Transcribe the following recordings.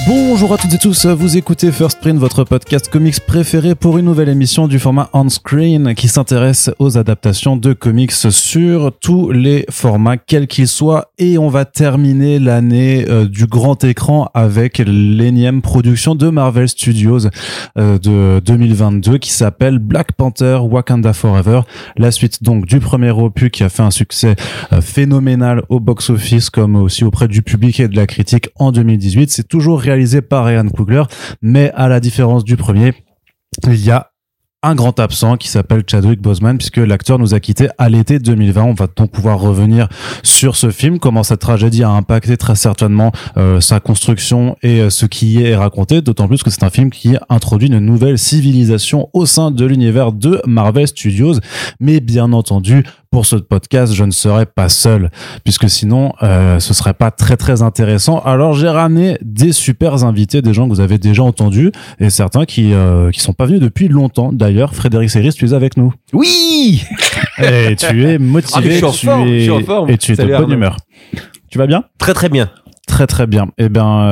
Bonjour à toutes et tous, vous écoutez First Print, votre podcast comics préféré pour une nouvelle émission du format On Screen qui s'intéresse aux adaptations de comics sur tous les formats, quels qu'ils soient. Et on va terminer l'année du grand écran avec l'énième production de Marvel Studios de 2022 qui s'appelle Black Panther Wakanda Forever. La suite donc du premier opus qui a fait un succès phénoménal au box-office comme aussi auprès du public et de la critique en 2018. C'est toujours réalisé par Ryan Coogler, mais à la différence du premier, il y a un grand absent qui s'appelle Chadwick Boseman puisque l'acteur nous a quittés à l'été 2020. On va donc pouvoir revenir sur ce film, comment cette tragédie a impacté très certainement sa construction et ce qui y est raconté, d'autant plus que c'est un film qui introduit une nouvelle civilisation au sein de l'univers de Marvel Studios. Mais bien entendu, pour ce podcast, je ne serai pas seul, puisque sinon, ce serait pas très très intéressant. Alors, j'ai ramené des super invités, des gens que vous avez déjà entendus, et certains qui sont pas venus depuis longtemps. D'ailleurs, Frédéric Seyris, tu es avec nous. Oui. Et tu es motivé, je suis en forme. Et tu es de bonne humeur. Tu vas bien ? Très très bien. Très très bien. Eh bien,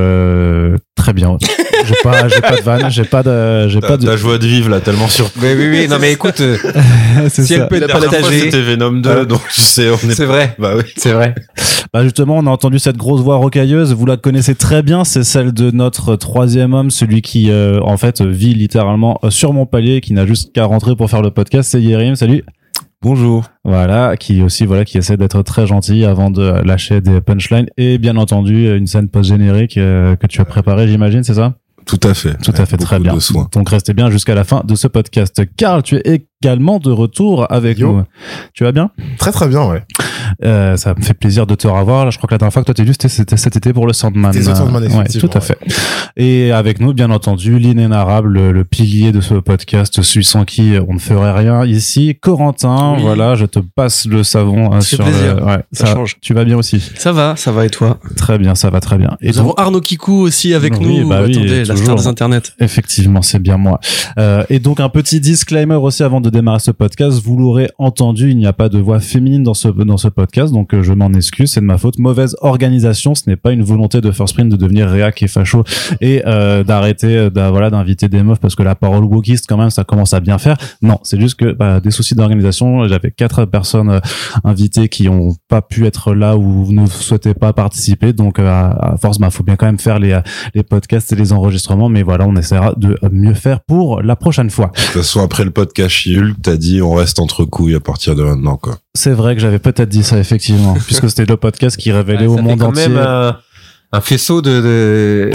très bien. J'ai pas de vanne, j'ai pas de. La joie de vivre là, tellement sûr. Oui. Non mais écoute, c'est si ça. elle peut la partager. C'était Venom 2, donc tu sais, on est. C'est vrai. Bah oui. C'est vrai. Bah justement, on a entendu cette grosse voix rocailleuse. Vous la connaissez très bien. C'est celle de notre troisième homme, celui qui en fait vit littéralement sur mon palier, qui n'a juste qu'à rentrer pour faire le podcast. C'est Yérim. Salut. Bonjour. Voilà, qui essaie d'être très gentil avant de lâcher des punchlines et bien entendu une scène post-générique que tu as préparée, j'imagine, c'est ça ? Tout à fait. Très bien. De soin. Donc restez bien jusqu'à la fin de ce podcast. Karl, tu es également de retour avec nous. Tu vas bien ? Très très bien, ouais. Ça me fait plaisir de te revoir. Là, je crois que la dernière fois que toi t'es venu, c'était cet été pour le Sandman. C'était le Sandman, effectivement. Ouais, tout à fait. Et avec nous, bien entendu, l'inénarrable, le pilier de ce podcast, celui sans qui on ne ferait rien ici, Corentin. Oui. Sur le savon. Ça fait plaisir. Ça change. Tu vas bien aussi ? Ça va et toi? Très bien, ça va très bien. Et Nous avons Arnaud Kikou aussi avec Oui, nous. bah oui, Attendez, la star des internets. Effectivement, c'est bien moi. Et donc un petit disclaimer aussi avant de démarrer ce podcast, vous l'aurez entendu, il n'y a pas de voix féminine dans ce podcast, donc je m'en excuse, c'est de ma faute. Mauvaise organisation, ce n'est pas une volonté de First Print de devenir réac et facho et d'arrêter d'inviter des meufs parce que la parole wokiste quand même ça commence à bien faire. Non, c'est juste que des soucis d'organisation, j'avais 4 personnes invitées qui ont pas pu être là ou ne souhaitaient pas participer, donc à force faut bien quand même faire les podcasts et les enregistrements, mais voilà, on essaiera de mieux faire pour la prochaine fois. De toute façon, après le podcast She-Hulk, t'as dit on reste entre couilles à partir de maintenant, quoi. C'est vrai que j'avais peut-être dit ça, effectivement, puisque c'était le podcast qui révélait au monde entier. Même un faisceau de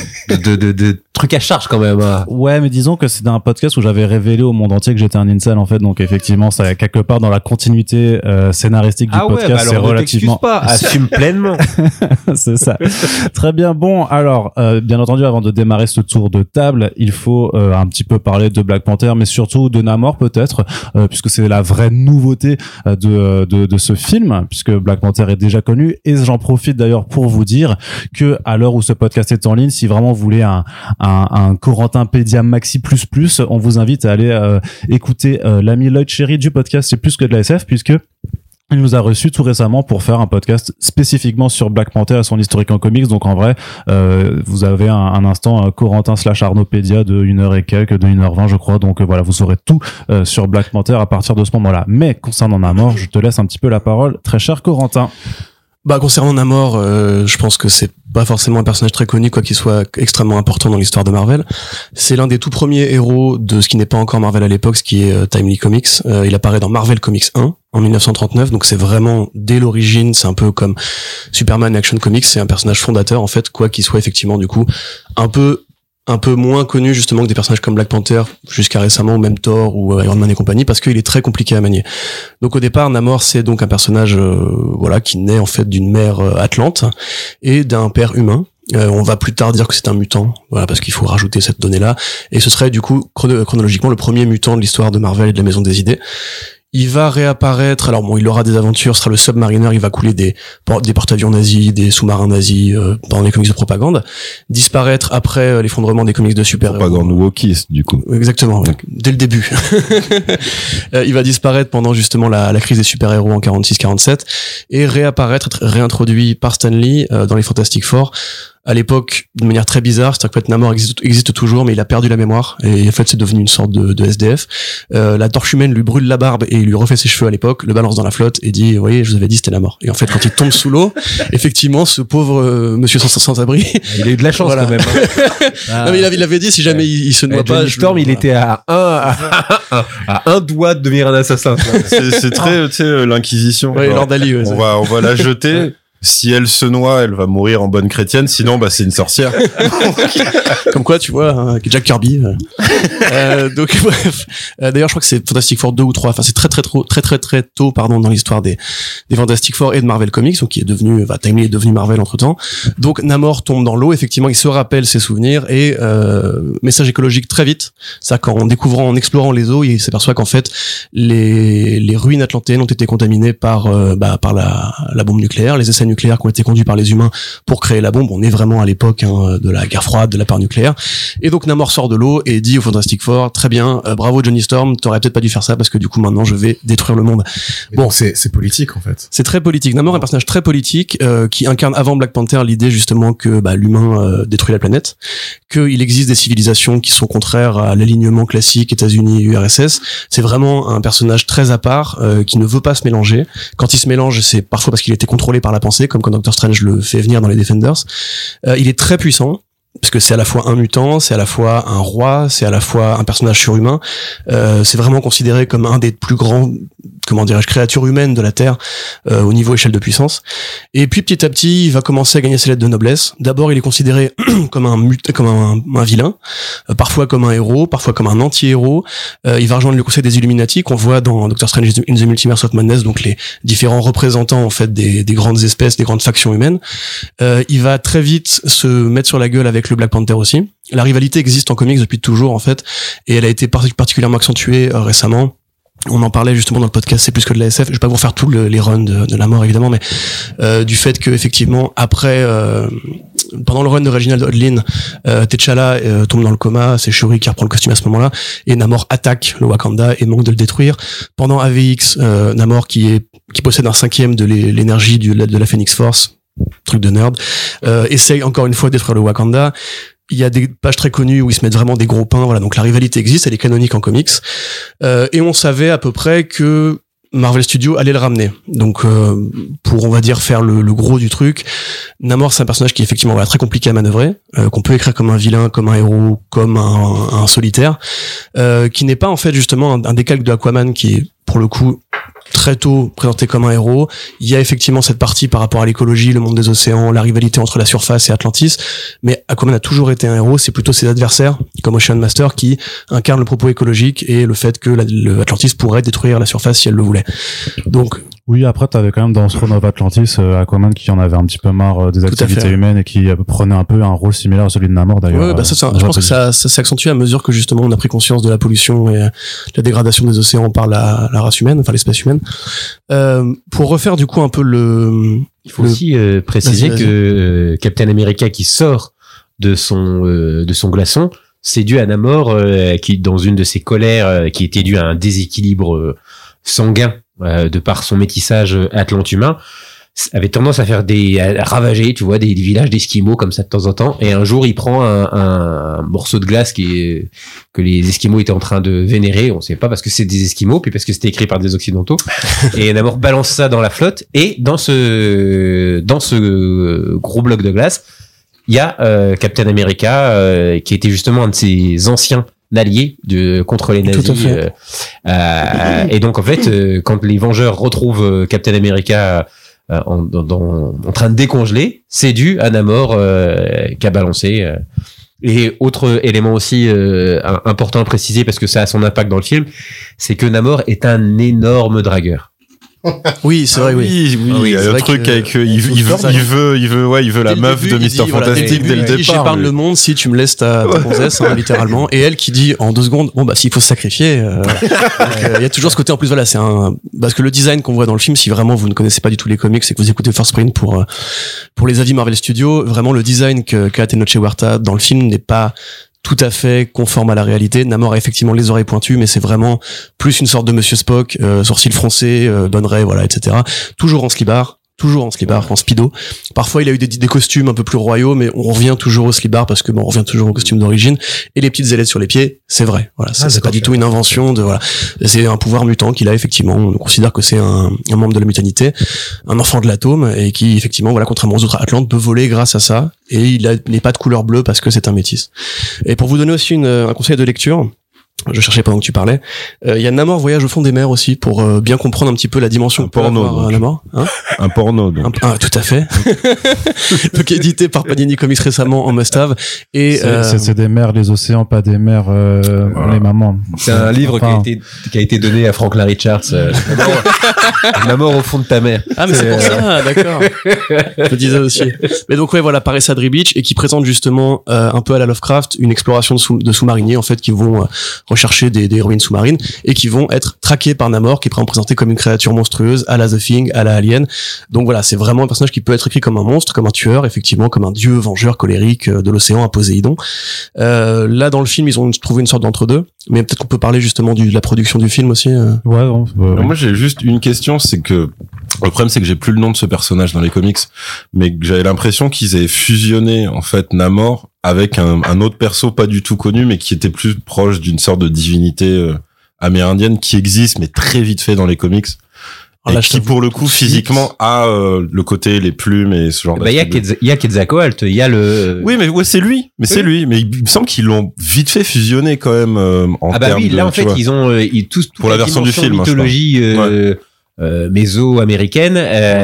trucs à charge quand même. Ouais, mais disons que c'était un podcast où j'avais révélé au monde entier que j'étais un incel en fait, donc effectivement, ça quelque part dans la continuité scénaristique du podcast, c'est relativement. Pas, assume pleinement. C'est ça. Très bien. Bon, alors, bien entendu, avant de démarrer ce tour de table, il faut un petit peu parler de Black Panther, mais surtout de Namor peut-être, puisque c'est la vraie nouveauté de ce film, puisque Black Panther est déjà connu, et j'en profite d'ailleurs pour vous dire que à l'heure où ce podcast est en ligne, si vraiment vous voulez un Corentinpedia Maxi ++, on vous invite à aller écouter l'ami Lloyd Cherry du podcast C'est plus que de la SF, puisque il nous a reçu tout récemment pour faire un podcast spécifiquement sur Black Panther et son historique en comics. Donc en vrai, vous avez un instant Corentin/Arnaudpédia de 1h et quelques, de 1h20 je crois. Donc voilà, vous saurez tout sur Black Panther à partir de ce moment-là. Mais concernant Namor, je te laisse un petit peu la parole, très cher Corentin. Concernant Namor, je pense que c'est pas forcément un personnage très connu, quoi qu'il soit extrêmement important dans l'histoire de Marvel. C'est l'un des tout premiers héros de ce qui n'est pas encore Marvel à l'époque, ce qui est Timely Comics. Il apparaît dans Marvel Comics 1 en 1939, donc c'est vraiment dès l'origine, c'est un peu comme Superman Action Comics, c'est un personnage fondateur en fait, quoi qu'il soit effectivement du coup un peu moins connu justement que des personnages comme Black Panther jusqu'à récemment, ou même Thor ou Iron Man et compagnie, parce qu'il est très compliqué à manier. Donc au départ, Namor c'est donc un personnage qui naît en fait d'une mère atlante et d'un père humain. On va plus tard dire que c'est un mutant, voilà, parce qu'il faut rajouter cette donnée-là, et ce serait du coup chronologiquement le premier mutant de l'histoire de Marvel et de la Maison des Idées. Il va réapparaître, alors bon, il aura des aventures, sera le Submariner, il va couler des porte-avions nazis, des sous-marins nazis pendant les comics de propagande, disparaître après l'effondrement des comics de super-héros. Propagande wokiste, du coup. Exactement, ouais. Dès le début. Il va disparaître pendant justement la crise des super-héros en 46-47 et réapparaître, être réintroduit par Stan Lee dans les Fantastic Four. à l'époque de manière très bizarre, c'est-à-dire qu'en fait Namor existe toujours, mais il a perdu la mémoire et en fait c'est devenu une sorte de SDF. La torche humaine lui brûle la barbe et il lui refait ses cheveux à l'époque, le balance dans la flotte et dit, vous voyez, je vous avais dit c'était Namor. Et en fait quand il tombe sous l'eau, effectivement ce pauvre monsieur sans abri, il a eu de la chance quand même. Non, mais il avait dit si jamais il se noie pas. Johnny Storm, il était à un doigt de devenir un assassin. C'est très, tu sais, l'Inquisition. Ouais, Lord Ali, ouais, on va la jeter. Si elle se noie, elle va mourir en bonne chrétienne. Sinon, bah, c'est une sorcière. Comme quoi, tu vois, hein, Jack Kirby. Donc, bref. D'ailleurs, je crois que c'est Fantastic Four 2 ou 3. Enfin, c'est très tôt, pardon, dans l'histoire des Fantastic Four et de Marvel Comics, donc qui est devenu, Timely est devenu Marvel entre temps. Donc, Namor tombe dans l'eau. Effectivement, il se rappelle ses souvenirs et, message écologique très vite. Ça, en explorant les eaux, il s'aperçoit qu'en fait, les ruines atlantéennes ont été contaminées par la bombe nucléaire, les essais nucléaires qui ont été conduits par les humains pour créer la bombe. On est vraiment à l'époque de la guerre froide, de la peur nucléaire. Et donc Namor sort de l'eau et dit au Fantastic Four, très bien, bravo Johnny Storm, t'aurais peut-être pas dû faire ça parce que du coup maintenant je vais détruire le monde. Mais bon, c'est politique en fait. C'est très politique. Namor est un personnage très politique qui incarne avant Black Panther l'idée justement que l'humain détruit la planète, qu'il existe des civilisations qui sont contraires à l'alignement classique États-Unis et URSS. C'est vraiment un personnage très à part qui ne veut pas se mélanger. Quand il se mélange, c'est parfois parce qu'il était contrôlé par la pensée, comme quand Doctor Strange le fait venir dans les Defenders. Il est très puissant, parce que c'est à la fois un mutant, c'est à la fois un roi, c'est à la fois un personnage surhumain. C'est vraiment considéré comme un des plus grands, créatures humaines de la Terre au niveau échelle de puissance. Et puis petit à petit, il va commencer à gagner ses lettres de noblesse. D'abord, il est considéré comme un vilain, parfois comme un héros, parfois comme un anti-héros. Il va rejoindre le Conseil des Illuminati qu'on voit dans Doctor Strange in the Multiverse of Madness, donc les différents représentants en fait des grandes espèces, des grandes factions humaines. Il va très vite se mettre sur la gueule avec le Black Panther aussi. La rivalité existe en comics depuis toujours en fait, et elle a été particulièrement accentuée récemment. On en parlait justement dans le podcast, c'est plus que de la SF. Je vais pas vous faire tout les runs de la mort évidemment, mais du fait que effectivement après, pendant le run de Reginald Hudlin, T'Challa tombe dans le coma, c'est Shuri qui reprend le costume à ce moment-là, et Namor attaque le Wakanda et manque de le détruire. Pendant AVX, Namor qui possède un 5e de l'énergie de la Phoenix Force, truc de nerd, essaye encore une fois de détruire le Wakanda. Il y a des pages très connues où ils se mettent vraiment des gros pains, voilà. Donc la rivalité existe, elle est canonique en comics. Et on savait à peu près que Marvel Studios allait le ramener. Donc pour on va dire faire le gros du truc, Namor c'est un personnage qui est effectivement très compliqué à manœuvrer, qu'on peut écrire comme un vilain, comme un héros, comme un solitaire, qui n'est pas en fait justement un décalque de Aquaman qui est pour le coup très tôt présenté comme un héros. Il y a effectivement cette partie par rapport à l'écologie, le monde des océans, la rivalité entre la surface et Atlantis, mais Aquaman a toujours été un héros. C'est plutôt ses adversaires comme Ocean Master qui incarnent le propos écologique et le fait que l'Atlantis pourrait détruire la surface si elle le voulait. Donc oui, après t'avais quand même dans Throne of Atlantis Aquaman qui en avait un petit peu marre des activités humaines et qui prenait un peu un rôle similaire à celui de Namor d'ailleurs. Ouais, je pense que ça s'est accentué à mesure que justement on a pris conscience de la pollution et la dégradation des océans par la race humaine, enfin l'espèce humaine. Pour refaire du coup un peu il faut aussi préciser que Captain America qui sort de son glaçon, c'est dû à Namor qui dans une de ses colères qui était due à un déséquilibre sanguin de par son métissage atlant-humain, avait tendance à faire à ravager, tu vois, des villages d'Esquimaux comme ça de temps en temps. Et un jour, il prend un morceau de glace que les Esquimaux étaient en train de vénérer. On sait pas parce que c'est des Esquimaux, puis parce que c'était écrit par des Occidentaux. Et Namor balance ça dans la flotte. Et dans ce gros bloc de glace, il y a Captain America qui était justement un de ses anciens alliés contre les nazis. Et donc en fait, quand les Vengeurs retrouvent Captain America en train de décongeler, c'est dû à Namor qui a balancé. Et autre élément aussi important à préciser parce que ça a son impact dans le film, c'est que Namor est un énorme dragueur. Oui, c'est vrai, oui. Il y a le truc avec il veut la meuf de Mr. Fantastic dès le départ. J'épargne le monde si tu me laisses ta gonzesse, littéralement. Et elle qui dit en 2 secondes, bon s'il faut se sacrifier. Il y a toujours ce côté en plus, voilà, parce que le design qu'on voit dans le film, si vraiment vous ne connaissez pas du tout les comics et que vous écoutez First Print pour les avis Marvel Studios, vraiment le design qu'a Tenoch Huerta dans le film n'est pas tout à fait conforme à la réalité. Namor a effectivement les oreilles pointues, mais c'est vraiment plus une sorte de Monsieur Spock, sourcils froncés, bonne raie, voilà, etc. Toujours en slibard, toujours en slibard, en speedo. Parfois, il a eu des costumes un peu plus royaux, mais on revient toujours au slibard parce que on revient toujours au costume d'origine. Et les petites ailettes sur les pieds, c'est vrai. Voilà, c'est pas du tout une invention de voilà. C'est un pouvoir mutant qu'il a effectivement. On considère que c'est un membre de la mutanité, un enfant de l'atome et qui effectivement, voilà, contrairement aux autres Atlantes, peut voler grâce à ça. Et il n'est pas de couleur bleue parce que c'est un métis. Et pour vous donner aussi un conseil de lecture. Je cherchais pendant que tu parlais. Il y a Namor Voyage au fond des mers aussi pour bien comprendre un petit peu la dimension. Un porno. Namor. Hein un porno. Donc. Tout à fait. Donc édité par Panini Comics récemment en must-have. Et c'est des mers, les océans, pas des mers, les mamans. C'est un livre qui a été donné à Franklin Richards. Namor au fond de ta mer. Ah mais c'est pour ça, d'accord. Je le disais aussi. Mais donc ouais voilà, par Sadri Beach et qui présente justement un peu à la Lovecraft une exploration de sous-mariniers en fait qui vont rechercher des héroïnes sous-marines et qui vont être traquées par Namor qui est présenté comme une créature monstrueuse à la The Thing, à la Alien. Donc voilà, c'est vraiment un personnage qui peut être écrit comme un monstre, comme un tueur, effectivement, comme un dieu vengeur colérique de l'océan, un Poséidon. Là dans le film, ils ont trouvé une sorte d'entre-deux, mais peut-être qu'on peut parler justement de la production du film aussi. Ouais, non, moi j'ai juste une question, c'est que le problème c'est que j'ai plus le nom de ce personnage dans les comics, mais que j'avais l'impression qu'ils avaient fusionné en fait Namor avec un autre perso pas du tout connu mais qui était plus proche d'une sorte de divinité amérindienne qui existe mais très vite fait dans les comics. Et qui pour le coup physiquement a le côté les plumes et ce genre il y a Quetzalcoatl, il y a le oui mais ouais c'est lui c'est lui mais il me semble qu'ils l'ont vite fait fusionner quand même en termes oui, là en fait ils ont tous pour la version du film mythologie méso-américaine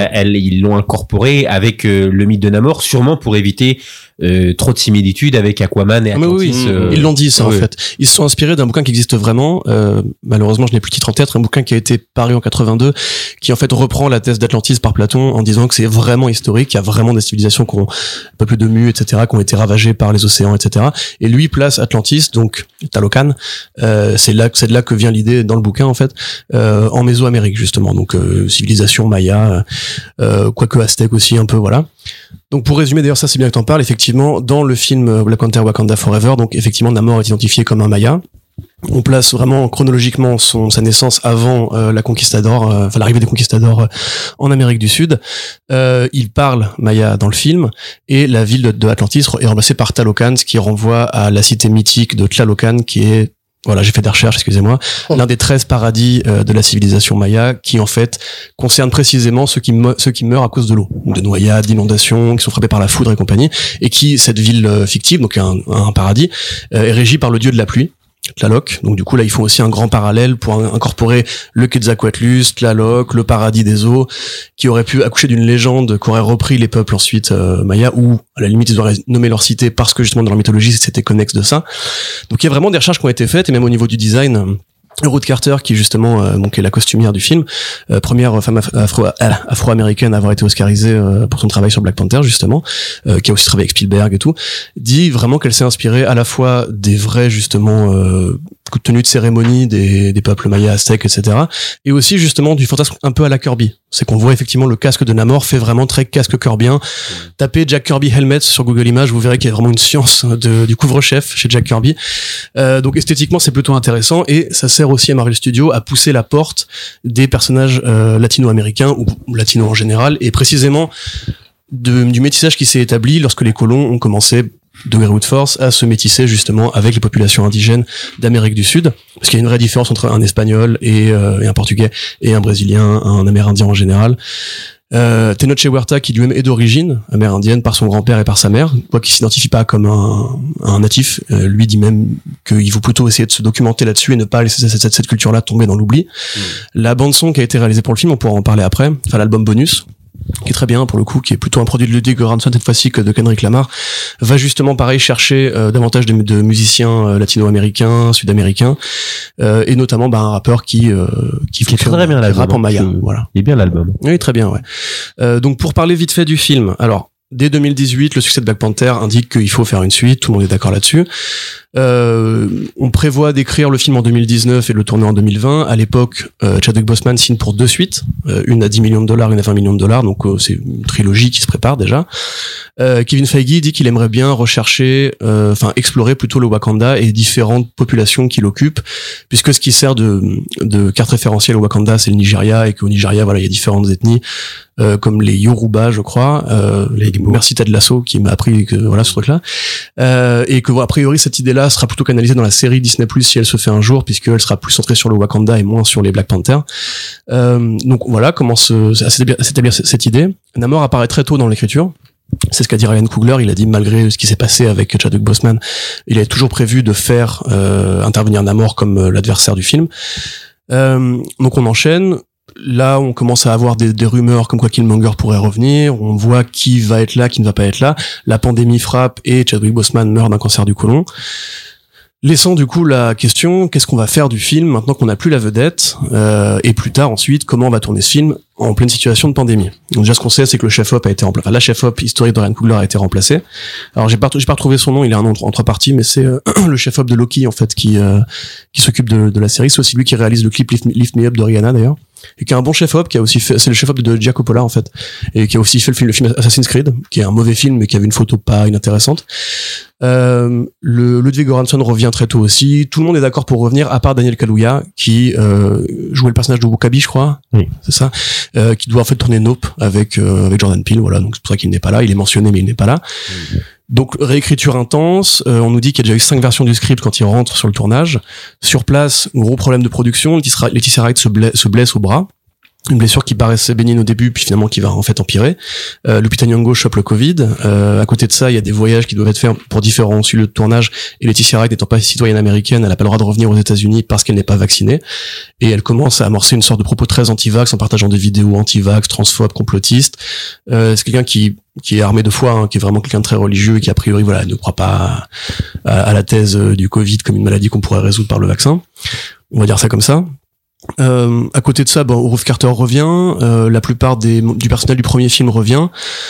ils l'ont incorporé avec le mythe de Namor sûrement pour éviter trop de similitudes avec Aquaman et Atlantis. Ils l'ont dit ça en fait. Ils se sont inspirés d'un bouquin qui existe vraiment. Malheureusement, je n'ai plus le titre en tête. Un bouquin qui a été paru en 82, qui en fait reprend la thèse d'Atlantis par Platon en disant que c'est vraiment historique, qu'il y a vraiment des civilisations qui ont peuplées de mues, etc., qui ont été ravagées par les océans, etc. Et lui place Atlantis, donc Talocan. C'est de là que vient l'idée dans le bouquin en fait, en Mésoamérique justement. Donc civilisation maya, quoique aztèque aussi un peu, voilà. Donc pour résumer, d'ailleurs ça c'est bien que t'en parles, effectivement dans le film Black Panther Wakanda Forever, donc effectivement Namor est identifié comme un Maya. On place vraiment chronologiquement sa naissance avant la conquistador, l'arrivée des conquistadors en Amérique du Sud. Il parle Maya dans le film et la ville de Atlantis est remplacée par Talocan, ce qui renvoie à la cité mythique de Tlalocan qui est voilà, j'ai fait des recherches, excusez-moi. L'un des 13 paradis de la civilisation maya, qui en fait concerne précisément ceux qui meurent à cause de l'eau, de noyades, d'inondations, qui sont frappés par la foudre et compagnie, et qui cette ville fictive, donc un paradis, est régie par le dieu de la pluie. Tlaloc. Donc du coup là ils font aussi un grand parallèle pour incorporer le Quetzalcoatlus, Tlaloc, le paradis des eaux, qui aurait pu accoucher d'une légende qu'aurait repris les peuples ensuite mayas, ou à la limite ils auraient nommé leur cité parce que justement dans leur mythologie c'était connexe de ça. Donc il y a vraiment des recherches qui ont été faites et même au niveau du design. Ruth Carter, qui justement qui est la costumière du film, première femme afro-américaine à avoir été oscarisée pour son travail sur Black Panther justement, qui a aussi travaillé avec Spielberg et tout, dit vraiment qu'elle s'est inspirée à la fois des vrais justement tenues de cérémonie des peuples mayas, aztèques, etc. et aussi justement du fantasme un peu à la Kirby. C'est qu'on voit effectivement le casque de Namor fait vraiment très casque kirbien. Tapez Jack Kirby helmet sur Google Images, vous verrez qu'il y a vraiment une science du couvre-chef chez Jack Kirby. Donc esthétiquement c'est plutôt intéressant et ça sert aussi à Marvel Studios à pousser la porte des personnages latino-américains ou latinos en général et précisément du métissage qui s'est établi lorsque les colons ont commencé de Greywood Force à se métisser justement avec les populations indigènes d'Amérique du Sud, parce qu'il y a une vraie différence entre un Espagnol et un Portugais et un Brésilien, un Amérindien en général. Tenoch Huerta qui lui-même est d'origine amérindienne par son grand-père et par sa mère, quoi qu'il s'identifie pas comme un natif, lui dit même qu'il faut plutôt essayer de se documenter là-dessus et ne pas laisser cette culture-là tomber dans l'oubli. La bande-son qui a été réalisée pour le film, on pourra en parler après, enfin l'album bonus, qui est très bien pour le coup, qui est plutôt un produit de Ludwig Göransson cette fois-ci que de Kendrick Lamar, va justement pareil chercher davantage de musiciens latino-américains, sud-américains, et notamment un rappeur qui fait très bien l'album, rap en maya. Voilà. Il est bien l'album. Oui, très bien, ouais. Donc pour parler vite fait du film, alors dès 2018, le succès de Black Panther indique qu'il faut faire une suite, tout le monde est d'accord là-dessus. On prévoit d'écrire le film en 2019 et de le tourner en 2020. À l'époque, Chadwick Boseman signe pour 2 suites, une à $10 millions, une à $20 millions, donc c'est une trilogie qui se prépare déjà. Kevin Feige dit qu'il aimerait bien rechercher, explorer plutôt le Wakanda et différentes populations qui l'occupent, puisque ce qui sert de carte référentielle au Wakanda, c'est le Nigeria, et qu'au Nigeria, voilà, il y a différentes ethnies. comme les Yoruba, je crois. Merci Ted Lasso qui m'a appris que voilà ce truc-là. Et que a priori cette idée-là sera plutôt canalisée dans la série Disney+ si elle se fait un jour, puisqu'elle sera plus centrée sur le Wakanda et moins sur les Black Panther. Donc voilà comment s'établir cette idée. Namor apparaît très tôt dans l'écriture. C'est ce qu'a dit Ryan Coogler. Il a dit malgré ce qui s'est passé avec Chadwick Boseman, il avait toujours prévu de faire intervenir Namor comme l'adversaire du film. Donc on enchaîne. Là, on commence à avoir des rumeurs comme quoi Killmonger pourrait revenir. On voit qui va être là, qui ne va pas être là. La pandémie frappe et Chadwick Boseman meurt d'un cancer du côlon. Laissant du coup la question, qu'est-ce qu'on va faire du film maintenant qu'on n'a plus la vedette, et plus tard ensuite, comment on va tourner ce film en pleine situation de pandémie. Donc déjà ce qu'on sait, c'est que le chef-op a été remplacé, la chef-op historique de Ryan Coogler a été remplacée. Alors j'ai pas retrouvé son nom, il a un nom en trois parties, mais c'est le chef-op de Loki en fait qui s'occupe de la série. C'est aussi lui qui réalise le clip Lift Me Up de Rihanna d'ailleurs, et qui est un bon chef-op, qui a aussi fait, c'est le chef-op de Gia Coppola en fait, et qui a aussi fait le film Assassin's Creed, qui est un mauvais film mais qui avait une photo pas inintéressante. Le Ludwig Göransson revient très tôt aussi. Tout le monde est d'accord pour revenir, à part Daniel Kaluuya qui jouait le personnage de W'Kabi, je crois. Oui, c'est ça. Qui doit en fait tourner Nope avec Jordan Peele. Voilà, donc c'est pour ça qu'il n'est pas là. Il est mentionné mais il n'est pas là. Donc réécriture intense. On nous dit qu'il y a déjà eu 5 versions du script quand il rentre sur le tournage. Sur place, gros problème de production. Letitia Wright se blesse au bras. Une blessure qui paraissait bénigne au début, puis finalement qui va en fait empirer. Lupita Nyong'o chope le Covid. À côté de ça, il y a des voyages qui doivent être faits pour différents lieux de tournage. Et Letitia Wright n'étant pas citoyenne américaine, elle n'a pas le droit de revenir aux États-Unis parce qu'elle n'est pas vaccinée. Et elle commence à amorcer une sorte de propos très anti-vax en partageant des vidéos anti-vax, transphobes, complotistes. C'est quelqu'un qui est armé de foi, hein, qui est vraiment quelqu'un de très religieux et qui a priori voilà ne croit pas à la thèse du Covid comme une maladie qu'on pourrait résoudre par le vaccin. On va dire ça comme ça. À côté de ça, Ruth Carter revient, la plupart du personnel du premier film revient.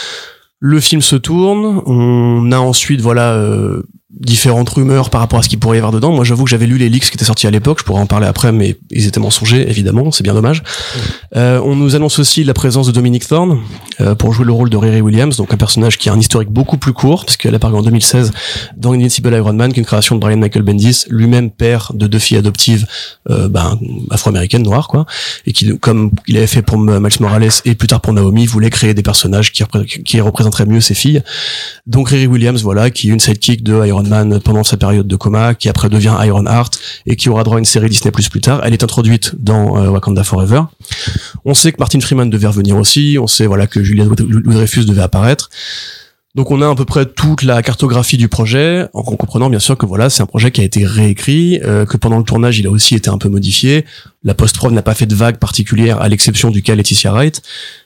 Le film se tourne, on a ensuite différentes rumeurs par rapport à ce qu'il pourrait y avoir dedans. Moi, j'avoue que j'avais lu les leaks qui étaient sortis à l'époque, je pourrais en parler après, mais ils étaient mensongers, évidemment, c'est bien dommage. On nous annonce aussi la présence de Dominic Thorne pour jouer le rôle de Riri Williams, donc un personnage qui a un historique beaucoup plus court, puisqu'elle apparu en 2016 dans Invincible Iron Man, qui est une création de Brian Michael Bendis, lui-même père de 2 filles adoptives afro-américaines, noires, quoi, et qui, comme il avait fait pour Miles Morales et plus tard pour Naomi, voulait créer des personnages qui représenteraient mieux ses filles. Donc Riri Williams, qui est une sidekick de Iron Man pendant sa période de coma, qui après devient Ironheart et qui aura droit à une série Disney+ plus tard. Elle est introduite dans Wakanda Forever. On sait que Martin Freeman devait revenir aussi. On sait que Julia Louis-Dreyfus devait apparaître. Donc on a à peu près toute la cartographie du projet, en comprenant bien sûr que c'est un projet qui a été réécrit, que pendant le tournage il a aussi été un peu modifié. La post-prod n'a pas fait de vague particulière à l'exception du cas Letitia Wright.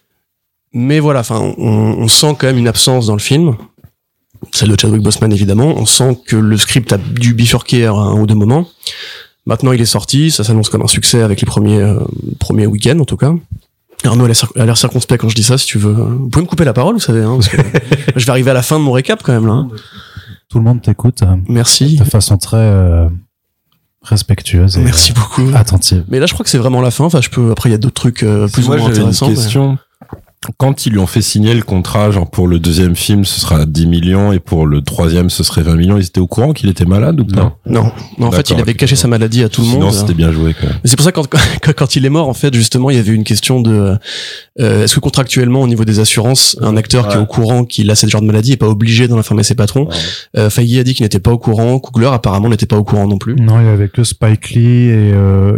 Mais on sent quand même une absence dans le film. Celle de Chadwick Boseman évidemment. On sent que le script a dû bifurquer à un ou deux moments. Maintenant il est sorti, ça s'annonce comme un succès avec les premiers week-ends en tout cas. Arnaud a l'air circonspect quand je dis ça, si tu veux. Vous pouvez me couper la parole, vous savez, hein, parce que je vais arriver à la fin de mon récap quand même là. Hein. Tout le monde t'écoute. Merci. De façon très respectueuse. Merci beaucoup. Attentive. Mais là je crois que c'est vraiment la fin. après il y a d'autres trucs plus ou moins intéressants. Une question. Quand ils lui ont fait signer le contrat, genre pour le 2e film, ce sera 10 millions et pour le 3e, ce serait 20 millions, ils étaient au courant qu'il était malade ou pas? Non. En fait, il avait caché sa maladie à tout le monde. Non, c'était bien joué, quand même. Mais c'est pour ça que quand il est mort, en fait, justement, il y avait une question de, est-ce que contractuellement, au niveau des assurances, un acteur qui est au courant qu'il a cette genre de maladie est pas obligé d'en informer ses patrons? Feige a dit qu'il n'était pas au courant. Coogler, apparemment, n'était pas au courant non plus. Non, il y avait que Spike Lee et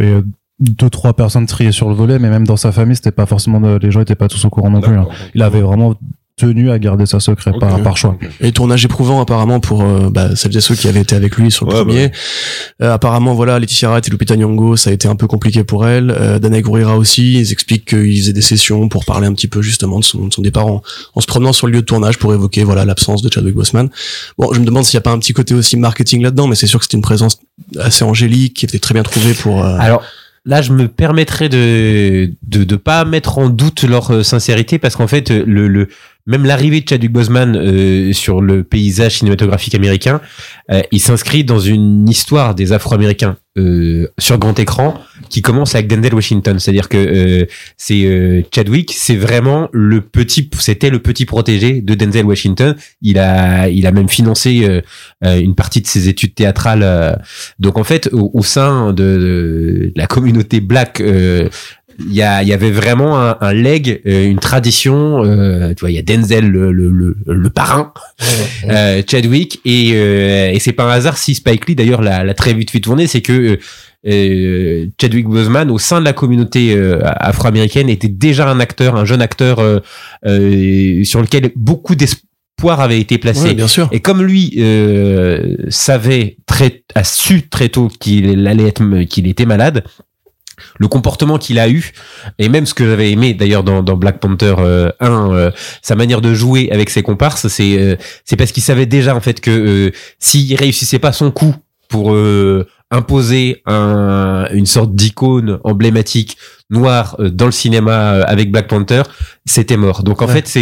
2-3 personnes triées sur le volet, mais même dans sa famille, c'était pas forcément les gens étaient pas tous au courant non plus. Hein. Il avait vraiment tenu à garder ça secret par choix. Et tournage éprouvant apparemment pour celles et ceux qui avaient été avec lui sur le premier. Apparemment Letitia Wright et Lupita Nyong'o, ça a été un peu compliqué pour elle. Danai Gurira aussi, ils expliquent qu'ils faisaient des sessions pour parler un petit peu justement de son départ en se promenant sur le lieu de tournage pour évoquer l'absence de Chadwick Boseman. Bon, je me demande s'il y a pas un petit côté aussi marketing là-dedans, mais c'est sûr que c'était une présence assez angélique qui était très bien trouvée pour Alors là, je me permettrais de pas mettre en doute leur sincérité parce qu'en fait, même l'arrivée de Chadwick Boseman sur le paysage cinématographique américain, il s'inscrit dans une histoire des Afro-Américains sur grand écran qui commence avec Denzel Washington. C'est-à-dire que Chadwick, c'est vraiment c'était le petit protégé de Denzel Washington. Il a même financé une partie de ses études théâtrales. Donc en fait, au sein de la communauté black, il y avait vraiment un leg, une tradition. Tu vois, il y a Denzel le parrain, Chadwick, et c'est pas un hasard si Spike Lee d'ailleurs l'a très vite fait tourner, c'est que Chadwick Boseman au sein de la communauté afro-américaine était déjà un jeune acteur sur lequel beaucoup d'espoir avait été placé. Ouais, bien sûr. Et comme lui a su très tôt qu'il était malade, le comportement qu'il a eu, et même ce que j'avais aimé d'ailleurs dans Black Panther 1, sa manière de jouer avec ses comparses, c'est parce qu'il savait déjà en fait que s'il réussissait pas son coup pour imposer une sorte d'icône emblématique noire dans le cinéma avec Black Panther, c'était mort. Donc en fait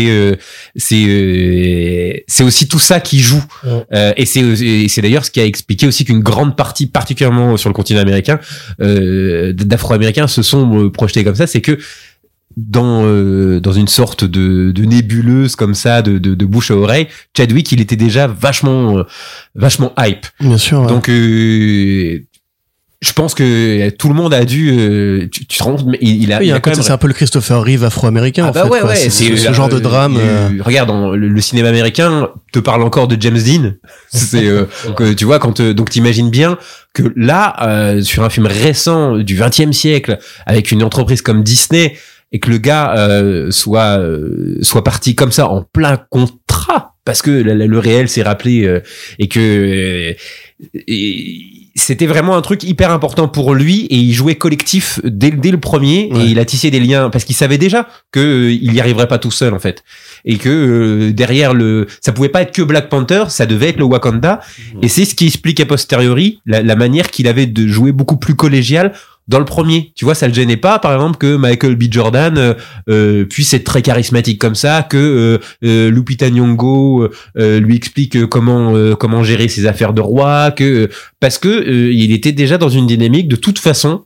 c'est aussi tout ça qui joue, et c'est d'ailleurs ce qui a expliqué aussi qu'une grande partie, particulièrement sur le continent américain, d'Afro-Américains se sont projetés comme ça, c'est que dans une sorte de nébuleuse comme ça, de bouche à oreille, Chadwick il était déjà vachement hype. Bien sûr. Ouais. Donc je pense que tout le monde a dû tu te rends compte, mais il a un côté, c'est un peu le Christopher Reeve afro-américain. Ouais, c'est ce genre de drame. Regarde, le cinéma américain te parle encore de James Dean. C'est tu vois donc t'imagines bien que là sur un film récent du XXe siècle avec une entreprise comme Disney, et que le gars soit parti comme ça en plein contrat parce que le réel s'est rappelé, et que c'était vraiment un truc hyper important pour lui, et il jouait collectif dès le premier, et il a tissé des liens parce qu'il savait déjà que il y arriverait pas tout seul en fait, et que derrière ça pouvait pas être que Black Panther, ça devait être le Wakanda, et c'est ce qui explique a posteriori la manière qu'il avait de jouer beaucoup plus collégial dans le premier. Tu vois, ça le gênait pas, par exemple, que Michael B. Jordan puisse être très charismatique comme ça, que Lupita Nyong'o lui explique comment gérer ses affaires de roi, parce que il était déjà dans une dynamique de toute façon.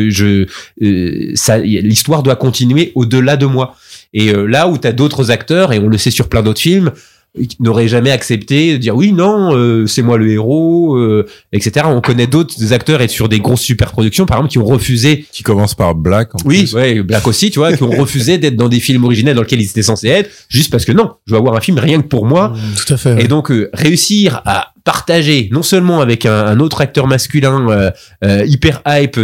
L'histoire doit continuer au-delà de moi. Et là où t'as d'autres acteurs, et on le sait sur plein d'autres films, qui n'auraient jamais accepté de dire oui, non, c'est moi le héros, etc. On connaît d'autres acteurs, et sur des grosses superproductions, par exemple, qui ont refusé. Qui commence par Black. Oui, ouais, Black aussi, tu vois, qui ont refusé d'être dans des films originels dans lesquels ils étaient censés être, juste parce que non, je veux avoir un film rien que pour moi. Tout à fait. Ouais. Et donc, réussir à partager, non seulement avec un autre acteur masculin hyper hype,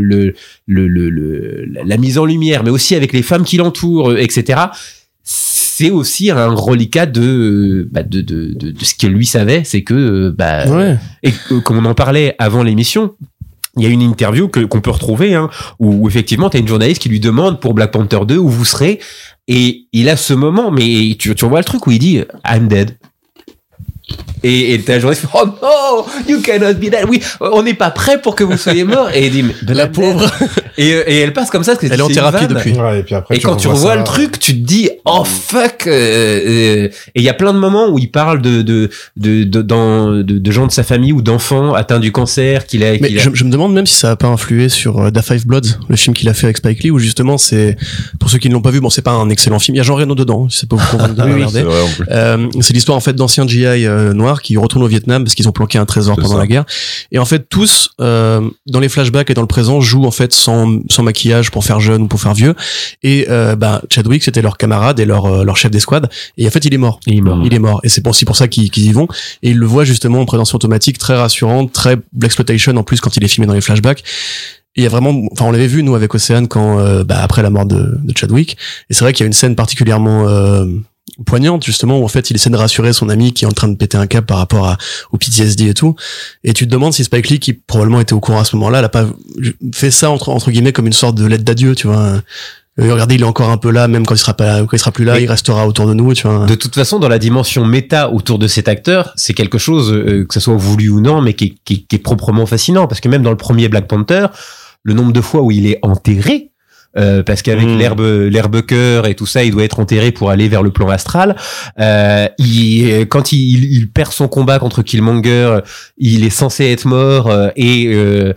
la mise en lumière, mais aussi avec les femmes qui l'entourent, etc. C'est aussi un reliquat de ce que lui savait, c'est que et comme on en parlait avant l'émission, il y a une interview qu'on peut retrouver, où effectivement t'as une journaliste qui lui demande pour Black Panther 2 où vous serez, et il a ce moment, mais tu vois le truc où il dit I'm dead. Et t'as un journaliste qui fait oh no, you cannot be dead. Oui, on n'est pas prêt pour que vous soyez mort. Et il dit mais la pauvre. Et elle passe comme ça parce que elle est en thérapie depuis. Ouais, et puis après, quand tu revois le truc, tu te dis oh fuck. Et il y a plein de moments où il parle de gens de sa famille ou d'enfants atteints du cancer Je me demande même si ça a pas influé sur Da Five Bloods, le film qu'il a fait avec Spike Lee, où justement c'est, pour ceux qui ne l'ont pas vu, bon c'est pas un excellent film. Il y a Jean Reno dedans, si c'est pas vous convaincre de regarder. C'est l'histoire en fait d'anciens GI noirs qui retournent au Vietnam parce qu'ils ont planqué un trésor pendant la guerre, et en fait tous dans les flashbacks et dans le présent jouent en fait sans maquillage pour faire jeune ou pour faire vieux, et Chadwick c'était leur camarade et leur chef d'escouade, et en fait il est mort, et c'est aussi pour ça qu'ils y vont, et ils le voient justement en prévention automatique, très rassurante, très blaxploitation en plus quand il est filmé dans les flashbacks. Il y a vraiment, on l'avait vu nous avec Océane quand après la mort de Chadwick, et c'est vrai qu'il y a une scène particulièrement poignante justement où en fait il essaie de rassurer son ami qui est en train de péter un câble par rapport au PTSD et tout, et tu te demandes si Spike Lee, qui probablement était au courant à ce moment-là, n'a pas fait ça entre guillemets comme une sorte de lettre d'adieu, tu vois. Regardez, il est encore un peu là, même quand il sera plus là, il restera autour de nous, tu vois. De toute façon, dans la dimension méta autour de cet acteur, c'est quelque chose, que ce soit voulu ou non, mais qui est proprement fascinant, parce que même dans le premier Black Panther, le nombre de fois où il est enterré, parce qu'avec l'herbe cœur et tout ça, il doit être enterré pour aller vers le plan astral. Quand il perd son combat contre Killmonger, il est censé être mort, et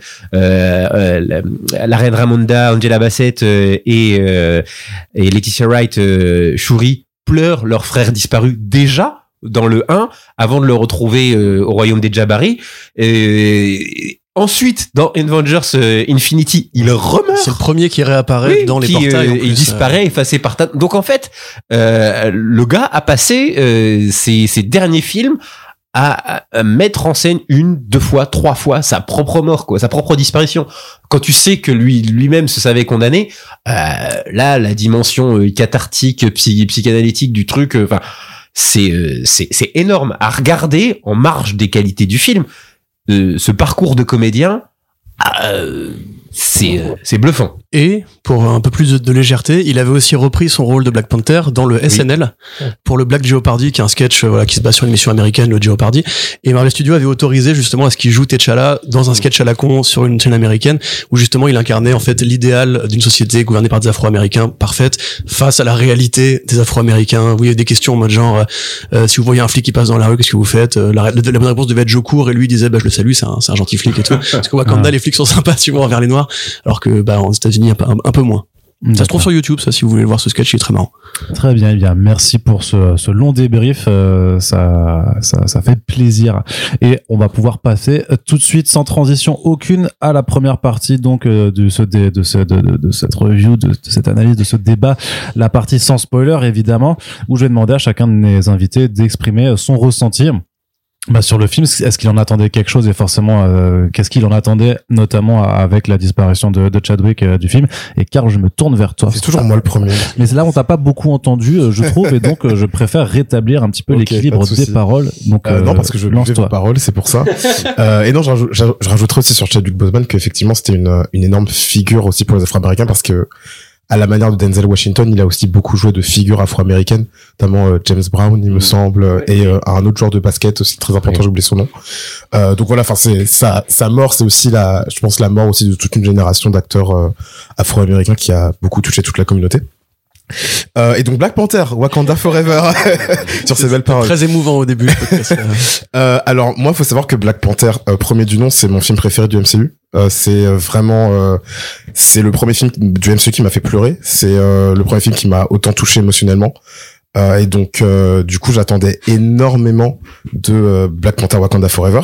la reine Ramonda, Angela Bassett et Letitia Wright, Shuri pleurent leur frère disparu déjà dans le 1 avant de le retrouver au royaume des Jabari, et Ensuite, dans Avengers Infinity, il remeurt. C'est le premier qui réapparaît dans les portails. Il disparaît, effacé par Thanos. Donc en fait, le gars a passé ses derniers films à mettre en scène 1, 2 fois, 3 fois sa propre mort, quoi, sa propre disparition. Quand tu sais que lui-même se savait condamné, là, la dimension cathartique, psychanalytique du truc, enfin, c'est énorme à regarder en marge des qualités du film. Ce parcours de comédien, c'est bluffant. Et pour un peu plus de légèreté, il avait aussi repris son rôle de Black Panther dans le SNL pour le Black Jeopardy, qui est un sketch qui se base sur une émission américaine, le Jeopardy. Et Marvel Studios avait autorisé justement à ce qu'il joue T'Challa dans un sketch à la con sur une chaîne américaine, où justement il incarnait en fait l'idéal d'une société gouvernée par des Afro-Américains parfaite face à la réalité des Afro-Américains. Oui, il y a des questions en mode genre si vous voyez un flic qui passe dans la rue, qu'est-ce que vous faites? La bonne réponse devait être Joe Court, et lui il disait je le salue, c'est un gentil flic et tout. Parce que Wakanda, les flics sont sympas souvent envers les noirs, alors que aux États-Unis un peu moins. D'accord. Ça se trouve sur YouTube, ça, si vous voulez voir ce sketch, il est très marrant. Très bien, eh bien, merci pour ce long débrief, ça fait plaisir. Et on va pouvoir passer tout de suite, sans transition aucune, à la première partie donc de cette review, de cette analyse, de ce débat, la partie sans spoiler évidemment, où je vais demander à chacun de mes invités d'exprimer son ressenti. Sur le film, est-ce qu'il en attendait quelque chose, et forcément qu'est-ce qu'il en attendait, notamment avec la disparition de Chadwick du film. Et Karl, je me tourne vers toi. C'est toujours moi le premier. Mais là on t'a pas beaucoup entendu, je trouve, et donc je préfère rétablir un petit peu l'équilibre des paroles. Donc non, parce que je lance vos paroles, c'est pour ça. Et non, je rajouterais aussi sur Chadwick Boseman qu'effectivement c'était une énorme figure aussi pour les Afro-Américains, parce que à la manière de Denzel Washington, il a aussi beaucoup joué de figures afro-américaines, notamment James Brown, il me semble, et un autre joueur de basket aussi très important, j'ai oublié son nom. Donc voilà, enfin c'est sa mort, c'est aussi je pense la mort aussi de toute une génération d'acteurs afro-américains qui a beaucoup touché toute la communauté. Et donc Black Panther, Wakanda Forever, sur ces belles paroles. Très émouvant au début. Alors moi, faut savoir que Black Panther, premier du nom, c'est mon film préféré du MCU. C'est vraiment, c'est le premier film du MCU qui m'a fait pleurer. C'est le premier film qui m'a autant touché émotionnellement. Et donc du coup, j'attendais énormément de Black Panther Wakanda Forever.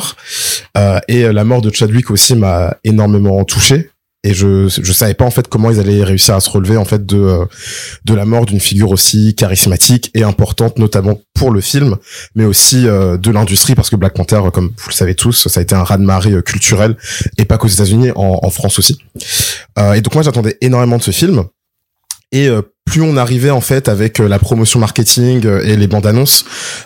Et la mort de Chadwick aussi m'a énormément touché. Et je savais pas en fait comment ils allaient réussir à se relever en fait de la mort d'une figure aussi charismatique et importante, notamment pour le film, mais aussi de l'industrie, parce que Black Panther, comme vous le savez tous, ça a été un raz-de-marée culturel, et pas qu'aux États-Unis, en France aussi. Et donc moi j'attendais énormément de ce film. Et plus on arrivait en fait avec la promotion marketing et les bandes annonces,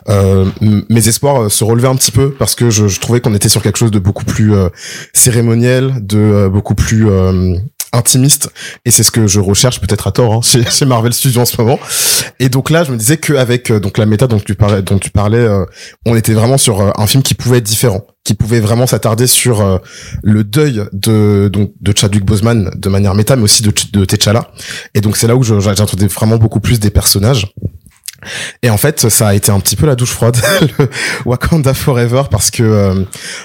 mes espoirs se relevaient un petit peu, parce que je trouvais qu'on était sur quelque chose de beaucoup plus cérémoniel, de beaucoup plus intimiste, et c'est ce que je recherche peut-être à tort chez Marvel Studios en ce moment. Et donc là je me disais qu'avec donc la méta dont tu parlais, on était vraiment sur un film qui pouvait être différent, qui pouvait vraiment s'attarder sur le deuil de Chadwick Boseman de manière méta, mais aussi de T'Challa. Et donc c'est là où j'attendais vraiment beaucoup plus des personnages. Et en fait, ça a été un petit peu la douche froide, le Wakanda Forever, parce que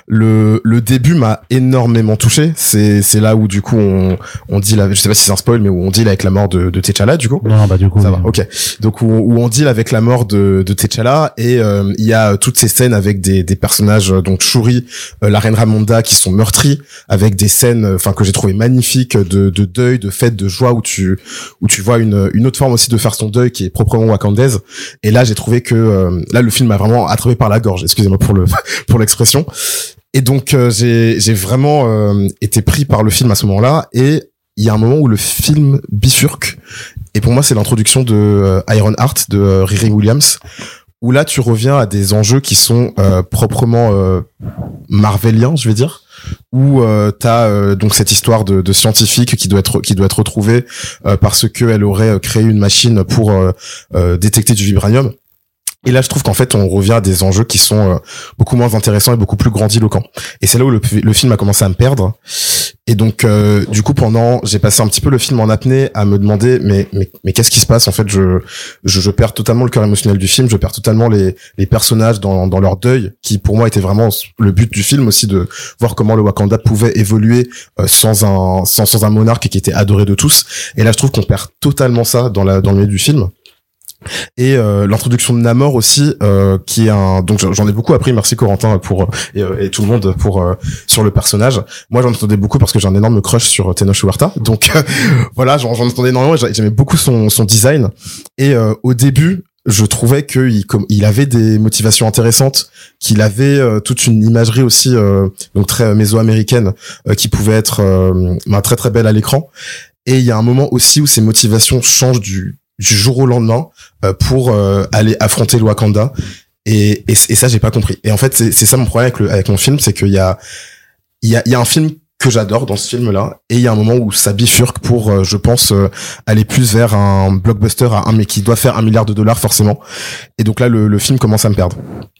le début m'a énormément touché. C'est là où du coup on deal, je sais pas si c'est un spoil, mais où on deal avec la mort de T'Challa, du coup. Non, du coup ça va. Ok. Donc où on deal avec la mort de T'Challa, et il y a toutes ces scènes avec des personnages, donc Shuri, la reine Ramonda, qui sont meurtris, avec des scènes que j'ai trouvé magnifiques de deuil, de fête, de joie, où tu vois une autre forme aussi de faire son deuil qui est proprement wakandaise. Et là j'ai trouvé que là le film m'a vraiment attrapé par la gorge, excusez-moi pour l'expression. Et donc j'ai vraiment été pris par le film à ce moment-là, et il y a un moment où le film bifurque, et pour moi c'est l'introduction de Ironheart de Riri Williams, où là tu reviens à des enjeux qui sont proprement marveliens, je vais dire, où t'as donc cette histoire de scientifique qui doit être retrouvée parce que elle aurait créé une machine pour détecter du vibranium. Et là, je trouve qu'en fait, on revient à des enjeux qui sont beaucoup moins intéressants et beaucoup plus grandiloquents. Et c'est là où le film a commencé à me perdre. Et donc, du coup, j'ai passé un petit peu le film en apnée à me demander, mais qu'est-ce qui se passe? En fait, je perds totalement le cœur émotionnel du film. Je perds totalement les personnages dans leur deuil, qui pour moi était vraiment le but du film aussi, de voir comment le Wakanda pouvait évoluer sans un monarque qui était adoré de tous. Et là, je trouve qu'on perd totalement ça dans le milieu du film. Et l'introduction de Namor aussi, qui est donc j'en ai beaucoup appris, merci Corentin et tout le monde sur le personnage. Moi j'en entendais beaucoup parce que j'ai un énorme crush sur Tenoch Huerta, donc voilà, j'en entendais énormément, j'aimais beaucoup son design. Et au début je trouvais que il avait des motivations intéressantes, qu'il avait toute une imagerie aussi donc très méso-américaine qui pouvait être très très belle à l'écran. Et il y a un moment aussi où ses motivations changent du jour au lendemain pour aller affronter le Wakanda. Et ça j'ai pas compris. Et en fait c'est ça mon problème avec mon film, c'est qu'il y a un film que j'adore dans ce film-là, et il y a un moment où ça bifurque pour, je pense, aller plus vers un blockbuster mais qui doit faire $1 milliard forcément. Et donc là, le film commence à me perdre.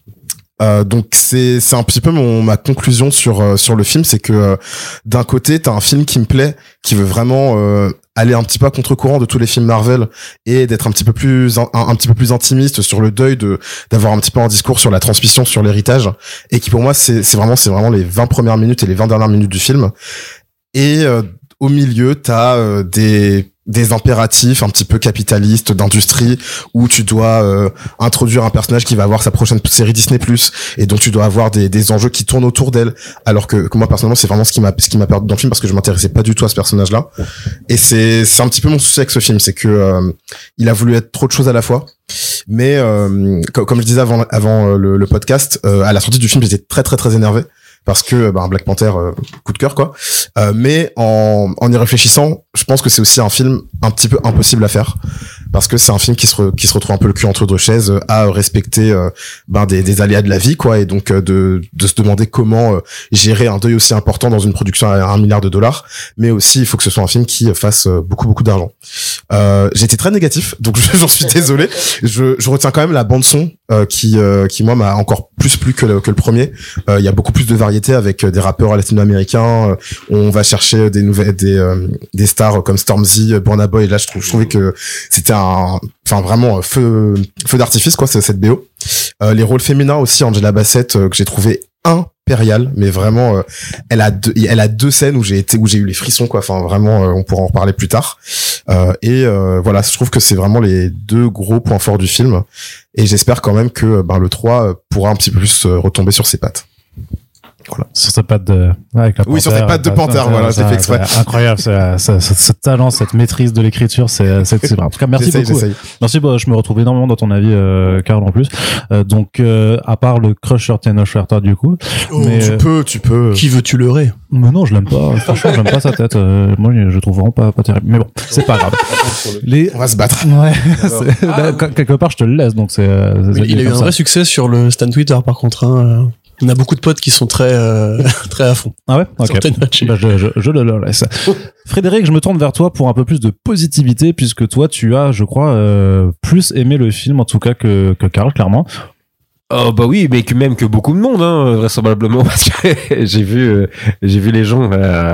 Donc c'est un petit peu ma conclusion sur le film, c'est que d'un côté t'as un film qui me plaît, qui veut vraiment aller un petit peu à contre-courant de tous les films Marvel et d'être un petit peu plus intimiste sur le deuil, d'avoir un petit peu un discours sur la transmission, sur l'héritage, et qui pour moi c'est vraiment les 20 premières minutes et les 20 dernières minutes du film. Et au milieu t'as des impératifs un petit peu capitalistes d'industrie où tu dois introduire un personnage qui va avoir sa prochaine série Disney+, et donc tu dois avoir des enjeux qui tournent autour d'elle, alors que moi personnellement c'est vraiment ce qui m'a perdu dans le film, parce que je m'intéressais pas du tout à ce personnage-là. Et c'est un petit peu mon souci avec ce film, c'est que il a voulu être trop de choses à la fois. Mais comme je disais avant le podcast, à la sortie du film j'étais très très très énervé, parce que Black Panther, coup de cœur quoi. Mais en y réfléchissant, je pense que c'est aussi un film un petit peu impossible à faire, parce que c'est un film qui se retrouve un peu le cul entre deux chaises, à respecter des aléas de la vie quoi, et donc de se demander comment gérer un deuil aussi important dans une production à $1 milliard, mais aussi il faut que ce soit un film qui fasse beaucoup d'argent. J'étais très négatif, donc j'en suis désolé. Je retiens quand même la bande son qui moi m'a encore plus plu que le premier. Il y a beaucoup plus de variété avec des rappeurs latino-américains. On va chercher des stars comme Stormzy, Burna Boy. Et là, je trouvais que c'était vraiment feu d'artifice quoi, cette BO. Les rôles féminins aussi, Angela Bassett que j'ai trouvé impériale, mais vraiment elle a deux scènes où j'ai eu les frissons quoi, enfin vraiment on pourra en reparler plus tard. Voilà, je trouve que c'est vraiment les deux gros points forts du film, et j'espère quand même que le 3 pourra un petit peu plus retomber sur ses pattes. Voilà. Sur ses pattes de sur ses pattes de panthère, voilà, j'ai fait exprès. Incroyable, ce talent, cette maîtrise de l'écriture, c'est en tout cas merci beaucoup. J'essaye. Merci, je me retrouve énormément dans ton avis, Karl, en plus. Donc à part le crush sur Tenoch Huerta du coup. Mais tu peux. Qui veux-tu leurrer? Mais non, je l'aime pas. Franchement, j'aime pas sa tête. Moi, je trouve vraiment pas terrible. Mais bon, c'est pas grave. On va se battre. Ouais. Quelque part, je te le laisse. Donc il a eu un vrai succès sur le stand Twitter, par contre. Hein. On a beaucoup de potes qui sont très à fond. Ah ouais, ok. Je le laisse. Frédéric, je me tourne vers toi pour un peu plus de positivité, puisque toi, tu as, je crois, plus aimé le film, en tout cas, que Karl, clairement. Oh bah oui, mais même que beaucoup de monde, hein, vraisemblablement, parce que j'ai vu les gens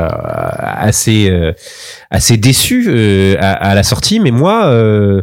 assez déçus à la sortie, mais moi.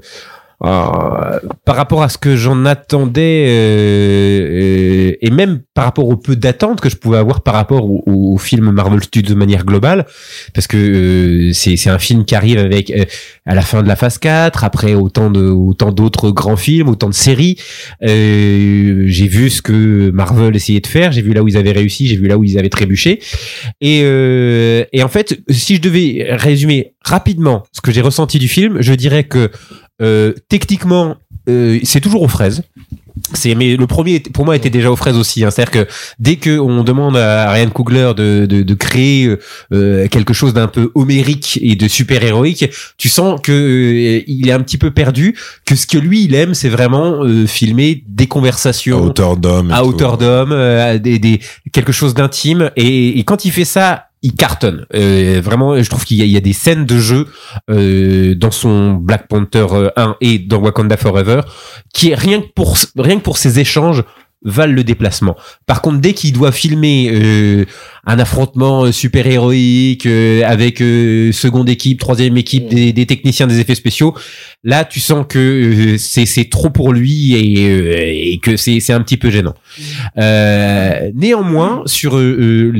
Par rapport à ce que j'en attendais et même par rapport au peu d'attentes que je pouvais avoir par rapport au film Marvel Studios de manière globale, parce que c'est un film qui arrive avec à la fin de la phase 4, après autant d'autres grands films, autant de séries. J'ai vu ce que Marvel essayait de faire, j'ai vu là où ils avaient réussi, j'ai vu là où ils avaient trébuché, et en fait, si je devais résumer rapidement ce que j'ai ressenti du film, je dirais que techniquement, c'est toujours aux fraises. Mais le premier pour moi était déjà aux fraises aussi, hein. C'est-à-dire que dès que on demande à Ryan Coogler de créer quelque chose d'un peu homérique et de super héroïque, tu sens que il est un petit peu perdu, que ce que lui il aime c'est vraiment filmer des conversations à hauteur d'homme, quelque chose d'intime, et quand il fait ça il cartonne. Vraiment, je trouve qu'il y a des scènes de jeu dans son Black Panther 1 et dans Wakanda Forever qui, rien que pour ces échanges, valent le déplacement. Par contre, dès qu'il doit filmer affrontement super héroïque avec seconde équipe, troisième équipe, des techniciens des effets spéciaux. Là, tu sens que c'est trop pour lui et que c'est un petit peu gênant. Néanmoins, sur le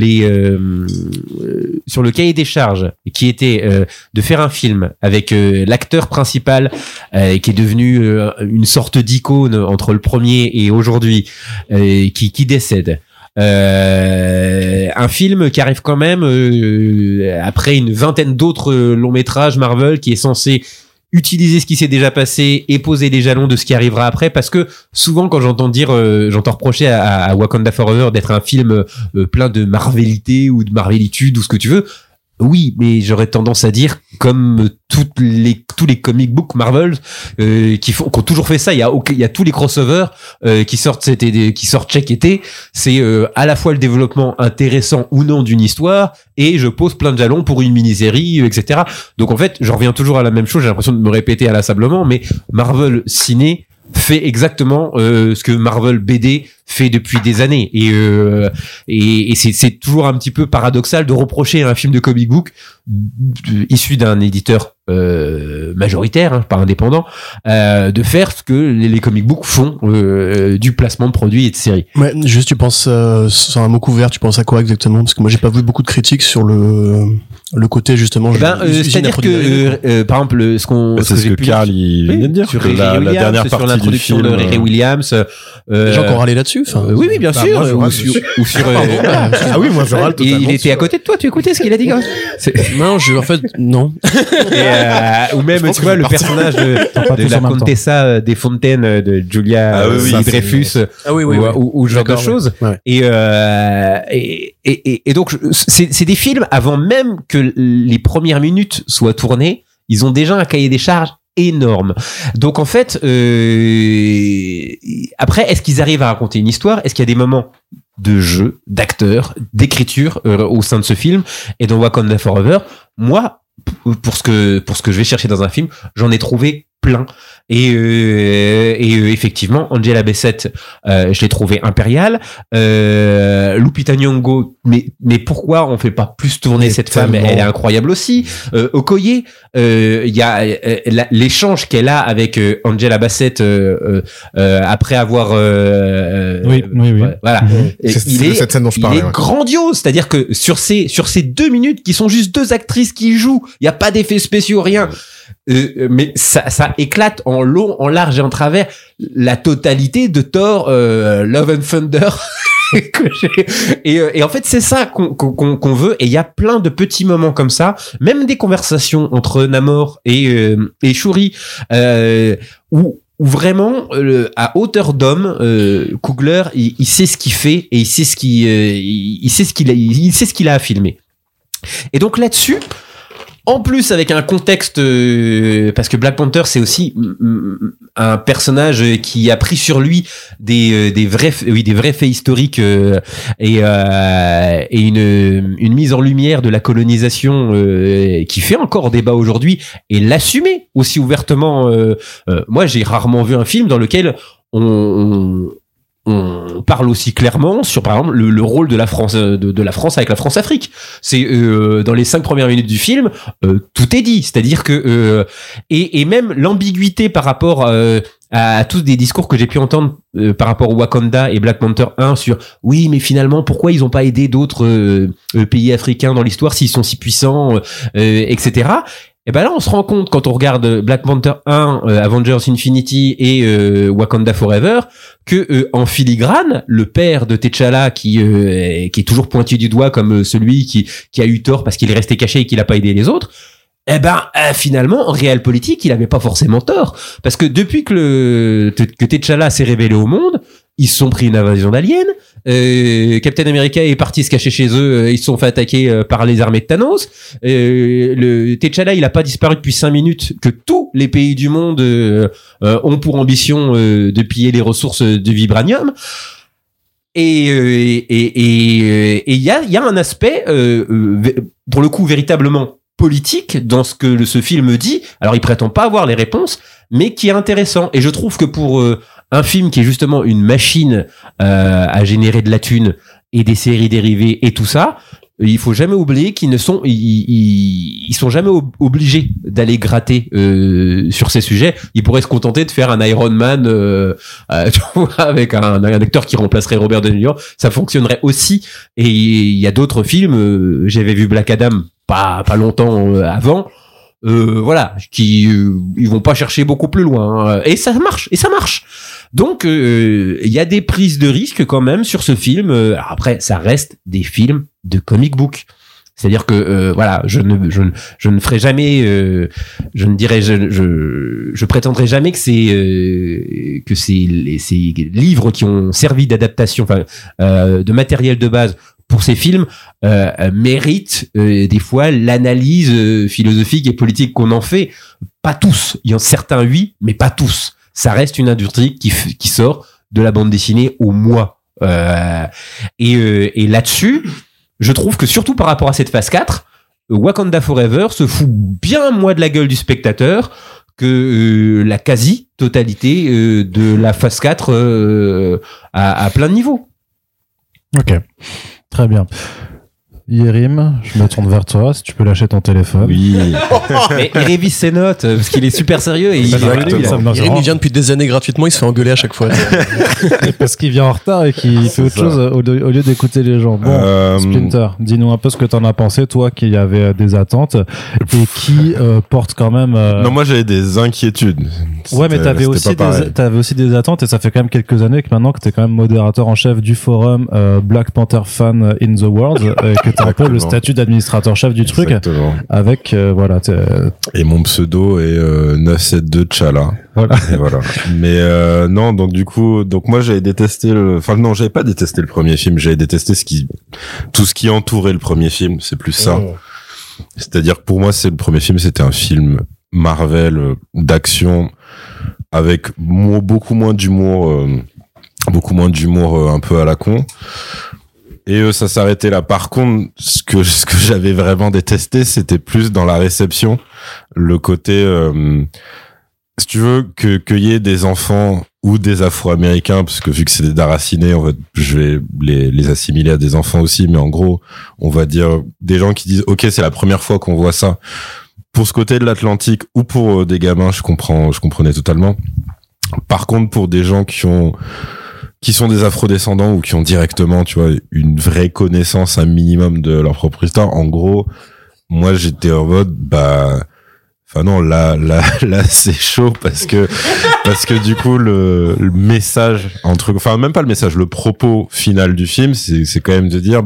cahier des charges, qui était de faire un film avec l'acteur principal qui est devenu une sorte d'icône entre le premier et aujourd'hui, qui décède. Un film qui arrive quand même après une vingtaine d'autres longs métrages Marvel, qui est censé utiliser ce qui s'est déjà passé et poser les jalons de ce qui arrivera après, parce que souvent quand j'entends reprocher à Wakanda Forever d'être un film plein de marvelité ou de marvelitude ou ce que tu veux. Oui, mais j'aurais tendance à dire, comme tous les comic book Marvel qui ont toujours fait ça, il y a tous les crossovers qui sortent chaque été, c'est à la fois le développement intéressant ou non d'une histoire, et je pose plein de jalons pour une mini-série, etc. Donc en fait, j'en reviens toujours à la même chose, j'ai l'impression de me répéter inlassablement, mais Marvel ciné fait exactement ce que Marvel BD fait depuis des années, et c'est toujours un petit peu paradoxal de reprocher à un film de comic book issu d'un éditeur majoritaire, pas indépendant, de faire ce que les comic books font, du placement de produits et de séries. Ouais, juste tu penses sur un mot couvert, tu penses à quoi exactement? Parce que moi j'ai pas vu beaucoup de critiques sur le côté justement. C'est-à-dire que par exemple ce que Karl il vient de dire sur la dernière partie sur l'introduction du film, de Riri Williams, les gens qui ont râlé là-dessus. Oui, bien sûr. Moi, Ou sur ah oui, moi je râle totalement. il était à côté de toi, tu écoutais ce qu'il a dit, gars? Non, en fait non. Ou même tu vois le personnage de la Comtessa des Fontaines de Julia Dreyfus, ou ce genre de choses. Ouais. Et donc c'est des films, avant même que les premières minutes soient tournées, ils ont déjà un cahier des charges énorme. Donc en fait, après, est-ce qu'ils arrivent à raconter une histoire? Est-ce qu'il y a des moments de jeu, d'acteurs, d'écriture au sein de ce film? Et dans Wakanda Forever, moi, pour ce que je vais chercher dans un film, j'en ai trouvé plein. Et effectivement, Angela Bassett, je l'ai trouvé impériale. Lupita Nyong'o, mais pourquoi on fait pas plus tourner cette femme? Elle est incroyable aussi. Okoye, il y a l'échange qu'elle a avec Angela Bassett après avoir oui. voilà. Cette scène dont je parlais, il est grandiose, c'est-à-dire que sur ces 2 minutes qui sont juste deux actrices qui jouent, il y a pas d'effets spéciaux, rien. Mais ça éclate en long, en large et en travers la totalité de Thor, Love and Thunder. Et en fait c'est ça qu'on veut, et il y a plein de petits moments comme ça, même des conversations entre Namor et Shuri, où vraiment à hauteur d'homme, Coogler il sait ce qu'il fait, et il sait ce qu'il a à filmer. Et donc là-dessus, en plus avec un contexte, parce que Black Panther c'est aussi un personnage qui a pris sur lui des vrais faits historiques, et une mise en lumière de la colonisation qui fait encore débat aujourd'hui, et l'assumer aussi ouvertement. Moi j'ai rarement vu un film dans lequel on parle aussi clairement sur, par exemple, le rôle de la France, de la France avec la France-Afrique. C'est dans les 5 premières minutes du film, tout est dit. C'est-à-dire que et même l'ambiguïté par rapport à tous des discours que j'ai pu entendre par rapport au Wakanda et Black Panther 1 sur oui, mais finalement pourquoi ils ont pas aidé d'autres pays africains dans l'histoire s'ils sont si puissants, etc. Et ben là, on se rend compte quand on regarde Black Panther 1, Avengers Infinity et Wakanda Forever, que en filigrane, le père de T'Challa qui est toujours pointé du doigt comme celui qui a eu tort parce qu'il est resté caché et qu'il a pas aidé les autres. Finalement, en réel politique, il avait pas forcément tort, parce que depuis que T'Challa s'est révélé au monde, ils se sont pris une invasion d'aliens. Captain America est parti se cacher chez eux. Ils se sont fait attaquer par les armées de Thanos. Le T'Challa, il a pas disparu depuis 5 minutes. Que tous les pays du monde ont pour ambition de piller les ressources de vibranium. Et il y a un aspect pour le coup véritablement politique dans ce que ce film dit. Alors il prétend pas avoir les réponses, mais qui est intéressant. Et je trouve que pour un film qui est justement une machine à générer de la thune et des séries dérivées et tout ça, il faut jamais oublier qu'ils ne sont, ils sont jamais obligés d'aller gratter sur ces sujets. Ils pourraient se contenter de faire un Iron Man avec un acteur qui remplacerait Robert Downey Jr. Ça fonctionnerait aussi. Et il y a d'autres films. J'avais vu Black Adam pas longtemps avant. Voilà, ils vont pas chercher beaucoup plus loin, hein. Et ça marche. Donc il y a des prises de risques quand même sur ce film. Alors après, ça reste des films de comic book. C'est-à-dire que voilà, je ne ferai jamais, je ne dirai, je prétendrai jamais que ces livres qui ont servi d'adaptation, enfin de matériel de base pour ces films méritent des fois l'analyse philosophique et politique qu'on en fait. Pas tous, il y en a certains oui, mais pas tous. Ça reste une industrie qui sort de la bande dessinée au mois. Et là-dessus, je trouve que surtout par rapport à cette phase 4, Wakanda Forever se fout bien moins de la gueule du spectateur que la quasi-totalité de la phase 4 à plein de niveaux. Ok, très bien. Yérim, je me tourne vers toi, si tu peux lâcher ton téléphone. Oui. Mais il révise ses notes, parce qu'il est super sérieux et Yérim, il vient depuis des années gratuitement, il se fait engueuler à chaque fois. Parce qu'il vient en retard et qu'il fait autre chose au lieu d'écouter les gens. Bon, Splinter, dis-nous un peu ce que t'en as pensé, toi qui avait des attentes et qui porte quand même... Non, moi j'avais des inquiétudes. Ouais, mais t'avais aussi des attentes et ça fait quand même quelques années que maintenant que t'es quand même modérateur en chef du forum Black Panther Fan in the World, que t'as un peu le statut d'administrateur-chef du truc. Exactement. Avec, voilà. Et mon pseudo est 972 Chala. Voilà. Et voilà. Mais non, donc du coup, moi j'avais détesté j'avais pas détesté le premier film, j'avais détesté tout ce qui entourait le premier film, c'est plus ça. Oh. C'est-à-dire que pour moi, le premier film, c'était un film Marvel d'action avec beaucoup moins d'humour un peu à la con. Et ça s'arrêtait là. Par contre, ce que j'avais vraiment détesté, c'était plus dans la réception, le côté, si tu veux, qu'il y ait des enfants ou des Afro-Américains, parce que vu que c'est des déracinés, en fait, je vais les assimiler à des enfants aussi, mais en gros, on va dire des gens qui disent, ok, c'est la première fois qu'on voit ça. Pour ce côté de l'Atlantique ou pour des gamins, je comprenais totalement. Par contre, pour des gens qui sont des afrodescendants ou qui ont directement, tu vois, une vraie connaissance, un minimum de leur propre histoire. En gros, moi, j'étais en mode, enfin non, là, c'est chaud parce que du coup, le message, même pas le message, le propos final du film, c'est quand même de dire,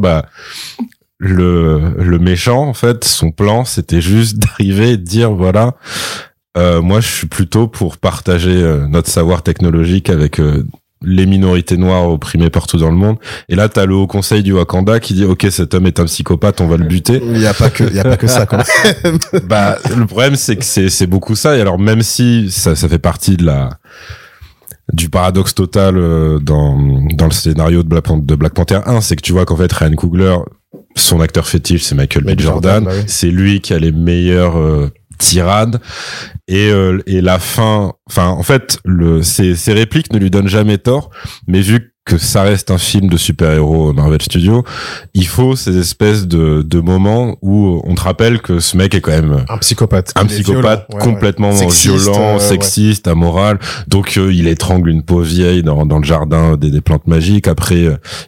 le méchant, en fait, son plan, c'était juste d'arriver et de dire, voilà, moi, je suis plutôt pour partager notre savoir technologique avec les minorités noires opprimées partout dans le monde. Et là, t'as le Haut Conseil du Wakanda qui dit, ok, cet homme est un psychopathe, on va le buter. Il y a pas que ça, quand même. Le problème, c'est que c'est beaucoup ça. Et alors, même si ça fait partie du paradoxe total dans le scénario de Black Panther 1, c'est que tu vois qu'en fait, Ryan Coogler, son acteur fétiche, c'est Michael B. Jordan. Oui. C'est lui qui a les meilleures tirade et la fin, en fait ces répliques ne lui donnent jamais tort, mais vu que ça reste un film de super-héros Marvel Studios, il faut ces espèces de moments où on te rappelle que ce mec est quand même un psychopathe complètement violent, sexiste, amoral. Donc il étrangle une pauvre vieille dans le jardin des plantes magiques. Après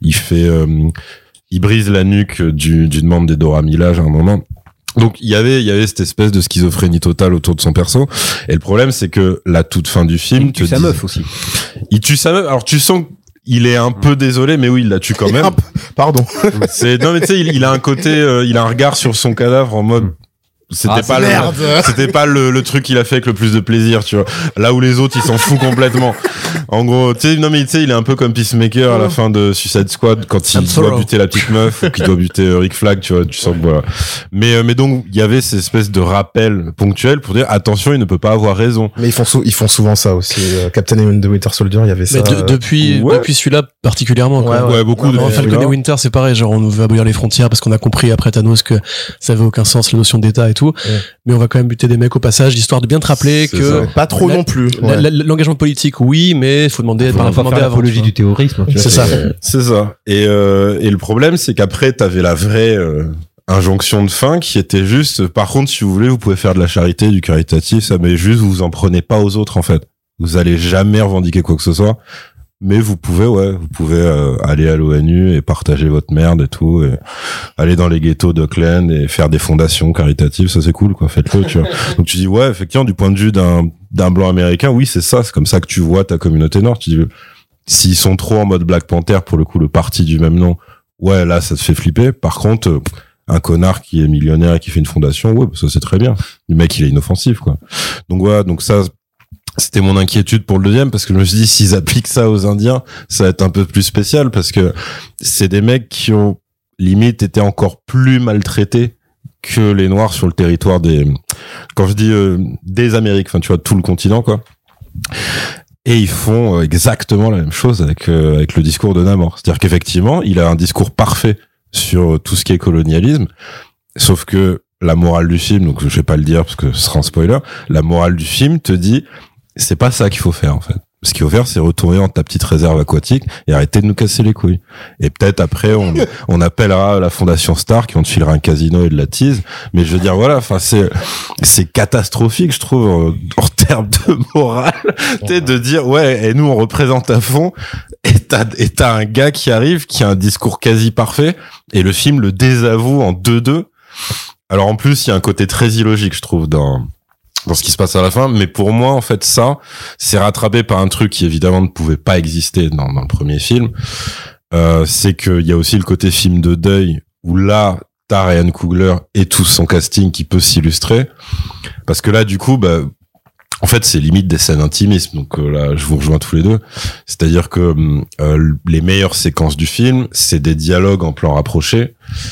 il brise la nuque d'une membre des Dora Milaje à un moment. Donc il y avait cette espèce de schizophrénie totale autour de son perso, et le problème c'est que la toute fin du film, il tue sa meuf aussi. Il tue sa meuf. Alors tu sens qu'il est un peu désolé, mais oui, il la tue quand même. Pardon. Non mais tu sais, il a un côté, il a un regard sur son cadavre en mode. C'était pas le truc qu'il a fait avec le plus de plaisir, tu vois. Là où les autres, ils s'en foutent complètement. En gros, tu sais, il est un peu comme Peacemaker à la fin de Suicide Squad quand il doit buter la petite meuf ou qu'il doit buter Rick Flag, tu vois, tu sens que voilà. Mais donc, il y avait ces espèces de rappels ponctuels pour dire attention, il ne peut pas avoir raison. Mais ils font souvent ça aussi. Captain and the Winter Soldier, il y avait ça. Depuis celui-là particulièrement, quoi. Ouais, beaucoup de Falcon et Winter, c'est pareil, genre on nous veut abolir les frontières parce qu'on a compris après Thanos que ça avait aucun sens, la notion d'État et tout, mais on va quand même buter des mecs au passage, histoire de bien te rappeler C'est que ça. Pas trop non plus. l'engagement politique, oui, mais faut demander Faut pas faire avant. l'apologie du terrorisme. C'est ça. C'est ça. Et le problème, c'est qu'après, t'avais la vraie injonction de fin qui était juste, par contre, si vous voulez, vous pouvez faire de la charité, du caritatif, ça, mais juste, vous en prenez pas aux autres, en fait. Vous allez jamais revendiquer quoi que ce soit. Mais vous pouvez aller à l'ONU et partager votre merde et tout, et aller dans les ghettos d'Auckland et faire des fondations caritatives, ça c'est cool, quoi, faites-le, tu vois. Donc tu dis, ouais, effectivement, du point de vue d'un blanc américain, oui, c'est ça, c'est comme ça que tu vois ta communauté noire. Tu dis, s'ils sont trop en mode Black Panther, pour le coup, le parti du même nom, ouais, là, ça te fait flipper. Par contre, un connard qui est millionnaire et qui fait une fondation, ouais, ça c'est très bien. Le mec, il est inoffensif, quoi. Donc voilà, donc ça, c'était mon inquiétude pour le deuxième, parce que je me suis dit, s'ils appliquent ça aux Indiens, ça va être un peu plus spécial, parce que c'est des mecs qui ont limite été encore plus maltraités que les Noirs sur le territoire quand je dis des Amériques, enfin tu vois, tout le continent, quoi. Et ils font exactement la même chose avec le discours de Namor. C'est-à-dire qu'effectivement, il a un discours parfait sur tout ce qui est colonialisme, sauf que la morale du film, donc je vais pas le dire parce que ce sera un spoiler, la morale du film te dit, c'est pas ça qu'il faut faire, en fait. Ce qu'il faut faire, c'est retourner dans ta petite réserve aquatique et arrêter de nous casser les couilles. Et peut-être après, on appellera la Fondation Star qui on te filera un casino et de la tease. Mais je veux dire, voilà, enfin, c'est catastrophique, je trouve, en termes de morale, de dire, ouais, et nous, on représente à fond, et t'as un gars qui arrive, qui a un discours quasi parfait, et le film le désavoue en 2-2. Alors, en plus, il y a un côté très illogique, je trouve, dans ce qui se passe à la fin, mais pour moi, en fait, ça, c'est rattrapé par un truc qui, évidemment, ne pouvait pas exister dans le premier film. C'est qu'il y a aussi le côté film de deuil, où là, t'as Ryan Coogler et tout son casting qui peut s'illustrer. Parce que là, du coup, en fait, c'est limite des scènes intimistes. Donc là, je vous rejoins tous les deux. C'est-à-dire que les meilleures séquences du film, c'est des dialogues en plan rapproché.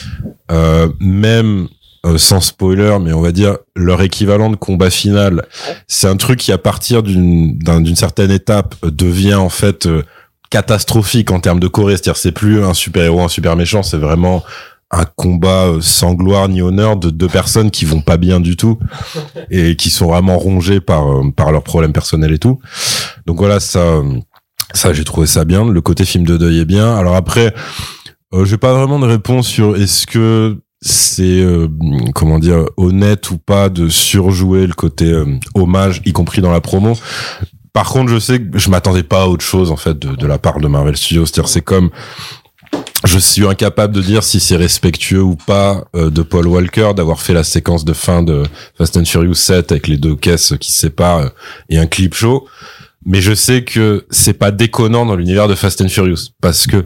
Même... sans spoiler, mais on va dire leur équivalent de combat final, c'est un truc qui à partir d'une certaine étape devient en fait catastrophique en termes de choré, c'est-à-dire c'est plus un super héros, un super méchant, c'est vraiment un combat sans gloire ni honneur de deux personnes qui vont pas bien du tout et qui sont vraiment rongées par leurs problèmes personnels et tout. Donc voilà, ça j'ai trouvé ça bien, le côté film de deuil est bien. Alors après, j'ai pas vraiment de réponse sur est-ce que c'est comment dire, honnête ou pas de surjouer le côté hommage, y compris dans la promo. Par contre, je sais que je m'attendais pas à autre chose en fait de la part de Marvel Studios. C'est-à-dire, c'est comme, je suis incapable de dire si c'est respectueux ou pas de Paul Walker d'avoir fait la séquence de fin de Fast and Furious 7 avec les deux caisses qui se séparent et un clip show. Mais je sais que c'est pas déconnant dans l'univers de Fast and Furious parce que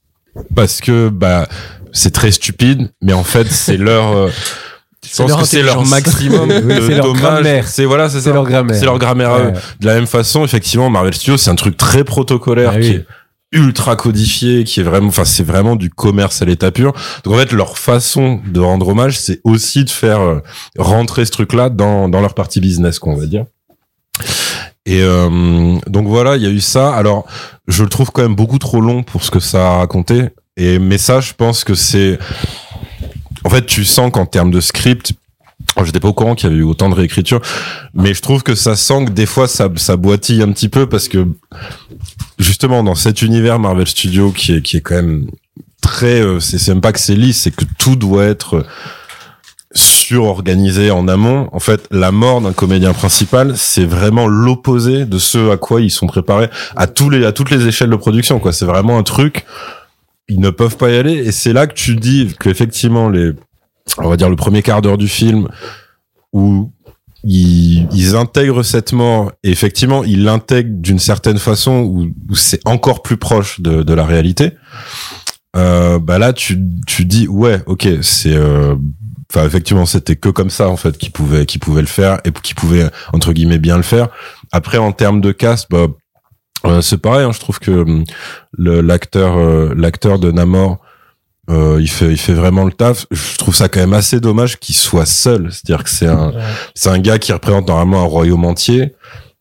c'est très stupide, mais en fait, c'est leur, je pense que c'est leur maximum de dommages. C'est leur grammaire. C'est leur grammaire. Ouais. De la même façon, effectivement, Marvel Studios, c'est un truc très protocolaire qui est ultra codifié, qui est vraiment, enfin, c'est vraiment du commerce à l'état pur. Donc, en fait, leur façon de rendre hommage, c'est aussi de faire rentrer ce truc-là dans leur partie business, qu'on va dire. Et donc voilà, il y a eu ça. Alors, je le trouve quand même beaucoup trop long pour ce que ça a raconté. Mais ça, je pense que c'est... En fait, tu sens qu'en termes de script, j'étais pas au courant qu'il y avait eu autant de réécriture, mais je trouve que ça sent que des fois, ça boitille un petit peu parce que, justement, dans cet univers Marvel Studios qui est quand même très... c'est même pas que c'est lisse, c'est que tout doit être surorganisé en amont. En fait, la mort d'un comédien principal, c'est vraiment l'opposé de ce à quoi ils sont préparés à toutes les échelles de production, quoi. C'est vraiment un truc... Ils ne peuvent pas y aller, et c'est là que tu dis qu'effectivement on va dire le premier quart d'heure du film où ils intègrent cette mort, et effectivement ils l'intègrent d'une certaine façon où c'est encore plus proche de la réalité. Là tu dis ouais, ok, c'est enfin effectivement c'était que comme ça en fait qu'ils pouvaient le faire et qu'ils pouvaient entre guillemets bien le faire. Après en termes de cast, c'est pareil, hein, je trouve que l'acteur de Namor, il fait vraiment le taf. Je trouve ça quand même assez dommage qu'il soit seul. C'est-à-dire que c'est un gars qui représente normalement un royaume entier.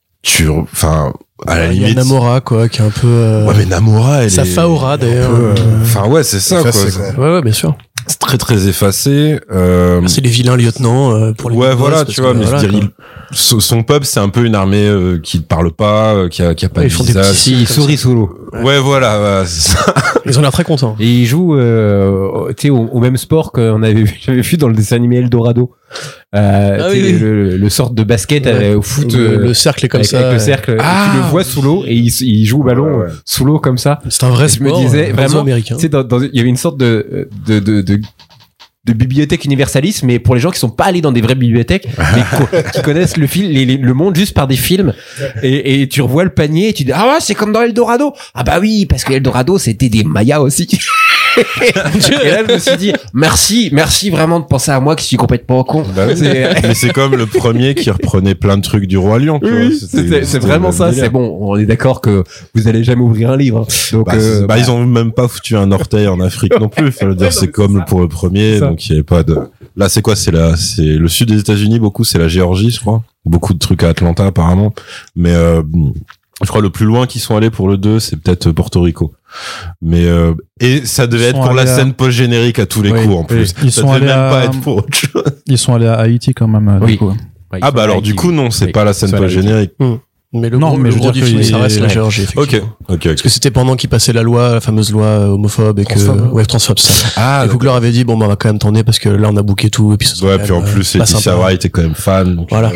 À la limite. Il y a Namora, quoi, qui est un peu, ouais, mais Namora, Safa Aura, d'ailleurs. Enfin, ouais, c'est ça, quoi. Ouais, bien sûr. très très effacé. C'est les vilains lieutenants pour les ouais, boss, voilà, parce tu vois, que, mais voilà, je veux dire, quoi. son peuple, c'est un peu une armée qui ne parle pas, qui a pas Ouais, de ils font des visage. petits Si, souris solo. Ouais, voilà, c'est ça. Ils ont l'air très contents. Et il joue, tu sais, au même sport j'avais vu dans le dessin animé Eldorado. Tu sais, oui. le sorte de basket Ouais. au foot. Le cercle est comme avec, ça. avec le cercle. Et tu le vois sous l'eau et il joue au ballon Ouais. sous l'eau comme ça. C'est un vrai Je me sport. disais, vraiment, américain. Tu sais, il y avait une sorte de bibliothèque universaliste, mais pour les gens qui sont pas allés dans des vraies bibliothèques, mais qui connaissent le monde juste par des films. Et tu revois le panier et tu dis, ah ouais, c'est comme dans Eldorado. Ah bah oui, parce que Eldorado, c'était des Mayas aussi. Et là, je me suis dit, merci vraiment de penser à moi qui suis complètement con. Bah oui. Mais c'est comme le premier qui reprenait plein de trucs du Roi Lion, tu vois. Oui, c'est vraiment ça. C'est bon. On est d'accord que vous allez jamais ouvrir un livre. Donc, ils ont même pas foutu un orteil en Afrique non plus. Faut le dire, c'est comme pour le premier. Donc, il y avait pas de, là, c'est quoi? C'est le sud des États-Unis, beaucoup. C'est la Géorgie, je crois. Beaucoup de trucs à Atlanta, apparemment. Mais, je crois le plus loin qu'ils sont allés pour le 2, c'est peut-être Porto Rico. Mais et ça devait être pour la scène post-générique à tous les coups en plus. Ils ça sont devait allés même à... pas être pour autre chose. Ils sont allés à Haïti quand même. Oui. Du coup. Ah bah alors du coup non, c'est pas la scène post-générique. Mais le Non, gros, mais le je veux gros dire du film, qu'il ça reste la est- Géorgie, effectivement. Ok. Parce que c'était pendant qu'ils passaient la fameuse loi homophobe et Transphobe. ouais, transphobe, ça. Ah Et Coogler avait dit, bon, bah, on va quand même tourner parce que là, on a booké tout, et puis ça serait ouais, quand puis en même, plus pas Laetitia sympa. Wright est quand même fan. Donc, Voilà.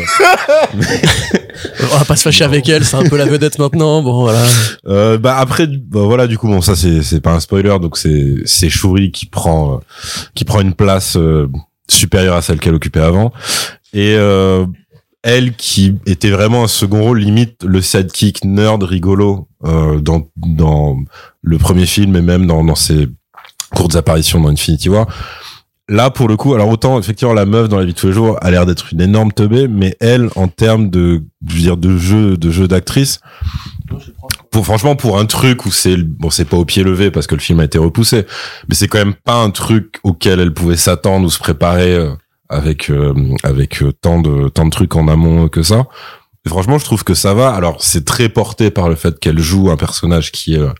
On va pas se fâcher avec elle, c'est un peu la vedette maintenant, bon, voilà. bah après voilà du coup bon ça c'est pas un spoiler donc c'est Shuri qui prend une place supérieure à celle qu'elle occupait avant et elle qui était vraiment un second rôle limite le sidekick nerd rigolo dans le premier film et même dans ses courtes apparitions dans Infinity War. Là, pour le coup, alors autant, effectivement, la meuf dans la vie de tous les jours a l'air d'être une énorme teubée, mais elle, en termes de, je veux dire, de jeu d'actrice, franchement, pour un truc où c'est pas au pied levé parce que le film a été repoussé, mais c'est quand même pas un truc auquel elle pouvait s'attendre ou se préparer, avec tant de trucs en amont que ça. Et franchement, je trouve que ça va. Alors, c'est très porté par le fait qu'elle joue un personnage qui est,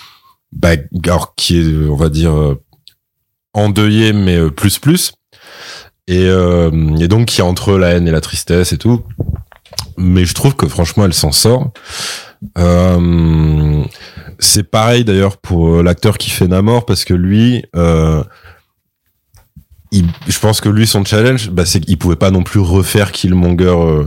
qui est, on va dire, endeuillé mais plus et donc qui est entre la haine et la tristesse et tout, mais je trouve que franchement elle s'en sort. C'est pareil d'ailleurs pour l'acteur qui fait Namor parce que lui je pense que lui son challenge c'est qu'il pouvait pas non plus refaire Killmonger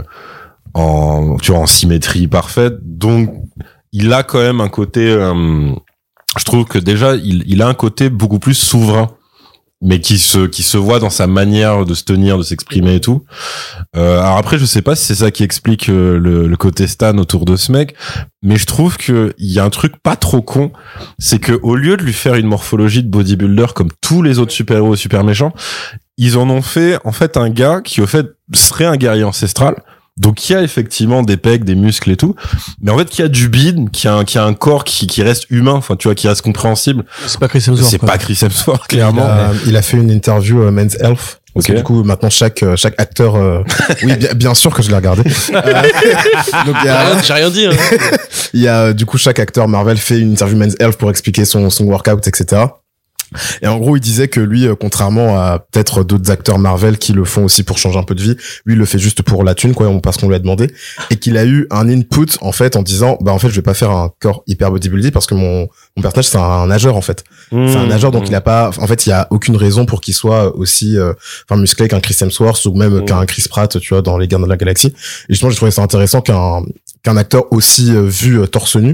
en symétrie parfaite, donc il a quand même un côté je trouve que déjà il a un côté beaucoup plus souverain, mais qui se voit dans sa manière de se tenir, de s'exprimer et tout. Alors après, je sais pas si c'est ça qui explique le côté stan autour de ce mec, mais je trouve que il y a un truc pas trop con, c'est que au lieu de lui faire une morphologie de bodybuilder comme tous les autres super-héros et super méchants, ils en ont fait en fait un gars qui au fait serait un guerrier ancestral. Donc qui a effectivement des pecs, des muscles et tout, mais en fait qui a du bide, qui a un corps qui reste humain, enfin tu vois, qui reste compréhensible. C'est pas Chris Hemsworth. C'est pas Chris Hemsworth clairement. Il a fait une interview Men's Health. Parce que Ok. du coup, maintenant, chaque acteur, oui, bien sûr que je l'ai regardé. Donc, J'ai rien dit, hein. il y a, du coup, chaque acteur Marvel fait une interview Men's Health pour expliquer son workout, etc. Et en gros, il disait que lui, contrairement à peut-être d'autres acteurs Marvel qui le font aussi pour changer un peu de vie, lui, il le fait juste pour la thune, quoi, parce qu'on lui a demandé. Et qu'il a eu un input, en fait, en disant, en fait, je vais pas faire un corps hyper bodybuildé parce que mon personnage, c'est un nageur, en fait. C'est un nageur, donc il a pas, en fait, il y a aucune raison pour qu'il soit aussi, musclé qu'un Chris Hemsworth ou même qu'un Chris Pratt, tu vois, dans les Gardiens de la Galaxie. Et justement, j'ai trouvé ça intéressant qu'un acteur aussi vu torse nu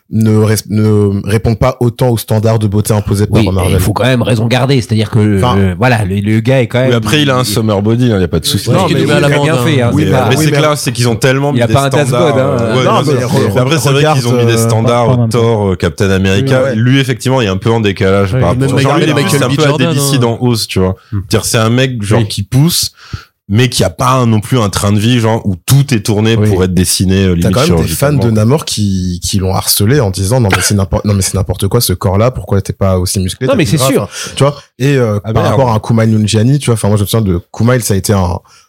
ne réponde pas autant aux standards de beauté imposés par oui, Marvel. il faut quand même raison garder, c'est-à-dire que voilà, le gars est quand même. Oui, après il a un summer body, il y a pas de souci. Non, qu'il mais nous met à il a l'amende, bien fait. Hein, Oui, c'est mais, pas- mais oui, c'est mais clair, c'est qu'ils ont tellement il mis a des pas un standards. dashboard, hein. Ouais, Non, mais mais après c'est vrai regarde, qu'ils ont mis des standards pas en même Thor, Captain America. Ouais. Lui effectivement, il est un peu en décalage Oui, par même rapport. Genre lui, il est Michael plus un B. peu à Jordan, délicide hein. en hausse, tu vois. C'est-à-dire c'est un mec genre qui pousse, mais qui a pas non plus un train de vie genre où tout est tourné Oui. pour être dessiné T'as limite quand même des fans chirurgicalement. de Namor qui l'ont harcelé en disant non mais c'est n'importe quoi ce corps-là, pourquoi t'es pas aussi musclé? Non, t'as mais plus c'est gras, sûr. enfin, tu vois. Et par merde. rapport à un Kumail Nanjiani, tu vois, enfin moi je me souviens de Kumail, ça a été un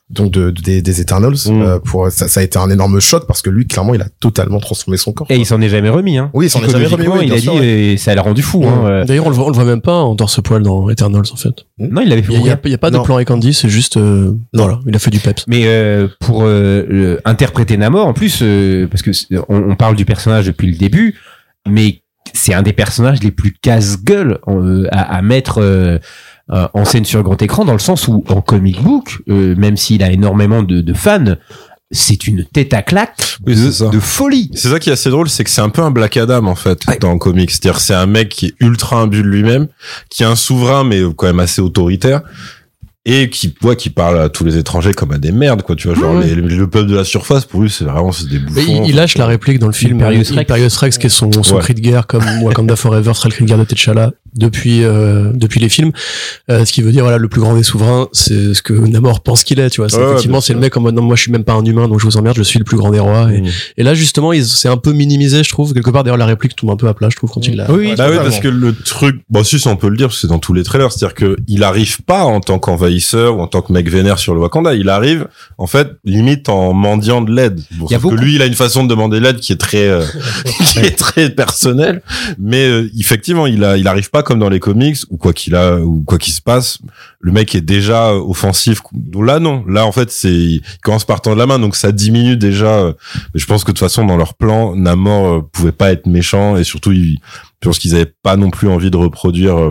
donc des Eternals. Pour ça a été un énorme choc parce que lui, clairement, il a totalement transformé son corps. Et il s'en est jamais remis, hein. Oui, il s'en est jamais remis. Oui, il a dit, et ça l'a rendu fou, hein. D'ailleurs, on le voit même pas en torse-poil dans Eternals, en fait. Non, il l'avait fait. Il y a pas de plan avec Andy, c'est juste, voilà, il a fait du peps. Mais pour interpréter Namor, en plus, parce que on parle du personnage depuis le début, mais c'est un des personnages les plus casse-gueule à mettre en scène sur grand écran, dans le sens où en comic book, même s'il a énormément de fans, c'est une tête à claque de folie. C'est ça qui est assez drôle, c'est que c'est un peu un Black Adam en fait dans le comics. C'est-à-dire c'est un mec qui est ultra imbu de lui-même, qui est un souverain mais quand même assez autoritaire. Et qui parle à tous les étrangers comme à des merdes, quoi, tu vois, genre, le peuple de la surface, pour lui, c'est des bouffons. Il lâche la réplique dans le film Imperious Rex, qui est son cri de guerre, comme Wakanda Forever sera le cri de guerre de T'Challa depuis les films. Ce qui veut dire, voilà, le plus grand des souverains, c'est ce que Namor pense qu'il est, tu vois. Effectivement, c'est le mec en mode, non, moi, je suis même pas un humain, donc je vous emmerde, je suis le plus grand des rois. Et là, justement, c'est un peu minimisé, je trouve. Quelque part, d'ailleurs, la réplique tombe un peu à plat, je trouve, quand il l'a. Oui, parce que le truc, bon, si, on peut le dire, parce que c'est dans tous les trailers, c'est-à-dire que il arrive pas en tant qu'envahisseur ou en tant que mec vénère sur le Wakanda, il arrive en fait limite en mendiant de l'aide. Bon, sauf que lui, il a une façon de demander de l'aide qui est très qui est très personnelle, mais effectivement, il arrive pas comme dans les comics ou quoi qu'il se passe, le mec est déjà offensif. Là non, là en fait il commence par tendre la main, donc ça diminue déjà. Mais je pense que de toute façon dans leur plan, Namor pouvait pas être méchant et surtout je pense qu'ils avaient pas non plus envie de reproduire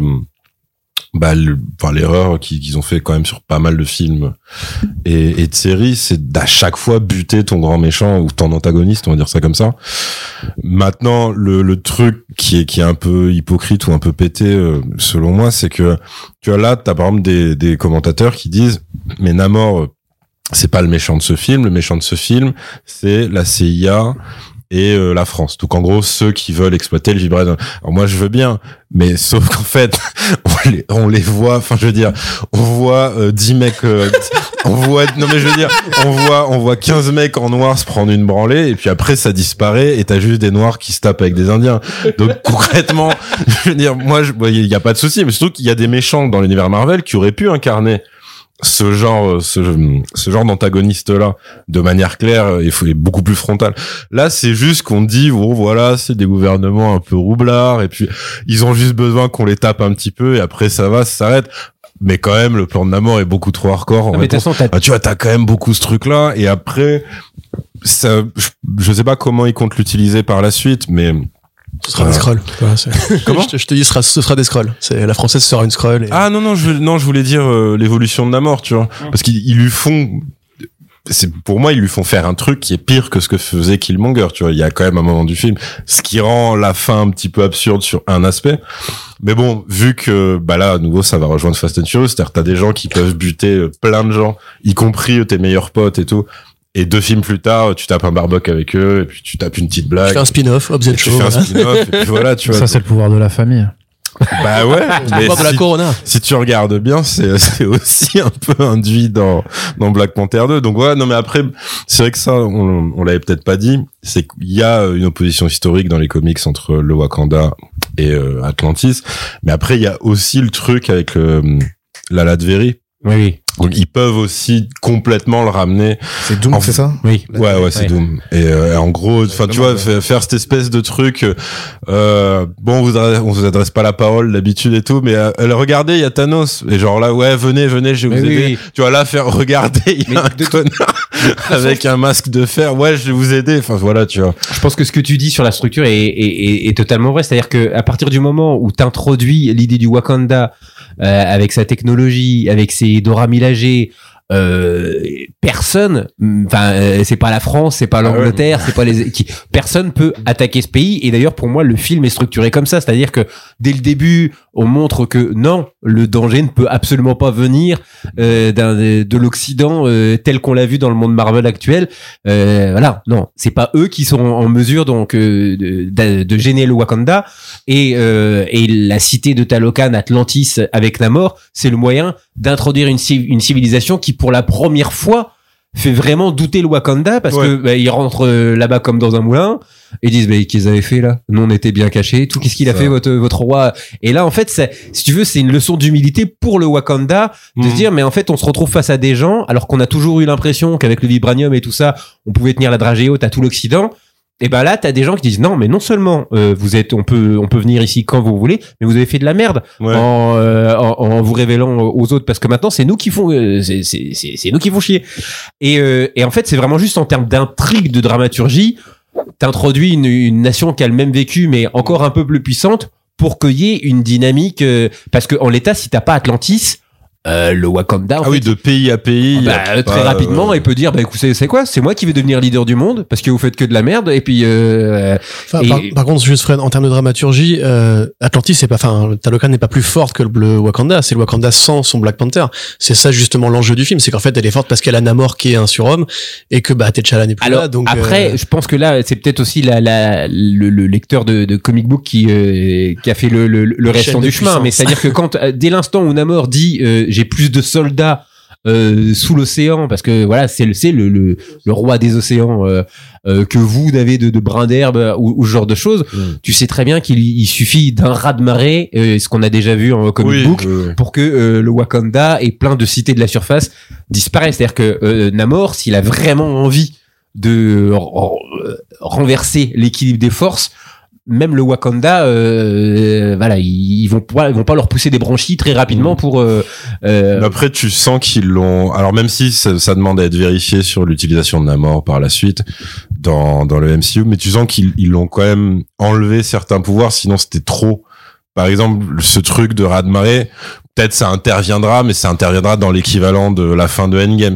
l'erreur qu'ils ont fait quand même sur pas mal de films et de séries, c'est d'à chaque fois buter ton grand méchant ou ton antagoniste, on va dire ça comme ça. Maintenant, le truc qui est un peu hypocrite ou un peu pété, selon moi, c'est que tu vois là, t'as par exemple des commentateurs qui disent, mais Namor, c'est pas le méchant de ce film, le méchant de ce film, c'est la CIA et la France. Donc en gros, ceux qui veulent exploiter le vibranium. Alors moi je veux bien, mais sauf qu'en fait on les voit, enfin je veux dire, on voit 10 mecs on voit 15 mecs en noir se prendre une branlée et puis après ça disparaît et t'as juste des noirs qui se tapent avec des indiens. Donc concrètement, je veux dire, moi il y a pas de souci, mais surtout qu'il y a des méchants dans l'univers Marvel qui auraient pu incarner ce genre d'antagoniste là de manière claire et beaucoup plus frontale. Là c'est juste qu'on dit bon voilà, c'est des gouvernements un peu roublards et puis ils ont juste besoin qu'on les tape un petit peu et après ça s'arrête. Mais quand même le plan de Namor est beaucoup trop hardcore en réponse. Tu vois, t'as quand même beaucoup ce truc là et après ça, je sais pas comment ils comptent l'utiliser par la suite, mais ce sera des scrolls. Comment je te dis, ce sera des scrolls. La française sera une scroll. Et... Ah non, je voulais dire l'évolution de Namor, tu vois, parce qu'ils lui font. Pour moi, ils lui font faire un truc qui est pire que ce que faisait Killmonger, tu vois. Il y a quand même un moment du film, ce qui rend la fin un petit peu absurde sur un aspect. Mais bon, vu que, là, à nouveau, ça va rejoindre Fast and Furious, c'est-à-dire t'as des gens qui peuvent buter plein de gens, y compris tes meilleurs potes et tout. Et 2 films plus tard, tu tapes un barbecue avec eux, et puis tu tapes une petite blague. Tu fais un spin-off, Hobbs and Shaw. Tu fais un spin-off, et puis voilà, tu vois. Ça, c'est le pouvoir de la famille. Bah ouais. Le pouvoir de la Corona. Si tu regardes bien, c'est aussi un peu induit dans Black Panther 2. Donc voilà, non mais après, c'est vrai que ça, on l'avait peut-être pas dit, c'est qu'il y a une opposition historique dans les comics entre le Wakanda et Atlantis. Mais après, il y a aussi le truc avec la Latverie. Oui. Donc ils peuvent aussi complètement le ramener. C'est Doom, c'est ça? Oui. Ouais, c'est Doom. Et en gros, enfin tu vois, faire cette espèce de truc. Bon, on vous adresse pas la parole d'habitude et tout, mais regardez, il y a Thanos. Et genre là, ouais, venez, je vais vous aider. Oui. Tu vois là, regardez, il y a un connard avec un masque de fer. Ouais, je vais vous aider. Enfin voilà, tu vois. Je pense que ce que tu dis sur la structure est totalement vrai. C'est-à-dire que à partir du moment où t'introduis l'idée du Wakanda avec sa technologie, avec ses Dora Milaje, personne, c'est pas la France, c'est pas l'Angleterre, c'est pas personne peut attaquer ce pays. Et d'ailleurs, pour moi, le film est structuré comme ça, c'est-à-dire que dès le début, on montre que non, le danger ne peut absolument pas venir de l'Occident tel qu'on l'a vu dans le monde Marvel actuel. Voilà, non, c'est pas eux qui sont en mesure donc de gêner le Wakanda et la cité de Talokan, Atlantis avec Namor, c'est le moyen d'introduire une civilisation qui pour la première fois fait vraiment douter le Wakanda parce que ils rentrent là-bas comme dans un moulin et ils disent mais qu'ils avaient fait là, nous on était bien cachés, tout qu'est-ce qu'il a fait votre roi. Et là en fait si tu veux c'est une leçon d'humilité pour le Wakanda de se dire mais en fait on se retrouve face à des gens alors qu'on a toujours eu l'impression qu'avec le vibranium et tout ça on pouvait tenir la dragée haute à tout l'Occident. Et ben là t'as des gens qui disent non mais non seulement on peut venir ici quand vous voulez mais vous avez fait de la merde en vous révélant aux autres parce que maintenant c'est nous qui font c'est nous qui font chier et en fait c'est vraiment juste en termes d'intrigue de dramaturgie t'introduis une nation qui a le même vécu mais encore un peu plus puissante pour qu'il y ait une dynamique parce que en l'état si t'as pas Atlantis le Wakanda oui de pays à pays très rapidement il peut dire bah écoutez c'est quoi c'est moi qui vais devenir leader du monde parce que vous faites que de la merde et puis par contre juste Fred en termes de dramaturgie Atlantis c'est pas Talokan n'est pas plus forte que le Wakanda c'est le Wakanda sans son Black Panther c'est ça justement l'enjeu du film c'est qu'en fait elle est forte parce qu'elle a Namor qui est un surhomme et que T'Challa n'est plus là donc après je pense que là c'est peut-être aussi le lecteur de comic book qui a fait le restant du chemin mais c'est à dire que quand dès l'instant où Namor dit j'ai plus de soldats sous l'océan parce que voilà c'est le roi des océans que vous n'avez de brin d'herbe ou ce genre de choses tu sais très bien qu'il suffit d'un raz-de-marée ce qu'on a déjà vu en comic book pour que le Wakanda et plein de cités de la surface disparaissent c'est-à-dire que Namor s'il a vraiment envie de renverser l'équilibre des forces même le Wakanda voilà ils vont pas leur pousser des branchies très rapidement pour après tu sens qu'ils l'ont alors même si ça demande à être vérifié sur l'utilisation de Namor par la suite dans le MCU mais tu sens qu'ils l'ont quand même enlevé certains pouvoirs sinon c'était trop par exemple ce truc de raz-de-marée peut-être ça interviendra mais ça interviendra dans l'équivalent de la fin de Endgame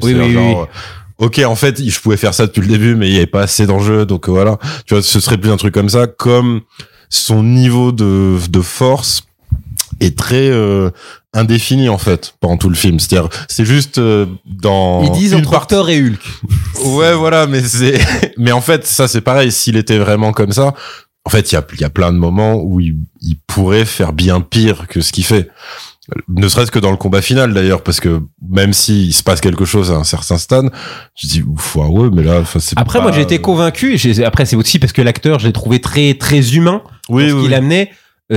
ok, en fait, je pouvais faire ça depuis le début, mais il n'y avait pas assez d'enjeux, donc voilà. Tu vois, ce serait plus un truc comme ça, comme son niveau de force est très indéfini en fait pendant tout le film. C'est-à-dire, c'est juste dans ils disent entre Thor et Hulk. Ouais, voilà, mais en fait, ça c'est pareil. S'il était vraiment comme ça, en fait, il y a plein de moments où il pourrait faire bien pire que ce qu'il fait. Ne serait-ce que dans le combat final d'ailleurs parce que même s'il se passe quelque chose à un certain stade je dis ouais mais là c'est après pas... moi j'ai été convaincu après c'est aussi parce que l'acteur je l'ai trouvé très très humain ce qu'il amenait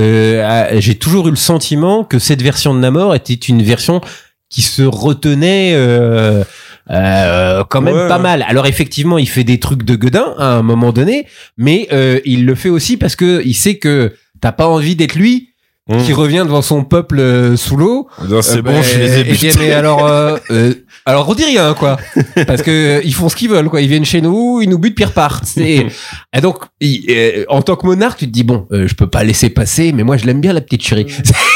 j'ai toujours eu le sentiment que cette version de Namor était une version qui se retenait quand même pas mal. Alors effectivement il fait des trucs de gueudin à un moment donné mais il le fait aussi parce que il sait que t'as pas envie d'être lui qui revient devant son peuple sous l'eau. Non, c'est bon, je les ai butés. Mais alors on dit rien quoi, parce que ils font ce qu'ils veulent quoi. Ils viennent chez nous, ils nous butent puis repartent. Et donc en tant que monarque, tu te dis bon, je peux pas laisser passer, mais moi je l'aime bien la petite chérie.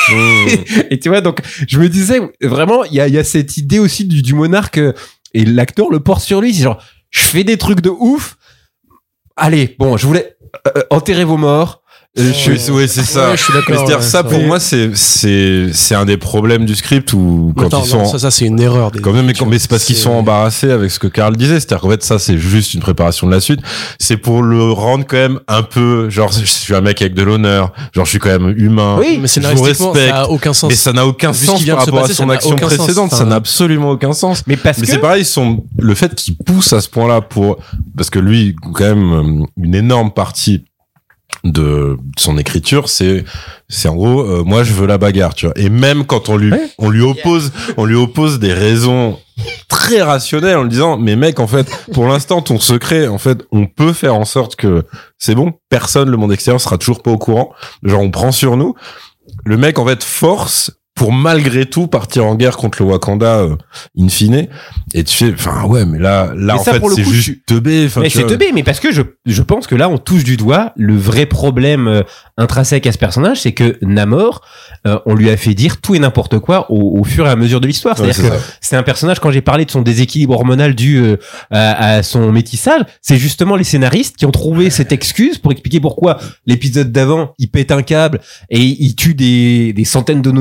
Et tu vois donc je me disais vraiment il y a cette idée aussi du monarque et l'acteur le porte sur lui. C'est genre je fais des trucs de ouf. Allez bon, je voulais enterrer vos morts. c'est ça. Ouais, je suis d'accord. C'est-à-dire ça pour moi c'est un des problèmes du script où quand ils sont ça c'est une erreur. Quand même, mais c'est parce qu'ils sont embarrassés avec ce que Karl disait, c'est-à-dire qu'en fait ça c'est juste une préparation de la suite. C'est pour le rendre quand même un peu genre je suis un mec avec de l'honneur, genre je suis quand même humain. Oui, mais scénaristiquement ça a aucun sens. Mais ça n'a aucun sens par rapport à son action précédente, ça n'a absolument aucun sens. Mais c'est pareil, le fait qu'il pousse à ce point-là parce que lui quand même une énorme partie de son écriture c'est en gros moi je veux la bagarre tu vois et même quand on lui oppose des raisons très rationnelles en lui disant mais mec en fait pour l'instant ton secret en fait on peut faire en sorte que c'est bon le monde extérieur sera toujours pas au courant genre on prend sur nous le mec en fait force pour malgré tout partir en guerre contre le Wakanda in fine et tu fais mais là mais en fait c'est juste teubé mais c'est teubé mais parce que je pense que là on touche du doigt le vrai problème intrinsèque à ce personnage c'est que Namor on lui a fait dire tout et n'importe quoi au fur et à mesure de l'histoire c'est-à-dire que c'est un personnage quand j'ai parlé de son déséquilibre hormonal dû à son métissage c'est justement les scénaristes qui ont trouvé cette excuse pour expliquer pourquoi l'épisode d'avant il pète un câble et il tue des centaines de New-Yorkais en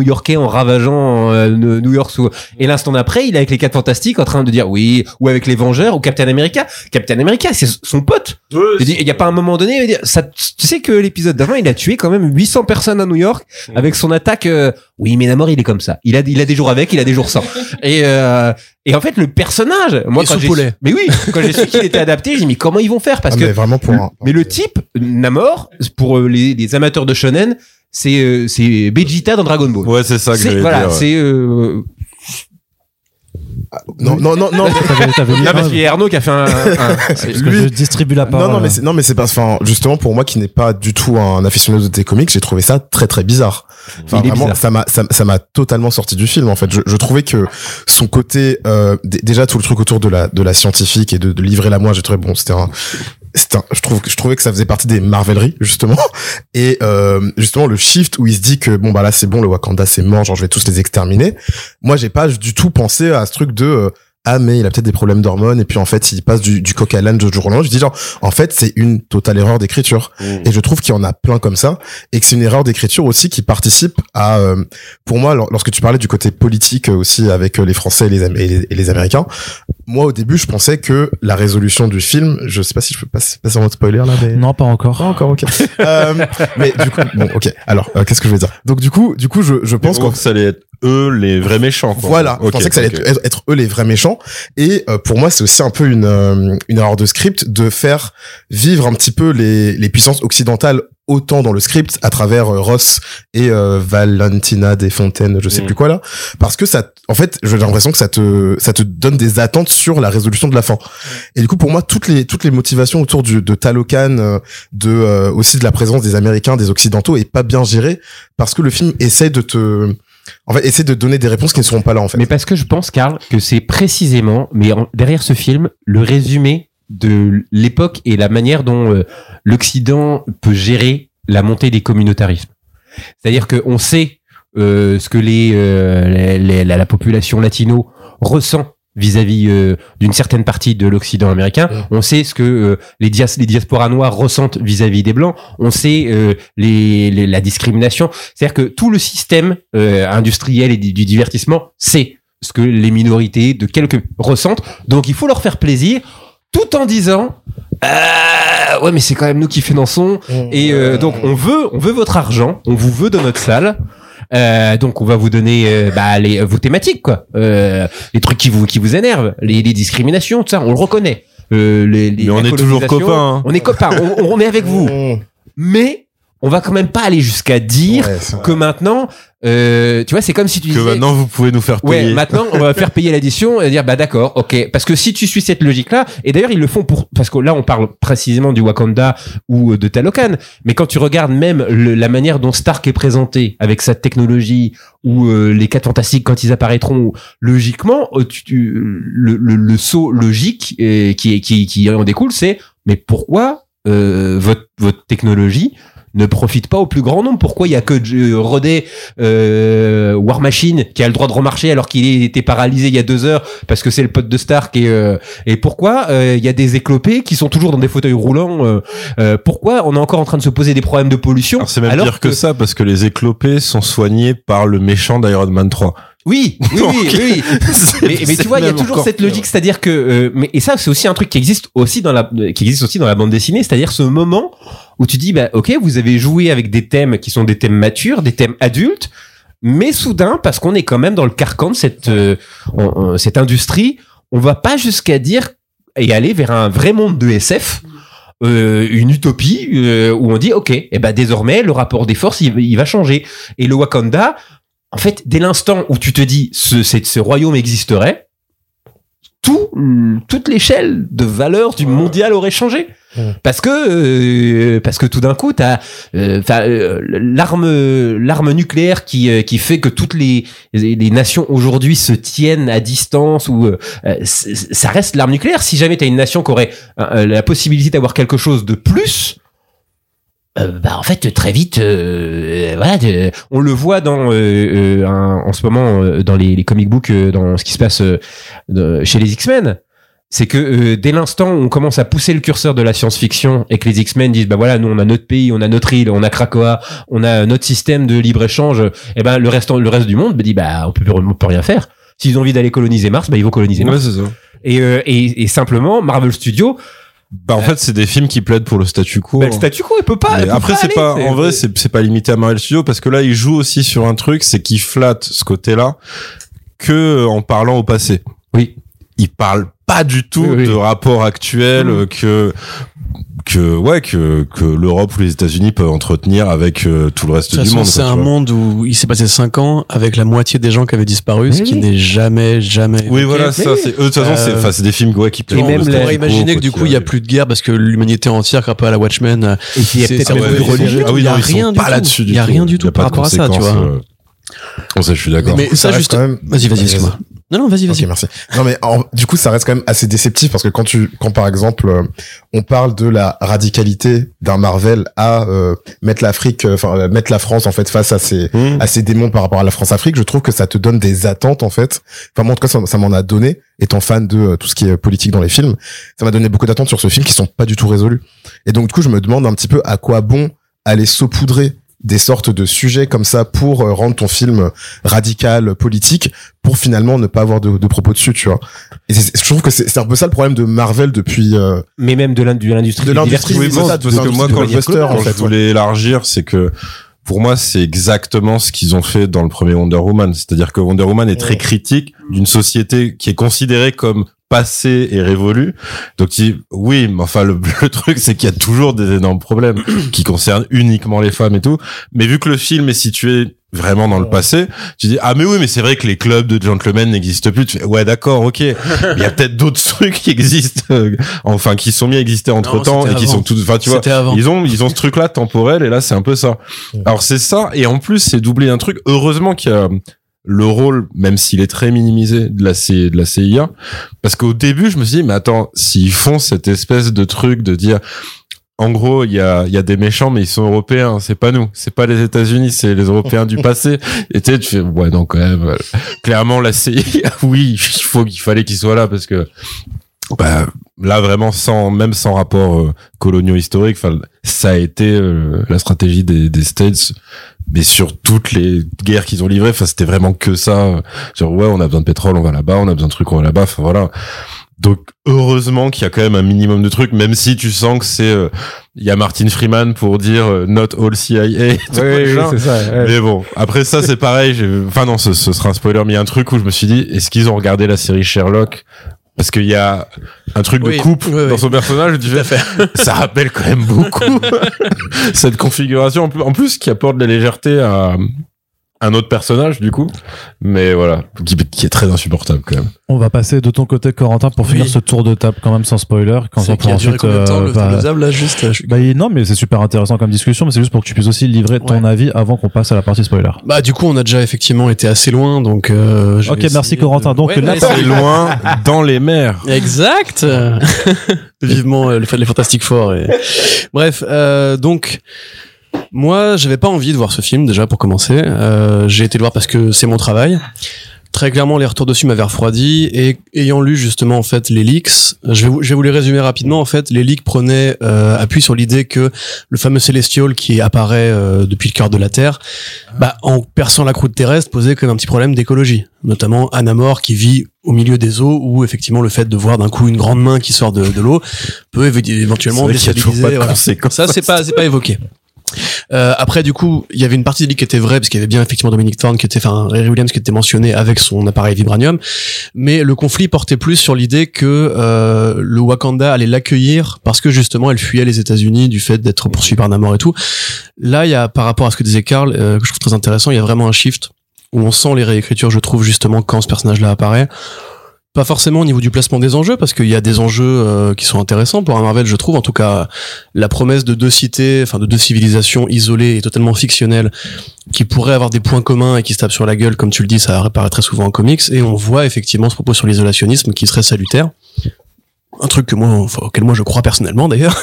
en ravageant New York et l'instant d'après il est avec les 4 Fantastiques en train de dire oui, ou avec les Vengeurs ou Captain America, c'est son pote. Il y a pas un moment donné il va dire ça, tu sais que l'épisode d'avant il a tué quand même 800 personnes à New York avec son attaque. Oui, mais Namor il est comme ça, il a des jours avec, il a des jours sans. Et en fait le personnage, moi quand j'ai su qu'il était adapté, j'ai dit mais comment ils vont faire, parce que mais vraiment mais le type Namor, pour les amateurs de shonen, c'est Vegeta dans Dragon Ball. Ouais, c'est ça que j'allais dire. C'est non. T'avais là parce qu'il y a Arnaud qui a fait parce que je distribue la parole. Non, mais c'est pas, enfin, justement, pour moi, qui n'est pas du tout un aficionado des comics, j'ai trouvé ça très, très bizarre. Enfin, vraiment, ça m'a totalement sorti du film, en fait. Je trouvais que son côté, déjà, tout le truc autour de la scientifique et de livrer la moi, j'ai trouvé, bon, je trouvais que ça faisait partie des marveleries, justement. Et, justement, le shift où il se dit que, bon, bah là, c'est bon, le Wakanda, c'est mort, genre, je vais tous les exterminer. Moi, j'ai pas du tout pensé à ce truc de, ah, mais il a peut-être des problèmes d'hormones, et puis en fait, il passe du coq à l'âne de jour au lendemain. Je dis genre, en fait, c'est une totale erreur d'écriture. Et je trouve qu'il y en a plein comme ça, et que c'est une erreur d'écriture aussi qui participe à, pour moi, lorsque tu parlais du côté politique aussi avec les Français et les Américains, moi, au début, je pensais que la résolution du film, je sais pas si je peux passer en mode spoiler, là, mais... Non, pas encore. Pas encore, ok. Mais du coup, bon, ok. Alors, qu'est-ce que je vais dire? Donc, du coup, je pense que ça allait être eux les vrais méchants, quoi. Voilà. Je pensais que ça allait être eux les vrais méchants. Et, pour moi, c'est aussi un peu une erreur de script de faire vivre un petit peu les puissances occidentales autant dans le script à travers Ross et Valentina Desfontaines, je sais plus quoi là, parce que ça, en fait, j'ai l'impression que ça te donne des attentes sur la résolution de la fin. Et du coup, pour moi, toutes les motivations autour de Talocan, aussi de la présence des Américains, des Occidentaux, est pas bien gérée, parce que le film essaie de donner des réponses qui ne seront pas là, en fait. Mais parce que je pense, Karl, que c'est précisément, derrière ce film, le résumé de l'époque et la manière dont l'Occident peut gérer la montée des communautarismes. C'est-à-dire qu'on sait ce que la population latino ressent vis-à-vis d'une certaine partie de l'Occident américain. On sait ce que les diasporas noires ressentent vis-à-vis des Blancs. On sait la discrimination. C'est-à-dire que tout le système industriel et du divertissement sait ce que les minorités de quelques ressentent. Donc il faut leur faire plaisir, tout en disant ouais, mais c'est quand même nous qui finançons, et donc on veut votre argent, on vous veut dans notre salle, donc on va vous donner vos thématiques, quoi, les trucs qui vous énervent, les discriminations, tout ça, on le reconnaît, mais on est toujours copains, hein. On est copains, on est avec vous, mais on va quand même pas aller jusqu'à dire que maintenant, tu vois, c'est comme si tu disais... Que maintenant, vous pouvez nous faire payer. Ouais, maintenant, on va faire payer l'addition et dire, bah d'accord, ok. Parce que si tu suis cette logique-là, et d'ailleurs, ils le font parce que là, on parle précisément du Wakanda ou de Talocan, mais quand tu regardes même la manière dont Stark est présenté avec sa technologie, ou les 4 Fantastiques quand ils apparaîtront, logiquement, le saut logique qui en découle, c'est, mais pourquoi votre technologie ne profite pas au plus grand nombre? Pourquoi il y a que Rodé War Machine qui a le droit de remarcher alors qu'il était paralysé il y a 2 heures parce que c'est le pote de Stark, et pourquoi il y a des éclopés qui sont toujours dans des fauteuils roulants, pourquoi on est encore en train de se poser des problèmes de pollution? Alors c'est même pire que ça, parce que les éclopés sont soignés par le méchant d'Iron Man 3. Oui. mais tu vois, il y a toujours cette logique, c'est-à-dire que, et ça, c'est aussi un truc qui existe aussi dans la bande dessinée, c'est-à-dire ce moment où tu dis, bah, ok, vous avez joué avec des thèmes qui sont des thèmes matures, des thèmes adultes, mais soudain, parce qu'on est quand même dans le carcan de cette industrie, on va pas jusqu'à dire et aller vers un vrai monde de SF, une utopie, où on dit, ok, et ben, désormais, le rapport des forces, il va changer. Et le Wakanda, en fait, dès l'instant où tu te dis ce royaume existerait, toute l'échelle de valeur du mondial aurait changé. Parce que tout d'un coup, t'as l'arme nucléaire qui fait que toutes les nations aujourd'hui se tiennent à distance, ou ça reste l'arme nucléaire. Si jamais t'as une nation qui aurait la possibilité d'avoir quelque chose de plus, en fait, très vite, on le voit en ce moment dans les comic books, dans ce qui se passe chez les X-Men. c'est que dès l'instant où on commence à pousser le curseur de la science-fiction et que les X-Men disent bah voilà, nous on a notre pays, on a notre île, on a Krakoa, on a notre système de libre-échange, et ben le reste du monde dit bah on peut rien faire. S'ils ont envie d'aller coloniser Mars, bah ils vont coloniser Mars. Ouais, c'est ça. Et simplement Marvel Studios, bah en fait c'est des films qui plaident pour le statu quo. Bah, le statu quo il peut pas. Après c'est pas en vrai c'est pas limité à Marvel Studios parce que là ils jouent aussi sur un truc, c'est qu'ils flattent ce côté-là que en parlant au passé. Oui. Ils parlent pas du tout de rapport actuel que l'Europe ou les États-Unis peuvent entretenir avec tout le reste du monde. C'est un monde où il s'est passé 5 ans avec la moitié des gens qui avaient disparu, ce qui n'est jamais Oui, voilà, ça, c'est, de toute façon, c'est des films, qui plaisent. Et même, on pourrait imaginer que du coup, il y a plus de guerre parce que l'humanité entière, un peu à la Watchmen, et qu'il y a peut-être il y a rien du tout. Il y a rien du tout par rapport à ça, tu vois. Bon, ça, je suis d'accord. Mais ça, juste, vas-y, excuse-moi. Non, vas-y. Ok, merci. Non, mais du coup, ça reste quand même assez déceptif parce que quand par exemple, on parle de la radicalité d'un Marvel à mettre mettre la France en fait face à ces démons par rapport à la France-Afrique, je trouve que ça te donne des attentes en fait. Enfin, moi, en tout cas, ça m'en a donné. Étant fan de tout ce qui est politique dans les films, ça m'a donné beaucoup d'attentes sur ce film qui sont pas du tout résolues. Et donc, du coup, je me demande un petit peu à quoi bon aller saupoudrer des sortes de sujets comme ça pour rendre ton film radical, politique, pour finalement ne pas avoir de propos dessus, tu vois. Et je trouve que c'est un peu ça le problème de Marvel depuis... Mais même de l'industrie. Oui, parce que moi, quand je voulais élargir, c'est que pour moi, c'est exactement ce qu'ils ont fait dans le premier Wonder Woman. C'est-à-dire que Wonder Woman est très critique d'une société qui est considérée comme passé et révolu. Donc oui, mais enfin le truc c'est qu'il y a toujours des énormes problèmes qui concernent uniquement les femmes et tout. Mais vu que le film est situé vraiment dans le passé, tu dis mais oui, mais c'est vrai que les clubs de gentlemen n'existent plus. Tu fais ouais, d'accord, ok. Il y a peut-être d'autres trucs qui existent, enfin qui sont mis à exister entre temps et qui sont tous, enfin tu vois, ils ont ce truc là temporel et là c'est un peu ça. Alors c'est ça et en plus c'est doublé un truc. Heureusement qu'il y a le rôle, même s'il est très minimisé, de la CIA, parce qu'au début, je me suis dit, mais attends, s'ils font cette espèce de truc de dire, en gros, il y a des méchants, mais ils sont européens, c'est pas nous, c'est pas les États-Unis, c'est les Européens du passé. Et tu fais, ouais, donc quand même, clairement, la CIA, oui, il fallait qu'ils soient là, parce que, là, vraiment, sans rapport coloniaux historique, ça a été la stratégie des States, mais sur toutes les guerres qu'ils ont livrées, c'était vraiment que ça. Genre, ouais, on a besoin de pétrole, on va là-bas, on a besoin de trucs, on va là-bas, voilà. Donc, heureusement qu'il y a quand même un minimum de trucs, même si tu sens que c'est, il y a Martin Freeman pour dire not all CIA. Oui, c'est ça. Ouais. Mais bon, après ça, c'est pareil. Enfin non, ce sera un spoiler, mais il y a un truc où je me suis dit, est-ce qu'ils ont regardé la série Sherlock? Parce qu'il y a un truc de couple dans son personnage, tu fais, ça rappelle quand même beaucoup cette configuration. En plus, qui apporte de la légèreté à un autre personnage, du coup. Mais voilà, qui est très insupportable quand même. On va passer de ton côté, Corentin, pour finir ce tour de table quand même sans spoiler. Quand on peut ensuite, le table, là, juste. Non, mais c'est super intéressant comme discussion, mais c'est juste pour que tu puisses aussi livrer ton avis avant qu'on passe à la partie spoiler. Du coup, on a déjà effectivement été assez loin, donc. Ok, merci Corentin. Donc là, c'est loin dans les mers. Exact. Vivement les Fantastic Four. Bref, donc. Moi, j'avais pas envie de voir ce film déjà pour commencer. J'ai été le voir parce que c'est mon travail. Très clairement, les retours dessus m'avaient refroidi et ayant lu justement en fait les leaks, je vais vous les résumer rapidement. En fait, les leaks prenaient appui sur l'idée que le fameux Celestial qui apparaît depuis le cœur de la Terre, en perçant la croûte terrestre, posait comme un petit problème d'écologie, notamment Namor qui vit au milieu des eaux où effectivement le fait de voir d'un coup une grande main qui sort de l'eau peut éventuellement déstabiliser. Voilà. Ça, c'est pas évoqué. Après, du coup, il y avait une partie des leaks qui était vraie parce qu'il y avait bien effectivement Dominic Thorne Riri Williams qui était mentionné avec son appareil vibranium, mais le conflit portait plus sur l'idée que le Wakanda allait l'accueillir parce que justement elle fuyait les États-Unis du fait d'être poursuivie par Namor et tout. Là, il y a par rapport à ce que disait Karl, que je trouve très intéressant, il y a vraiment un shift où on sent les réécritures, je trouve, justement quand ce personnage-là apparaît. Pas forcément au niveau du placement des enjeux, parce qu'il y a des enjeux qui sont intéressants pour un Marvel, je trouve. En tout cas, la promesse de deux cités, de deux civilisations isolées et totalement fictionnelles, qui pourraient avoir des points communs et qui se tapent sur la gueule, comme tu le dis, ça apparaît très souvent en comics. Et on voit effectivement ce propos sur l'isolationnisme qui serait salutaire. Un truc auquel moi je crois personnellement d'ailleurs.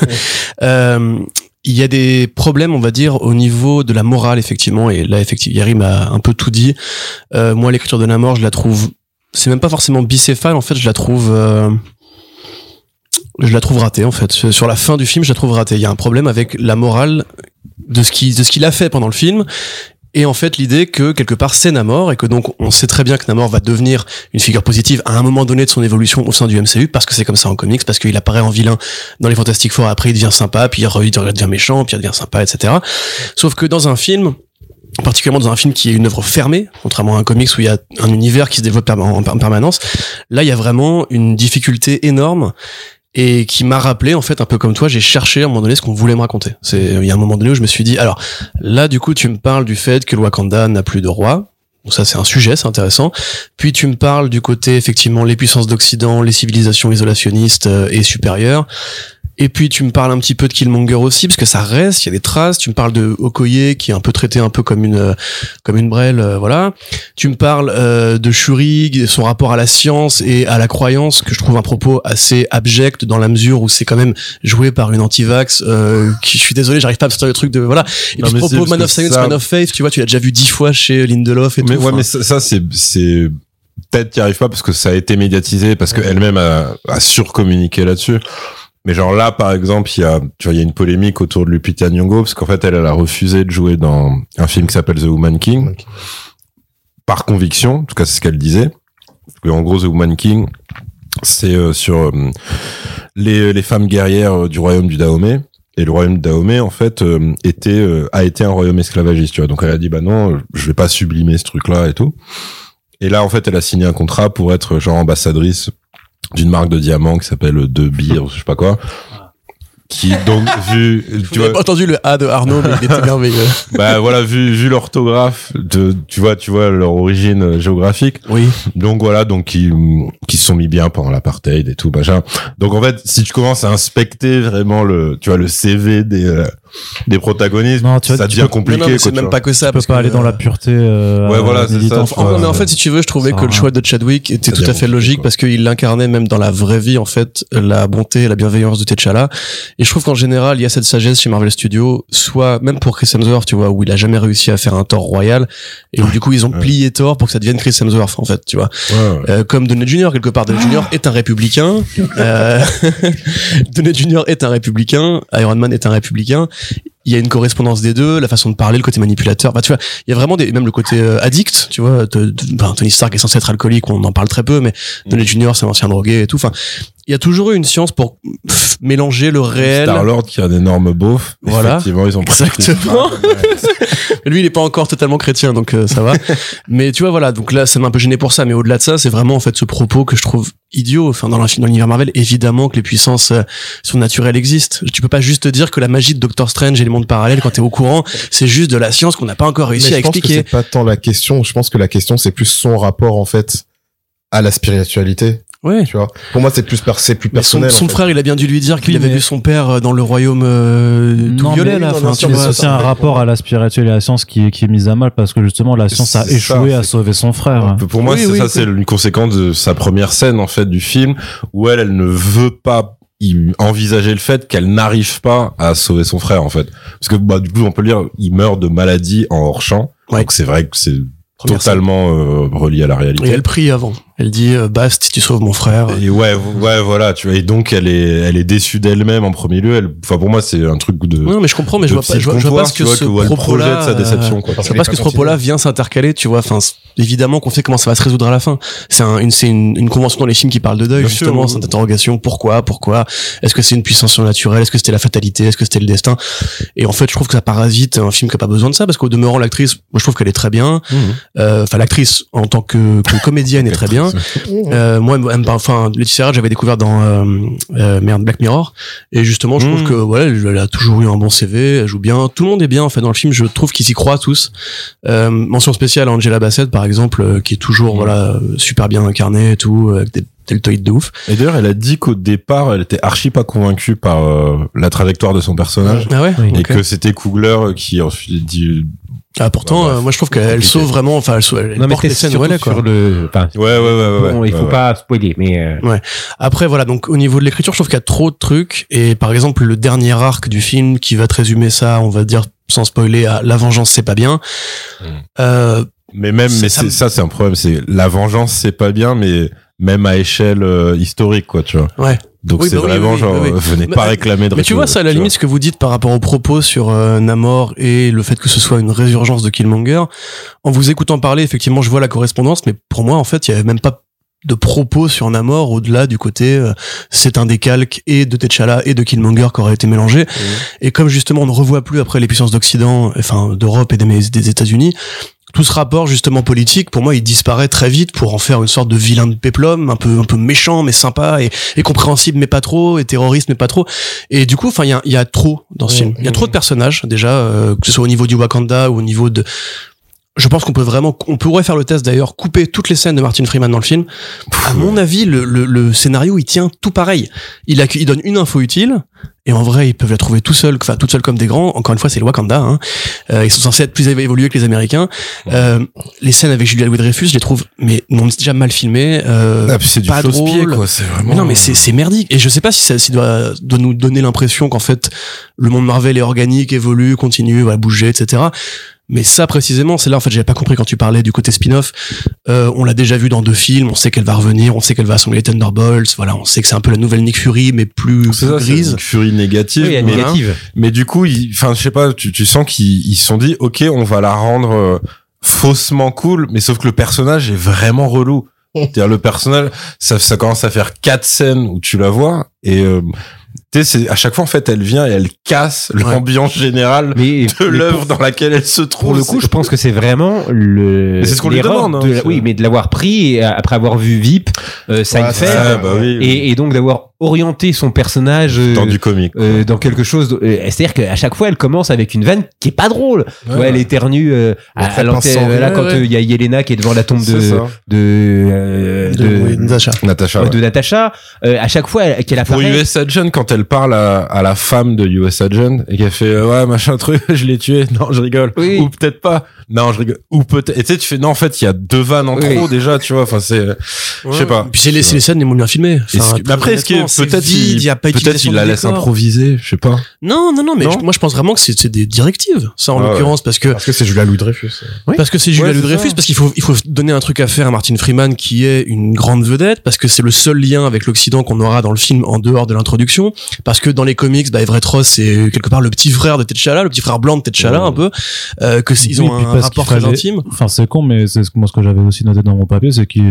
Il y a des problèmes, on va dire, au niveau de la morale, effectivement. Et là, effectivement, Yari m'a un peu tout dit. Moi, l'écriture de Namor, je la trouve... C'est même pas forcément bicéphale, en fait, je la trouve je la trouve ratée en fait. Sur la fin du film, je la trouve ratée. Il y a un problème avec la morale de ce qu'il a fait pendant le film. Et en fait, l'idée que quelque part c'est Namor et que donc on sait très bien que Namor va devenir une figure positive à un moment donné de son évolution au sein du MCU parce que c'est comme ça en comics, parce qu'il apparaît en vilain dans les Fantastic Four, après il devient sympa, puis il devient méchant, puis il devient sympa, etc. Sauf que dans un film, particulièrement dans un film qui est une œuvre fermée, contrairement à un comics où il y a un univers qui se développe en permanence, là il y a vraiment une difficulté énorme. Et qui m'a rappelé, en fait, un peu comme toi, j'ai cherché à un moment donné ce qu'on voulait me raconter. Il y a un moment donné où je me suis dit, alors, là, du coup, tu me parles du fait que le Wakanda n'a plus de roi. Donc ça, c'est un sujet, c'est intéressant. Puis tu me parles du côté, effectivement, les puissances d'Occident, les civilisations isolationnistes et supérieures. Et puis tu me parles un petit peu de Killmonger aussi, parce que ça reste, il y a des traces. Tu me parles de Okoye, qui est un peu traité un peu comme une brêle, voilà. Tu me parles de Shuri, son rapport à la science et à la croyance, que je trouve un propos assez abject dans la mesure où c'est quand même joué par une anti-vax. Je suis désolé, j'arrive pas à sortir le truc de voilà. Et puis ce propos Man of Science, Man of Faith, tu vois, tu l'as déjà vu 10 fois chez Lindelof et mais tout. Ouais, mais ça c'est peut-être qu'il n'y arrive pas parce que ça a été médiatisé, parce qu'elle-même a surcommuniqué là-dessus. Mais genre là, par exemple, il y a une polémique autour de Lupita Nyong'o parce qu'en fait, elle a refusé de jouer dans un film qui s'appelle The Woman King. Par conviction, en tout cas, c'est ce qu'elle disait. En gros, The Woman King, c'est sur les femmes guerrières du royaume du Dahomey. Et le royaume du Dahomey, en fait, a été un royaume esclavagiste, tu vois. Donc elle a dit, bah non, je vais pas sublimer ce truc-là et tout. Et là, en fait, elle a signé un contrat pour être genre ambassadrice d'une marque de diamants qui s'appelle De Beers, je sais pas quoi. Qui donc tu vois, pas entendu le A de Arnaud, mais il était merveilleux. Bah voilà, vu l'orthographe tu vois leur origine géographique. Oui. Donc voilà, donc qui se sont mis bien pendant l'apartheid et tout machin. Donc en fait, si tu commences à inspecter vraiment le CV des protagonistes, non, ça devient compliqué. Non, c'est même pas que ça. Tu peux pas aller dans la pureté. Ouais, voilà, c'est ça. Mais en fait, si tu veux, je trouvais que le choix de Chadwick était tout à fait logique parce qu'il incarnait même dans la vraie vie, en fait, la bonté et la bienveillance de T'Challa. Et je trouve qu'en général, il y a cette sagesse chez Marvel Studios, soit même pour Chris Hemsworth, tu vois, où il a jamais réussi à faire un Thor royal, et où du coup ils ont plié Thor pour que ça devienne Chris Hemsworth, en fait, tu vois. Comme Downey Jr. quelque part, Downey Jr. est un républicain. Downey Jr. est un républicain. Iron Man est un républicain. Il y a une correspondance des deux, la façon de parler, le côté manipulateur. Bah, tu vois, il y a vraiment même le côté addict, tu vois. Tony Stark est censé être alcoolique, on en parle très peu, mais Downey Jr. c'est un ancien drogué et tout. Enfin, il y a toujours eu une science pour mélanger le réel. Star-Lord qui a d'énormes beaufs. Voilà. Effectivement, ils ont exactement. Lui, il est pas encore totalement chrétien, donc ça va. Mais tu vois, voilà. Donc là, ça m'a un peu gêné pour ça. Mais au-delà de ça, c'est vraiment en fait ce propos que je trouve idiot. Enfin, dans l'univers Marvel, évidemment que les puissances surnaturelles existent. Tu peux pas juste dire que la magie de Doctor Strange et les mondes parallèles, quand t'es au courant, c'est juste de la science qu'on n'a pas encore réussi à expliquer. Je pense que c'est pas tant la question. Je pense que la question, c'est plus son rapport en fait à la spiritualité. Ouais. Tu vois. Pour moi, c'est plus personnel. Son frère, il a bien dû lui dire qu'il avait vu son père dans le royaume tout violet, là. Enfin, c'est aussi un rapport à la spiritualité et à la science qui est mise à mal parce que justement, la science a échoué à sauver son frère. Pour moi, c'est une conséquence de sa première scène, en fait, du film, où elle ne veut pas envisager le fait qu'elle n'arrive pas à sauver son frère, en fait. Parce que, bah, du coup, on peut le dire, il meurt de maladie en hors champ. Ouais. Donc c'est vrai que c'est totalement relié à la réalité. Et elle prie avant. Elle dit Bast, si tu sauves mon frère. Et ouais, voilà, tu vois. Et donc elle est déçue d'elle-même en premier lieu. Enfin, pour moi, c'est un truc de. Non, mais je comprends, mais je vois pas ce que ce propos-là. Sa déception, quoi. Je vois pas ce que ce propos-là vient s'intercaler, tu vois. Enfin, évidemment qu'on sait comment ça va se résoudre à la fin. C'est une convention dans les films qui parle de deuil, bien justement. C'est une interrogation. Pourquoi? Est-ce que c'est une puissance surnaturelle? Est-ce que c'était la fatalité? Est-ce que c'était le destin? Et en fait, je trouve que ça parasite un film qui a pas besoin de ça, parce qu'au demeurant, l'actrice, moi, je trouve qu'elle est très bien. Enfin, l'actrice en tant que comédienne est très bien. Moi, Laetitia Wright, j'avais découvert dans Black Mirror, et justement, je trouve que voilà, elle a toujours eu un bon CV, elle joue bien, tout le monde est bien en fait dans le film. Je trouve qu'ils y croient tous. Mention spéciale à Angela Bassett, par exemple, qui est toujours voilà super bien incarnée et tout, avec des deltoïdes de ouf. Et d'ailleurs, elle a dit qu'au départ, elle était archi pas convaincue par la trajectoire de son personnage, et que c'était Coogler qui ensuite dit. Ah, pourtant, moi je trouve qu'elle sauve vraiment, enfin elle porte les scènes où elle est, quoi. Ouais. Bon, il faut pas spoiler, mais ouais. Après voilà, donc au niveau de l'écriture, je trouve qu'il y a trop de trucs, et par exemple le dernier arc du film qui va te résumer ça, on va dire sans spoiler, à la vengeance c'est pas bien. Mais c'est un problème, c'est la vengeance c'est pas bien, mais même à échelle historique, quoi, tu vois. Ouais. Donc Oui, c'est bah oui, vraiment oui, genre, oui, oui. venez pas réclamer de Mais tu vois, ça, à la limite, ce que vous dites par rapport aux propos sur Namor et le fait que ce soit une résurgence de Killmonger, en vous écoutant parler, effectivement, je vois la correspondance, mais pour moi, en fait, il y avait même pas de propos sur Namor au-delà du côté c'est un décalque et de T'Challa et de Killmonger qui aurait été mélangé. Et comme justement on ne revoit plus après les puissances d'Occident, enfin d'Europe et des États-Unis, tout ce rapport justement politique, pour moi, il disparaît très vite pour en faire une sorte de vilain de péplum, un peu méchant mais sympa et compréhensible mais pas trop, et terroriste mais pas trop. Et du coup, enfin, il y a trop dans ce film. Il y a trop de personnages déjà, que ce soit au niveau du Wakanda ou au niveau de. Je pense qu'on pourrait faire le test d'ailleurs, couper toutes les scènes de Martin Freeman dans le film. À mon avis, le scénario, il tient tout pareil. Il donne une info utile, et en vrai, ils peuvent la trouver toute seule comme des grands. Encore une fois, c'est le Wakanda, hein. Ils sont censés être plus évolués que les Américains. Les scènes avec Julia Louis-Dreyfus, je les trouve, mais non, déjà mal filmées, puis c'est du pas fausse-pied, drôle. quoi. C'est vraiment. Mais non, mais c'est merdique. Et je sais pas si ça doit nous donner l'impression qu'en fait, le monde Marvel est organique, évolue, continue, va bouger, etc. Mais ça précisément, c'est là en fait j'avais pas compris quand tu parlais du côté spin-off. On l'a déjà vu dans 2 films, on sait qu'elle va revenir, on sait qu'elle va assembler les Thunderbolts, voilà, on sait que c'est un peu la nouvelle Nick Fury mais plus grise. C'est Nick Fury négative. Oui, négative. Mais du coup, enfin, je sais pas, tu sens qu'ils se sont dit, ok, on va la rendre faussement cool, mais sauf que le personnage est vraiment relou. C'est-à-dire le personnage, ça commence à faire 4 scènes où tu la vois et tu sais, à chaque fois en fait, elle vient et elle casse l'ambiance générale de l'œuvre dans laquelle elle se trouve. Pour le coup, je pense que c'est vraiment le. C'est ce qu'on lui demande. Hein, oui, mais de l'avoir pris et après avoir vu VIP, Seinfeld, et donc d'avoir orienté son personnage dans du comique, dans quelque chose. C'est-à-dire qu'à chaque fois, elle commence avec une vanne qui est pas drôle. Ouais, elle éternue à l'antenne. Là, quand il y a Yelena qui est devant la tombe de Natasha. À chaque fois qu'elle apparaît. Pour US Agent, quand elle parle à la femme de US Agent et qu'elle fait ouais machin truc, je l'ai tué. Non, je rigole. Oui. Ou peut-être pas. Non, je rigole. Ou peut-être. Et tu sais, tu fais non, en fait, il y a 2 vannes en trop déjà, tu vois. Enfin, c'est, je sais pas. Puis c'est les scènes les moins bien filmées. Enfin, après, est-ce que peut-être il la laisse improviser, je sais pas. Non, mais moi je pense vraiment que c'est des directives, ça en l'occurrence, parce que c'est Julia Louis-Dreyfus. Parce que c'est Julia Louis-Dreyfus, parce qu'il faut donner un truc à faire à Martin Freeman qui est une grande vedette, parce que c'est le seul lien avec l'Occident qu'on aura dans le film en dehors de l'introduction, parce que dans les comics, Everett Ross c'est quelque part le petit frère de T'Challa, le petit frère blanc de T'Challa un peu, que ils ont un rapport très intime. Enfin, c'est con, mais c'est moi ce que j'avais aussi noté dans mon papier, c'est il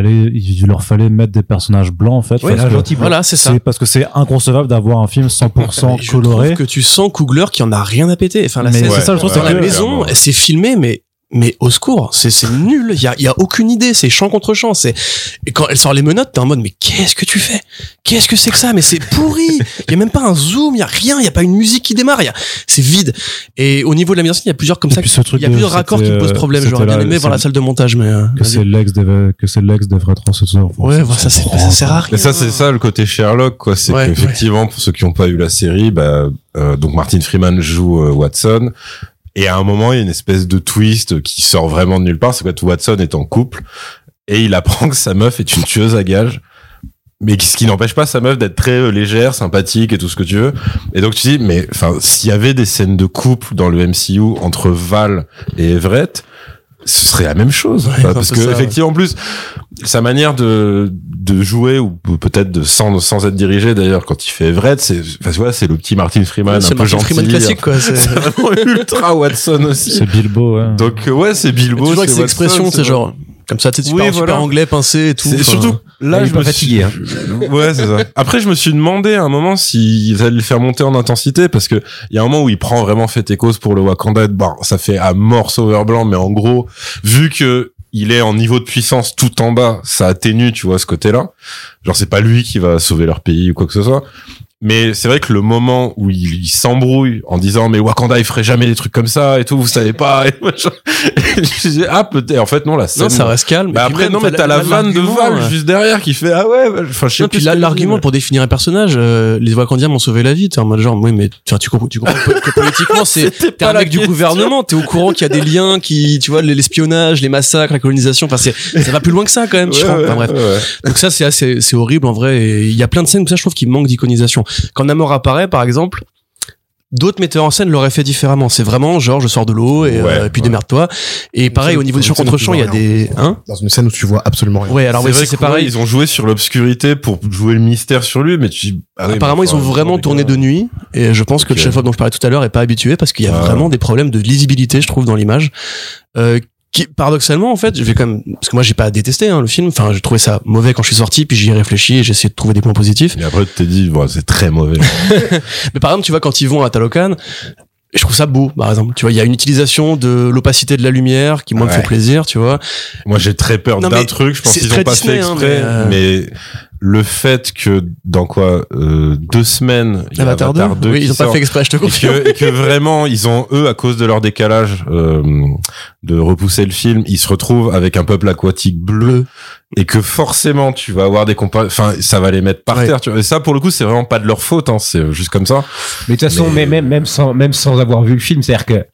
leur fallait mettre des personnages blancs en fait. Voilà, c'est ça. Parce que c'est inconcevable d'avoir un film 100% coloré. Je trouve que tu sens Coogler qui en a rien à péter. Enfin, la scène, c'est ça le truc, dans la maison, c'est filmé, mais au secours, c'est nul. Il y a aucune idée, c'est champ contre champ. Et quand elle sort les menottes, t'es en mode, mais qu'est-ce que tu fais? Qu'est-ce que c'est que ça? Mais c'est pourri. Il y a même pas un zoom, il y a rien, il y a pas une musique qui démarre, c'est vide. Et au niveau de la mise en scène, il y a plusieurs comme ça, il y a plusieurs raccords qui me posent problème. J'aurais bien aimé voir la salle de montage, mais que c'est l'ex d'Everett Ross. Ouais, ça sert à rien. Mais ça, c'est ça le côté Sherlock, quoi. C'est qu'effectivement, pour ceux qui n'ont pas vu la série, donc Martin Freeman joue Watson. Et à un moment, il y a une espèce de twist qui sort vraiment de nulle part. C'est que Watson est en couple et il apprend que sa meuf est une tueuse à gages. Mais ce qui n'empêche pas sa meuf d'être très légère, sympathique et tout ce que tu veux. Et donc tu dis, mais enfin, s'il y avait des scènes de couple dans le MCU entre Val et Everett, ce serait la même chose. Parce que effectivement, en plus, sa manière de jouer ou peut-être sans être dirigé d'ailleurs quand il fait Everett, c'est le petit Martin Freeman un peu gentil. Freeman classique, quoi. C'est vraiment ultra Watson aussi. C'est Bilbo, ouais. Donc c'est Bilbo. Toujours avec ces expressions, c'est genre comme ça, tu sais, super anglais pincé et tout. C'est surtout là, je me fatigué. Ouais, c'est ça. Après, je me suis demandé à un moment s'ils allaient le faire monter en intensité parce que il y a un moment où il prend vraiment fait et cause pour le Wakanda. Ça fait à mort Sauveur Blanc, mais en gros, vu que il est en niveau de puissance tout en bas, ça atténue, tu vois, ce côté-là. Genre, c'est pas lui qui va sauver leur pays ou quoi que ce soit. Mais c'est vrai que le moment où il s'embrouille en disant mais Wakanda il ferait jamais des trucs comme ça et tout, vous savez pas, et je disais peut-être, en fait non, la scène, non, ça reste calme. Après non, mais t'as la vanne de Val juste derrière qui fait enfin je sais plus. Puis là, l'argument pour définir un personnage, les Wakandiens m'ont sauvé la vie, t'es en mode genre oui, mais tu comprends que politiquement t'es un mec du gouvernement, t'es au courant qu'il y a des liens qui, tu vois, l'espionnage, les massacres, la colonisation, enfin ça va plus loin que ça quand même, je crois. Enfin bref. Donc ça c'est horrible en vrai, et il y a plein de scènes où ça je trouve qu'il manque d'iconisation. Quand Namor apparaît, par exemple, d'autres metteurs en scène l'auraient fait différemment. C'est vraiment genre je sors de l'eau et puis démerde-toi. Et pareil au niveau du champ contre champ, il y a des dans une scène où tu vois absolument rien. Ouais, alors c'est pareil. Ils ont joué sur l'obscurité pour jouer le mystère sur lui, mais apparemment ils ont vraiment tourné de nuit et je pense que le chef-op dont je parlais tout à l'heure est pas habitué parce qu'il y a vraiment des problèmes de lisibilité, je trouve, dans l'image. Qui paradoxalement en fait, je vais quand même parce que moi j'ai pas détesté le film, enfin j'ai trouvé ça mauvais quand je suis sorti, puis j'y ai réfléchi et j'ai essayé de trouver des points positifs. Et après tu t'es dit c'est très mauvais. Mais par exemple, tu vois, quand ils vont à Talocan, je trouve ça beau, par exemple. Tu vois, il y a une utilisation de l'opacité de la lumière qui, moi, me fait plaisir, tu vois. Moi, j'ai très peur d'un truc. Je pense qu'ils ont pas fait exprès, mais le fait que dans 2 semaines, il y a Avatar 2 oui, ils ont pas fait exprès, je te confirme. Et que vraiment, ils ont, eux, à cause de leur décalage, de repousser le film, ils se retrouvent avec un peuple aquatique bleu. Et que forcément, tu vas avoir des enfin, ça va les mettre par terre, tu vois. Et ça, pour le coup, c'est vraiment pas de leur faute, c'est juste comme ça. Mais de toute façon, même sans avoir vu le film, c'est-à-dire que,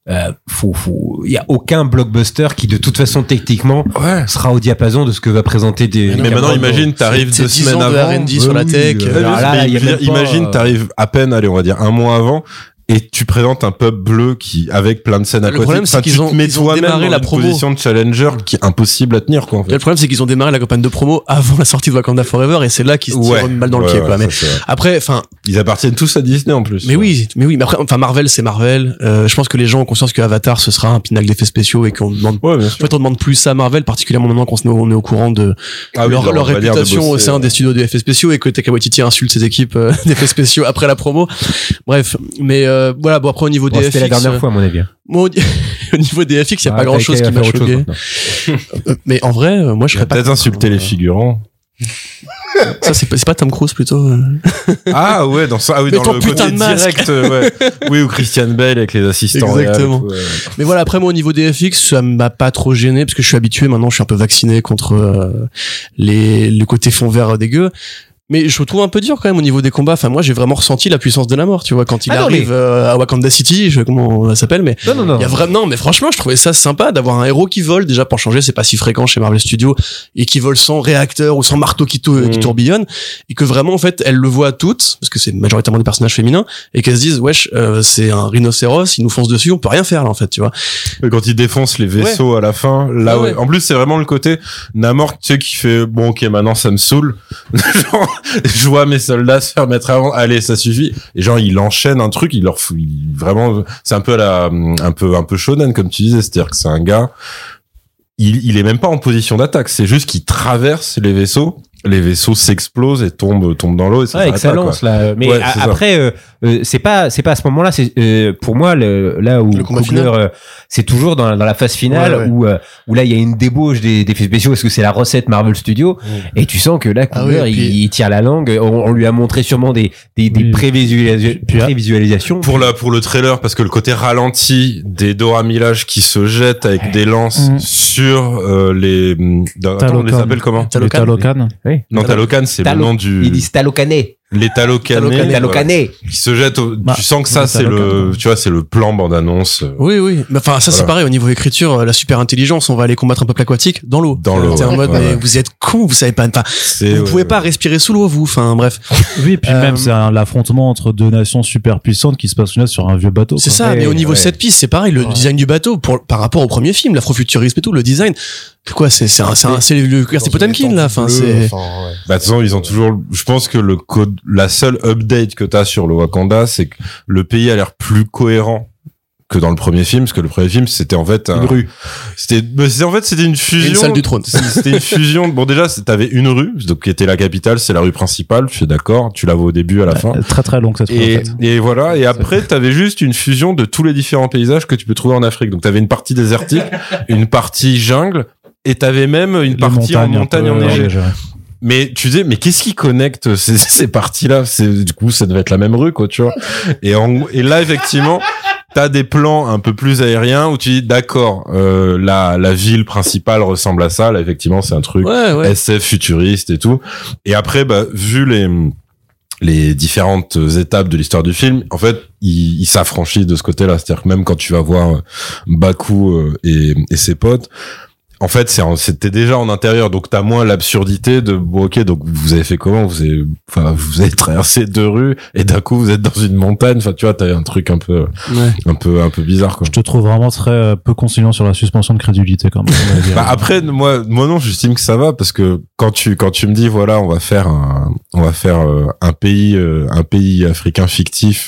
il y a aucun blockbuster qui de toute façon techniquement sera au diapason de ce que va présenter des. Mais maintenant imagine t'arrives 2 semaines avant. R&D sur la tech. Imagine t'arrives à peine, allez on va dire 1 mois avant. Et tu présentes un pub bleu qui avec plein de scènes aquatiques. Le problème, c'est qu'ils ont démarré la promo. Position de challenger qui est impossible à tenir, quoi. En fait. Le problème, c'est qu'ils ont démarré la campagne de promo avant la sortie de Wakanda Forever, et c'est là qu'ils se tirent une balle dans le pied, quoi. Mais après, enfin, ils appartiennent tous à Disney en plus. Mais oui, mais après, enfin, Marvel, c'est Marvel. Je pense que les gens ont conscience que Avatar, ce sera un pinacle d'effets spéciaux et qu'on demande. En fait, on demande plus ça à Marvel, particulièrement maintenant qu'on est au courant de leur réputation au sein des studios d'effets spéciaux et que Taika Waititi insulte ses équipes d'effets spéciaux après la promo. Bref, mais voilà, bon après au niveau des FX, c'était la dernière fois à mon avis. Moi, au niveau des FX, il y a pas grand chose qui m'a choqué. Mais en vrai, moi je serais pas peut-être insulter les figurants. Ça c'est pas Tom Cruise plutôt. Ah ouais, dans ça, ah oui, mais dans le côté direct, oui, ou Christian Bale avec les assistants. Exactement. Mais voilà, après moi au niveau des FX, ça m'a pas trop gêné parce que je suis habitué maintenant, je suis un peu vacciné contre le côté fond vert dégueu. Mais je trouve un peu dur quand même au niveau des combats. Enfin, moi, j'ai vraiment ressenti la puissance de Namor, tu vois, quand il arrive à Wakanda City, comment ça s'appelle, mais non. Il y a vraiment, mais franchement, je trouvais ça sympa d'avoir un héros qui vole. Déjà, pour changer, c'est pas si fréquent chez Marvel Studios, et qui vole sans réacteur ou sans marteau qui tourbillonne, et que vraiment, en fait, elles le voient toutes, parce que c'est majoritairement des personnages féminins, et qu'elles se disent, wesh, c'est un rhinocéros, il nous fonce dessus, on peut rien faire, là, en fait, tu vois. Et quand il défonce les vaisseaux à la fin, là, en plus, c'est vraiment le côté Namor, tu sais, qui fait, bon, ok, maintenant, ça me saoule. Genre, je vois mes soldats se faire mettre avant, allez, ça suffit. Et genre, il enchaîne un truc, il leur fout, vraiment, c'est un peu un peu shonen, comme tu disais, c'est-à-dire que c'est un gars, il est même pas en position d'attaque, c'est juste qu'il traverse les vaisseaux s'explosent et tombent dans l'eau et ça excellence là. Mais après c'est pas à ce moment-là, c'est pour moi là où Coogler c'est toujours dans la phase finale où là il y a une débauche des effets spéciaux parce que c'est la recette Marvel Studios et tu sens que là Coogler il tire la langue, on lui a montré sûrement des prévisualisations pour le trailer parce que le côté ralenti des Dora Milaje qui se jettent avec des lances sur les on les appelle comment? Talocan. Non, Talocan, c'est le nom du... Ils disent Talocanais. Les Talocanais. Qui se jettent tu sens que ça, c'est c'est le plan bande-annonce. Oui. Mais enfin, ça, c'est pareil, au niveau écriture, la super intelligence, on va aller combattre un peuple aquatique dans l'eau. T'es en mode, mais vous êtes cons, vous savez pas, vous pouvez pas respirer sous l'eau, vous, enfin, bref. Oui, puis même, c'est l'affrontement entre 2 nations super puissantes qui se passe là sur un vieux bateau. C'est ça, mais au niveau set piece, c'est pareil, le design du bateau, par rapport au premier film, l'afrofuturisme et tout, le design, quoi, c'est le QRT Potemkin, là, enfin, c'est... Bah, de toute façon, ils ont toujours, je pense que la seule update que t'as sur le Wakanda, c'est que le pays a l'air plus cohérent que dans le premier film, parce que le premier film, c'était en fait une rue. C'était une fusion. Une salle du trône. C'était une fusion. Bon, déjà, t'avais une rue, donc, qui était la capitale, c'est la rue principale, je suis d'accord. Tu la vois au début, à la fin. Très, très longue, cette rue, en fait. Et voilà. Et après, t'avais juste une fusion de tous les différents paysages que tu peux trouver en Afrique. Donc, t'avais une partie désertique, une partie jungle, et t'avais même une partie en montagne enneigée. Mais tu disais, mais qu'est-ce qui connecte ces parties-là? Du coup, ça devait être la même rue, quoi, tu vois. Et là, effectivement, t'as des plans un peu plus aériens où tu dis, d'accord, la ville principale ressemble à ça. Là, effectivement, c'est un truc SF futuriste et tout. Et après, vu les différentes étapes de l'histoire du film, en fait, il s'affranchit de ce côté-là. C'est-à-dire que même quand tu vas voir Baku et ses potes, en fait, c'était déjà en intérieur, donc t'as moins l'absurdité de bon, ok, donc vous avez fait comment, vous avez traversé 2 rues et d'un coup vous êtes dans une montagne, enfin tu vois, t'as un truc un peu bizarre quoi. Je te trouve vraiment très peu conciliant sur la suspension de crédulité quand même. Bah après moi non, j'estime que ça va parce que quand tu me dis voilà, on va faire un pays africain fictif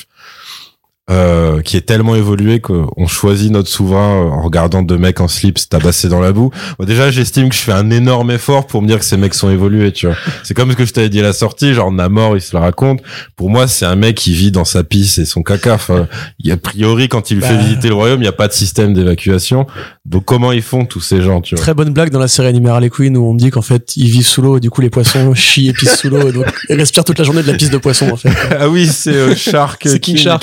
qui est tellement évolué qu'on choisit notre souverain en regardant 2 mecs en slip se tabasser dans la boue. Bon, déjà, j'estime que je fais un énorme effort pour me dire que ces mecs sont évolués, tu vois. C'est comme ce que je t'avais dit à la sortie, genre Namor, il se le raconte. Pour moi, c'est un mec qui vit dans sa pisse et son caca. Enfin, a priori, quand il lui fait visiter le royaume, il n'y a pas de système d'évacuation. Donc, comment ils font tous ces gens, tu vois? Très bonne blague dans la série animée Harley Quinn où on me dit qu'en fait, ils vivent sous l'eau et du coup, les poissons chient et pissent sous l'eau et donc, ils respirent toute la journée de la pisse de poisson, en fait. Ah oui, c'est Shark. C'est King Shark.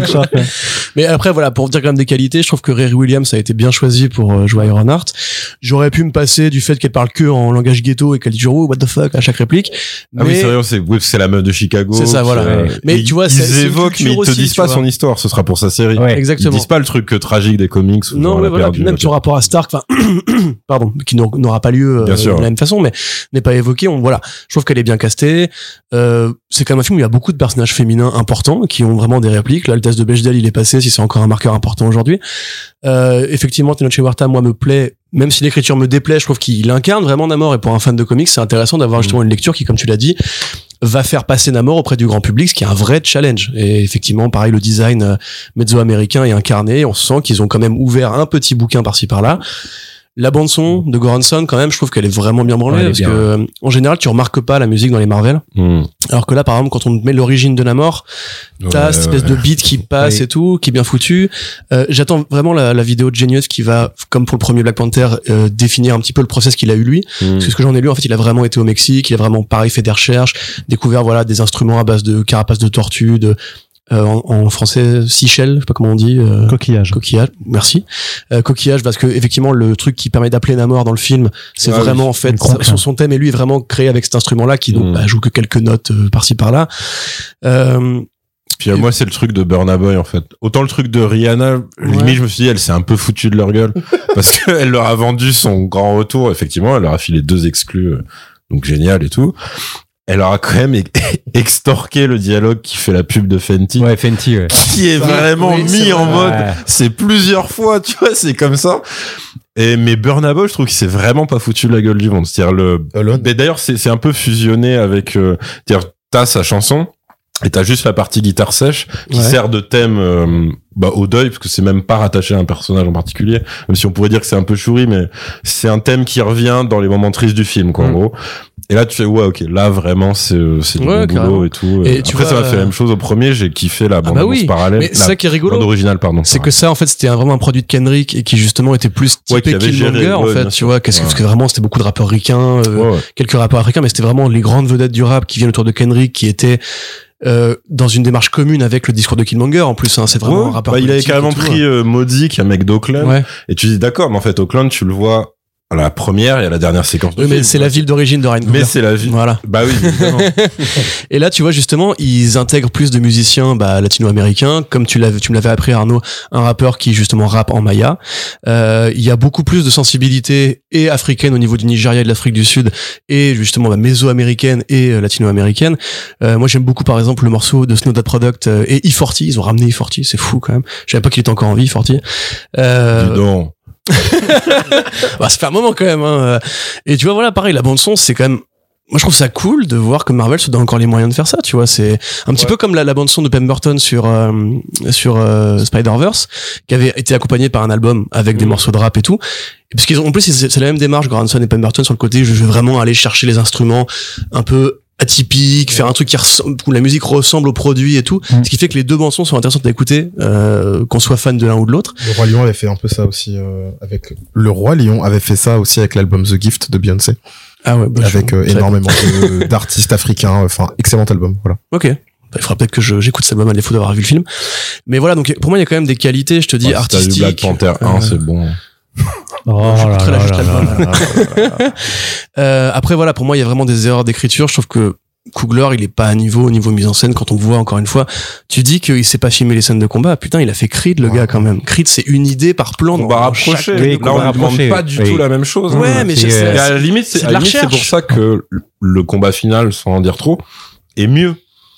Mais après, voilà, pour dire quand même des qualités, je trouve que Riri Williams a été bien choisi pour jouer Ironheart. J'aurais pu me passer du fait qu'elle parle que en langage ghetto et qu'elle dit genre, what the fuck à chaque réplique. Ah oui, c'est la meuf de Chicago. C'est ça, voilà. Mais tu vois, ils évoquent, mais ils te disent pas son histoire, ce sera pour sa série. Ouais, exactement. Ils disent pas le truc tragique des comics. Non, mais voilà, même son rapport à Stark, enfin, pardon, qui n'aura pas lieu de la même façon, mais n'est pas évoqué. Voilà. Je trouve qu'elle est bien castée. C'est quand même un film où il y a beaucoup de personnages féminins importants qui ont vraiment des répliques. Là, le test de Bechdel, il est passé, si c'est encore un marqueur important aujourd'hui. Effectivement, Tenoch Huerta, moi, me plaît, même si l'écriture me déplaît, je trouve qu'il incarne vraiment Namor, et pour un fan de comics, c'est intéressant d'avoir justement une lecture qui, comme tu l'as dit, va faire passer Namor auprès du grand public, ce qui est un vrai challenge. Et effectivement, pareil, le design mezzo-américain est incarné, on sent qu'ils ont quand même ouvert un petit bouquin par-ci par-là. La bande son de Goranson, quand même, je trouve qu'elle est vraiment bien branlée, parce que en général, tu remarques pas la musique dans les Marvel. Alors que là, par exemple, quand on te met l'origine de Namor, t'as cette espèce de beat qui passe et tout, qui est bien foutu. J'attends vraiment la vidéo de Genius qui va, comme pour le premier Black Panther, définir un petit peu le process qu'il a eu lui. Parce que ce que j'en ai lu, en fait, il a vraiment été au Mexique, il a vraiment, pareil, fait des recherches, découvert, voilà, des instruments à base de carapace de tortue, en français, Seychelles, je sais pas comment on dit. Coquillage, merci. Coquillage, parce que effectivement le truc qui permet d'appeler Namor dans le film, c'est vraiment en fait son thème, et lui est vraiment créé avec cet instrument-là qui donc joue que quelques notes par-ci par-là. Puis moi c'est le truc de Burna Boy en fait. Autant le truc de Rihanna, limite je me suis dit elle s'est un peu foutue de leur gueule parce qu'elle leur a vendu son grand retour. Effectivement, elle leur a filé 2 exclus, donc génial et tout. Elle aura quand même extorqué le dialogue qui fait la pub de Fenty. Ouais, Fenty, ouais. Qui est vraiment mis en mode, c'est plusieurs fois, tu vois, c'est comme ça. Mais Burna Boy, je trouve qu'il s'est vraiment pas foutu de la gueule du monde. C'est-à-dire mais d'ailleurs, c'est un peu fusionné avec, c'est-à-dire, t'as sa chanson, et t'as juste la partie guitare sèche, qui sert de thème, au deuil, parce que c'est même pas rattaché à un personnage en particulier, même si on pourrait dire que c'est un peu chouri, mais c'est un thème qui revient dans les moments tristes du film, quoi, en gros. Et là, tu fais, ouais, ok, là, vraiment, c'est du bon boulot et tout. Et après, ça m'a fait la même chose au premier, j'ai kiffé la bande-annonce parallèle. Mais c'est ça qui est rigolo. Bande originale, pardon. C'est que ça, en fait, c'était vraiment un produit de Kendrick, et qui justement était plus typé Killmonger, en fait, tu vois, parce que vraiment, c'était beaucoup de rappeurs ricains, quelques rappeurs africains, mais c'était vraiment les grandes vedettes du rap qui viennent autour de Kendrick, qui étaient dans une démarche commune avec le discours de Killmonger en plus, hein, c'est vraiment un rappeur il avait carrément pris Maudit, qui est un mec d'Oakland, et tu dis d'accord, mais en fait Oakland tu le vois à la première et à la dernière séquence de film, mais c'est la ville d'origine de Ryan Coogler. Mais c'est la ville, voilà, bah oui évidemment. Et là tu vois justement ils intègrent plus de musiciens latino-américains, comme tu me l'avais appris Arnaud, un rappeur qui justement rappe en maya. Il y a beaucoup plus de sensibilité et africaine au niveau du Nigeria et de l'Afrique du Sud, et justement méso-américaine et latino-américaine. Moi j'aime beaucoup par exemple le morceau de Snow That Product et E40, ils ont ramené E40, c'est fou quand même, je savais pas qu'il était encore en vie E40. Dis donc. Ça fait un moment quand même, hein. Et tu vois, voilà, pareil, la bande son, c'est quand même, moi je trouve ça cool de voir que Marvel se donne encore les moyens de faire ça, tu vois, c'est un petit peu comme la bande son de Pemberton sur Spider-Verse, qui avait été accompagnée par un album avec des morceaux de rap et tout. Et parce qu'ils ont, en plus c'est la même démarche, Goranson et Pemberton, sur le côté je veux vraiment aller chercher les instruments un peu atypique, faire un truc où la musique ressemble au produit et tout, ce qui fait que les 2 bandes son sont intéressantes à écouter, qu'on soit fan de l'un ou de l'autre. Le Roi Lion avait fait un peu ça aussi avec l'album The Gift de Beyoncé. Ah ouais, avec énormément d'artistes africains, enfin excellent album, voilà. Ok. Il faudra peut-être que j'écoute cet album à défaut d'avoir vu le film. Mais voilà, donc pour moi il y a quand même des qualités, je te dis, artistiques. Si t'as vu Black Panther 1, c'est bon. Après voilà, pour moi il y a vraiment des erreurs d'écriture. Je trouve que Coogler, il est pas à niveau mise en scène. Quand on voit encore une fois, tu dis qu'il sait pas filmer les scènes de combat. Putain, il a fait Creed, le gars, quand même. Creed, c'est une idée par plan. Combat rapproché. Oui, Là, on ne demande pas du tout la même chose. Ouais, mais et à la limite, c'est pour ça que le combat final, sans en dire trop, est mieux.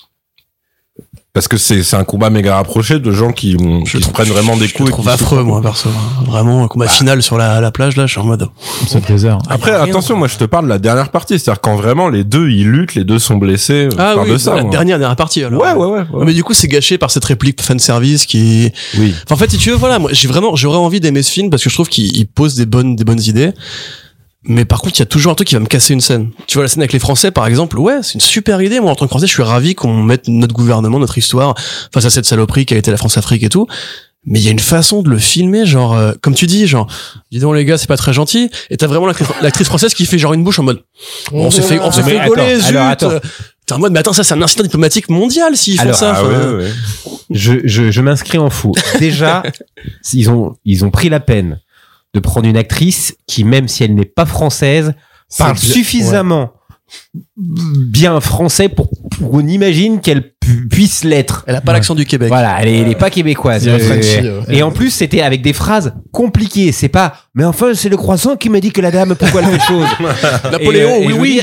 Parce que c'est un combat méga rapproché de gens qui se prennent vraiment des coups. Je trouve affreux, moi, perso. Vraiment, un combat final sur la plage, là, je suis en mode. C'est le désert. Après, attention, moi, je te parle de la dernière partie. C'est-à-dire quand vraiment les deux, ils luttent, les deux sont blessés. Ah oui, de ça, la dernière partie, alors. Ouais. Non, mais du coup, c'est gâché par cette réplique fanservice qui... Oui. Enfin, en fait, si tu veux, voilà, moi, j'aurais envie d'aimer ce film parce que je trouve qu'il pose des bonnes idées. Mais par contre, il y a toujours un truc qui va me casser une scène. Tu vois, la scène avec les Français, par exemple, ouais, c'est une super idée. Moi, en tant que Français, je suis ravi qu'on mette notre gouvernement, notre histoire face à cette saloperie qui a été la France-Afrique et tout. Mais il y a une façon de le filmer, genre, comme tu dis, genre, dis donc les gars, c'est pas très gentil. Et t'as vraiment l'actrice française qui fait genre une bouche en mode, on s'est fait gauler, zut. T'es en mode, mais attends, ça, c'est un incident diplomatique mondial s'ils font ça. Ouais. Je m'inscris en fou. Déjà, ils ont pris la peine de prendre une actrice qui, même si elle n'est pas française, parle suffisamment bien français pour qu'on imagine qu'elle puisse l'être. Elle a pas l'accent du Québec. Voilà, elle est pas québécoise. Et en plus, c'était avec des phrases compliquées. C'est pas, mais enfin, c'est le croissant qui m'a dit que la dame, pourquoi elle fait chose. Napoléon, oui.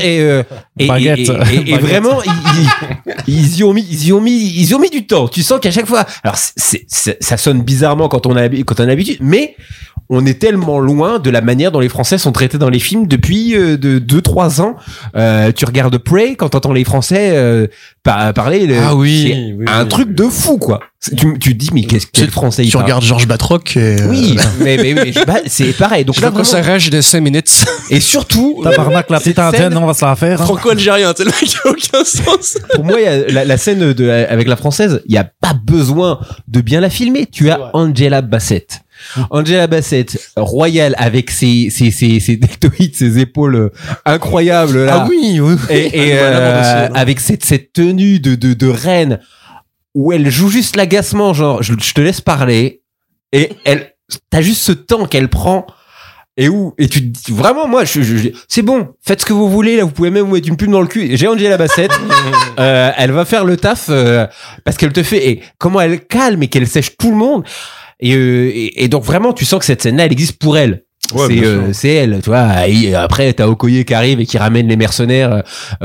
Et vraiment, ils y ont mis du temps. Tu sens qu'à chaque fois, alors ça sonne bizarrement quand on a l'habitude, mais on est tellement loin de la manière dont les Français sont traités dans les films depuis 2-3 ans. Tu regardes Prey, quand t'entends les Français parler, c'est un truc de fou, quoi. Tu te dis, mais quel français il parle. Tu regardes Georges Batroc et... Oui, mais c'est pareil. Donc là, quand ça rage de 5 minutes. Et surtout... Tabarnak, la petite antenne, on va se la faire. Franco-algérien, c'est le mec qui a aucun sens. Pour moi, la scène avec la française, il y a pas besoin de bien la filmer. Tu as Angela Bassett. Angela Bassett, royale, avec ses deltoïdes, ses épaules incroyables là. Ah oui. Et avec cette tenue de reine où elle joue juste l'agacement, genre je te laisse parler, et t'as juste ce temps qu'elle prend. Et tu te dis, vraiment, moi, c'est bon, faites ce que vous voulez, là, vous pouvez même vous mettre une plume dans le cul. J'ai Angela Bassett, elle va faire le taf, parce qu'elle te fait, et comment elle calme et qu'elle sèche tout le monde. Et donc vraiment, tu sens que cette scène-là, elle existe pour elle. Ouais, c'est elle, tu vois. Et après, t'as Okoye qui arrive et qui ramène les mercenaires.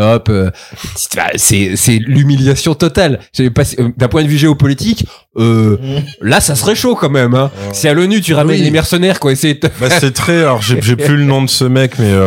C'est l'humiliation totale. D'un point de vue géopolitique, là, ça serait chaud quand même. Hein. Si à l'ONU tu ramènes les mercenaires, quoi. C'est très. Alors, j'ai plus le nom de ce mec, mais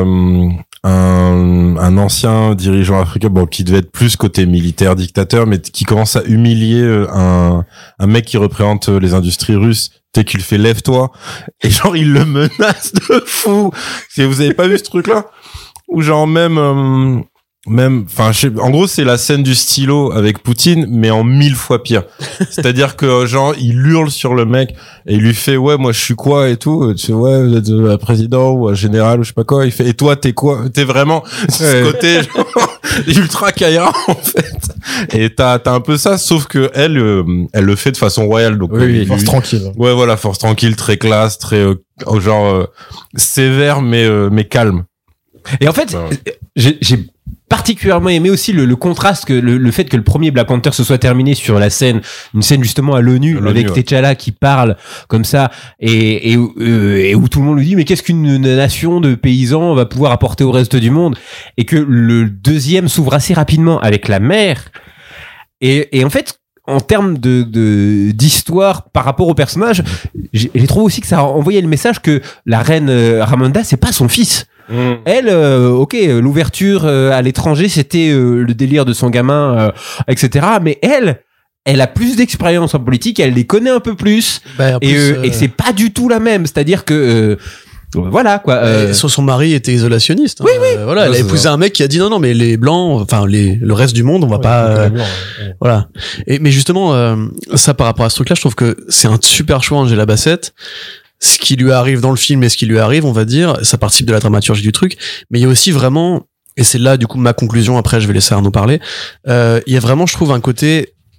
un ancien dirigeant africain, bon, qui devait être plus côté militaire, dictateur, mais qui commence à humilier un mec qui représente les industries russes. Tu sais, qu'il fait lève-toi, et genre il le menace de fou. Si vous avez pas vu ce truc-là, ou genre même, enfin, en gros, c'est la scène du stylo avec Poutine, mais en 1000 fois pire. C'est-à-dire que genre il hurle sur le mec et il lui fait ouais, moi je suis quoi et tout. Tu sais, ouais, vous êtes un président ou un général ou je sais pas quoi. Il fait et toi t'es quoi? T'es vraiment ce côté genre ultra caillard en fait. Et t'as un peu ça, sauf que elle le fait de façon royale, donc force tranquille. Ouais, voilà, force tranquille, très classe, très genre sévère mais calme. Et en fait, j'ai particulièrement aimé aussi le contraste que le fait que le premier Black Panther se soit terminé sur une scène justement à l'ONU avec T'Challa qui parle comme ça et où tout le monde lui dit mais qu'est-ce qu'une nation de paysans va pouvoir apporter au reste du monde, et que le deuxième s'ouvre assez rapidement avec la mer et en fait en termes d'histoire par rapport au personnage, j'ai trouvé aussi que ça envoyait le message que la reine Ramonda, c'est pas son fils. Elle, l'ouverture à l'étranger, c'était le délire de son gamin, etc. Mais elle a plus d'expérience en politique, elle les connaît un peu plus, et c'est pas du tout la même. C'est-à-dire que voilà quoi. Son mari était isolationniste. Oui. Voilà, elle a épousé un mec qui a dit non mais les blancs, enfin le reste du monde, on va pas. Voilà. Mais justement, ça par rapport à ce truc-là, je trouve que c'est un super choix, Angela Bassett. Ce qui lui arrive dans le film et ce qui lui arrive, on va dire, ça participe de la dramaturgie du truc. Mais il y a aussi vraiment, et c'est là du coup ma conclusion. Après, je vais laisser Arnaud parler. Il y a vraiment, je trouve, un côté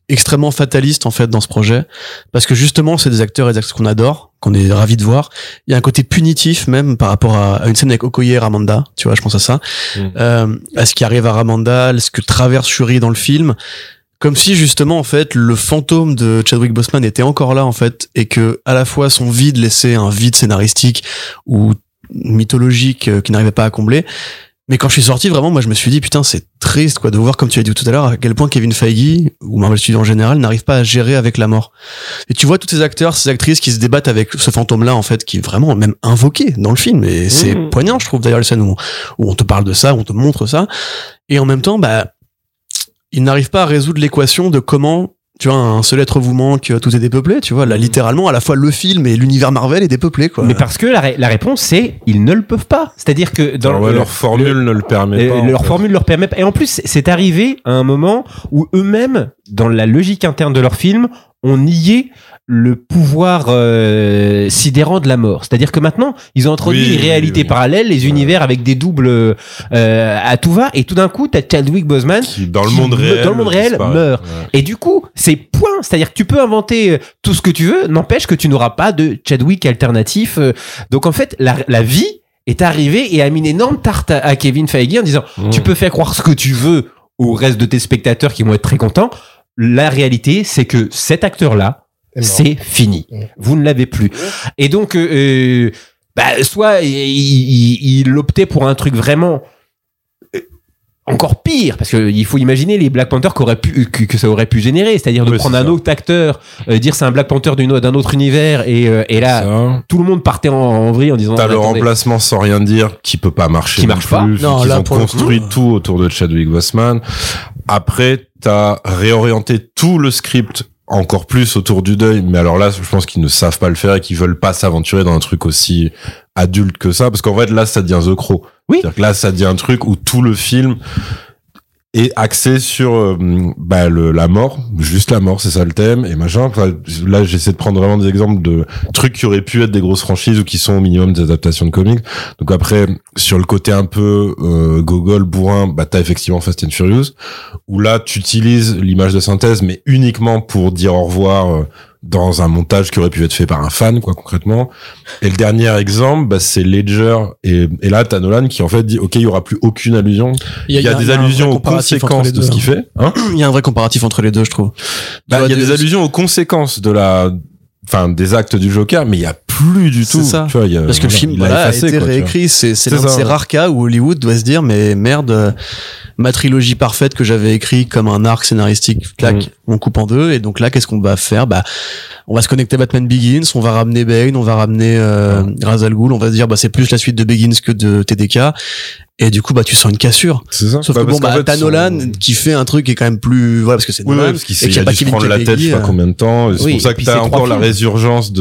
extrêmement fataliste en fait dans ce projet, parce que justement c'est des acteurs et des actrices qu'on adore, qu'on est ravis de voir. Il y a un côté punitif même par rapport à une scène avec Okoye et Ramonda, tu vois, je pense à ça, à ce qui arrive à Ramonda, ce que traverse Shuri dans le film, comme si justement en fait le fantôme de Chadwick Boseman était encore là en fait, et que à la fois son vide laissait un vide scénaristique ou mythologique qui n'arrivait pas à combler. Mais quand je suis sorti, vraiment, moi, je me suis dit, putain, c'est triste, quoi, de voir, comme tu as dit tout à l'heure, à quel point Kevin Feige, ou Marvel Studios en général, n'arrive pas à gérer avec la mort. Et tu vois tous ces acteurs, ces actrices qui se débattent avec ce fantôme-là, en fait, qui est vraiment même invoqué dans le film. Et c'est poignant, je trouve, d'ailleurs, les scènes où on te parle de ça, où on te montre ça. Et en même temps, bah, ils n'arrivent pas à résoudre l'équation de comment, tu vois, un seul être vous manque, tout est dépeuplé, tu vois, là, littéralement, à la fois le film et l'univers Marvel est dépeuplé, quoi. Mais parce que la réponse, c'est, ils ne le peuvent pas. C'est-à-dire que leur formule ne le permet pas. Leur formule leur permet pas. Et en plus, c'est arrivé à un moment où eux-mêmes, dans la logique interne de leur film, ont nié le pouvoir sidérant de la mort. C'est-à-dire que maintenant, ils ont introduit une réalité parallèle, les univers avec des doubles à tout va, et tout d'un coup, t'as Chadwick Boseman qui dans le monde réel meurt. Ouais. Et du coup, c'est point. C'est-à-dire que tu peux inventer tout ce que tu veux, n'empêche que tu n'auras pas de Chadwick alternatif. Donc en fait, la vie est arrivée et a mis une énorme tarte à Kevin Feige en disant tu peux faire croire ce que tu veux au reste de tes spectateurs qui vont être très contents. La réalité, c'est que cet acteur-là, c'est fini. Vous ne l'avez plus. Et donc, soit il optait pour un truc vraiment encore pire, parce que il faut imaginer les Black Panther que ça aurait pu générer, c'est-à-dire de prendre un autre acteur, dire c'est un Black Panther d'un autre univers, et là ça. Tout le monde partait en vrille en disant t'as le remplacement sans rien dire qui peut pas marcher, qui marche pas. Non, ils ont construit tout autour de Chadwick Boseman. Après, t'as réorienté tout le script encore plus autour du deuil, mais alors là, je pense qu'ils ne savent pas le faire et qu'ils veulent pas s'aventurer dans un truc aussi adulte que ça, parce qu'en fait, là, ça devient The Crow. Oui. C'est-à-dire que là, ça devient un truc où tout le film est axé sur la mort, juste la mort, c'est ça le thème, et machin. Enfin, là, j'essaie de prendre vraiment des exemples de trucs qui auraient pu être des grosses franchises ou qui sont au minimum des adaptations de comics. Donc après, sur le côté un peu gogol, bourrin, t'as effectivement Fast and Furious, où là, tu utilises l'image de synthèse, mais uniquement pour dire au revoir dans un montage qui aurait pu être fait par un fan, quoi, concrètement. Et le dernier exemple, c'est Ledger, et là, t'as Nolan qui, en fait, dit, OK, il y aura plus aucune allusion. Il y a des allusions aux conséquences de ce qu'il fait, hein. Il y a un vrai comparatif entre les deux, je trouve. Il y a des allusions aux conséquences des actes du Joker, mais il y a plus du tout. C'est ça. Tu vois, parce que le film, a été réécrit. C'est l'un de ces rares cas où Hollywood doit se dire, mais merde, ma trilogie parfaite que j'avais écrit comme un arc scénaristique, clac, on coupe en deux, et donc là, qu'est-ce qu'on va faire? On va se connecter à Batman Begins, on va ramener Bane, on va ramener Ra's al Ghul, on va se dire, c'est plus la suite de Begins que de TDK. Et du coup, tu sens une cassure. C'est ça. Sauf que t'as Nolan qui fait un truc qui est quand même plus, parce que c'est Nolan. Parce qu'il a dû se prendre la tête, je sais pas combien de temps. C'est pour ça que t'as encore la résurgence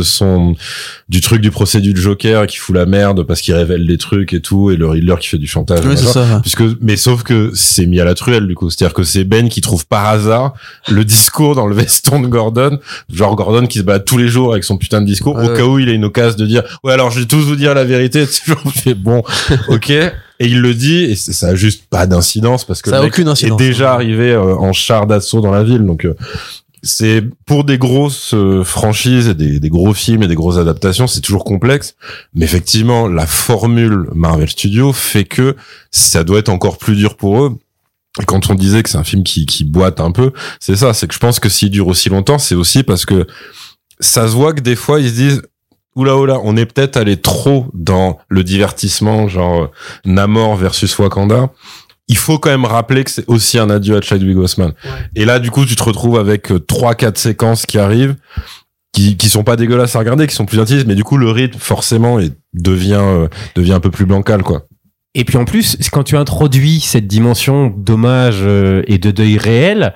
du truc du procès du Joker qui fout la merde parce qu'il révèle des trucs et tout, et le Riddler qui fait du chantage. Oui, c'est ça. Mais sauf que c'est mis à la truelle, du coup. C'est-à-dire que c'est Ben qui trouve par hasard le discours dans le veston de Gordon. Genre Gordon qui se bat tous les jours avec son putain de discours, au cas où il a une occasion de dire, alors je vais tous vous dire la vérité. Tu fais bon, ok. Et il le dit, et ça a juste pas d'incidence parce que ça le mec est déjà arrivé en char d'assaut dans la ville. Donc c'est pour des grosses franchises et des gros films et des grosses adaptations, c'est toujours complexe. Mais effectivement, la formule Marvel Studios fait que ça doit être encore plus dur pour eux. Et quand on disait que c'est un film qui boite un peu, c'est ça. C'est que je pense que s'il dure aussi longtemps, c'est aussi parce que ça se voit que des fois ils se disent, oula, on est peut-être allé trop dans le divertissement, genre Namor versus Wakanda. Il faut quand même rappeler que c'est aussi un adieu à Chadwick Boseman. Ouais. Et là, du coup, tu te retrouves avec 3-4 séquences qui arrivent, qui sont pas dégueulasses à regarder, qui sont plus intimes, mais du coup, le rythme, forcément, devient un peu plus bancal, quoi. Et puis en plus, quand tu introduis cette dimension d'hommage et de deuil réel,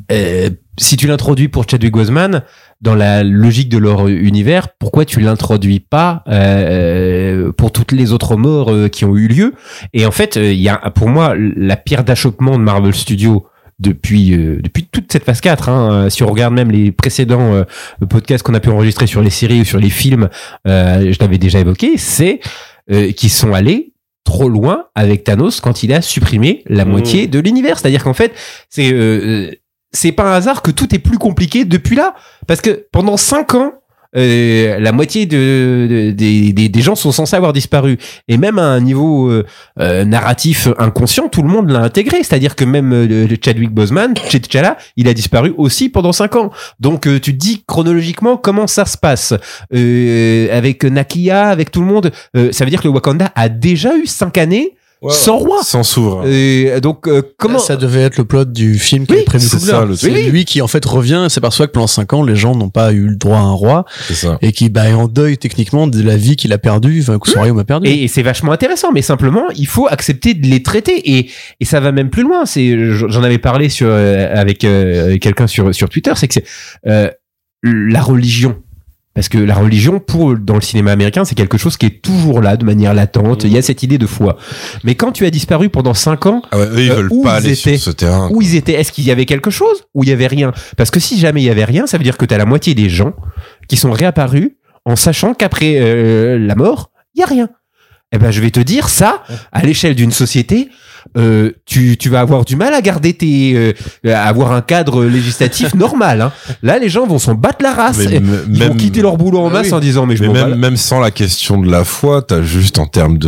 si tu l'introduis pour Chadwick Boseman, dans la logique de leur univers, pourquoi tu l'introduis pas pour toutes les autres morts qui ont eu lieu? Et en fait, il y a pour moi la pierre d'achoppement de Marvel Studios depuis toute cette phase 4, si on regarde même les précédents podcasts qu'on a pu enregistrer sur les séries ou sur les films, je l'avais déjà évoqué, c'est qu'ils sont allés trop loin avec Thanos quand il a supprimé la moitié de l'univers. C'est-à-dire qu'en fait, c'est c'est pas un hasard que tout est plus compliqué depuis là, parce que pendant 5 ans, la moitié des gens sont censés avoir disparu, et même à un niveau narratif inconscient, tout le monde l'a intégré, c'est-à-dire que même Chadwick Boseman, T'Challa, il a disparu aussi pendant 5 ans. Donc tu te dis chronologiquement comment ça se passe avec Nakia, avec tout le monde, ça veut dire que le Wakanda a déjà eu 5 années sans roi, sans souverain. Donc comment ça devait être le plot du film qui est prévu. C'est ça, c'est lui qui en fait revient et s'aperçoit que pendant 5 ans les gens n'ont pas eu le droit à un roi, c'est ça. Et qui est en deuil techniquement de la vie qu'il a perdue, enfin que son royaume a perdu. Et c'est vachement intéressant, mais simplement il faut accepter de les traiter, et ça va même plus loin. J'en avais parlé avec quelqu'un sur Twitter, c'est que c'est la religion. Parce que la religion, dans le cinéma américain, c'est quelque chose qui est toujours là, de manière latente. Il y a cette idée de foi. Mais quand tu as disparu pendant 5 ans, eux, ils veulent pas aller sur ce terrain. Où ils étaient? Est-ce qu'il y avait quelque chose? Ou il y avait rien? Parce que si jamais il y avait rien, ça veut dire que tu as la moitié des gens qui sont réapparus en sachant qu'après la mort, il y a rien. Eh ben, je vais te dire ça, à l'échelle d'une société, tu vas avoir du mal à garder à avoir un cadre législatif normal, hein. Là, les gens vont s'en battre la race, ils vont quitter leur boulot en masse en disant mais même sans la question de la foi, t'as juste en termes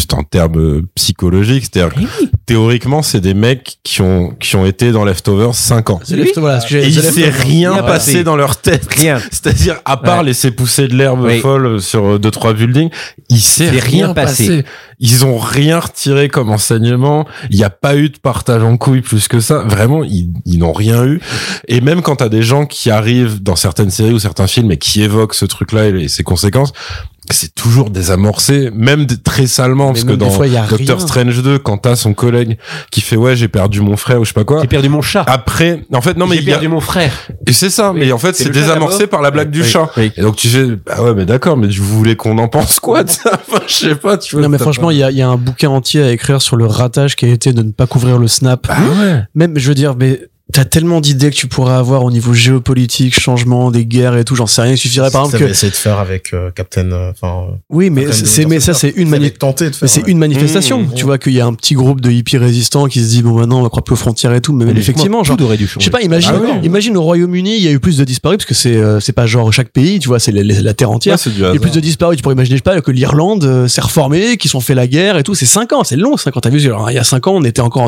psychologiques, c'est-à-dire théoriquement, c'est des mecs qui ont été dans Leftovers 5 ans. Et il s'est rien passé dans leur tête. Rien. C'est-à-dire, à part laisser pousser de l'herbe folle sur 2-3 buildings, il s'est rien passé. Ils ont rien retiré comme enseignement. Il n'y a pas eu de partage en couilles plus que ça. Vraiment, ils n'ont rien eu. Et même quand t'as des gens qui arrivent dans certaines séries ou certains films et qui évoquent ce truc-là et ses conséquences, c'est toujours désamorcé, même très salement, parce que dans Doctor Strange 2, quand t'as son collègue qui fait j'ai perdu mon frère ou je sais pas quoi. J'ai perdu mon chat. Après, en fait, non, mais j'ai perdu mon frère. Et c'est ça, mais en fait, c'est désamorcé par la blague du chat. Et donc tu fais, mais d'accord, mais vous voulez qu'on en pense quoi, enfin, je sais pas, tu vois. Non, mais franchement, il y a un bouquin entier à écrire sur le ratage qui a été de ne pas couvrir le snap. Même, je veux dire, mais t'as tellement d'idées que tu pourrais avoir au niveau géopolitique, changement des guerres et tout, j'en sais rien. Il suffirait par exemple que essayer de faire avec Captain. Oui, mais ça c'est une manifestation. Tu vois qu'il y a un petit groupe de hippies résistants qui se dit maintenant on va croire plus aux frontières et tout, mais effectivement, genre, je sais pas, imagine au Royaume-Uni, il y a eu plus de disparus parce que c'est pas genre chaque pays, tu vois, c'est la terre entière. Il y a plus de disparus. Tu pourrais imaginer, je sais pas, que l'Irlande s'est reformée, qu'ils sont fait la guerre et tout. C'est 5 ans, c'est long. 5 ans. T'as vu, il y a 5 ans, on était encore en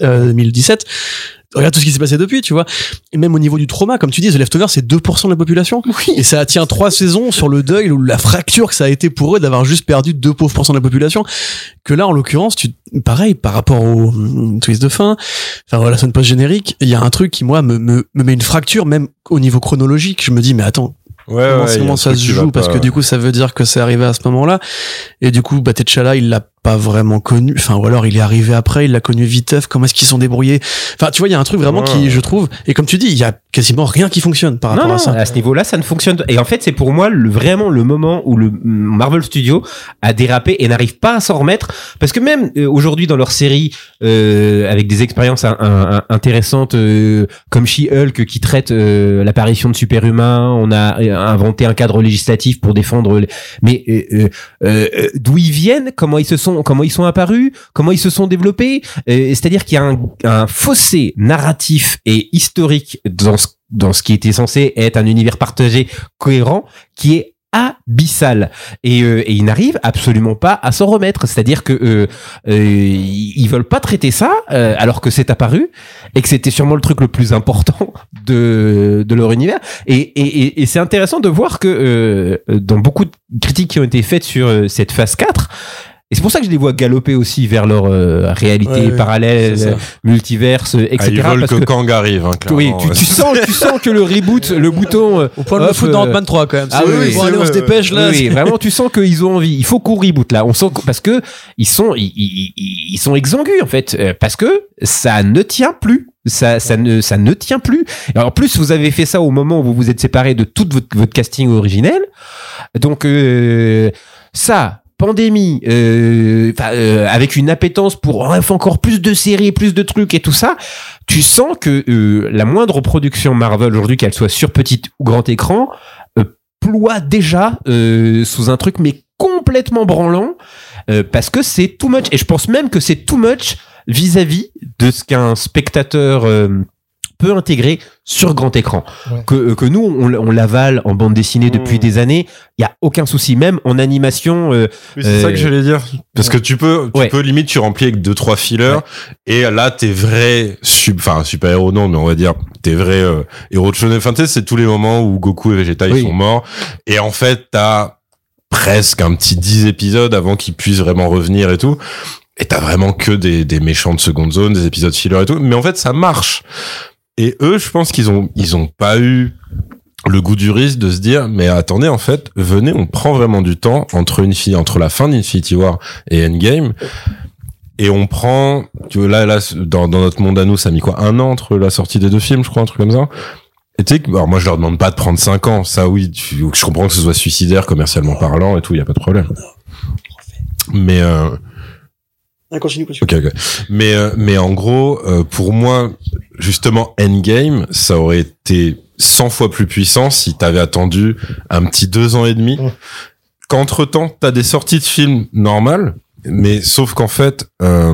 2017. Regarde tout ce qui s'est passé depuis, tu vois. Et même au niveau du trauma, comme tu dis, The Leftovers, c'est 2% de la population. Oui. Et ça tient 3 saisons sur le deuil ou la fracture que ça a été pour eux d'avoir juste perdu 2 pauvres % de la population. Que là, en l'occurrence, pareil, par rapport au twist de fin, enfin voilà, scène post-générique, il y a un truc qui, moi, me met une fracture, même au niveau chronologique. Je me dis, mais attends, comment ça se joue, parce que du coup, ça veut dire que c'est arrivé à ce moment-là. Et du coup, T'Challa, il l'a pas vraiment connu, enfin, ou alors il est arrivé après, il l'a connu viteuf, comment est-ce qu'ils sont débrouillés, enfin, tu vois, il y a un truc vraiment qui, je trouve, et comme tu dis, il y a quasiment rien qui fonctionne par rapport à ça. À ce niveau-là, ça ne fonctionne, et en fait, c'est pour moi vraiment le moment où le Marvel Studios a dérapé et n'arrive pas à s'en remettre, parce que même aujourd'hui dans leur série, avec des expériences intéressantes, comme She-Hulk qui traite l'apparition de super-humains, on a inventé un cadre législatif pour défendre mais d'où ils viennent, comment ils sont apparus, comment ils se sont développés, c'est-à-dire qu'il y a un fossé narratif et historique dans ce qui était censé être un univers partagé cohérent qui est abyssal, et ils n'arrivent absolument pas à s'en remettre, c'est-à-dire que ils veulent pas traiter ça alors que c'est apparu et que c'était sûrement le truc le plus important de leur univers, et c'est intéressant de voir que dans beaucoup de critiques qui ont été faites sur cette phase 4, et c'est pour ça que je les vois galoper aussi vers leur réalité parallèle, multiverse, etc. Ils veulent que Kang arrive, hein, clairement. Oui, tu sens que le reboot, le bouton... Au point de le foutre dans Ant-Man 3, quand même. Bon, allez, on se dépêche, là. Oui, vraiment, tu sens qu'ils ont envie. Il faut qu'on reboot, là. On sent parce que ils sont exsangues, en fait. Parce que ça ne tient plus. Ça ne tient plus. Alors, en plus, vous avez fait ça au moment où vous vous êtes séparés de tout votre casting originel. Donc, pandémie, avec une appétence pour encore plus de séries, plus de trucs et tout ça, tu sens que la moindre production Marvel aujourd'hui, qu'elle soit sur petit ou grand écran, ploie déjà sous un truc mais complètement branlant, parce que c'est too much. Et je pense même que c'est too much vis-à-vis de ce qu'un spectateur peut intégrer sur grand écran. Ouais. Que nous, on l'avale en bande dessinée depuis des années, il y a aucun souci. Même en animation... Oui, c'est ça que j'allais dire. Parce que tu peux limite, tu remplis avec 2-3 fillers, et là, tes vrais super-héros, non, mais on va dire, tes vrais héros de shonen. Enfin, tu sais, c'est tous les moments où Goku et Vegeta, ils sont morts. Et en fait, t'as presque un petit 10 épisodes avant qu'ils puissent vraiment revenir et tout. Et t'as vraiment que des méchants de seconde zone, des épisodes filler et tout. Mais en fait, ça marche. Et eux, je pense qu'ils ont pas eu le goût du risque de se dire, mais attendez, en fait, venez, on prend vraiment du temps entre la fin d'Infinity War et Endgame. Et on prend, tu vois, là, dans notre monde à nous, ça a mis quoi? 1 an entre la sortie des 2 films, je crois, un truc comme ça. Et tu sais, alors moi, je leur demande pas de prendre 5 ans. Ça, oui, je comprends que ce soit suicidaire, commercialement parlant et tout, y a pas de problème. Mais, continue. Ok. Mais en gros, pour moi, justement, Endgame, ça aurait été 100 fois plus puissant si t'avais attendu un petit 2 ans et demi. Qu'entre-temps, t'as des sorties de films normales, mais sauf qu'en fait,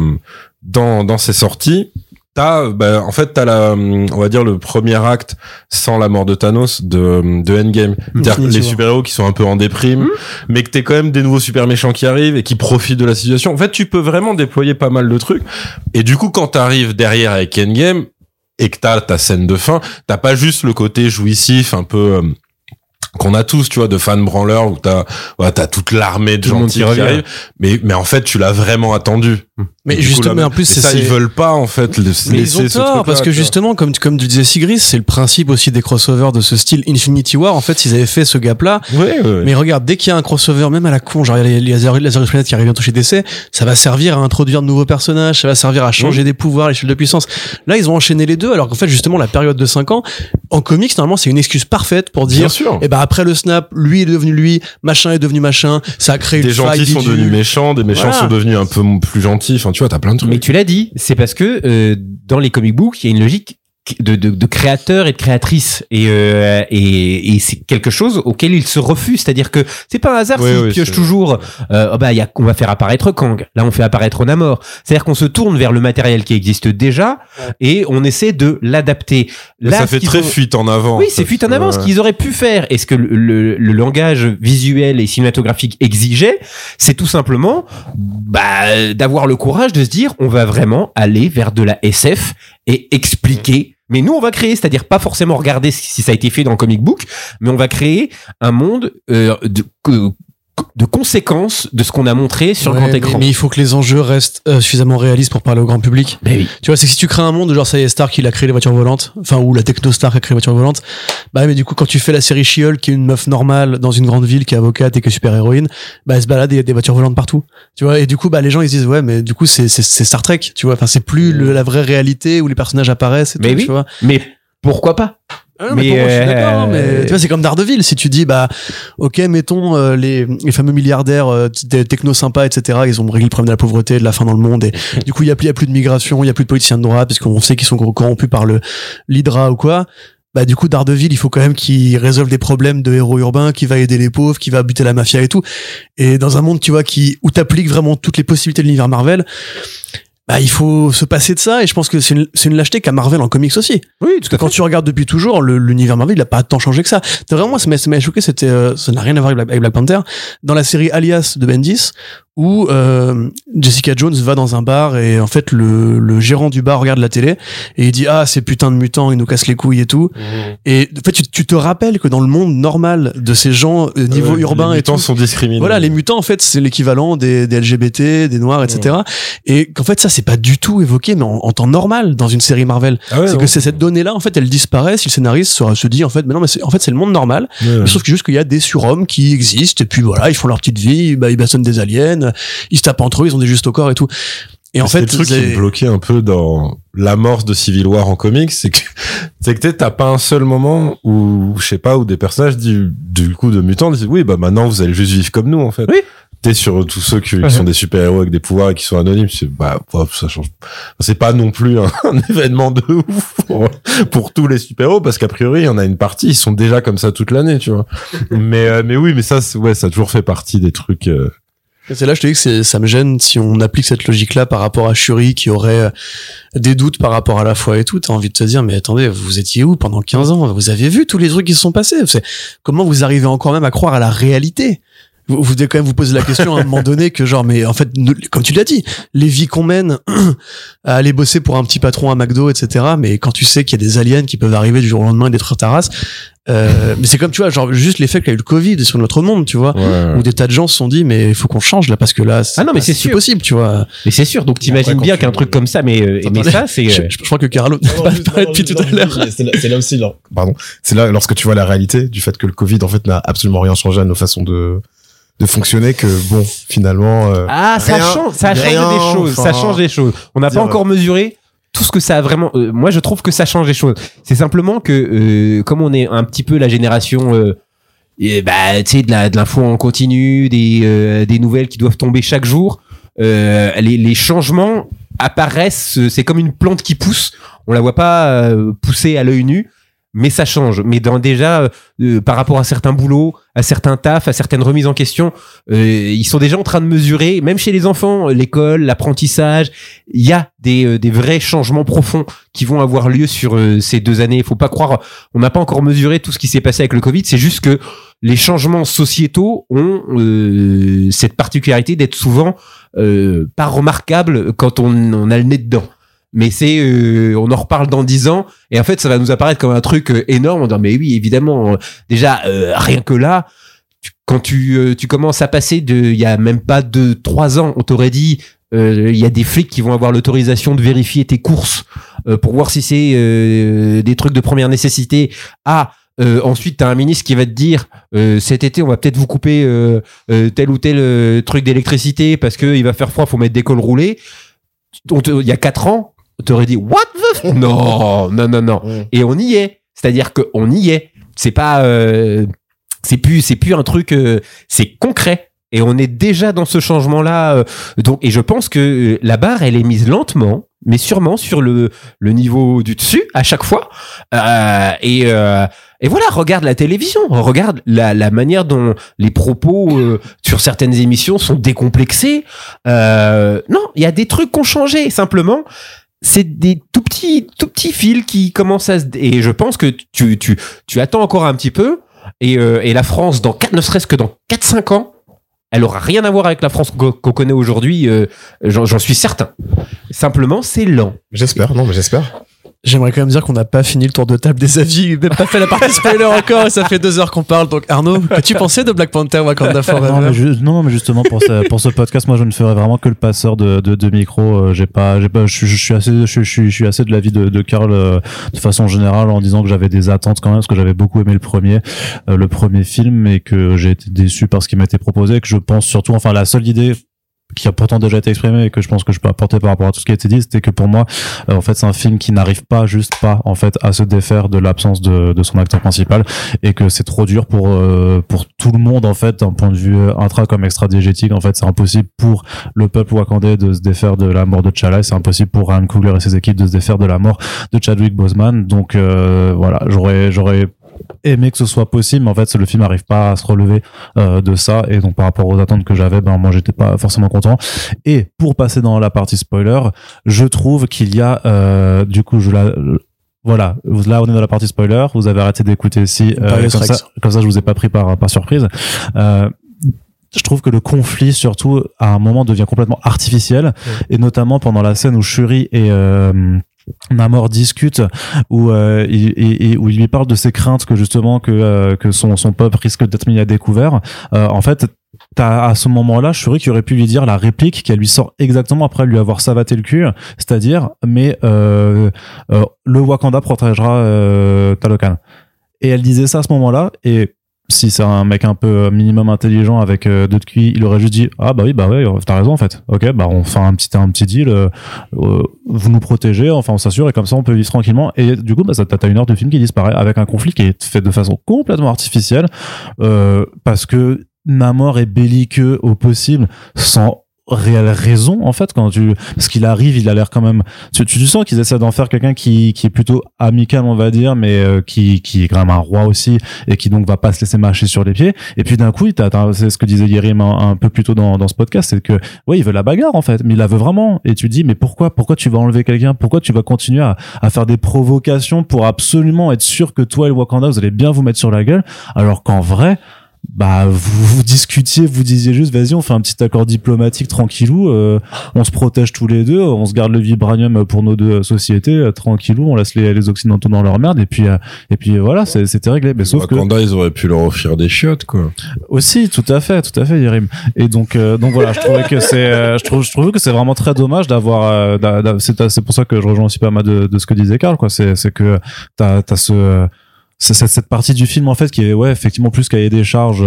dans ces sorties, t'as on va dire le premier acte sans la mort de Thanos de Endgame. C'est-à-dire les super-héros qui sont un peu en déprime, mais que t'es quand même des nouveaux super méchants qui arrivent et qui profitent de la situation. En fait, tu peux vraiment déployer pas mal de trucs. Et du coup, quand t'arrives derrière avec Endgame et que t'as ta scène de fin, t'as pas juste le côté jouissif un peu qu'on a tous, tu vois, de fans branleurs où t'as toute l'armée de gentils qui arrivent, mais en fait tu l'as vraiment attendu. Mais justement, en plus, c'est ça, ils veulent pas en fait laisser mais ils ont tort, parce que justement, comme tu disais Sigris, c'est le principe aussi des crossovers de ce style. Infinity War, en fait, ils avaient fait ce gap-là. Mais regarde, dès qu'il y a un crossover, même à la con, genre il y a Lazarus Planet qui arrive bientôt chez DC, ça va servir à introduire de nouveaux personnages, ça va servir à changer des pouvoirs, l'échelle de puissance. Là, ils ont enchaîné les deux, alors qu'en fait, justement, la période de 5 ans, en comics, normalement, c'est une excuse parfaite pour dire, eh ben, après le snap, lui est devenu lui, machin est devenu machin, ça a créé des gentils sont devenus méchants, des méchants sont devenus un peu plus gentils, enfin, tu vois, t'as plein de trucs. Mais tu l'as dit, c'est parce que dans les comic books, il y a une logique de créateurs et de créatrices et c'est quelque chose auquel ils se refusent, c'est-à-dire que c'est pas un hasard s'ils piochent toujours on va faire apparaître Kang, là on fait apparaître Namor, c'est-à-dire qu'on se tourne vers le matériel qui existe déjà et on essaie de l'adapter. Là, ça fait très fuite en avant. Oui, c'est fuite en avant. Ce qu'ils auraient pu faire et ce que le langage visuel et cinématographique exigeait, c'est tout simplement d'avoir le courage de se dire on va vraiment aller vers de la SF et expliquer. Mais nous, on va créer, c'est-à-dire pas forcément regarder si ça a été fait dans le comic book, mais on va créer un monde de conséquences de ce qu'on a montré sur grand écran. Mais il faut que les enjeux restent suffisamment réalistes pour parler au grand public. Mais oui. Tu vois, c'est que si tu crées un monde, genre ça y est, Stark, il a créé les voitures volantes, enfin, ou la techno Stark a créé les voitures volantes, mais du coup, quand tu fais la série She-Hulk, qui est une meuf normale dans une grande ville, qui est avocate et qui est super-héroïne, elle se balade et il y a des voitures volantes partout. Tu vois, et du coup, les gens, ils se disent, ouais, mais du coup, c'est Star Trek, tu vois, enfin, c'est plus la vraie réalité où les personnages apparaissent et tout, tu vois. Mais pourquoi pas? Mais pour moi, je suis d'accord, mais tu vois, c'est comme Daredevil. Si tu dis, ok, mettons les fameux milliardaires, des techno sympas, etc. Ils ont réglé le problème de la pauvreté, de la faim dans le monde, et du coup, il y a plus de migration, il y a plus de politiciens de droite, parce qu'on sait qu'ils sont corrompus par l'Hydra ou quoi. Du coup, Daredevil, il faut quand même qu'il résolve des problèmes de héros urbains, qui va aider les pauvres, qui va buter la mafia et tout. Et dans un monde, tu vois, où t'appliques vraiment toutes les possibilités de l'univers Marvel, il faut se passer de ça, et je pense que c'est une lâcheté qu'a Marvel en comics aussi. Oui, tout à fait. Quand tu regardes depuis toujours, l'univers Marvel, il a pas tant changé que ça. Vraiment, moi, ça m'a choqué, ça n'a rien à voir avec Black Panther. Dans la série Alias de Bendis, où Jessica Jones va dans un bar et en fait le gérant du bar regarde la télé et il dit ces putains de mutants, ils nous cassent les couilles et tout. Et en fait tu te rappelles que dans le monde normal de ces gens niveau urbain, les mutants et tout, sont discriminés. Voilà, les mutants en fait c'est l'équivalent des LGBT, des noirs, etc. Et qu'en fait ça c'est pas du tout évoqué mais en temps normal dans une série Marvel. C'est que cette donnée là en fait elle disparaît si le scénariste se dit en fait mais non mais c'est le monde normal. Sauf que juste qu'il y a des surhommes qui existent et puis voilà ils font leur petite vie, ils bastonnent des aliens, ils se tapent entre eux, ils ont des justes au corps et tout. Et en fait, le truc qui me bloquait un peu dans l'amorce de Civil War en comics, c'est que t'as pas un seul moment où, je sais pas, où des personnages du coup de mutants disent oui, maintenant vous allez juste vivre comme nous, en fait. Oui. T'es sur tous ceux qui sont des super-héros avec des pouvoirs et qui sont anonymes, ça change. C'est pas non plus un événement de ouf pour tous les super-héros, parce qu'a priori, il y en a une partie, ils sont déjà comme ça toute l'année, tu vois. mais oui, mais ça, ça a toujours fait partie des trucs, C'est là, je te dis que ça me gêne si on applique cette logique-là par rapport à Shuri qui aurait des doutes par rapport à la foi et tout. T'as envie de te dire, mais attendez, vous étiez où pendant 15 ans? Vous avez vu tous les trucs qui se sont passés? Comment vous arrivez encore même à croire à la réalité? Vous devez quand même vous poser la question à un moment donné que genre, mais en fait, comme tu l'as dit, les vies qu'on mène à aller bosser pour un petit patron à McDo, etc. Mais quand tu sais qu'il y a des aliens qui peuvent arriver du jour au lendemain et détruire ta race, mais c'est comme, tu vois, genre juste l'effet qu'il y a eu le Covid sur notre monde, tu vois, où des tas de gens se sont dit, mais il faut qu'on change là parce que là, c'est possible, tu vois. Mais c'est sûr. Donc t'imagines bien qu'un truc comme ça, mais ça, c'est. Je crois que Carlo parle depuis tout à l'heure. C'est là aussi, là. Pardon. C'est là lorsque tu vois la réalité du fait que le Covid en fait n'a absolument rien changé à nos façons de fonctionner, que bon, finalement ça change des choses, ça change des choses. On n'a pas encore mesuré tout ce que ça a vraiment. Moi je trouve que ça change des choses. C'est simplement que comme on est un petit peu la génération tu sais, de l'info en continu, des nouvelles qui doivent tomber chaque jour, les changements apparaissent, c'est comme une plante qui pousse, on la voit pas pousser à l'œil nu, mais ça change. Mais déjà, par rapport à certains boulots, à certains tafs, à certaines remises en question, ils sont déjà en train de mesurer, même chez les enfants, l'école, l'apprentissage, il y a des vrais changements profonds qui vont avoir lieu sur ces 2 années. Il faut pas croire, on n'a pas encore mesuré tout ce qui s'est passé avec le Covid, c'est juste que les changements sociétaux ont cette particularité d'être souvent pas remarquables quand on a le nez dedans. Mais on en reparle dans 10 ans et en fait ça va nous apparaître comme un truc énorme. On dit mais oui évidemment, déjà rien que là, quand tu commences à passer il y a même pas 2-3 ans, on t'aurait dit il y a des flics qui vont avoir l'autorisation de vérifier tes courses pour voir si c'est des trucs de première nécessité. Ensuite, t'as un ministre qui va te dire cet été, on va peut-être vous couper tel ou tel truc d'électricité parce que il va faire froid, faut mettre des cols roulés. Il y a 4 ans, t'aurais dit what the non. Et on y est. C'est-à-dire qu'on y est. C'est pas c'est plus un truc c'est concret. Et on est déjà dans ce changement-là. Donc, et je pense que la barre, elle est mise lentement, mais sûrement sur le niveau du dessus à chaque fois. Et voilà, regarde la télévision, regarde la manière dont les propos sur certaines émissions sont décomplexés. Non, il y a des trucs qui ont changé. Simplement, c'est des tout petits fils qui commencent et je pense que tu attends encore un petit peu. Et la France, ne serait-ce que dans 4-5 ans, elle aura rien à voir avec la France qu'on connaît aujourd'hui, j'en suis certain. Simplement, c'est lent. J'espère. J'aimerais quand même dire qu'on n'a pas fini le tour de table des avis, même pas fait la partie spoiler encore, et ça fait 2 heures qu'on parle. Donc Arnaud, qu'as-tu pensé de Black Panther Wakanda Forever? Non, mais justement pour ce podcast, moi je ne ferai vraiment que le passeur de micro. Je suis assez de l'avis de Karl de façon générale, en disant que j'avais des attentes quand même, parce que j'avais beaucoup aimé le premier film, et que j'ai été déçu par ce qui m'a été proposé, que je pense surtout, enfin la seule idée qui a pourtant déjà été exprimé et que je pense que je peux apporter par rapport à tout ce qui a été dit, c'était que pour moi en fait c'est un film qui n'arrive pas en fait à se défaire de l'absence de son acteur principal, et que c'est trop dur pour tout le monde en fait, d'un point de vue intra comme extra-diégétique. En fait c'est impossible pour le peuple wakandais de se défaire de la mort de T'Challa, et c'est impossible pour Ryan Coogler et ses équipes de se défaire de la mort de Chadwick Boseman. Donc voilà, j'aurais aimé que ce soit possible, mais en fait le film n'arrive pas à se relever de ça, et donc par rapport aux attentes que j'avais, moi j'étais pas forcément content. Et pour passer dans la partie spoiler, je trouve qu'il y a du coup voilà, là on est dans la partie spoiler, vous avez arrêté d'écouter ici, comme ça je vous ai pas pris par surprise. Je trouve que le conflit surtout à un moment devient complètement artificiel, et notamment pendant la scène où Shuri et Namor discute, où il lui parle de ses craintes que justement que son peuple risque d'être mis à découvert. En fait, t'as à ce moment-là Shuri qui aurait pu lui dire la réplique qu'elle lui sort exactement après lui avoir savaté le cul, c'est-à-dire le Wakanda protégera Talokan. Et elle disait ça à ce moment-là, et si c'est un mec un peu minimum intelligent avec deux de QI, il aurait juste dit oui t'as raison en fait, ok, on fait un petit deal, vous nous protégez, enfin on s'assure, et comme ça on peut vivre tranquillement. Et du coup t'as 1 heure de film qui disparaît avec un conflit qui est fait de façon complètement artificielle, parce que Namor est belliqueux au possible sans réelle raison en fait parce qu'il arrive, il a l'air quand même, tu sens qu'ils essaient d'en faire quelqu'un qui est plutôt amical on va dire, mais qui est quand même un roi aussi et qui donc va pas se laisser marcher sur les pieds. Et puis d'un coup c'est ce que disait Yerim un peu plus tôt dans ce podcast, c'est que ouais, il veut la bagarre en fait, mais il la veut vraiment. Et tu dis mais pourquoi tu vas enlever quelqu'un, pourquoi tu vas continuer à faire des provocations pour absolument être sûr que toi et le Wakanda vous allez bien vous mettre sur la gueule, alors qu'en vrai vous discutiez, vous disiez juste vas-y on fait un petit accord diplomatique tranquillou, on se protège tous les deux, on se garde le vibranium pour nos deux sociétés, tranquillou, on laisse les occidentaux dans leur merde et puis voilà, c'était réglé. Mais sauf Wakanda, ils auraient pu leur offrir des chiottes quoi. Aussi, tout à fait Yerim. Et donc voilà, je trouvais que je trouve que c'est vraiment très dommage d'avoir c'est pour ça que je rejoins aussi pas mal de ce que disait Karl quoi, c'est que t'as c'est cette partie du film en fait qui est effectivement plus cahier des charges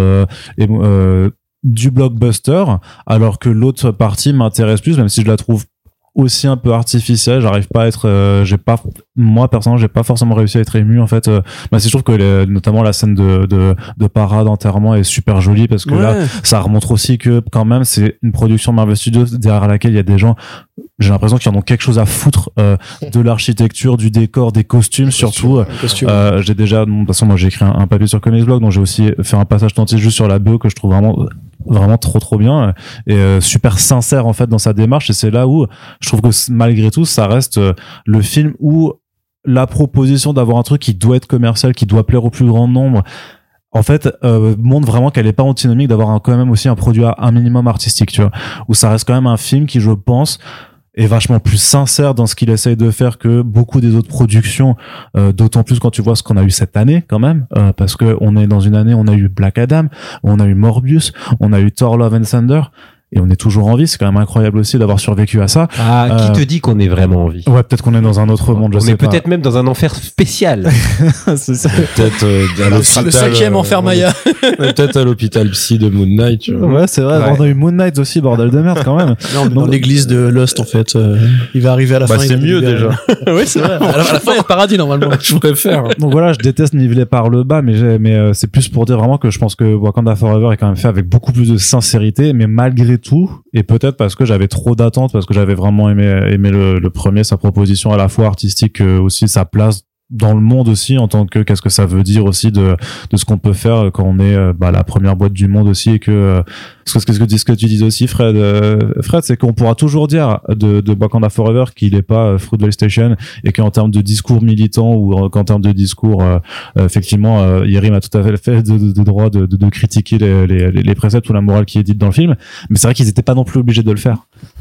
du blockbuster, alors que l'autre partie m'intéresse plus, même si je la trouve aussi un peu artificielle. J'arrive pas à être moi personnellement j'ai pas forcément réussi à être ému en fait. Je trouve que notamment la scène de parade d'enterrement est super jolie parce que là ça remontre aussi que quand même c'est une production Marvel Studios derrière laquelle il y a des gens, j'ai l'impression qu'ils en ont quelque chose à foutre de l'architecture, du décor, des costumes surtout. J'ai déjà, de toute façon moi j'ai écrit un papier sur Comics Blog, donc j'ai aussi fait un passage entier juste sur la BO que je trouve vraiment trop bien et super sincère en fait dans sa démarche. Et c'est là où je trouve que malgré tout ça reste le film où la proposition d'avoir un truc qui doit être commercial, qui doit plaire au plus grand nombre, en fait montre vraiment qu'elle est pas antinomique d'avoir quand même aussi un produit à un minimum artistique, tu vois, où ça reste quand même un film qui, je pense, est vachement plus sincère dans ce qu'il essaye de faire que beaucoup des autres productions, d'autant plus quand tu vois ce qu'on a eu cette année quand même, parce que on est dans une année, on a eu Black Adam, on a eu Morbius, on a eu Thor Love and Thunder, et on est toujours en vie. C'est quand même incroyable aussi d'avoir survécu à ça. Qui te dit qu'on est vraiment en vie? Ouais, peut-être qu'on est dans un autre monde, je sais pas. On est peut-être même dans un enfer spécial. C'est ça. Peut-être à l'hôpital, le 5e enfer Maya. Peut-être à l'hôpital psy de Moon Knight, tu vois. Ouais, c'est vrai. Ouais. On a eu Moon Knight aussi, bordel de merde quand même. Non, dans l'église de Lost en fait. Il va arriver à la fin. C'est mieux déjà. Oui, c'est vrai. À la fin, il y a le paradis normalement. Je préfère. Donc voilà, je déteste niveler par le bas, mais c'est plus pour dire vraiment que je pense que Wakanda Forever est quand même fait avec beaucoup plus de sincérité, mais malgré tout, et peut-être parce que j'avais trop d'attentes, parce que j'avais vraiment aimé le premier, sa proposition à la fois artistique, aussi sa place dans le monde aussi en tant que qu'est-ce que ça veut dire aussi de ce qu'on peut faire quand on est la première boîte du monde aussi, et que ce que tu dis aussi Fred, c'est qu'on pourra toujours dire de Wakanda Forever qu'il est pas Fruitvale Station, et qu'en termes de discours militant ou qu'en termes de discours effectivement Yerim a tout à fait de droit de critiquer les préceptes ou la morale qui est dite dans le film, mais c'est vrai qu'ils étaient pas non plus obligés de le faire.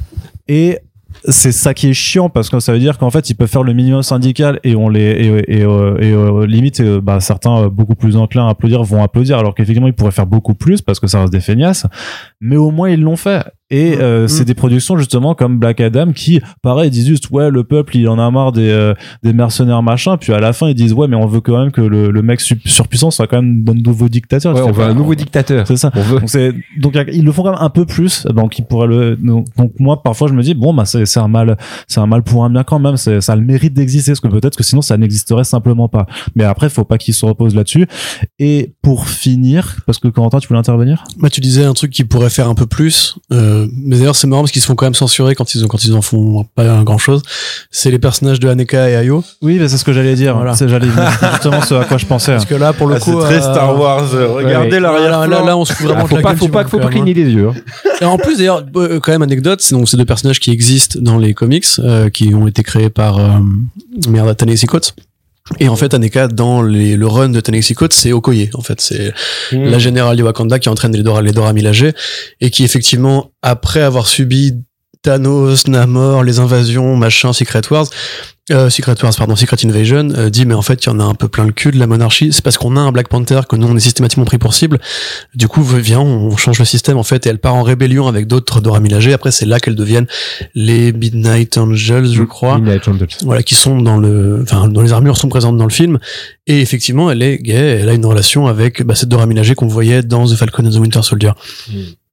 Et c'est ça qui est chiant, parce que ça veut dire qu'en fait ils peuvent faire le minimum syndical et on limite certains beaucoup plus enclins à applaudir vont applaudir, alors qu'effectivement ils pourraient faire beaucoup plus parce que ça reste des feignasses, mais au moins ils l'ont fait. Et c'est des productions justement comme Black Adam qui, pareil, disent juste ouais, le peuple il en a marre des mercenaires machin, puis à la fin ils disent ouais, mais on veut quand même que le mec surpuissant soit quand même un nouveau dictateur. Ouais, on veut un nouveau dictateur. C'est ça. Donc ils le font quand même un peu plus, donc ils pourraient donc moi parfois je me dis bon c'est un mal pour un bien quand même, ça a le mérite d'exister, parce que peut-être que sinon ça n'existerait simplement pas. Mais après faut pas qu'ils se reposent là-dessus. Et pour finir, parce que Corentin tu voulais intervenir? Tu disais un truc qui pourrait faire un peu plus, mais d'ailleurs c'est marrant parce qu'ils se font quand même censurer quand ils en font pas grand chose. C'est les personnages de Aneka et Ayo. Oui, c'est ce que j'allais dire. Voilà. J'allais justement ce à quoi je pensais. Parce que là pour le coup c'est très Star Wars. Regardez l'arrière-plan. Là on se fout vraiment de la gueule. Faut pas cligner les yeux. Et en plus d'ailleurs quand même anecdote, c'est donc ces deux personnages qui existent dans les comics, qui ont été créés par Ta-Nehisi Coates. Et en fait, Aneka, dans le run de Ta-Nehisi Coates, c'est Okoye. En fait, c'est la générale du Wakanda qui entraîne les Dora Milaje, et qui effectivement, après avoir subi Thanos, Namor, les invasions, machin, Secret Invasion, dit mais en fait il y en a un peu plein le cul de la monarchie, c'est parce qu'on a un Black Panther que nous on est systématiquement pris pour cible, du coup viens on change le système en fait, et elle part en rébellion avec d'autres Dora Milaje. Après c'est là qu'elles deviennent les Midnight Angels, je crois. Midnight Angels. Voilà, qui sont dont les armures sont présentes dans le film, et effectivement elle est gay, elle a une relation avec cette Dora Milaje qu'on voyait dans The Falcon and the Winter Soldier.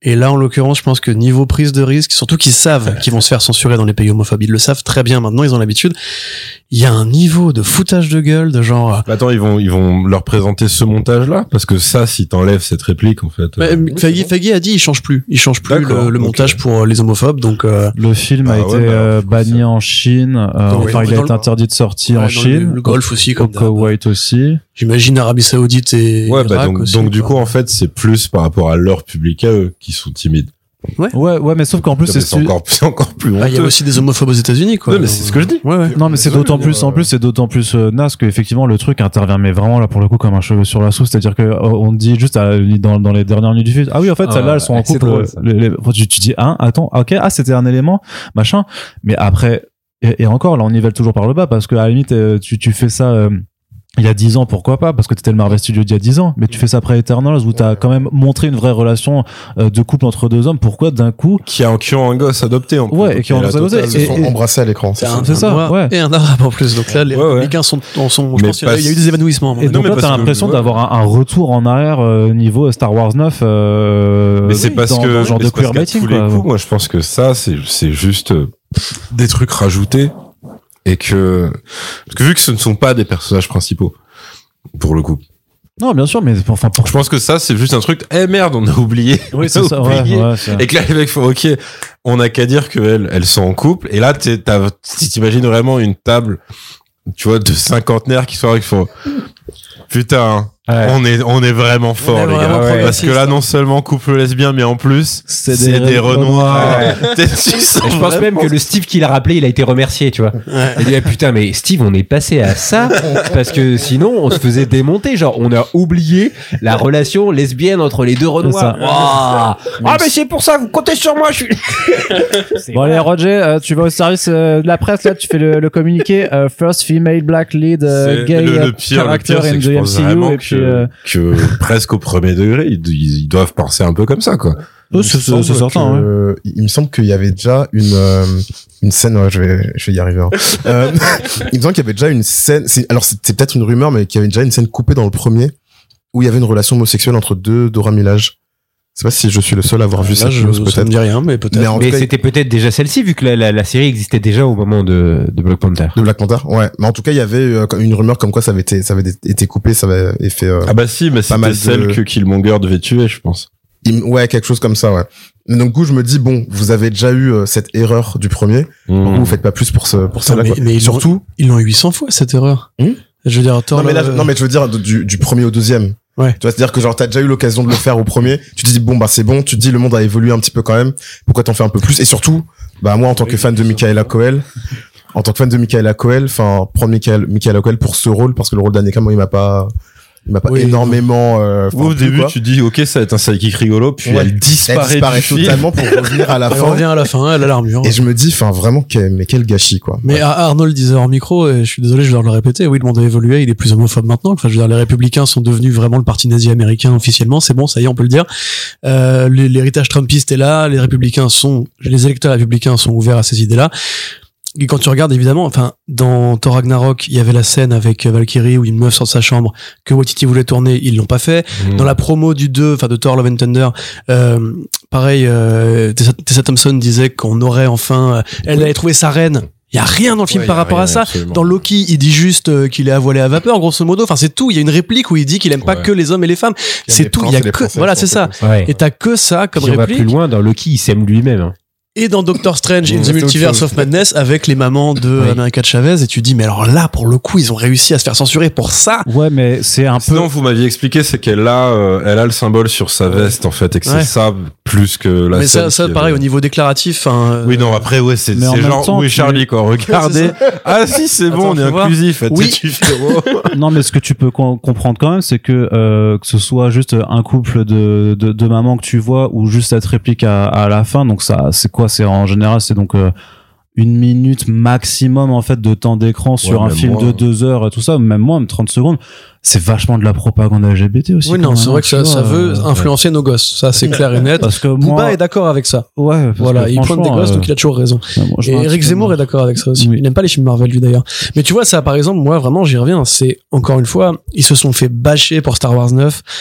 Et là, en l'occurrence, je pense que niveau prise de risque, surtout qu'ils savent qu'ils vont se faire censurer dans les pays homophobes, ils le savent très bien maintenant, ils ont l'habitude. Il y a un niveau de foutage de gueule, de genre. Attends, ils vont leur présenter ce montage-là, parce que ça, si t'enlèves cette réplique, en fait. Faggy a dit, il change plus le montage pour les homophobes, donc. Le film a été banni en Chine. Enfin, il a été interdit de sortir en Chine. Le Golfe aussi, comme au Koweït aussi. J'imagine Arabie Saoudite et ouais, Irak aussi, donc du coup, en fait, c'est plus par rapport à leur public à eux qui sont timides. Ouais, mais sauf qu'en plus c'est encore plus honteux. Il y a aussi des homophobes aux États-unis, quoi. Ouais, mais c'est ce que je dis. Ouais. Non, mais c'est d'autant plus, en plus, c'est d'autant plus naze que effectivement le truc intervient, mais vraiment là pour le coup comme un cheveu sur la soupe, c'est-à-dire que on dit juste dans les dernières minutes du film, ah oui, en fait, celles-là elles sont en couple. Drôle, tu dis, attends, ok, c'était un élément, machin, mais après, et encore, là on nivelle toujours par le bas parce que à la limite, tu fais ça. Il y a 10 ans, pourquoi pas, parce que t'étais le Marvel Studios d'il y a 10 ans, mais tu fais ça après Eternals où t'as quand même montré une vraie relation de couple entre deux hommes. Pourquoi d'un coup qui ont un gosse adopté en plus. Ouais, et qui ont un gosse adopté. Ils se sont embrassés à l'écran. C'est ça, ouais. Et un arabe en plus. Donc là, les Républicains sont, je pense qu'il y a eu des évanouissements. Et donc là, t'as l'impression d'avoir un retour en arrière niveau Star Wars 9. Mais c'est parce que dans genre de queerbaiting, quoi. Moi, je pense que ça, c'est juste des trucs rajoutés. Et parce que vu que ce ne sont pas des personnages principaux, pour le coup. Non, bien sûr, mais enfin, je pense que ça, c'est juste un truc, merde, on a oublié. Oui, c'est ça, ouais, et que là, les mecs font, ok, on a qu'à dire qu'elles sont en couple. Et là, si t'imagines vraiment une table, tu vois, de cinquantenaires qui font, putain, on est vraiment fort, les gars. Parce que là, non seulement couple lesbien, mais en plus, c'est des Renoirs. Je pense même que le Steve qui l'a rappelé, il a été remercié, tu vois. Il dit, putain, mais Steve, on est passé à ça, parce que sinon, on se faisait démonter. Genre, on a oublié la relation lesbienne entre les deux Renoirs. Mais c'est pour ça, vous comptez sur moi, je suis... Bon, allez, Roger, tu vas au service de la presse, là, tu fais le communiqué, first female black lead, gay le pire, in the MCU, et puis, que presque au premier degré, ils doivent penser un peu comme ça, quoi. C'est certain, ouais. Il me semble qu'il y avait déjà une scène, je vais y arriver. Il me semble qu'il y avait déjà une scène, alors c'était peut-être une rumeur, mais qu'il y avait déjà une scène coupée dans le premier, où il y avait une relation homosexuelle entre deux Dora Milaje. Je sais pas si je suis le seul à avoir vu cette chose, peut-être. Ça me dit rien, mais peut-être. Mais c'était peut-être déjà celle-ci, vu que la série existait déjà au moment de Black Panther. De Black Panther, ouais. Mais en tout cas, il y avait une rumeur comme quoi ça avait été coupé, ça avait fait. Ah bah si, mais c'était celle que Killmonger devait tuer, je pense. Ouais, quelque chose comme ça, ouais. Donc, du coup, je me dis, bon, vous avez déjà eu cette erreur du premier. Donc, vous faites pas plus pour ça, là, quoi. Mais surtout, ils l'ont eu 800 fois, cette erreur. Je veux dire, Thor. Non, mais je veux dire, du premier au deuxième. Ouais. Tu vois, c'est-à-dire que genre, t'as déjà eu l'occasion de le faire au premier. Tu te dis, bon, bah, c'est bon. Tu te dis, le monde a évolué un petit peu quand même. Pourquoi t'en fais un peu plus? Et surtout, bah, moi, en tant que fan de Michaela Coel, enfin, prendre Michaela Coel pour ce rôle, parce que le rôle d'Aneka, moi, il m'a pas énormément au début tu dis ok ça va être un sidekick rigolo puis elle disparaît totalement pour revenir à la fin. Elle revient à la fin, elle a l'armure. Et je me dis enfin vraiment mais quel gâchis quoi. Mais Arnold disait hors micro et je suis désolé je vais le répéter, oui le monde a évolué, il est plus homophobe maintenant. Enfin je veux dire les républicains sont devenus vraiment le parti nazi américain officiellement, c'est bon, ça y est on peut le dire. L'héritage trumpiste est là, les électeurs républicains sont ouverts à ces idées-là. Et quand tu regardes, évidemment, enfin, dans Thor Ragnarok, il y avait la scène avec Valkyrie où une meuf sort de sa chambre que Waititi voulait tourner, ils l'ont pas fait. Dans la promo du 2, enfin, de Thor Love and Thunder, pareil, Tessa Thompson disait qu'on aurait enfin, elle avait trouvé sa reine. Il y a rien dans le film par rapport à ça. Absolument. Dans Loki, il dit juste qu'il est à voiler à vapeur, grosso modo. Enfin, c'est tout. Il y a une réplique où il dit qu'il aime pas que les hommes et les femmes. C'est tout. Il y a que, voilà, c'est ça. Et t'as que ça comme réplique. On va plus loin, dans Loki, il s'aime lui-même, hein. Et dans Doctor Strange in the Multiverse of Madness avec les mamans de America Chavez, et tu dis mais alors là pour le coup ils ont réussi à se faire censurer pour ça. Ouais mais c'est un Sinon, vous m'aviez expliqué c'est qu'elle a le symbole sur sa veste en fait et que c'est ça plus que la mais scène ça pareil au niveau déclaratif oui non après c'est genre temps, où est Charlie quoi, regardez. Ah si c'est bon, on est inclusif. Oui. Non mais ce que tu peux comprendre quand même c'est que ce soit juste un couple de mamans que tu vois ou juste cette réplique à la fin, donc ça c'est quoi, c'est en général c'est donc 1 minute maximum en fait de temps d'écran sur un film de 2 heures et tout ça, même moins, 30 secondes, c'est vachement de la propagande LGBT aussi. Oui non, c'est vrai que ça veut influencer nos gosses, ça c'est clair et net. Parce que Booba est d'accord avec ça. Ouais. Voilà, il pointe des gosses donc il a toujours raison. Et Eric Zemmour est d'accord avec ça aussi. Il n'aime pas les films Marvel lui d'ailleurs. Mais tu vois ça par exemple, moi vraiment j'y reviens, c'est encore une fois, ils se sont fait bâcher pour Star Wars 9.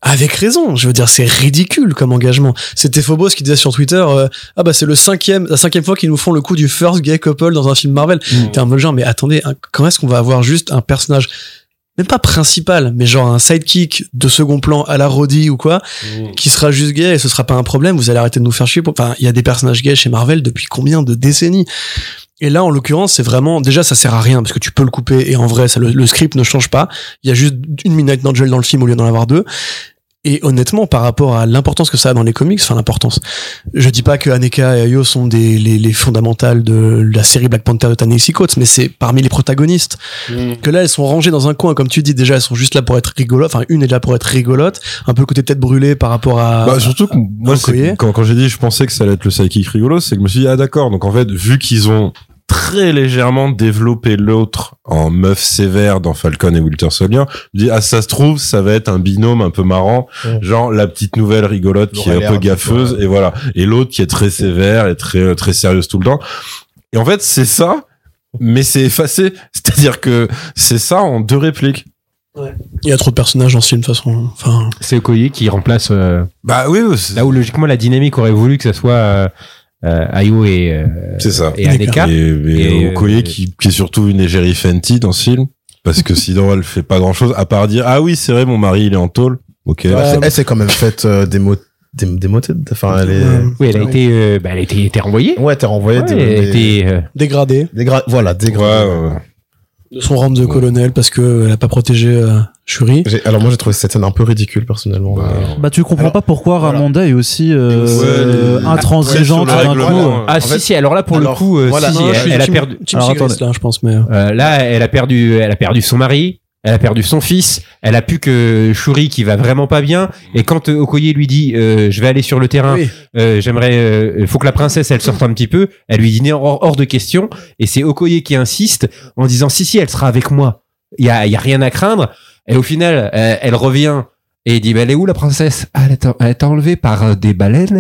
Avec raison, je veux dire, c'est ridicule comme engagement. C'était Phobos qui disait sur Twitter, c'est la cinquième fois qu'ils nous font le coup du first gay couple dans un film Marvel. T'es un peu genre, mais attendez, comment est-ce qu'on va avoir juste un personnage, même pas principal, mais genre un sidekick de second plan à la Rhodey ou quoi, qui sera juste gay et ce sera pas un problème, vous allez arrêter de nous faire chier. Enfin, il y a des personnages gays chez Marvel depuis combien de décennies? Et là, en l'occurrence, c'est vraiment, déjà, ça sert à rien parce que tu peux le couper et en vrai, le script ne change pas. Il y a juste une Midnight Angel dans le film au lieu d'en avoir deux. Et honnêtement, par rapport à l'importance que ça a dans les comics, enfin l'importance, je dis pas que Aneka et Ayo sont les fondamentales de la série Black Panther de Ta-Nehisi Coates, mais c'est parmi les protagonistes. Que là, elles sont rangées dans un coin, comme tu dis, déjà, elles sont juste là pour être rigolotes, enfin une est là pour être rigolote, un peu le côté tête brûlée par rapport à... surtout que moi, quand j'ai dit je pensais que ça allait être le sidekick rigolo, c'est que je me suis dit, ah d'accord, donc en fait, vu qu'ils ont très légèrement développé l'autre en meuf sévère dans Falcon et Winter Soldier, je dis, ça se trouve, ça va être un binôme un peu marrant, genre la petite nouvelle rigolote qui est un peu gaffeuse, et voilà. Et l'autre qui est très sévère et très, très sérieuse tout le temps. Et en fait, c'est ça, mais c'est effacé. C'est-à-dire que c'est ça en 2 répliques. Ouais. Il y a trop de personnages dans ce film, de toute façon. Enfin... C'est Okoye qui remplace, Bah oui, là où logiquement la dynamique aurait voulu que ça soit, Ayo c'est ça. Et Aneka. Et Okoye qui est surtout une égérie Fenty dans ce film. Parce que sinon, elle fait pas grand chose à part dire, ah oui, c'est vrai, mon mari, il est en tôle. Ok. Elle s'est quand même faite démotée. Enfin, elle est... Oui, elle a été renvoyée. Ouais, t'es renvoyée. Elle a été, dégradée. Voilà, dégradée. Ouais. De son rang de colonel parce que elle a pas protégé Shuri. Alors moi j'ai trouvé cette scène un peu ridicule personnellement. Tu comprends pas pourquoi Ramonda est aussi intransigeante d'un coup. Ah si, alors là pour le coup, elle a perdu. Là, je pense, mais là elle a perdu son mari. Elle a perdu son fils, elle a plus que Shuri qui va vraiment pas bien, et quand Okoye lui dit je vais aller sur le terrain, j'aimerais faut que la princesse elle sorte un petit peu, elle lui dit hors de question, et c'est Okoye qui insiste en disant si elle sera avec moi, il y a rien à craindre, et au final elle revient et il dit elle est où la princesse? Elle est enlevée par des baleines,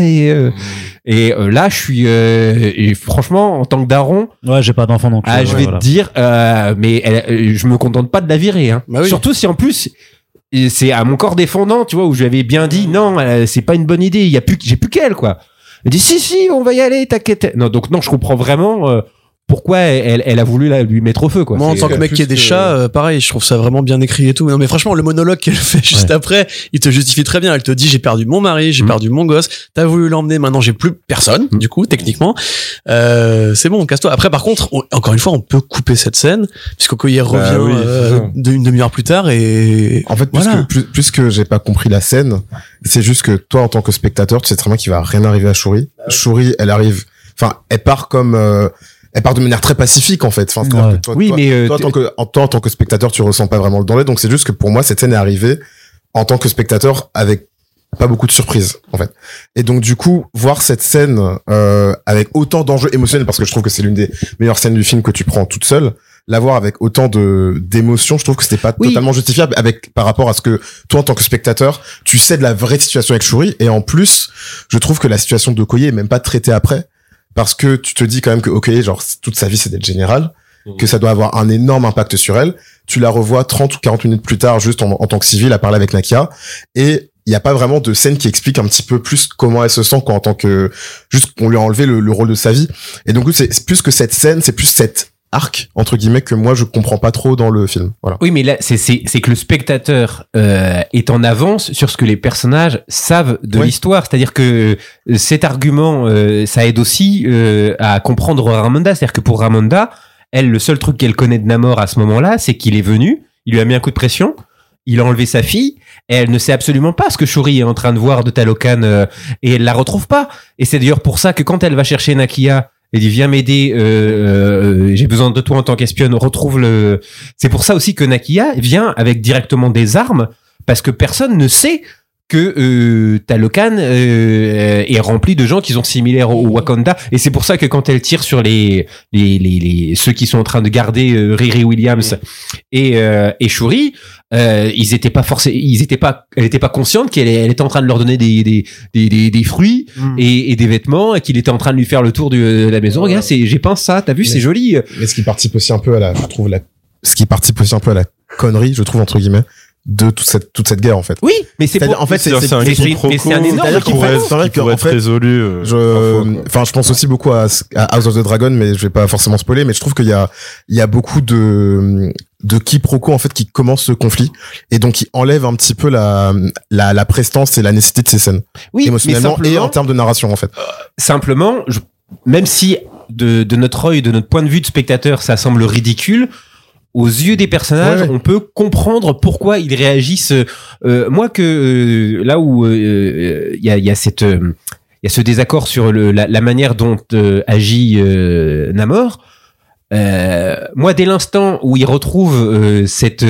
et là je suis et franchement en tant que daron, j'ai pas d'enfant donc je vais te dire mais je me contente pas de la virer, hein. Bah oui. Surtout si en plus c'est à mon corps défendant, tu vois, où je lui avais bien dit non, c'est pas une bonne idée, j'ai plus qu'elle, quoi. Elle dit si on va y aller, t'inquiète. Non, donc non, je comprends vraiment pourquoi elle a voulu lui mettre au feu, quoi. Moi, en tant que mec qui a des chats, pareil, je trouve ça vraiment bien écrit et tout. Non, mais franchement, le monologue qu'elle fait juste après, il te justifie très bien. Elle te dit, j'ai perdu mon mari, j'ai perdu mon gosse, t'as voulu l'emmener, maintenant j'ai plus personne, du coup, techniquement. C'est bon, casse-toi. Après, par contre, encore une fois, on peut couper cette scène, puisqu'Okoye revient une demi-heure plus tard, et... En fait, puisque j'ai pas compris la scène, c'est juste que toi, en tant que spectateur, tu sais très bien qu'il va rien arriver à Shuri. Shuri, elle arrive, enfin, elle part de manière très pacifique, en fait. Enfin, toi, en tant que spectateur, tu ressens pas vraiment le danger. Donc, c'est juste que pour moi, cette scène est arrivée en tant que spectateur avec pas beaucoup de surprises, en fait. Et donc, du coup, voir cette scène, avec autant d'enjeux émotionnels, parce que je trouve que c'est l'une des meilleures scènes du film que tu prends toute seule, la voir avec autant d'émotions, je trouve que c'était pas totalement justifiable par rapport à ce que toi, en tant que spectateur, tu sais de la vraie situation avec Shuri. Et en plus, je trouve que la situation d'Okoye est même pas traitée après. Parce que tu te dis quand même que Okoye, genre, toute sa vie, c'est d'être général, que ça doit avoir un énorme impact sur elle. Tu la revois 30 ou 40 minutes plus tard, juste en tant que civile, à parler avec Nakia. Et il n'y a pas vraiment de scène qui explique un petit peu plus comment elle se sent, quoi, en tant que, juste qu'on lui a enlevé le rôle de sa vie. Et donc, c'est plus que cette scène, c'est plus cette arc, entre guillemets, que moi je comprends pas trop dans le film. Voilà. Oui, mais là c'est que le spectateur est en avance sur ce que les personnages savent de l'histoire, c'est-à-dire que cet argument ça aide aussi à comprendre Ramonda, c'est-à-dire que pour Ramonda, elle, le seul truc qu'elle connaît de Namor à ce moment-là, c'est qu'il est venu, il lui a mis un coup de pression, il a enlevé sa fille, et elle ne sait absolument pas ce que Shuri est en train de voir de Talokan, et elle la retrouve pas. Et c'est d'ailleurs pour ça que quand elle va chercher Nakia, elle dit viens m'aider, j'ai besoin de toi en tant qu'espionne, retrouve le... C'est pour ça aussi que Nakia vient avec directement des armes, parce que personne ne sait que Talokan est rempli de gens qui sont similaires au Wakanda, et c'est pour ça que quand elle tire sur les ceux qui sont en train de garder Riri Williams et Shuri, elle était pas consciente qu'elle était en train de leur donner des fruits et des vêtements, et qu'il était en train de lui faire le tour de la maison. Regarde, j'ai peint ça, t'as vu, c'est joli. Mais ce qui participe aussi un peu à la connerie, je trouve, entre guillemets, toute cette guerre en fait. Oui, mais c'est en fait c'est un énorme qui pourrait être résolu. Je pense aussi beaucoup à House of the Dragon, mais je vais pas forcément spoiler, mais je trouve qu'il y a beaucoup de quiproquos en fait qui commencent ce conflit et donc qui enlève un petit peu la prestance et la nécessité de ces scènes. Oui, émotionnellement et en termes de narration en fait. Simplement, même si de notre œil, de notre point de vue de spectateur, ça semble ridicule, aux yeux des personnages, on peut comprendre pourquoi ils réagissent. Moi, là où il y a ce désaccord sur la manière dont agit Namor. Moi, dès l'instant où il retrouve cette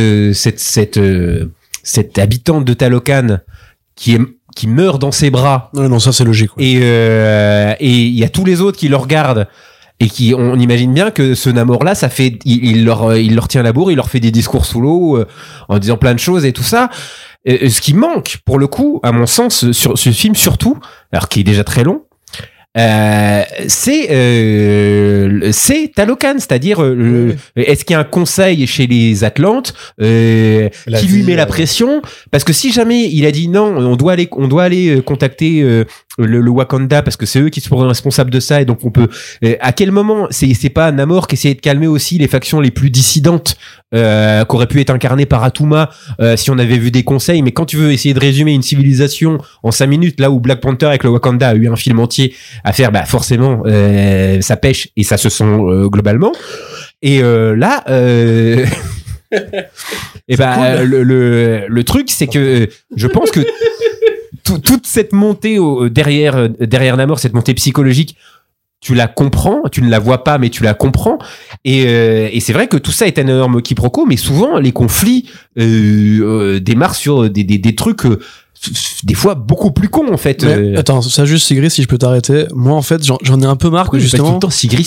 habitante de Talokan qui meurt dans ses bras. Non, ça c'est logique. Ouais. Et il y a tous les autres qui le regardent. Et on imagine bien que ce Namor-là, ça fait, il leur tient la bourre, il leur fait des discours sous l'eau, en disant plein de choses et tout ça. Ce qui manque, pour le coup, à mon sens, sur ce film surtout, alors qui est déjà très long, c'est Talokan, c'est-à-dire est-ce qu'il y a un conseil chez les Atlantes qui lui met la pression, parce que si jamais il a dit non, on doit aller contacter le Wakanda parce que c'est eux qui sont responsables de ça, et donc on peut à quel moment c'est pas Namor qui essayait de calmer aussi les factions les plus dissidentes qu'aurait pu être incarnées par Atuma si on avait vu des conseils, mais quand tu veux essayer de résumer une civilisation en 5 minutes, là où Black Panther avec le Wakanda a eu un film entier à faire, bah forcément ça pêche et ça se sent globalement, et là et bah le truc c'est que je pense que toute cette montée derrière Namor, cette montée psychologique, tu la comprends, tu ne la vois pas, mais tu la comprends. Et c'est vrai que tout ça est un énorme quiproquo, mais souvent les conflits démarrent sur des trucs des fois beaucoup plus cons en fait. Attends, ça juste Sigrid, si je peux t'arrêter. Moi en fait, j'en ai un peu marre que justement. Tout le temps Sigrid,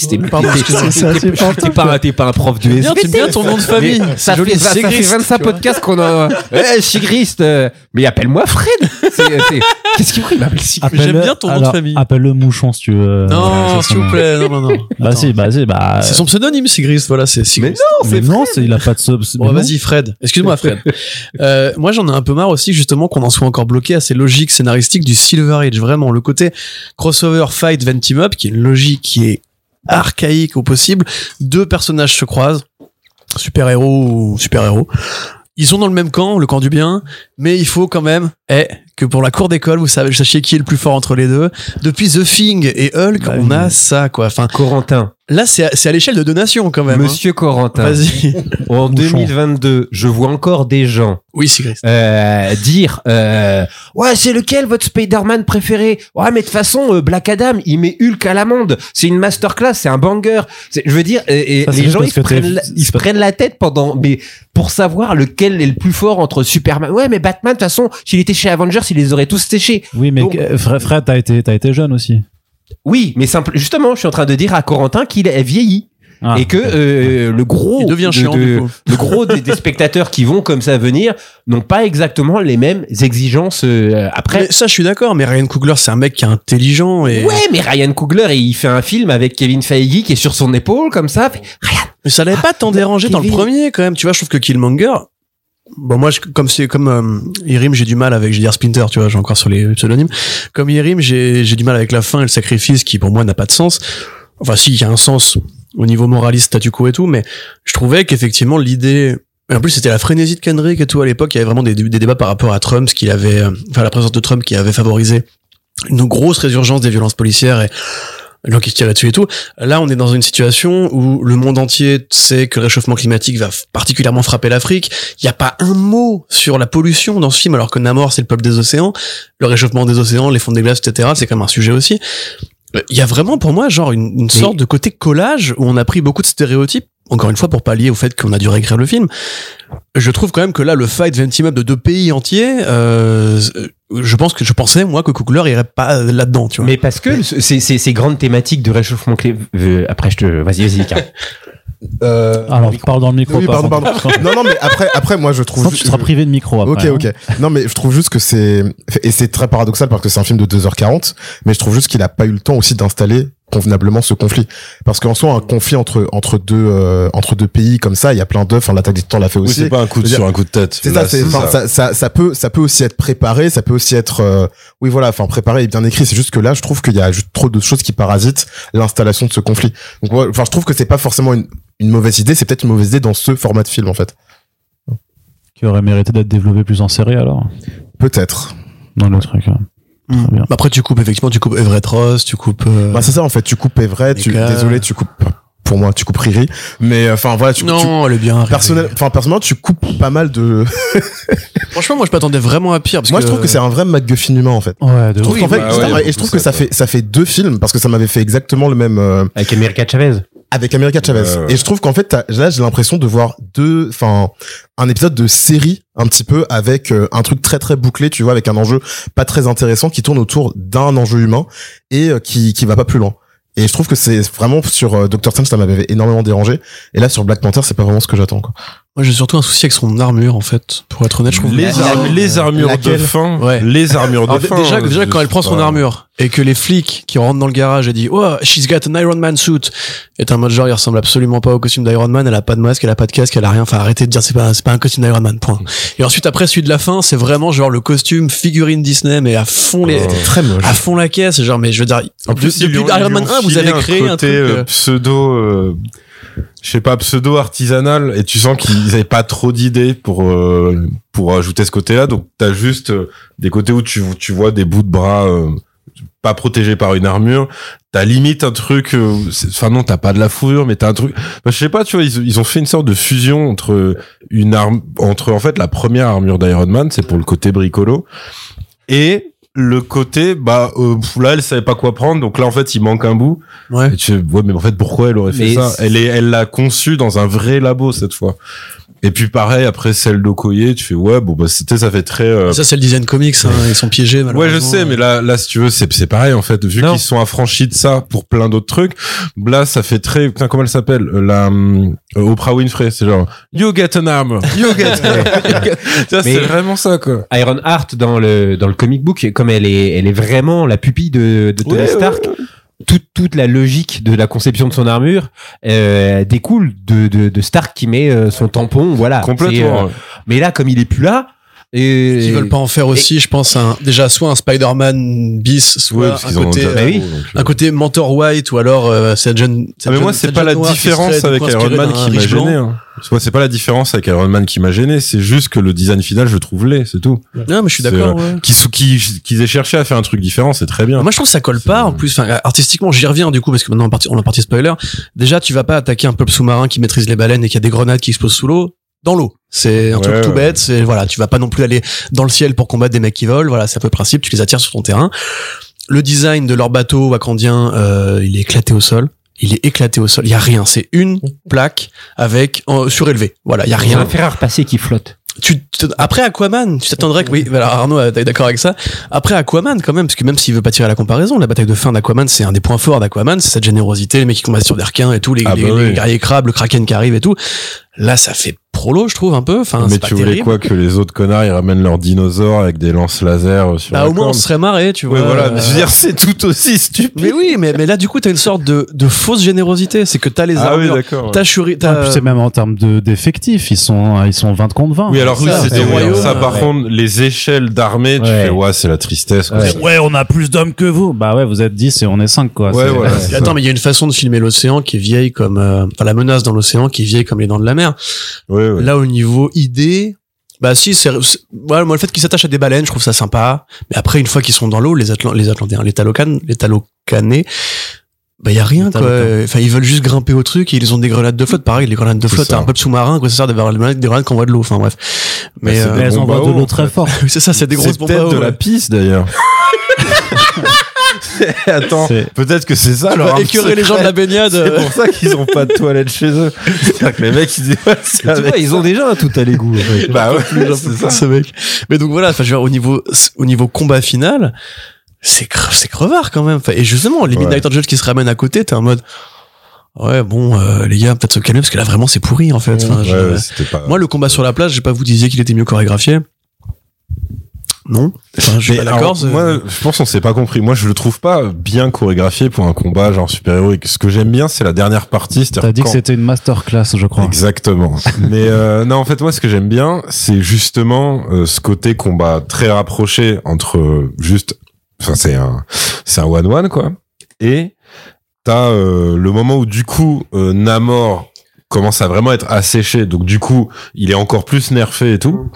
t'es pas un prof de SVT. Tu bien ton nom de famille. Ça fait 25 podcasts qu'on a. Sigrid, mais appelle-moi Fred. Qu'est-ce qu'il m'appelle Sigrid? J'aime bien ton nom de famille. Appelle-le Mouchon si tu veux. Non, s'il vous plaît, non. Bah si. C'est son pseudonyme, Sigrid. Voilà, c'est Sigrid. Mais non, il a pas de pseudonyme. Bon, vas-y, Fred. Excuse-moi, Fred. Moi, j'en ai un peu marre aussi, justement, qu'on en soit encore bloqué à ces logiques scénaristiques du Silver Age. Vraiment, le côté crossover fight then team up, qui est une logique qui est archaïque au possible. 2 personnages se croisent, super-héros ou super-héros. Ils sont dans le même camp, le camp du bien, mais il faut quand même que pour la cour d'école, vous sachiez qui est le plus fort entre les deux. Depuis The Thing et Hulk, on a ça, quoi. Enfin, Corentin. Là, c'est à l'échelle de 2 nations, quand même. Monsieur Corentin. Vas-y. En 2022, je vois encore des gens. Oui, Sigrid. Dire, ouais, c'est lequel votre Spider-Man préféré? Ouais, mais de toute façon, Black Adam, il met Hulk à l'amende. C'est une masterclass, c'est un banger. Je veux dire, et les gens, ils se prennent la tête mais pour savoir lequel est le plus fort entre Superman. Ouais, mais Batman, de toute façon, s'il était chez Avengers, il les aurait tous séchés. Oui, mais donc, Fred, t'as été jeune aussi. Oui, mais justement, je suis en train de dire à Corentin qu'il est vieilli. Et que le gros il devient chiant, le gros des spectateurs qui vont comme ça venir n'ont pas exactement les mêmes exigences après. Mais ça, je suis d'accord, mais Ryan Coogler, c'est un mec qui est intelligent et... Ouais, mais Ryan Coogler, il fait un film avec Kevin Feige qui est sur son épaule comme ça. Ryan. Mais ça l'avait pas tant dérangé dans le premier quand même, tu vois. Je trouve que Killmonger, bon, moi, comme Yerim, j'ai du mal avec, je veux dire Splinter, tu vois, j'ai encore sur les pseudonymes. Comme Yerim, j'ai du mal avec la fin et le sacrifice qui, pour moi, n'a pas de sens. Enfin, si, il y a un sens au niveau moraliste, statu quo et tout, mais je trouvais qu'effectivement, l'idée, et en plus, c'était la frénésie de Kendrick et tout, à l'époque, il y avait vraiment des débats par rapport à Trump, ce qu'il avait, la présence de Trump qui avait favorisé une grosse résurgence des violences policières et les gens qui se tiraient dessus et tout. Là, on est dans une situation où le monde entier sait que le réchauffement climatique va particulièrement frapper l'Afrique. Il n'y a pas un mot sur la pollution dans ce film, alors que Namor, c'est le peuple des océans. Le réchauffement des océans, les fonds des glaces, etc., c'est quand même un sujet aussi. Il y a vraiment, pour moi, genre une sorte de côté collage où on a pris beaucoup de stéréotypes, encore une fois, pour pallier au fait qu'on a dû réécrire le film. Je trouve quand même que là, le fight then team up de 2 pays entiers, je pensais, moi, que Coogler irait pas là-dedans, tu vois. Mais parce que ces grandes thématiques de réchauffement climatique, après, vas-y, Karl. Alors, parle dans le micro. Oui, pardon. Non, mais après, moi, je trouve. Tu seras privé de micro après. Ok. Non, mais je trouve juste que c'est très paradoxal parce que c'est un film de 2h40, mais je trouve juste qu'il a pas eu le temps aussi d'installer convenablement ce conflit. Parce qu'en soi, un conflit entre deux pays comme ça, il y a plein d'œufs. L'attaque des Titans l'a fait aussi. Oui, c'est pas un coup de sur un coup de tête. C'est là, ça peut aussi être préparé, ça peut aussi être, préparé et bien écrit. C'est juste que là, je trouve qu'il y a juste trop de choses qui parasitent l'installation de ce conflit. Donc, je trouve que c'est pas forcément une mauvaise idée, c'est peut-être une mauvaise idée dans ce format de film, en fait. Qui aurait mérité d'être développé plus en série, alors? Peut-être. Dans le truc, hein. Très bien. Après, tu coupes Everett Ross, tu coupes... c'est ça, en fait, tu coupes Everett, désolé, tu coupes... Pour moi, tu coupes Riri, mais elle est bien. Personnellement, tu coupes pas mal de. Franchement, moi, je m'attendais vraiment à pire. Parce je trouve que c'est un vrai MacGuffin humain, en fait. Ouais, je trouve qu'en fait, et je trouve que ça fait 2 films parce que ça m'avait fait exactement le même. Avec America Chavez. Avec America Chavez. Et je trouve qu'en fait, là, j'ai l'impression de voir un épisode de série un petit peu avec un truc très très bouclé, tu vois, avec un enjeu pas très intéressant qui tourne autour d'un enjeu humain et qui va pas plus loin. Et je trouve que c'est vraiment sur Doctor Strange, ça m'avait énormément dérangé. Et là, sur Black Panther, c'est pas vraiment ce que j'attends, quoi. Moi, j'ai surtout un souci avec son armure, en fait. Pour être honnête, je trouve. Les armures de fin. Ouais. Les armures de fin. Déjà, quand elle prend son armure et que les flics qui rentrent dans le garage et disent, oh, she's got an Iron Man suit. Et un mode genre, il ressemble absolument pas au costume d'Iron Man, elle a pas de masque, elle a pas de casque, elle a rien. Enfin, arrêtez de dire, c'est pas un costume d'Iron Man, point. Et ensuite, après, celui de la fin, c'est vraiment genre le costume figurine Disney, mais à fond très moche. À fond la caisse. Genre, mais je veux dire, en plus, depuis Iron Man 1, vous avez créé un truc. Pseudo artisanal, et tu sens qu'ils avaient pas trop d'idées pour ajouter ce côté-là, donc t'as juste des côtés où tu vois des bouts de bras pas protégés par une armure, t'as limite un truc, t'as pas de la fourrure, mais t'as un truc, je sais pas, tu vois, ils ont fait une sorte de fusion entre en fait la première armure d'Iron Man, c'est pour le côté bricolo, et le côté là elle savait pas quoi prendre, donc là en fait il manque un bout. Ouais. Mais en fait pourquoi elle aurait fait ça? Elle l'a conçu dans un vrai labo cette fois. Et puis pareil, après celle d'Okoye, tu fais ça fait très ça c'est le design comics, hein, ils sont piégés malheureusement. Ouais, je sais, mais là si tu veux c'est pareil en fait, vu qu'ils sont affranchis de ça pour plein d'autres trucs. Là ça fait très comment elle s'appelle, la Oprah Winfrey, c'est genre you get an armor. Ça c'est vraiment ça quoi. Iron Heart dans le comic book, comme elle est vraiment la pupille de Tony Stark. Ouais. Toute la logique de la conception de son armure découle de Stark qui met son tampon, voilà. Complètement. Mais là, comme il est plus là, ils veulent pas en faire aussi, je pense, déjà soit un Spider-Man bis, soit un côté Mentor White, ou alors c'est John. Mais moi, c'est pas la différence avec Iron Man qui m'a gêné. C'est pas la différence avec Iron Man qui m'a gêné, c'est juste que le design final, je trouve laid, c'est tout. Non, mais je suis d'accord. Qu'ils aient cherché à faire un truc différent, c'est très bien. Moi, je trouve que ça colle pas. En plus, artistiquement, j'y reviens du coup parce que maintenant on est parti spoiler. Déjà, tu vas pas attaquer un peuple sous-marin qui maîtrise les baleines et qui a des grenades qui explosent sous l'eau. Dans l'eau. C'est un truc tout bête, c'est voilà, tu vas pas non plus aller dans le ciel pour combattre des mecs qui volent, voilà, c'est un peu le principe, tu les attires sur ton terrain. Le design de leur bateau wakandien, il est éclaté au sol. Il y a rien, c'est une plaque avec surélevé. Voilà, il y a rien. Un fer à repasser qui flotte. Après Aquaman, tu t'attendrais que oui, voilà, Arnaud est d'accord avec ça. Après Aquaman quand même, parce que même s'il veut pas tirer la comparaison, la bataille de fin d'Aquaman, c'est un des points forts d'Aquaman, c'est cette générosité, les mecs qui combattent sur des requins et tout, les guerriers crabes, le kraken qui arrive et tout. Là, ça fait prolo, je trouve un peu. Enfin, mais tu voulais quoi, que les autres connards ils ramènent leurs dinosaures avec des lances laser sur la au moins on se serait marré, tu vois. Ouais, voilà, mais je veux dire, c'est tout aussi stupide. Mais oui, mais là du coup t'as une sorte de fausse générosité, c'est que t'as les armures, t'as Shuri, c'est même en termes d'effectifs, ils sont 20 contre 20. Oui, alors c'est des royaumes. Ça par contre, les échelles d'armée, tu fais c'est la tristesse. Ouais, on a plus d'hommes que vous. Bah ouais, vous êtes 10 et on est 5 quoi. Ouais, voilà. Attends, mais il y a une façon de filmer l'océan qui est vieille comme la menace dans l'océan qui est vieille comme les dents de la mer. Ouais. Là, au niveau idée, moi, le fait qu'ils s'attachent à des baleines, je trouve ça sympa. Mais après, une fois qu'ils sont dans l'eau, les Atlantéens, les Talocanés, y a rien, quoi. Enfin, ils veulent juste grimper au truc et ils ont des grenades de flotte. Pareil, les grenades de flotte, t'as un peuple sous-marin, quoi, ça sert d'avoir des grenades qui envoient de l'eau. Enfin, bref. Mais elles envoient de l'eau très fort. C'est ça, c'est des grosses bombes à eau. C'est peut-être de la pisse, d'ailleurs. Attends, peut-être que c'est ça leur écœurer les gens de la baignade. C'est pour ça qu'ils ont pas de toilettes chez eux. C'est-à-dire que les mecs ils disent ils ont déjà un tout à l'égout. Bah ouais, c'est ça. Ce mec. Mais donc voilà, enfin je veux dire, au niveau combat final, c'est crevard quand même. Et justement, les Midnight Angels qui se ramènent à côté, t'es en mode les gars, peut-être se calmer parce que là vraiment c'est pourri en fait. Enfin, moi le combat sur la plage, j'ai pas vous disiez qu'il était mieux chorégraphié. Non. Enfin, je suis pas d'accord. Moi, je pense qu'on s'est pas compris. Moi, je le trouve pas bien chorégraphié pour un combat genre super-héroïque. Ce que j'aime bien, c'est la dernière partie. T'as dit que c'était une masterclass, je crois. Exactement. Mais non, en fait, moi, ce que j'aime bien, c'est justement ce côté combat très rapproché entre enfin, c'est un one-one, quoi. Et t'as le moment où, du coup, Namor commence à vraiment être asséché. Donc, du coup, il est encore plus nerfé et tout.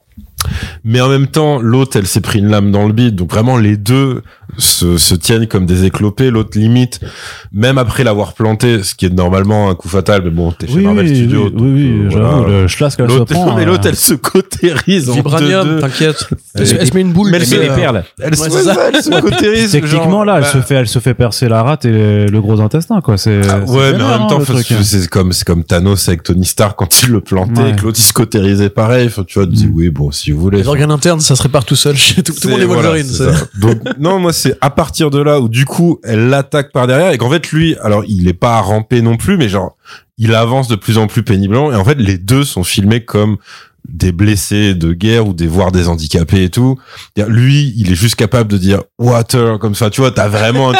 Mais en même temps, l'autre, elle s'est pris une lame dans le bide. Donc vraiment, les deux se tiennent comme des éclopés. L'autre, limite, même après l'avoir planté, ce qui est normalement un coup fatal, mais bon, t'es chez Marvel Studios. Oui, j'avoue, le schlass qu'elle se prend. Mais l'autre, elle se cautérise en Vibranium, t'inquiète. Elle se met une boule. Mais Elle met des perles. Elle se cautérise. Techniquement, là, elle se fait percer la rate et le gros intestin, quoi. Ouais, mais en même temps, c'est comme Thanos avec Tony Stark quand il le plantait, et que l'autre, il se cautérisait pareil. Enfin, tu vois, tu dis, oui, bon, si vous voulez. Les organes internes, ça se répare tout seul chez tout le monde est Wolverine. Donc, non, moi, c'est à partir de là où, du coup, elle l'attaque par derrière et qu'en fait, lui, alors, il est pas à ramper non plus, mais genre, il avance de plus en plus péniblement et en fait, les deux sont filmés comme des blessés de guerre ou voire des handicapés et tout. Lui, il est juste capable de dire water comme ça, tu vois, t'as vraiment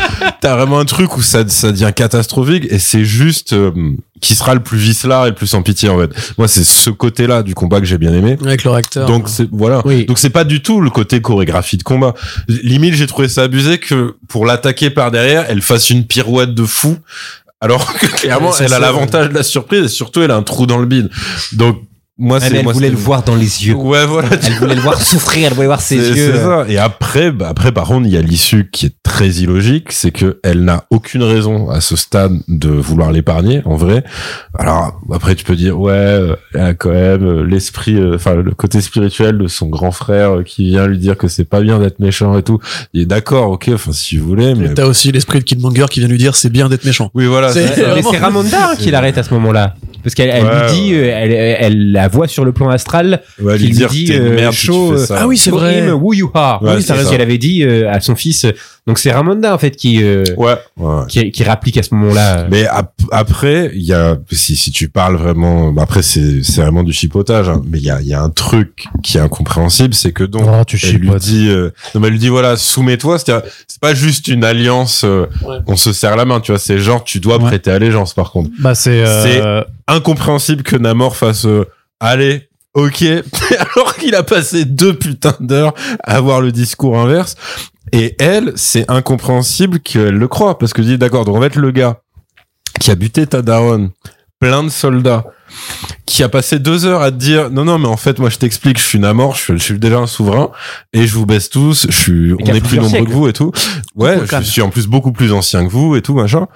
un truc où ça devient catastrophique et c'est juste qui sera le plus vicelard et le plus sans pitié en fait. Moi, c'est ce côté-là du combat que j'ai bien aimé. Avec leur acteur. Donc c'est voilà. Oui. Donc c'est pas du tout le côté chorégraphie de combat. Limite, j'ai trouvé ça abusé que pour l'attaquer par derrière, elle fasse une pirouette de fou alors que clairement elle a l'avantage de la surprise et surtout elle a un trou dans le bide. Donc moi, elle voulait le voir dans les yeux. Ouais, voilà. Elle voulait le voir souffrir, elle voulait voir ses yeux. C'est ça. Et après, par contre, il y a l'issue qui est très illogique, c'est que elle n'a aucune raison à ce stade de vouloir l'épargner, en vrai. Alors, après, tu peux dire, ouais, elle a quand même l'esprit, le côté spirituel de son grand frère qui vient lui dire que c'est pas bien d'être méchant et tout. Il est d'accord, ok, enfin, si vous voulez, mais... Et t'as aussi l'esprit de Killmonger qui vient lui dire c'est bien d'être méchant. Oui, voilà. Mais c'est Ramonda qui l'arrête à ce moment-là. Parce qu'elle lui dit, elle la voit sur le plan astral, ouais, qui lui dit t'es une merde chaud, si tu fais ça. Ah oui, c'est vrai. Him, who you are. Ouais, Oui, c'est ce qu'elle avait dit à son fils. Donc c'est Ramonda en fait qui rapplique à ce moment-là. Mais après, il y a si tu parles vraiment, après c'est vraiment du chipotage, hein, mais il y a un truc qui est incompréhensible, c'est que donc elle lui dit elle lui dit voilà, soumets-toi, c'est pas juste une alliance on se serre la main, tu vois, c'est genre tu dois prêter allégeance par contre. Bah c'est incompréhensible que Namor fasse allez, ok, alors qu'il a passé 2 putains d'heures à avoir le discours inverse. Et elle, c'est incompréhensible qu'elle le croit, parce que je dis d'accord, donc en fait le gars qui a buté ta daronne, plein de soldats, qui a passé 2 heures à te dire non mais en fait moi je t'explique, je suis Namor, je suis déjà un souverain et je vous baisse tous, on est plus nombreux que vous et tout. Ouais, je suis en plus beaucoup plus ancien que vous et tout machin.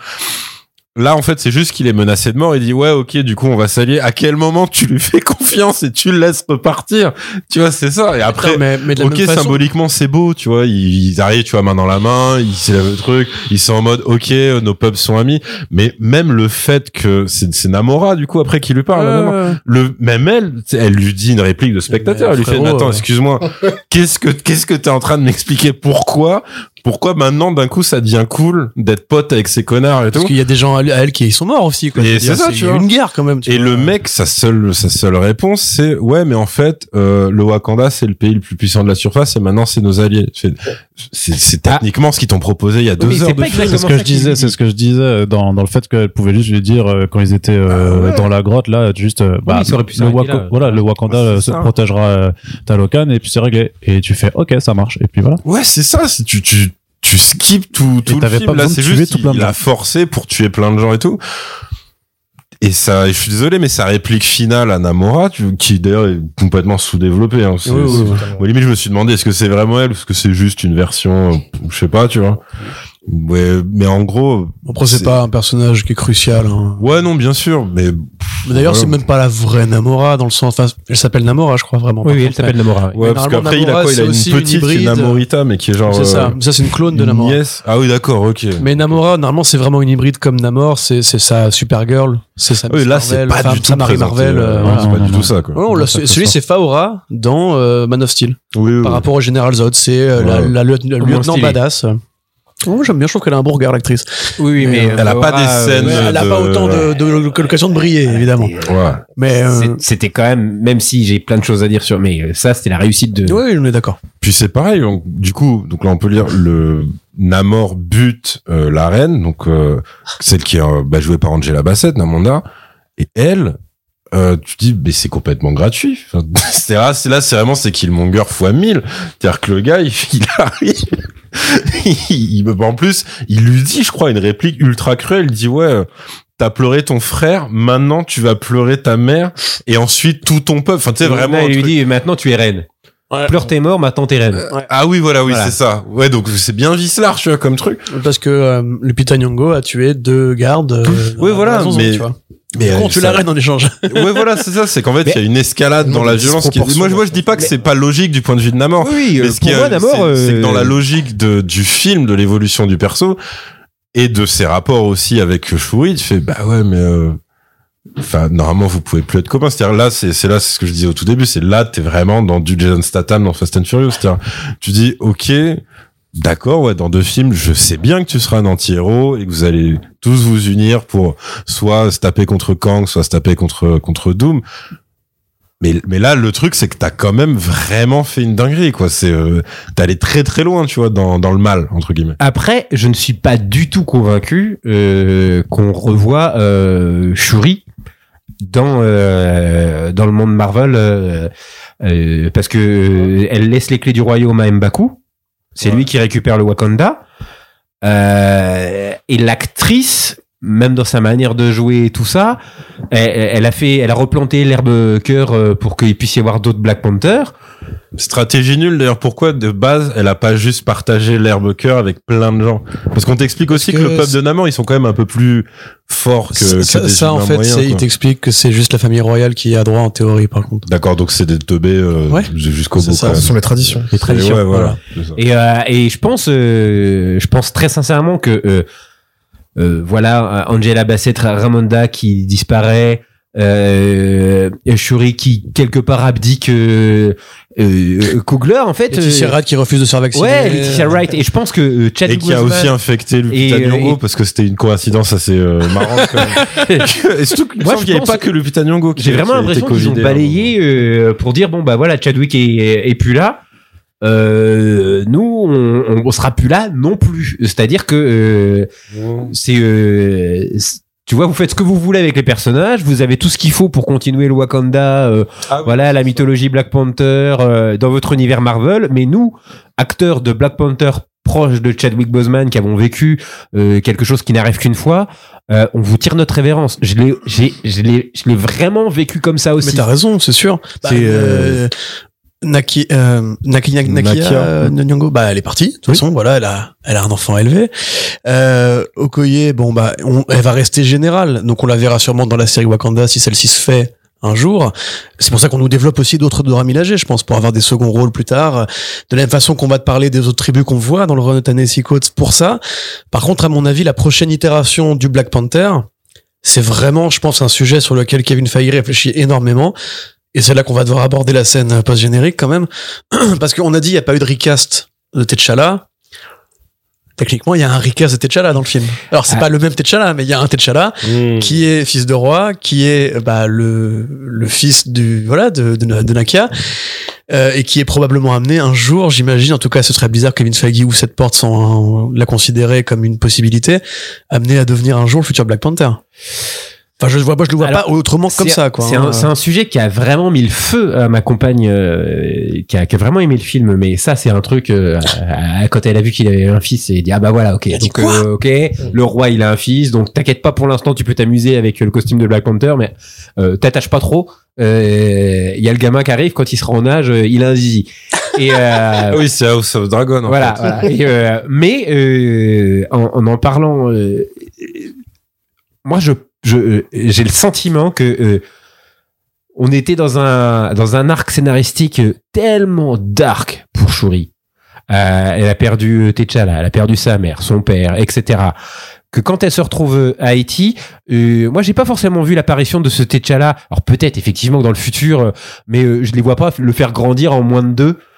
Là, en fait, c'est juste qu'il est menacé de mort. Il dit, ouais, ok, du coup, on va s'allier. À quel moment tu lui fais confiance et tu le laisses repartir? Tu vois, c'est ça. Et après, mais de la ok, même façon... symboliquement, c'est beau, tu vois. Ils arrivent, tu vois, main dans la main, ils s'élèvent le truc, ils sont en mode, ok, nos peuples sont amis. Mais même le fait que c'est Namora, du coup, après, qui lui parle, même elle lui dit une réplique de spectateur. Elle lui fait, attends, excuse-moi. Qu'est-ce que t'es en train de m'expliquer? Pourquoi maintenant d'un coup ça devient cool d'être pote avec ces connards et tout? Parce qu'il y a des gens à elle qui sont morts aussi, quoi. Et c'est ça, tu vois. Une guerre quand même. Et le mec, sa seule réponse, c'est ouais, mais en fait, le Wakanda c'est le pays le plus puissant de la surface et maintenant c'est nos alliés. C'est techniquement ce qu'ils t'ont proposé il y a 2 heures. C'est ce que je disais dans le fait qu'elle pouvait juste lui dire quand ils étaient dans la grotte là, juste le Wakanda se protégera Talocan et puis c'est réglé. Et tu fais ok, ça marche. Et puis voilà. Ouais, c'est ça. Tu skippes tout le film. Là, c'est juste il a forcé pour tuer plein de gens et tout. Et ça, je suis désolé, mais sa réplique finale à Namora, qui d'ailleurs est complètement sous-développée. Hein, moi, limite, je me suis demandé est-ce que c'est vraiment elle ou est-ce que c'est juste une version, je sais pas, tu vois. Ouais, mais en gros. Après, c'est pas un personnage qui est crucial. Hein. Ouais, non, bien sûr, mais d'ailleurs, c'est même pas la vraie Namora dans le sens. Enfin, elle s'appelle Namora, je crois vraiment. Oui, elle s'appelle Namora. Ouais, parce qu'après il a une petite qui est Namorita, mais qui est genre. C'est ça. Ça, c'est une clone de Namora. Yes. Ah oui, d'accord, ok. Mais Namora, normalement, c'est vraiment une hybride comme Namor. C'est sa Supergirl. C'est sa Miss Marvel. Là, c'est pas du tout Marie Marvel. C'est pas du tout ça, quoi. Non, celui, c'est Faora dans Man of Steel. Oui. Par rapport au Général Zod, c'est la lieutenant badass. Oh, j'aime bien, je trouve qu'elle a un bon regard, l'actrice. Oui, mais elle a pas des scènes. Elle a pas autant de l'occasion de briller, évidemment. Ouais. Mais c'était quand même si j'ai plein de choses à dire sur, mais ça, c'était la réussite de. Oui, on est d'accord. Puis c'est pareil, du coup, donc là on peut lire le Namor bute la reine, donc celle qui est jouée par Angela Bassett, Namonda, et elle, tu dis mais c'est complètement gratuit. Enfin, c'est vraiment c'est Killmonger x 1000. C'est-à-dire que le gars il arrive, en plus il lui dit, je crois, une réplique ultra cruelle. Il dit ouais. T'as pleuré ton frère, maintenant tu vas pleurer ta mère, et ensuite tout ton peuple. Enfin, tu sais, vraiment. Il lui dit, maintenant tu es reine. Ouais. Pleure tes morts, maintenant t'es reine. Ah oui, voilà, c'est ça. Ouais, donc c'est bien vicelard, tu vois, comme truc. Parce que Lupita Nyong'o a tué 2 gardes. Oui, voilà, mais tu vois. Mais on tue la reine en échange. Ouais, voilà, c'est ça. C'est qu'en fait, il y a une escalade dans la violence. Moi, je dis pas que c'est pas logique du point de vue de Namor. Oui, mais ce pour moi, Namor, c'est que dans la logique du film, de l'évolution du perso et de ses rapports aussi avec Shuri, tu fais bah ouais, mais enfin, normalement, vous pouvez plus être copains. C'est-à-dire là, c'est ce que je disais au tout début. C'est là, t'es vraiment dans du Jason Statham dans Fast and Furious. C'est-à-dire, tu dis ok. D'accord, ouais, dans 2 films, je sais bien que tu seras un anti-héros et que vous allez tous vous unir pour soit se taper contre Kang, soit se taper contre Doom. Mais là, le truc, c'est que t'as quand même vraiment fait une dinguerie, quoi. T'es allé très très loin, tu vois, dans le mal, entre guillemets. Après, je ne suis pas du tout convaincu qu'on revoit Shuri dans le monde Marvel parce que elle laisse les clés du royaume à M'Baku. C'est lui qui récupère le Wakanda. Et l'actrice, même dans sa manière de jouer et tout ça, elle a replanté l'herbe cœur pour qu'il puisse y avoir d'autres Black Panther. Stratégie nulle d'ailleurs. Pourquoi de base elle a pas juste partagé l'herbe cœur avec plein de gens? Parce qu'on t'explique aussi que le peuple de Namor, ils sont quand même un peu plus forts que ça en fait moyens, il t'explique que c'est juste la famille royale qui a droit en théorie, par contre. D'accord, donc c'est des teubés jusqu'au bout. Ça, ce sont les traditions. Les traditions. Ouais, voilà. Et je pense très sincèrement que voilà, Angela Bassett, Ramonda qui disparaît, Shuri qui quelque part abdique, Coogler en fait, Laetitia Wright qui refuse de se faire vacciner. Ouais, Laetitia Wright, et je pense que et qui a aussi infecté Lupita Nyong'o parce que c'était une coïncidence assez marrante quand même. Et surtout qu'il n'y avait pas que Lupita Nyong'o. J'ai vraiment l'impression qu'ils ont balayé pour dire bon bah voilà, Chadwick est plus là. Nous on sera plus là non plus, c'est-à-dire que tu vois, vous faites ce que vous voulez avec les personnages, vous avez tout ce qu'il faut pour continuer le Wakanda, voilà, la mythologie Black Panther dans votre univers Marvel, mais nous, acteurs de Black Panther proches de Chadwick Boseman qui avons vécu quelque chose qui n'arrive qu'une fois, on vous tire notre révérence. Je l'ai vraiment vécu comme ça aussi. Mais t'as raison, c'est sûr. Nakia Nyong'o, elle est partie. De toute façon, voilà, elle a un enfant élevé. Okoye, elle va rester générale. Donc on la verra sûrement dans la série Wakanda si celle-ci se fait un jour. C'est pour ça qu'on nous développe aussi d'autres Dora Milaje, je pense, pour avoir des seconds rôles plus tard. De la même façon qu'on va te parler des autres tribus qu'on voit dans le run de Ta-Nehisi Coates pour ça. Par contre, à mon avis, la prochaine itération du Black Panther, c'est vraiment, je pense, un sujet sur lequel Kevin Feige réfléchit énormément. Et c'est là qu'on va devoir aborder la scène post-générique quand même. Parce qu'on a dit, il n'y a pas eu de recast de T'Challa. Techniquement, il y a un recast de T'Challa dans le film. Alors, c'est pas le même T'Challa, mais il y a un T'Challa qui est fils de roi, qui est le fils de Nakia, et qui est probablement amené un jour, j'imagine, en tout cas ce serait bizarre que Kevin Feige ouvre cette porte sans la considérer comme une possibilité, amené à devenir un jour le futur Black Panther. Enfin, je le vois pas autrement comme ça, quoi. C'est un sujet qui a vraiment mis le feu à ma compagne, qui a vraiment aimé le film, mais ça, c'est un truc, quand elle a vu qu'il avait un fils, elle a dit, ah bah voilà, ok. Donc, ok, le roi, il a un fils, donc t'inquiète pas, pour l'instant, tu peux t'amuser avec le costume de Black Panther, mais, t'attaches pas trop. Il y a le gamin qui arrive, quand il sera en âge, il a un zizi. Et oui, c'est House of Dragon, en fait. Voilà. Et, mais, en parlant, moi, j'ai le sentiment que on était dans un arc scénaristique tellement dark pour Shuri. Elle a perdu T'Challa, elle a perdu sa mère, son père, etc. Que quand elle se retrouve à Haïti, moi j'ai pas forcément vu l'apparition de ce T'Challa. Alors peut-être effectivement dans le futur, mais je les vois pas le faire grandir en moins de 2.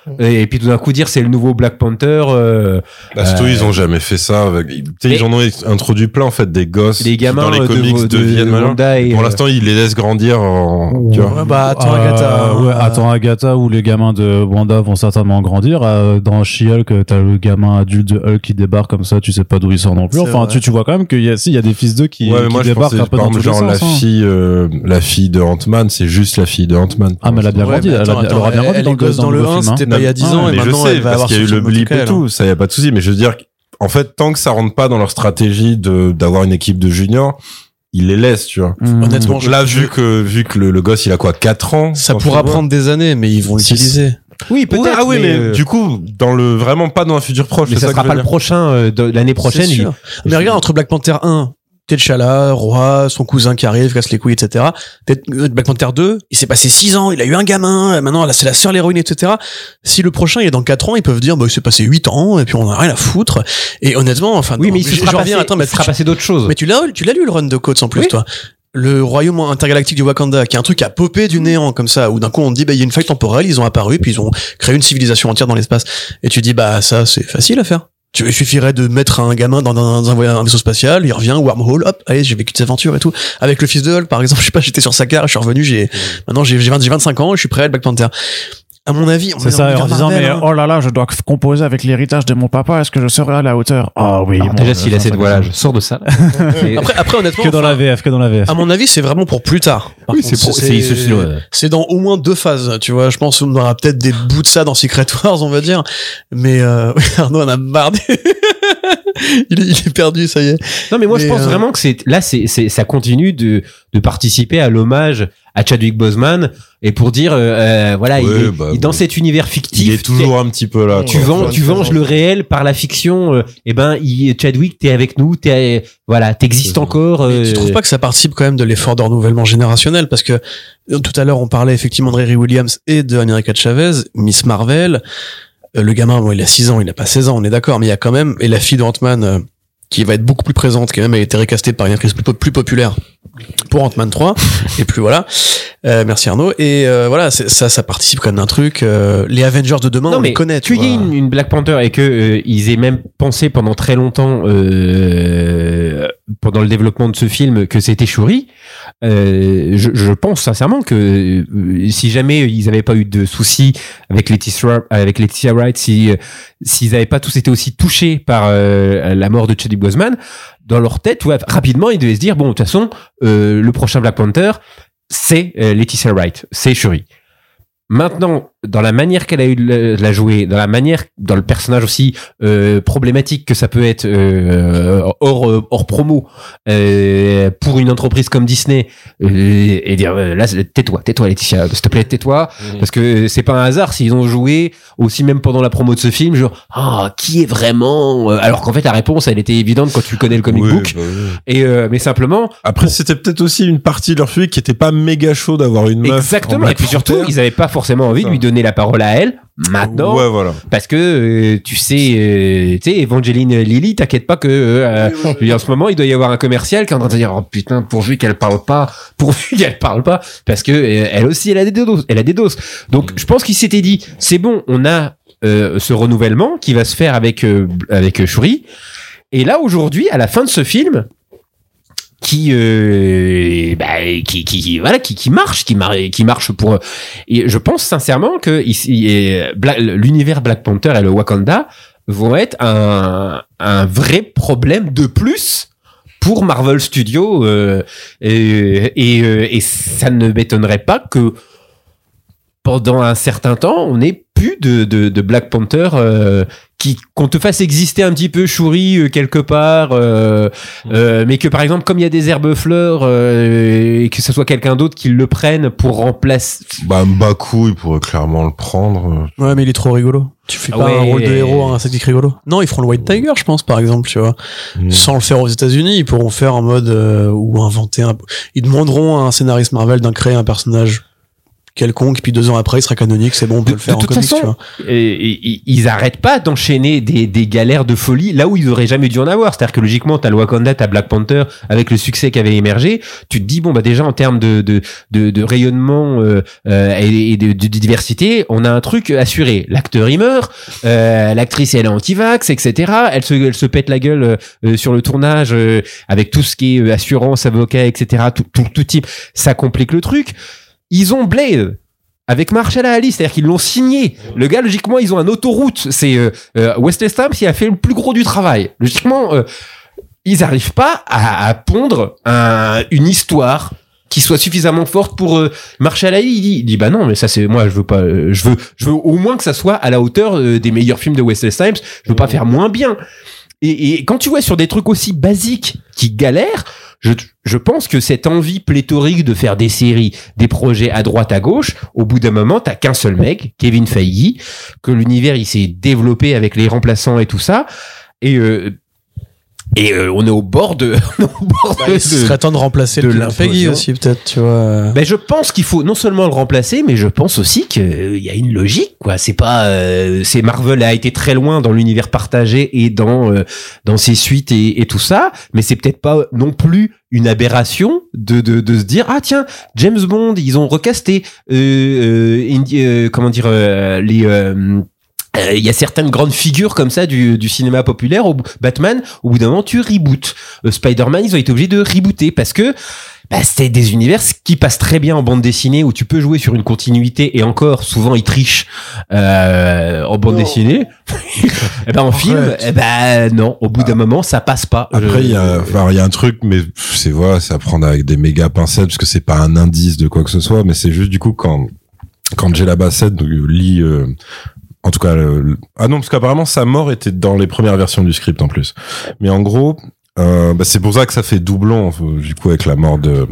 et puis tout d'un coup dire c'est le nouveau Black Panther. Surtout, ils ont jamais fait ça. Ils en ont introduit plein en fait des gosses les gamins qui dans les comics deviennent malins. Pour l'instant, ils les laissent grandir. Tu vois. Attends Agatha. Attends Agatha, où les gamins de Wanda vont certainement grandir. Dans She-Hulk, t'as le gamin adulte de Hulk qui débarque comme ça, tu sais pas d'où il sort non plus. Enfin, tu vois quand même qu'il y a des fils d'eux qui débarquent un peu dans tous les sens. La fille de Ant-Man, c'est juste la fille de Ant-Man. Ah, mais elle a bien grandi. Elle aura bien grandi dans le 1, c'était pas il y a 10 ans, et maintenant elle va avoir parce qu'il y a eu le blip et tout, ça y a pas de souci, mais je veux dire, en fait, tant que ça rentre pas dans leur stratégie d'avoir une équipe de juniors, ils les laissent, tu vois. Honnêtement, là, vu que le gosse, il a quoi, 4 ans? Ça pourra prendre des années, mais ils vont l'utiliser. Oui, peut-être. Mais du coup, vraiment pas dans un futur proche. Mais ça sera pas le prochain, l'année prochaine. Mais regarde, entre Black Panther 1, T'Challa, Roi, son cousin qui arrive, casse les couilles, etc. Black Panther 2, il s'est passé 6 ans, il a eu un gamin, maintenant là c'est la sœur l'héroïne, etc. Si le prochain il est dans 4 ans, ils peuvent dire il s'est passé 8 ans et puis on a rien à foutre. Et honnêtement, oui, mais il se sera passé d'autres choses. Mais tu l'as lu le run de Coates en plus, toi. Le royaume intergalactique du Wakanda, qui est un truc qui a popé du néant comme ça, où d'un coup on dit il y a une faille temporelle, ils ont apparu, puis ils ont créé une civilisation entière dans l'espace. Et tu dis ça c'est facile à faire. Il suffirait de mettre un gamin dans un vaisseau spatial, il revient, wormhole, hop, allez, j'ai vécu des aventures et tout. Avec le fils de Hulk, par exemple, je sais pas, j'étais sur Sakaar, je suis revenu, maintenant j'ai 25 ans, je suis prêt à être Black Panther. À mon avis, c'est ça, en disant oh là là, je dois composer avec l'héritage de mon papa, est-ce que je serai à la hauteur? Ah oui. Déjà s'il a cette voix-là, je sors de ça. Après honnêtement, que dans la VF. À mon avis, c'est vraiment pour plus tard. Oui, c'est dans au moins 2 phases, tu vois. Je pense qu'on aura peut-être des bouts de ça dans Secret Wars, on va dire. Mais Arnaud en a marre. il est perdu, ça y est. Non, mais moi je pense vraiment que ça continue de participer à l'hommage à Chadwick Boseman et pour dire dans cet univers fictif, il est toujours un petit peu là. Tu venges le réel par la fiction. Chadwick, t'es avec nous, t'existes encore. Tu trouves pas que ça participe quand même de l'effort de renouvellement générationnel, parce que tout à l'heure on parlait effectivement de Riri Williams et de America Chavez, Miss Marvel. Le gamin, il a 6 ans, il n'a pas 16 ans, on est d'accord, mais il y a quand même, et la fille de Ant-Man, qui va être beaucoup plus présente, qui même a été recastée par une actrice plus populaire pour Ant-Man 3, et plus voilà. Merci Arnaud. Et ça participe quand même d'un truc. Les Avengers de demain, on les connaît. Tu y es une Black Panther et que ils aient même pensé pendant très longtemps, pendant le développement de ce film, que c'était Shuri. Je pense sincèrement que si jamais ils n'avaient pas eu de soucis avec Letitia Wright, s'ils n'avaient pas tous été aussi touchés par la mort de Chadwick Boseman, dans leur tête, rapidement ils devaient se dire de toute façon le prochain Black Panther c'est Letitia Wright, c'est Shuri. Maintenant, dans la manière qu'elle a eu de la jouer, dans le personnage aussi problématique que ça peut être hors promo pour une entreprise comme Disney, et dire là tais-toi Laetitia, s'il te plaît tais-toi, parce que c'est pas un hasard s'ils ont joué aussi même pendant la promo de ce film genre qui est vraiment alors qu'en fait la réponse elle était évidente quand tu connais le comic book et mais simplement après c'était peut-être aussi une partie de leur public qui était pas méga chaud d'avoir une meuf exactement, et puis surtout ils avaient pas forcément envie de lui donner la parole à elle maintenant, parce que tu sais Evangeline Lilly, t'inquiète pas que en ce moment il doit y avoir un commercial qui est en train de dire putain pourvu qu'elle parle pas, parce que elle aussi elle a des doses. Donc je pense qu'il s'était dit c'est bon, on a ce renouvellement qui va se faire avec Shuri, et là aujourd'hui à la fin de ce film qui marche pour, et je pense sincèrement que l'univers Black Panther et le Wakanda vont être un vrai problème de plus pour Marvel Studios, et ça ne m'étonnerait pas que pendant un certain temps on n'ait plus de Black Panther, qu'on te fasse exister un petit peu Shuri quelque part, mais que par exemple comme il y a des herbes fleurs, et que ce soit quelqu'un d'autre qui le prenne pour remplacer. M'Baku il pourrait clairement le prendre. Ouais, mais il est trop rigolo. Tu fais pas un rôle de héros, un statique rigolo. Non, ils feront le White Tiger, je pense, par exemple, tu vois. Sans le faire aux États-Unis, ils pourront faire en mode ou inventer ils demanderont à un scénariste Marvel d'en créer un personnage quelconque, puis 2 ans après, il sera canonique, c'est bon, on peut le faire en comics, tu vois. Ils arrêtent pas d'enchaîner des galères de folie là où ils auraient jamais dû en avoir. C'est-à-dire que logiquement, t'as le Wakanda, t'as Black Panther, avec le succès qui avait émergé, tu te dis, bon, bah, déjà, en termes de rayonnement, et de diversité, on a un truc assuré. L'acteur, il meurt, l'actrice, elle est anti-vax, etc. Elle se pète la gueule, sur le tournage, avec tout ce qui est assurance, avocat, etc. Tout type. Ça complique le truc. Ils ont Blade avec Marshall Ali, c'est-à-dire qu'ils l'ont signé. Le gars, logiquement, ils ont un autoroute. C'est Wesley Snipes qui a fait le plus gros du travail. Logiquement, ils n'arrivent pas à pondre une histoire qui soit suffisamment forte pour Marshall Ali. Il dit bah non, mais ça c'est moi, je veux pas. Je veux au moins que ça soit à la hauteur des meilleurs films de Wesley Snipes. Je veux pas faire moins bien. Et quand tu vois sur des trucs aussi basiques qui galèrent, je pense que cette envie pléthorique de faire des séries, des projets à droite, à gauche, au bout d'un moment, t'as qu'un seul mec, Kevin Feige, que l'univers, il s'est développé avec les remplaçants et tout ça. Et on est au bord de... Il serait temps de remplacer le Kevin Feige aussi, peut-être, tu vois. Ben, je pense qu'il faut non seulement le remplacer, mais je pense aussi qu'il y a une logique, quoi. C'est pas... Marvel a été très loin dans l'univers partagé et dans ses suites et tout ça, mais c'est peut-être pas non plus une aberration de se dire, ah tiens, James Bond, ils ont recasté il y a certaines grandes figures comme ça du cinéma populaire. Batman, au bout d'un moment, tu rebootes. Spider-Man, ils ont été obligés de rebooter parce que c'est des univers qui passent très bien en bande dessinée où tu peux jouer sur une continuité et encore, souvent, ils trichent en bande dessinée. Et en film, non, au bout d'un moment, ça passe pas. Après, il y a un truc, mais c'est à prendre avec des méga pincettes parce que c'est pas un indice de quoi que ce soit, mais c'est juste du coup quand Angela Bassett lit en tout cas, non, parce qu'apparemment sa mort était dans les premières versions du script en plus. Mais en gros, c'est pour ça que ça fait doublon du coup avec la mort de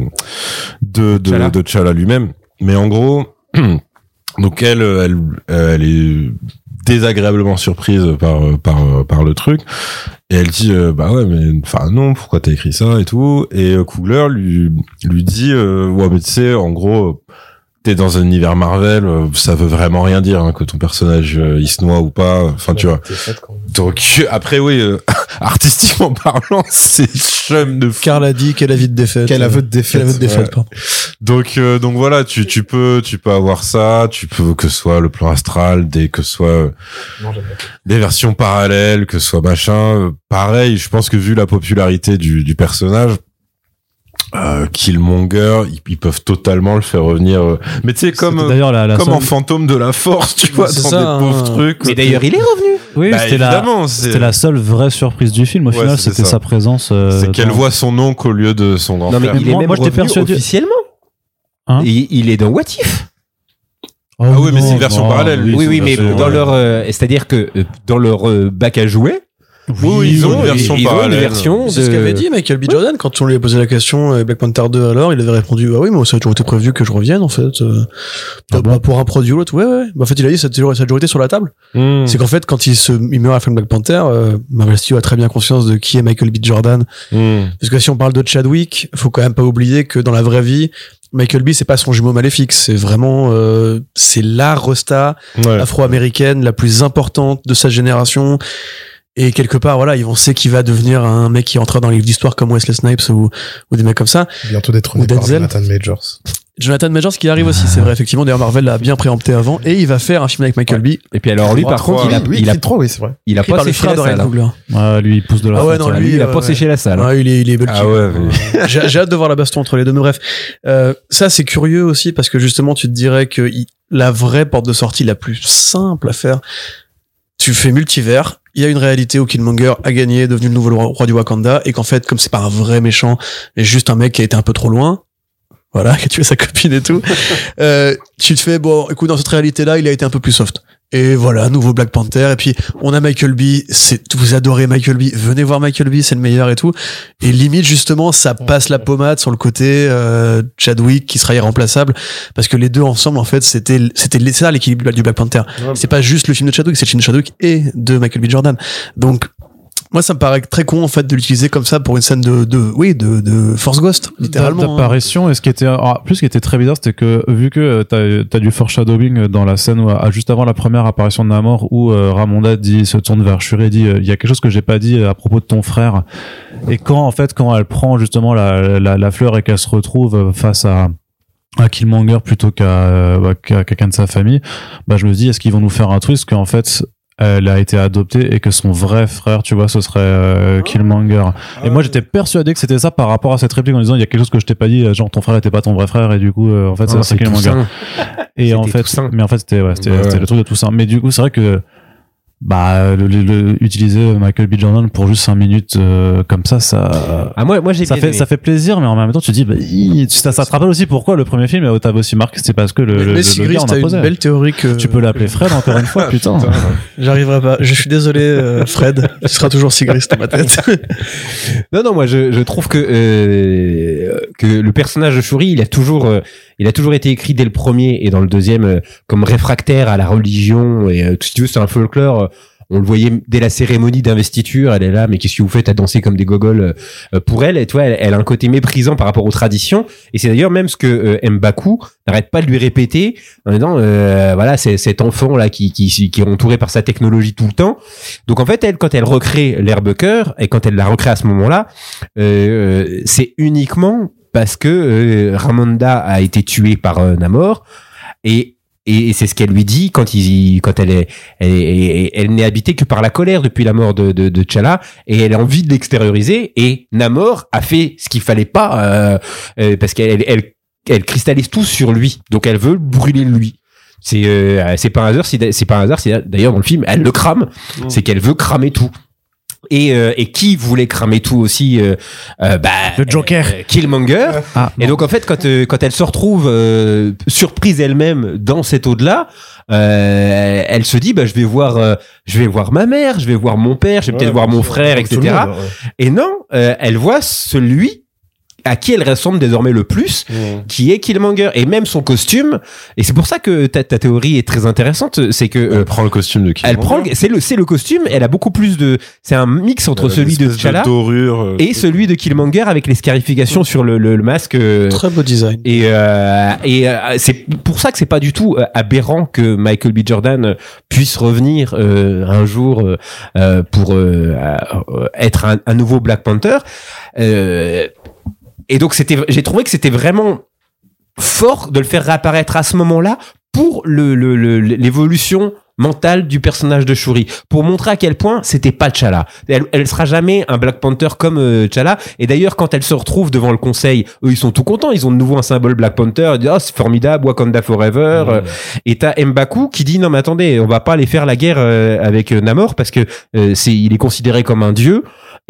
T'Challa lui-même. Mais en gros, donc elle est désagréablement surprise par le truc et elle dit ouais mais enfin non, pourquoi t'as écrit ça et tout, et Coogler lui dit ouais mais tu sais en gros t'es dans un univers Marvel, ça veut vraiment rien dire que ton personnage il se noie ou pas, enfin tu vois. Donc après oui, artistiquement parlant, c'est chum de fou. Carl a dit qu'elle a vite défaite. Qu'elle a vite défaite, pardon. Donc voilà, tu peux avoir ça, tu peux que ce soit le plan astral, que ce soit des versions parallèles, que ce soit machin, pareil, je pense que vu la popularité du personnage, Killmonger, ils peuvent totalement le faire revenir. Mais tu sais, comme en fantôme de la force, tu vois, dans des pauvres trucs. Mais d'ailleurs, il est revenu. Oui, c'était la seule vraie surprise du film. Au final, c'était sa présence. C'est qu'elle voit son oncle au lieu de son grand frère. Non, mais il est même revenu officiellement. Il est dans What If. Oui, mais c'est une version parallèle. Oui, mais dans leur, c'est-à-dire que dans leur bac à jouer. Oui, ils ont une version parallèle. C'est ce qu'avait dit Michael B. Jordan quand on lui a posé la question Black Panther 2 alors, il avait répondu oui, mais ça a toujours été prévu que je revienne en fait. Pour un produit ou l'autre, ouais. En fait, il a dit ça a toujours été sur la table. C'est qu'en fait, quand il meurt à la fin de Black Panther, Marvel Studios a très bien conscience de qui est Michael B. Jordan. Parce que si on parle de Chadwick, faut quand même pas oublier que dans la vraie vie, Michael B, c'est pas son jumeau maléfique, c'est vraiment c'est la resta afro-américaine la plus importante de sa génération. Et quelque part, voilà, ils vont sait qu'il va devenir un mec qui entrera dans les livres d'histoire comme Wesley Snipes ou des mecs comme ça. Bientôt détrôné par Jonathan Majors. Jonathan Majors qui arrive aussi, c'est vrai, effectivement. D'ailleurs, Marvel l'a bien préempté avant et il va faire un film avec Michael B. Et puis alors, lui, par contre, il a pas séché la salle. Lui, il pousse de la frontière. Non, lui, il a pas séché la salle. Il est bulky. J'ai hâte de voir la baston entre les deux. Mais bref, ça, c'est curieux aussi parce que justement, tu te dirais que la vraie porte de sortie la plus simple à faire, tu fais multivers. Il y a une réalité où Killmonger a gagné, est devenu le nouveau roi du Wakanda, et qu'en fait, comme c'est pas un vrai méchant, mais juste un mec qui a été un peu trop loin, voilà, qui a tué sa copine et tout, tu te fais, bon, écoute, dans cette réalité-là, il a été un peu plus soft. Et voilà, nouveau Black Panther, et puis on a Michael B, vous adorez Michael B, venez voir Michael B, c'est le meilleur et tout. Et limite, justement, ça passe la pommade sur le côté Chadwick qui sera irremplaçable, parce que les deux ensemble, en fait, c'était ça l'équilibre du Black Panther. C'est pas juste le film de Chadwick, c'est le film de Chadwick et de Michael B. Jordan. Donc, Moi, ça me paraît très con, en fait, de l'utiliser comme ça pour une scène de Force Ghost, littéralement. D'apparition, et ce qui était très bizarre, c'était que, vu que t'as du foreshadowing dans la scène où, juste avant la première apparition de Namor, où Ramonda se tourne vers Shuri et dit, il y a quelque chose que j'ai pas dit à propos de ton frère. Et quand elle prend justement la fleur et qu'elle se retrouve face à Killmonger plutôt qu'à quelqu'un de sa famille, je me dis, est-ce qu'ils vont nous faire un twist qu'en fait, elle a été adoptée et que son vrai frère, tu vois, ce serait Killmonger. Et moi, j'étais persuadé que c'était ça par rapport à cette réplique en disant, il y a quelque chose que je t'ai pas dit, genre ton frère était pas ton vrai frère, et du coup, en fait, c'est Killmonger. Et en fait, c'était le truc de tout ça. Mais du coup, c'est vrai que utiliser Michael B. Jordan pour juste 5 minutes comme ça moi j'ai ça fait plaisir, mais en même temps tu te dis ça te rappelle aussi pourquoi le premier film t'avais aussi marqué, c'est parce que le gars on a posé une belle théorie que tu peux l'appeler Fred encore une fois. Putain. J'arriverai pas, je suis désolé Fred, tu seras toujours Sigrist dans ma tête. non moi je trouve que le personnage de Shuri il a toujours été écrit dès le premier et dans le deuxième comme réfractaire à la religion et tout, si tu veux, c'est un folklore. On le voyait dès la cérémonie d'investiture, elle est là, mais qu'est-ce que vous faites à danser comme des gogoles pour elle? Et tu vois, elle a un côté méprisant par rapport aux traditions. Et c'est d'ailleurs même ce que M'Baku n'arrête pas de lui répéter en disant, voilà, c'est cet enfant là qui est entouré par sa technologie tout le temps. Donc en fait, elle, quand elle recrée l'herbe cœur et quand elle la recrée à ce moment-là, c'est uniquement parce que Ramonda a été tué par Namor et c'est ce qu'elle lui dit quand elle n'est habitée que par la colère depuis la mort de T'Challa et elle a envie de l'extérioriser et Namor a fait ce qu'il fallait pas parce qu'elle cristallise tout sur lui, donc elle veut brûler lui. C'est pas un hasard si d'ailleurs dans le film elle le crame, c'est qu'elle veut cramer tout. Et qui voulait cramer tout aussi le Joker, Killmonger. Et donc en fait quand elle se retrouve surprise elle-même dans cet au-delà, elle se dit je vais voir ma mère, je vais voir mon père, je vais peut-être voir mon frère, etc. Et non, elle voit celui à qui elle ressemble désormais le plus, qui est Killmonger, et même son costume. Et c'est pour ça que ta théorie est très intéressante, c'est que elle prend le costume de Killmonger. C'est le costume. Elle a beaucoup plus c'est un mix entre celui de T'Challa et celui de Killmonger avec les scarifications sur le masque. Très beau design. Et c'est pour ça que c'est pas du tout aberrant que Michael B. Jordan puisse revenir un jour pour être un nouveau Black Panther. Et donc j'ai trouvé que c'était vraiment fort de le faire réapparaître à ce moment-là pour l'évolution mentale du personnage de Shuri, pour montrer à quel point c'était pas T'Challa. Elle sera jamais un Black Panther comme T'Challa. Et d'ailleurs, quand elle se retrouve devant le conseil, eux ils sont tout contents, ils ont de nouveau un symbole Black Panther, ils disent c'est formidable, Wakanda forever. Et t'as M'Baku qui dit non mais attendez, on va pas aller faire la guerre avec Namor parce que il est considéré comme un dieu.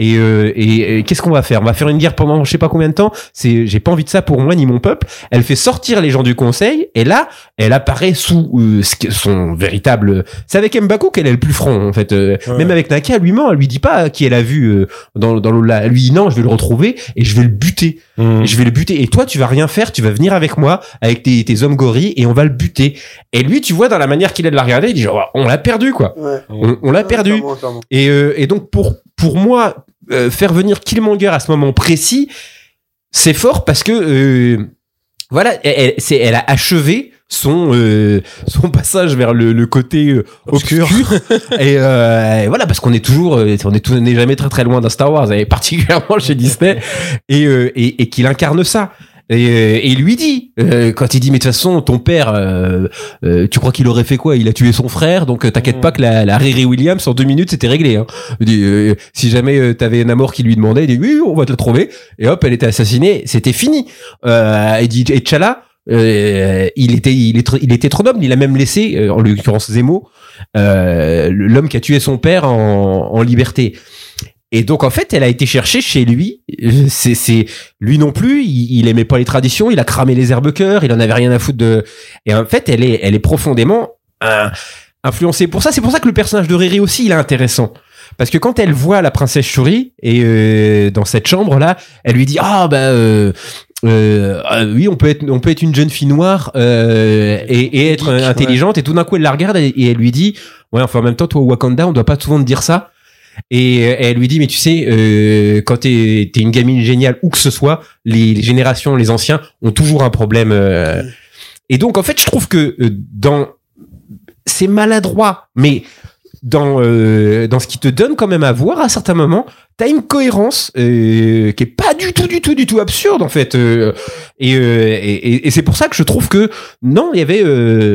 Et qu'est-ce qu'on va faire? On va faire une guerre pendant je sais pas combien de temps. J'ai pas envie de ça pour moi ni mon peuple. Elle fait sortir les gens du conseil et là, elle apparaît sous son véritable. C'est avec M'Baku qu'elle est le plus franc en fait. Même avec Nakia, elle lui ment. Elle lui dit pas qui elle a vu dans l'au-delà. Elle lui dit non, je vais le retrouver et je vais le buter. Et je vais le buter. Et toi, tu vas rien faire. Tu vas venir avec moi avec tes hommes gorilles et on va le buter. Et lui, tu vois dans la manière qu'il a de la regarder, il dit genre, on l'a perdu quoi. On l'a perdu. Clairement. Et donc pour moi. Faire venir Killmonger à ce moment précis, c'est fort parce que voilà, elle a achevé son passage vers le côté obscur et voilà parce qu'on n'est jamais très très loin d'un Star Wars et particulièrement chez Disney et qu'il incarne ça. Et il lui dit quand il dit mais de toute façon ton père tu crois qu'il aurait fait quoi? Il a tué son frère, donc t'inquiète pas que la Riri Williams en 2 minutes c'était réglé hein. Il dit, si jamais Namor qui lui demandait, il dit oui on va te la trouver et hop elle était assassinée, c'était fini. Il dit et T'Challa il était trop noble, il a même laissé en l'occurrence Zemo l'homme qui a tué son père en liberté. Et donc en fait, elle a été cherchée chez lui. C'est lui non plus. Il aimait pas les traditions. Il a cramé les herbes-cœurs. Il en avait rien à foutre de. Et en fait, elle est profondément influencée pour ça. C'est pour ça que le personnage de Riri aussi, il est intéressant. Parce que quand elle voit la princesse Shuri et dans cette chambre là, elle lui dit oui, on peut être une jeune fille noire et être intelligente. Et tout d'un coup, elle la regarde et elle lui dit ouais, enfin en même temps, toi au Wakanda, on doit pas souvent te dire ça. Et elle lui dit, mais tu sais, quand t'es une gamine géniale, où que ce soit, les générations, les anciens, ont toujours un problème. Et donc, en fait, je trouve que c'est maladroit, mais dans ce qui te donne quand même à voir à certains moments, t'as une cohérence qui est pas du tout absurde en fait. Et c'est pour ça que je trouve que non, il y avait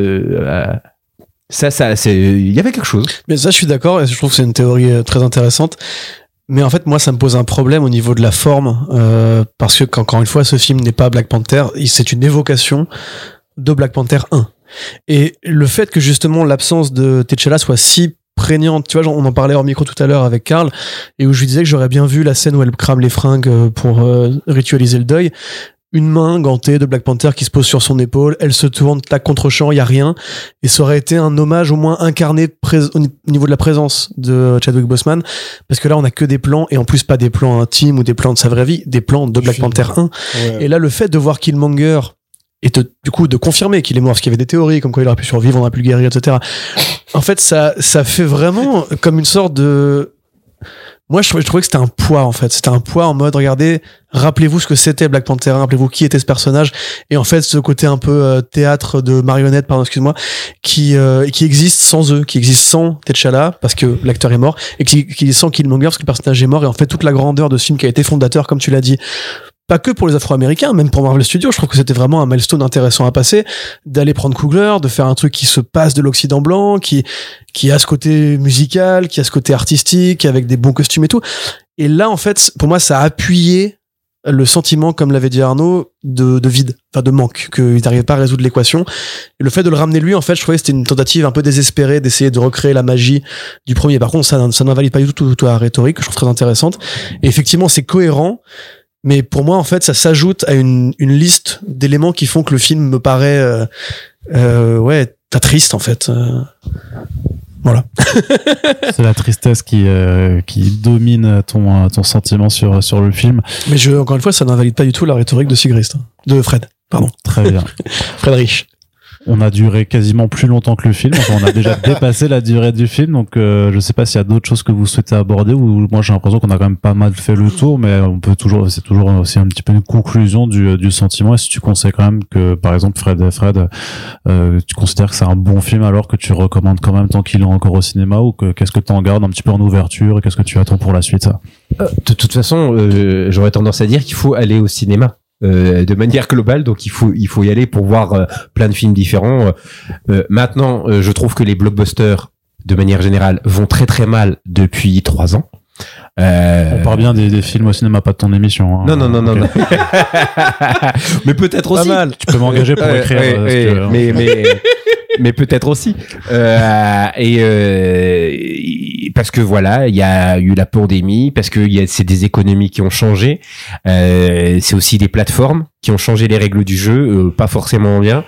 il y avait quelque chose. Mais ça, je suis d'accord, et je trouve que c'est une théorie très intéressante. Mais en fait, moi, ça me pose un problème au niveau de la forme, parce que, encore une fois, ce film n'est pas Black Panther, c'est une évocation de Black Panther 1. Et le fait que, justement, l'absence de T'Challa soit si prégnante, tu vois, on en parlait hors micro tout à l'heure avec Karl, et où je lui disais que j'aurais bien vu la scène où elle crame les fringues pour ritualiser le deuil. Une main gantée de Black Panther qui se pose sur son épaule, elle se tourne, tac, contre-champ, il y a rien, et ça aurait été un hommage au moins incarné au niveau de la présence de Chadwick Boseman, parce que là on a que des plans, et en plus pas des plans intimes ou des plans de sa vraie vie, des plans de Black Panther 1. Ouais. Et là le fait de voir Killmonger et du coup de confirmer qu'il est mort, parce qu'il y avait des théories comme quoi il aurait pu survivre, on aurait pu le guérir, etc. En fait ça fait vraiment comme une sorte de... Moi, je trouvais que c'était un poids, en fait. C'était un poids en mode, regardez, rappelez-vous ce que c'était Black Panther 1, rappelez-vous qui était ce personnage. Et en fait, ce côté un peu théâtre de marionnettes, pardon, excuse-moi, qui existe sans eux, qui existe sans T'Challa, parce que l'acteur est mort, et qui existe sans Killmonger, parce que le personnage est mort. Et en fait, toute la grandeur de ce film qui a été fondateur, comme tu l'as dit, pas que pour les Afro-Américains, même pour Marvel Studios, je trouve que c'était vraiment un milestone intéressant à passer, d'aller prendre Coogler, de faire un truc qui se passe de l'Occident blanc, qui a ce côté musical, qui a ce côté artistique, avec des bons costumes et tout. Et là, en fait, pour moi, ça a appuyé le sentiment, comme l'avait dit Arnaud, de vide, enfin de manque, qu'il n'arrivait pas à résoudre l'équation. Et le fait de le ramener lui, en fait, je trouvais que c'était une tentative un peu désespérée d'essayer de recréer la magie du premier. Par contre, ça n'invalide pas du tout la rhétorique, que je trouve très intéressante. Et effectivement, c'est cohérent. Mais pour moi, en fait, ça s'ajoute à une liste d'éléments qui font que le film me paraît, t'as triste, en fait. Voilà. C'est la tristesse qui domine ton sentiment sur le film. Mais encore une fois, ça n'invalide pas du tout la rhétorique de Sigrist. De Fred, pardon. Très bien. Friedrich. On a duré quasiment plus longtemps que le film. Enfin, on a déjà dépassé la durée du film. Donc, je sais pas s'il y a d'autres choses que vous souhaitez aborder, ou moi j'ai l'impression qu'on a quand même pas mal fait le tour, mais c'est toujours aussi un petit peu une conclusion du sentiment. Et si tu conseilles quand même que, par exemple, Fred, tu considères que c'est un bon film, alors que tu recommandes quand même tant qu'il est encore au cinéma, ou qu'est-ce que tu en gardes un petit peu en ouverture, et qu'est-ce que tu attends pour la suite, ça? De toute façon, j'aurais tendance à dire qu'il faut aller au cinéma. De manière globale, donc il faut y aller pour voir plein de films différents. Maintenant, je trouve que les blockbusters, de manière générale, vont très très mal depuis 3 ans. On parle bien des films au cinéma, pas de ton émission. Hein. Non. Mais peut-être aussi. Pas mal. Tu peux m'engager pour écrire. Mais peut-être aussi. Parce que voilà, il y a eu la pandémie, parce que c'est des économies qui ont changé. C'est aussi des plateformes qui ont changé les règles du jeu, pas forcément bien.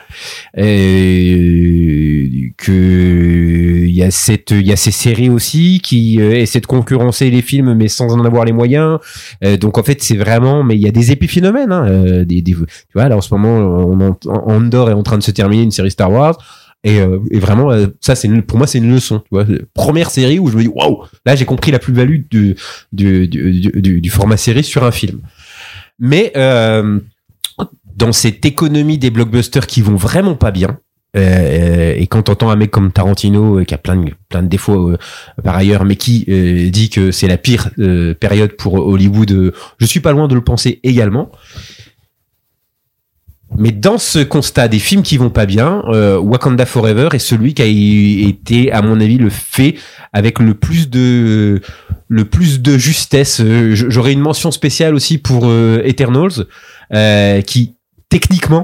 Il y a ces séries aussi qui essaient de concurrencer les films, mais sans en avoir les moyens. Donc en fait, c'est vraiment, mais il y a des épiphénomènes. Hein, tu vois, là en ce moment, Andor est en train de se terminer une série Star Wars. Et vraiment, ça, pour moi, c'est une leçon. Tu vois, première série où je me dis, waouh, là, j'ai compris la plus-value du format série sur un film. Mais dans cette économie des blockbusters qui vont vraiment pas bien, et quand t'entends un mec comme Tarantino qui a plein de défauts par ailleurs, mais qui dit que c'est la pire période pour Hollywood, je suis pas loin de le penser également. Mais dans ce constat des films qui vont pas bien, Wakanda Forever est celui qui a été, à mon avis, le fait avec le plus de justesse. J'aurais une mention spéciale aussi pour Eternals, qui techniquement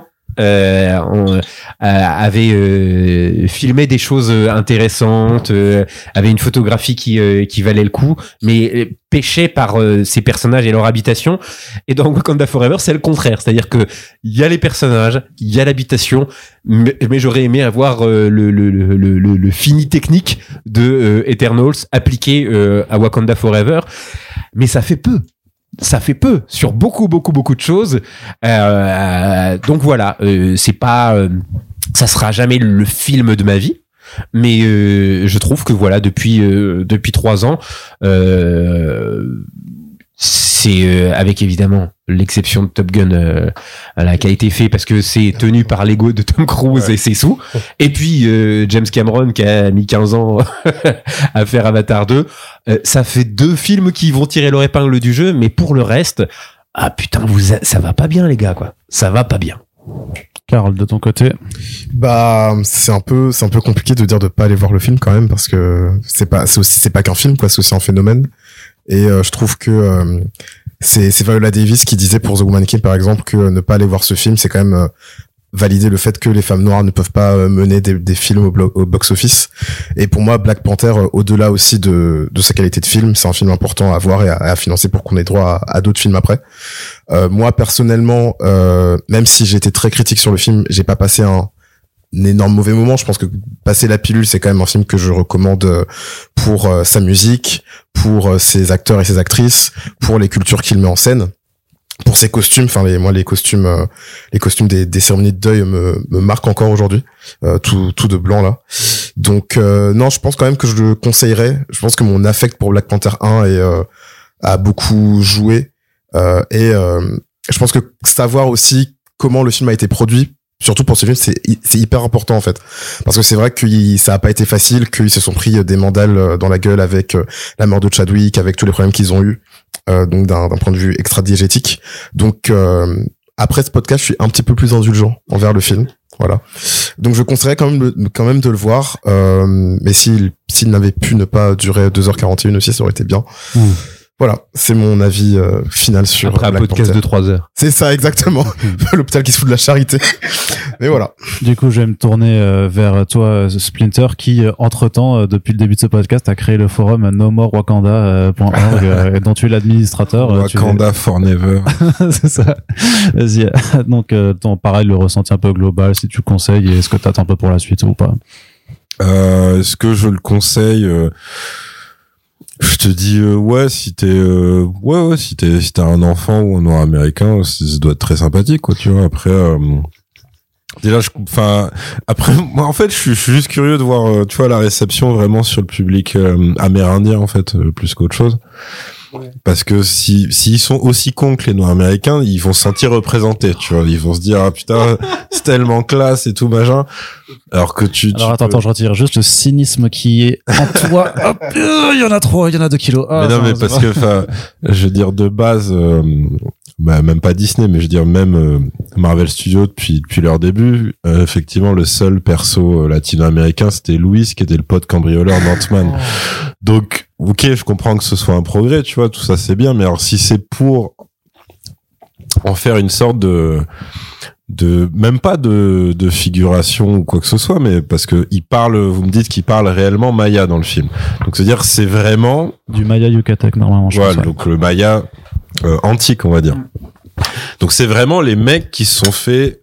avait filmé des choses intéressantes, avait une photographie qui valait le coup, mais péchait par ses personnages et leur habitation. Et dans Wakanda Forever, c'est le contraire, c'est-à-dire que il y a les personnages, il y a l'habitation, mais j'aurais aimé avoir le fini technique de Eternals appliqué à Wakanda Forever, mais ça fait peu sur beaucoup de choses. Donc voilà, c'est pas, ça sera jamais le film de ma vie. Mais je trouve que voilà, depuis 3 ans, c'est avec évidemment l'exception de Top Gun là, qui a été fait parce que c'est tenu par l'ego de Tom Cruise et ses sous, et puis James Cameron qui a mis 15 ans à faire Avatar 2, ça fait 2 films qui vont tirer leur épingle du jeu, mais pour le reste, ah putain, ça va pas bien les gars, quoi, ça va pas bien. Carl, de ton côté? Bah, c'est un peu compliqué de dire de pas aller voir le film quand même, parce que c'est pas qu'un film, quoi, c'est aussi un phénomène. Et je trouve que c'est Viola Davis qui disait pour The Woman King par exemple que ne pas aller voir ce film, c'est quand même valider le fait que les femmes noires ne peuvent pas mener des films au box-office. Et pour moi, Black Panther, au-delà aussi de sa qualité de film, c'est un film important à voir et à financer pour qu'on ait droit à d'autres films après. Moi personnellement, même si j'ai été très critique sur le film, j'ai pas passé un énorme mauvais moment. Je pense que Passer la pilule, c'est quand même un film que je recommande pour sa musique, pour ses acteurs et ses actrices, pour les cultures qu'il met en scène, pour ses costumes. Enfin, les costumes des cérémonies de deuil me marquent encore aujourd'hui, tout de blanc là. Donc non, je pense quand même que je le conseillerais. Je pense que mon affect pour Black Panther 1 a beaucoup joué, et je pense que savoir aussi comment le film a été produit, surtout pour ce film, c'est hyper important en fait, parce que c'est vrai que ça a pas été facile, qu'ils se sont pris des mandales dans la gueule avec la mort de Chadwick, avec tous les problèmes qu'ils ont eu, donc d'un point de vue extra-diégétique. Donc après ce podcast, je suis un petit peu plus indulgent envers le film, voilà. Donc je conseillerais quand même de le voir, mais s'il n'avait pu ne pas durer 2h41 aussi, ça aurait été bien. Voilà, c'est mon avis final sur après un Black podcast Panther. de 3 heures. C'est ça, exactement. L'hôpital qui se fout de la charité. Mais voilà. Du coup, je vais me tourner vers toi, Splinter, qui, entre-temps, depuis le début de ce podcast, a créé le forum nomorewakanda.org, dont tu es l'administrateur. Wakanda Forever. C'est ça. Vas-y. Donc, pareil, le ressenti un peu global, si tu conseilles, et est-ce que t'attends un peu pour la suite ou pas? Est-ce que je le conseille? Je te dis si t'as un enfant ou un noir américain, ça doit être très sympathique, quoi, tu vois. Après déjà moi en fait je suis juste curieux de voir tu vois la réception vraiment sur le public amérindien en fait, plus qu'autre chose. Parce que s'ils sont aussi cons que les noirs américains, ils vont se sentir représentés, tu vois. Ils vont se dire, ah putain, c'est tellement classe et tout, machin. Alors que attends, je retire juste le cynisme qui est en toi. Hop, il y en a trop, il y en a 2 kilos. Mais non, mais parce que, je veux dire, de base, même pas Disney, mais je veux dire, même Marvel Studios, depuis leur début, effectivement, le seul perso latino-américain, c'était Louis, qui était le pote cambrioleur d'Ant-Man. Donc, ok, je comprends que ce soit un progrès, tu vois, tout ça c'est bien, mais alors si c'est pour en faire une sorte de même pas de figuration ou quoi que ce soit, mais parce que vous me dites qu'il parle réellement maya dans le film. Donc c'est-à-dire c'est vraiment du maya yucatec normalement. Voilà, donc le maya antique, on va dire. Donc c'est vraiment les mecs qui se sont fait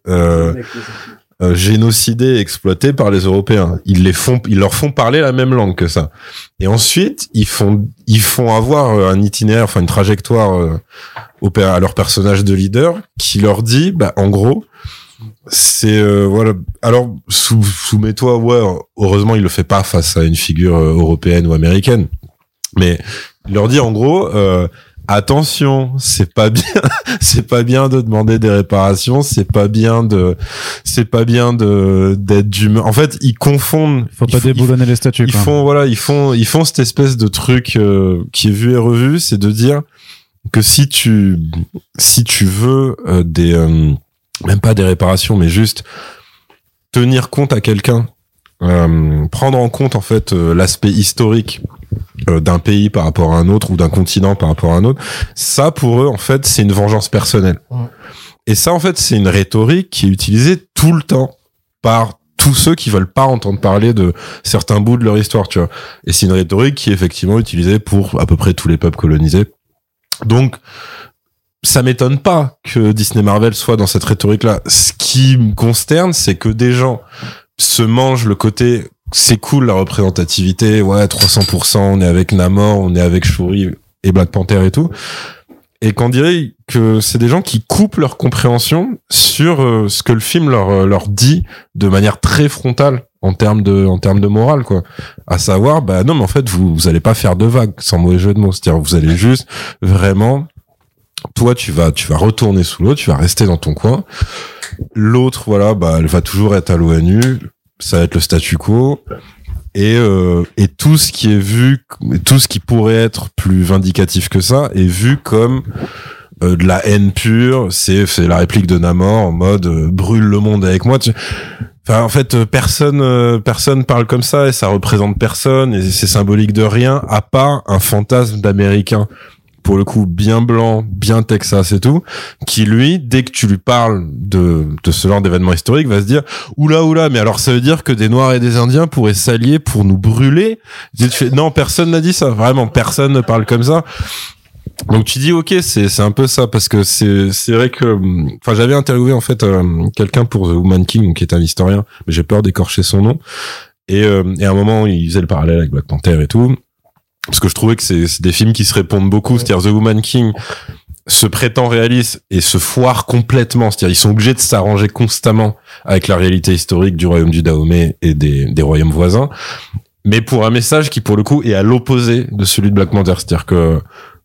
génocidés, exploités par les Européens. Ils leur font parler la même langue que ça. Et ensuite, ils font avoir un itinéraire, enfin une trajectoire à leur personnage de leader qui leur dit, en gros, c'est voilà. Alors soumets-toi, heureusement il le fait pas face à une figure européenne ou américaine, mais il leur dit en gros. Attention, c'est pas bien de demander des réparations, c'est pas bien d'être d'humeur. En fait, ils confondent. Faut pas déboulonner les statues. Ils font cette espèce de truc qui est vu et revu, c'est de dire que si tu veux même pas des réparations, mais juste tenir compte à quelqu'un, prendre en compte en fait l'aspect historique d'un pays par rapport à un autre ou d'un continent par rapport à un autre, ça pour eux en fait c'est une vengeance personnelle. Et ça en fait c'est une rhétorique qui est utilisée tout le temps par tous ceux qui veulent pas entendre parler de certains bouts de leur histoire, tu vois. Et c'est une rhétorique qui est effectivement utilisée pour à peu près tous les peuples colonisés. Donc ça m'étonne pas que Disney Marvel soit dans cette rhétorique-là. Ce qui me consterne, c'est que des gens se mangent le côté c'est cool la représentativité, 300%, on est avec Namor, on est avec Shuri et Black Panther et tout. Et qu'on dirait que c'est des gens qui coupent leur compréhension sur ce que le film leur dit de manière très frontale en termes de morale, quoi. À savoir, bah non, mais en fait, vous allez pas faire de vagues, sans mauvais jeu de mots. C'est-à-dire, vous allez juste vraiment, toi, tu vas retourner sous l'eau, tu vas rester dans ton coin. L'autre, voilà, bah, elle va toujours être à l'ONU. Ça va être le statu quo. Et tout ce qui est vu, tout ce qui pourrait être plus vindicatif que ça est vu comme de la haine pure. C'est la réplique de Namor en mode brûle le monde avec moi. Enfin, en fait, personne parle comme ça et ça représente personne et c'est symbolique de rien à part un fantasme d'Américain, pour le coup bien blanc, bien Texas et tout, qui lui, dès que tu lui parles de ce genre d'événement historique, va se dire oula, mais alors ça veut dire que des Noirs et des Indiens pourraient s'allier pour nous brûler? Non, personne n'a dit ça, vraiment, personne ne parle comme ça. Donc tu dis ok, c'est un peu ça, parce que c'est vrai que, enfin, j'avais interviewé en fait quelqu'un pour The Woman King, donc, qui est un historien, mais j'ai peur d'écorcher son nom, et à un moment il faisait le parallèle avec Black Panther et tout, parce que je trouvais que c'est des films qui se répondent beaucoup. C'est-à-dire The Woman King se prétend réaliste et se foire complètement. C'est-à-dire ils sont obligés de s'arranger constamment avec la réalité historique du royaume du Dahomey et des royaumes voisins, mais pour un message qui pour le coup est à l'opposé de celui de Black Panther. C'est-à-dire que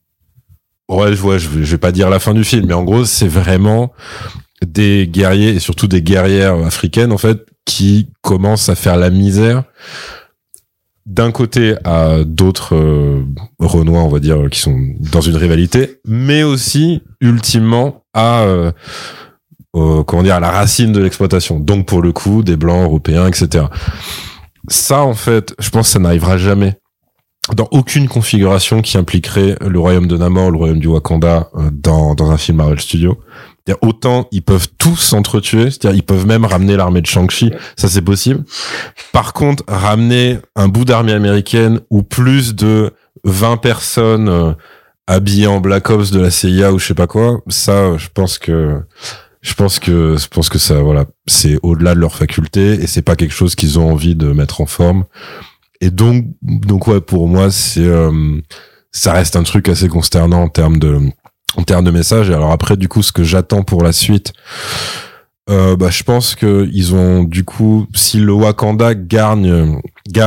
je vais pas dire la fin du film, mais en gros c'est vraiment des guerriers et surtout des guerrières africaines en fait qui commencent à faire la misère d'un côté à d'autres Renois, on va dire, qui sont dans une rivalité, mais aussi ultimement à à la racine de l'exploitation. Donc pour le coup, des blancs européens, etc. Ça, en fait, je pense que ça n'arrivera jamais dans aucune configuration qui impliquerait le royaume de Namor, le royaume du Wakanda dans un film Marvel Studios. C'est-à-dire, autant ils peuvent tous s'entretuer, c'est-à-dire ils peuvent même ramener l'armée de Shang-Chi, ça c'est possible. Par contre, ramener un bout d'armée américaine ou plus de 20 personnes habillées en Black Ops de la CIA ou je sais pas quoi, ça je pense que ça, voilà, c'est au-delà de leur faculté et c'est pas quelque chose qu'ils ont envie de mettre en forme. Et donc ouais, pour moi ça reste un truc assez consternant en termes de message. Et alors après, du coup, ce que j'attends pour la suite, je pense que ils ont, du coup, si le Wakanda garde,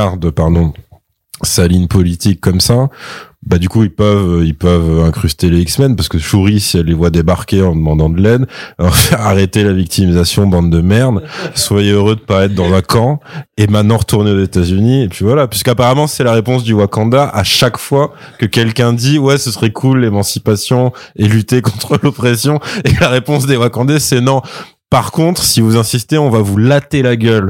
sa ligne politique comme ça, bah du coup ils peuvent incruster les X-Men, parce que Shuri, si elle les voit débarquer en demandant de l'aide, alors faire arrêter la victimisation, bande de merde, soyez heureux de pas être dans un camp et maintenant retourner aux États-Unis. Et puis voilà, puisqu'apparemment c'est la réponse du Wakanda à chaque fois que quelqu'un dit ouais ce serait cool l'émancipation et lutter contre l'oppression, et la réponse des Wakandais c'est non. Par contre, si vous insistez, on va vous latter la gueule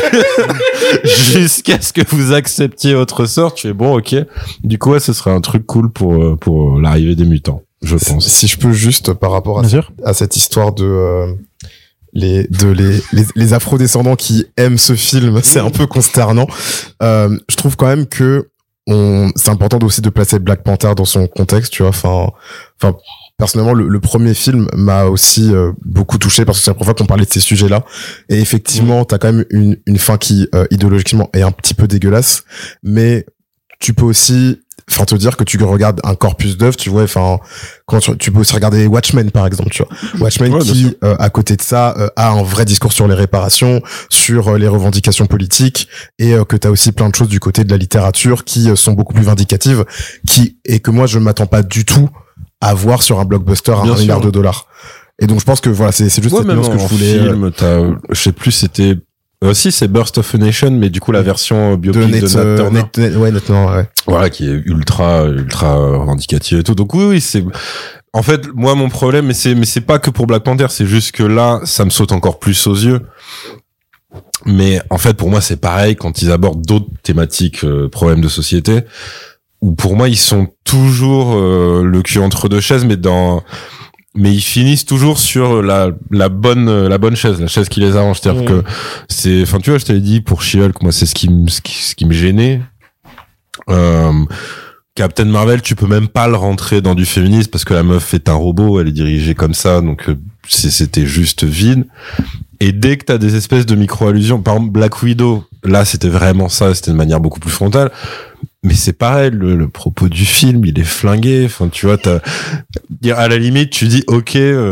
jusqu'à ce que vous acceptiez votre sort. Tu fais bon, ok. Du coup, ouais, ce serait un truc cool pour l'arrivée des mutants, je pense. Si je peux juste par rapport à cette histoire de les afro-descendants qui aiment ce film, c'est un peu consternant. Je trouve quand même que c'est important aussi de placer Black Panther dans son contexte, tu vois. Enfin, personnellement, le premier film m'a aussi beaucoup touché, parce que c'est la première fois qu'on parlait de ces sujets-là. Et effectivement, t'as quand même une fin qui idéologiquement est un petit peu dégueulasse, mais tu peux aussi, te dire que tu regardes un corpus d'œuvres, tu vois. Quand tu peux aussi regarder Watchmen, par exemple, tu vois. Watchmen qui, à côté de ça, a un vrai discours sur les réparations, sur les revendications politiques, et que t'as aussi plein de choses du côté de la littérature qui sont beaucoup plus vindicatives, et que moi je m'attends pas du tout à voir sur un blockbuster à $1 milliard. Et donc je pense que voilà, c'est juste cette nuance que je voulais. Film, je sais plus, c'était aussi c'est Burst of a Nation, mais du coup la version biopic de Nat Turner. Ouais. Voilà, qui est ultra revendicative et tout. Donc oui, c'est en fait moi mon problème, mais c'est pas que pour Black Panther, c'est juste que là ça me saute encore plus aux yeux. Mais en fait pour moi c'est pareil quand ils abordent d'autres thématiques, problèmes de société, où pour moi ils sont toujours le cul entre deux chaises, mais ils finissent toujours sur la bonne chaise, la chaise qui les arrange. C'est-à-dire que tu vois, je t'avais dit pour She-Hulk, moi c'est ce qui me gênait. Captain Marvel, tu peux même pas le rentrer dans du féminisme parce que la meuf est un robot, elle est dirigée comme ça, donc c'était juste vide. Et dès que t'as des espèces de micro-allusions, par exemple Black Widow, là c'était vraiment ça, c'était de manière beaucoup plus frontale. Mais c'est pareil, le propos du film, il est flingué. Enfin, tu vois, à la limite, tu dis, ok,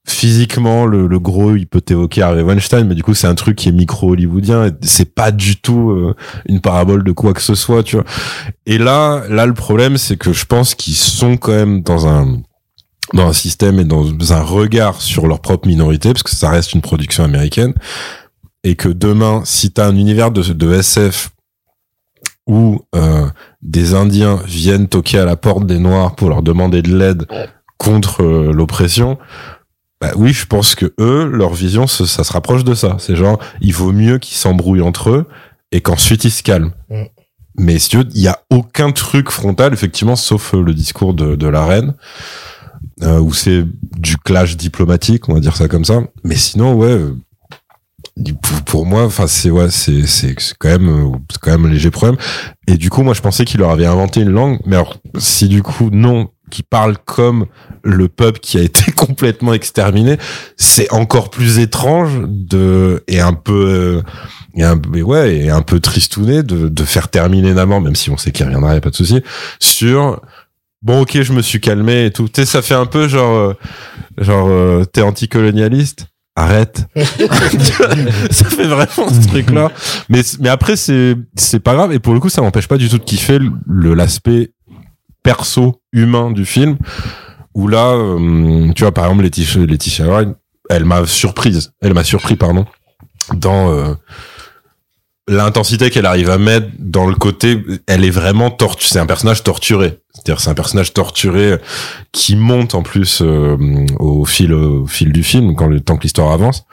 physiquement, le gros, il peut t'évoquer Harvey Weinstein, mais du coup, c'est un truc qui est micro-hollywoodien, et c'est pas du tout une parabole de quoi que ce soit, tu vois. Et là, le problème, c'est que je pense qu'ils sont quand même dans un système et dans un regard sur leur propre minorité, parce que ça reste une production américaine, et que demain, si t'as un univers de SF où des Indiens viennent toquer à la porte des Noirs pour leur demander de l'aide contre l'oppression, bah oui, je pense que eux, leur vision, ça se rapproche de ça. C'est genre, il vaut mieux qu'ils s'embrouillent entre eux et qu'ensuite ils se calment. Mais si tu veux, il y a aucun truc frontal, effectivement, sauf le discours de la reine, où c'est du clash diplomatique, on va dire ça comme ça. Mais sinon, ouais, pour moi, enfin, c'est quand même un léger problème. Et du coup, moi, je pensais qu'il leur avait inventé une langue. Mais alors, si du coup, non, qui parle comme le peuple qui a été complètement exterminé, c'est encore plus étrange et un peu tristouné de faire terminer Namor, même si on sait qu'il reviendra, y a pas de souci, sur bon, ok, je me suis calmé et tout. Tu sais, ça fait un peu genre t'es anticolonialiste. Arrête. Ça fait vraiment ce truc-là. Mais après, c'est pas grave. Et pour le coup, ça m'empêche pas du tout de kiffer l'aspect perso humain du film, où là, tu vois, par exemple, Letitia Wright, elle m'a surpris, pardon, dans l'intensité qu'elle arrive à mettre dans le côté, elle est vraiment c'est un personnage torturé. C'est-à-dire, c'est un personnage torturé qui monte en plus au fil du film, tant que l'histoire avance.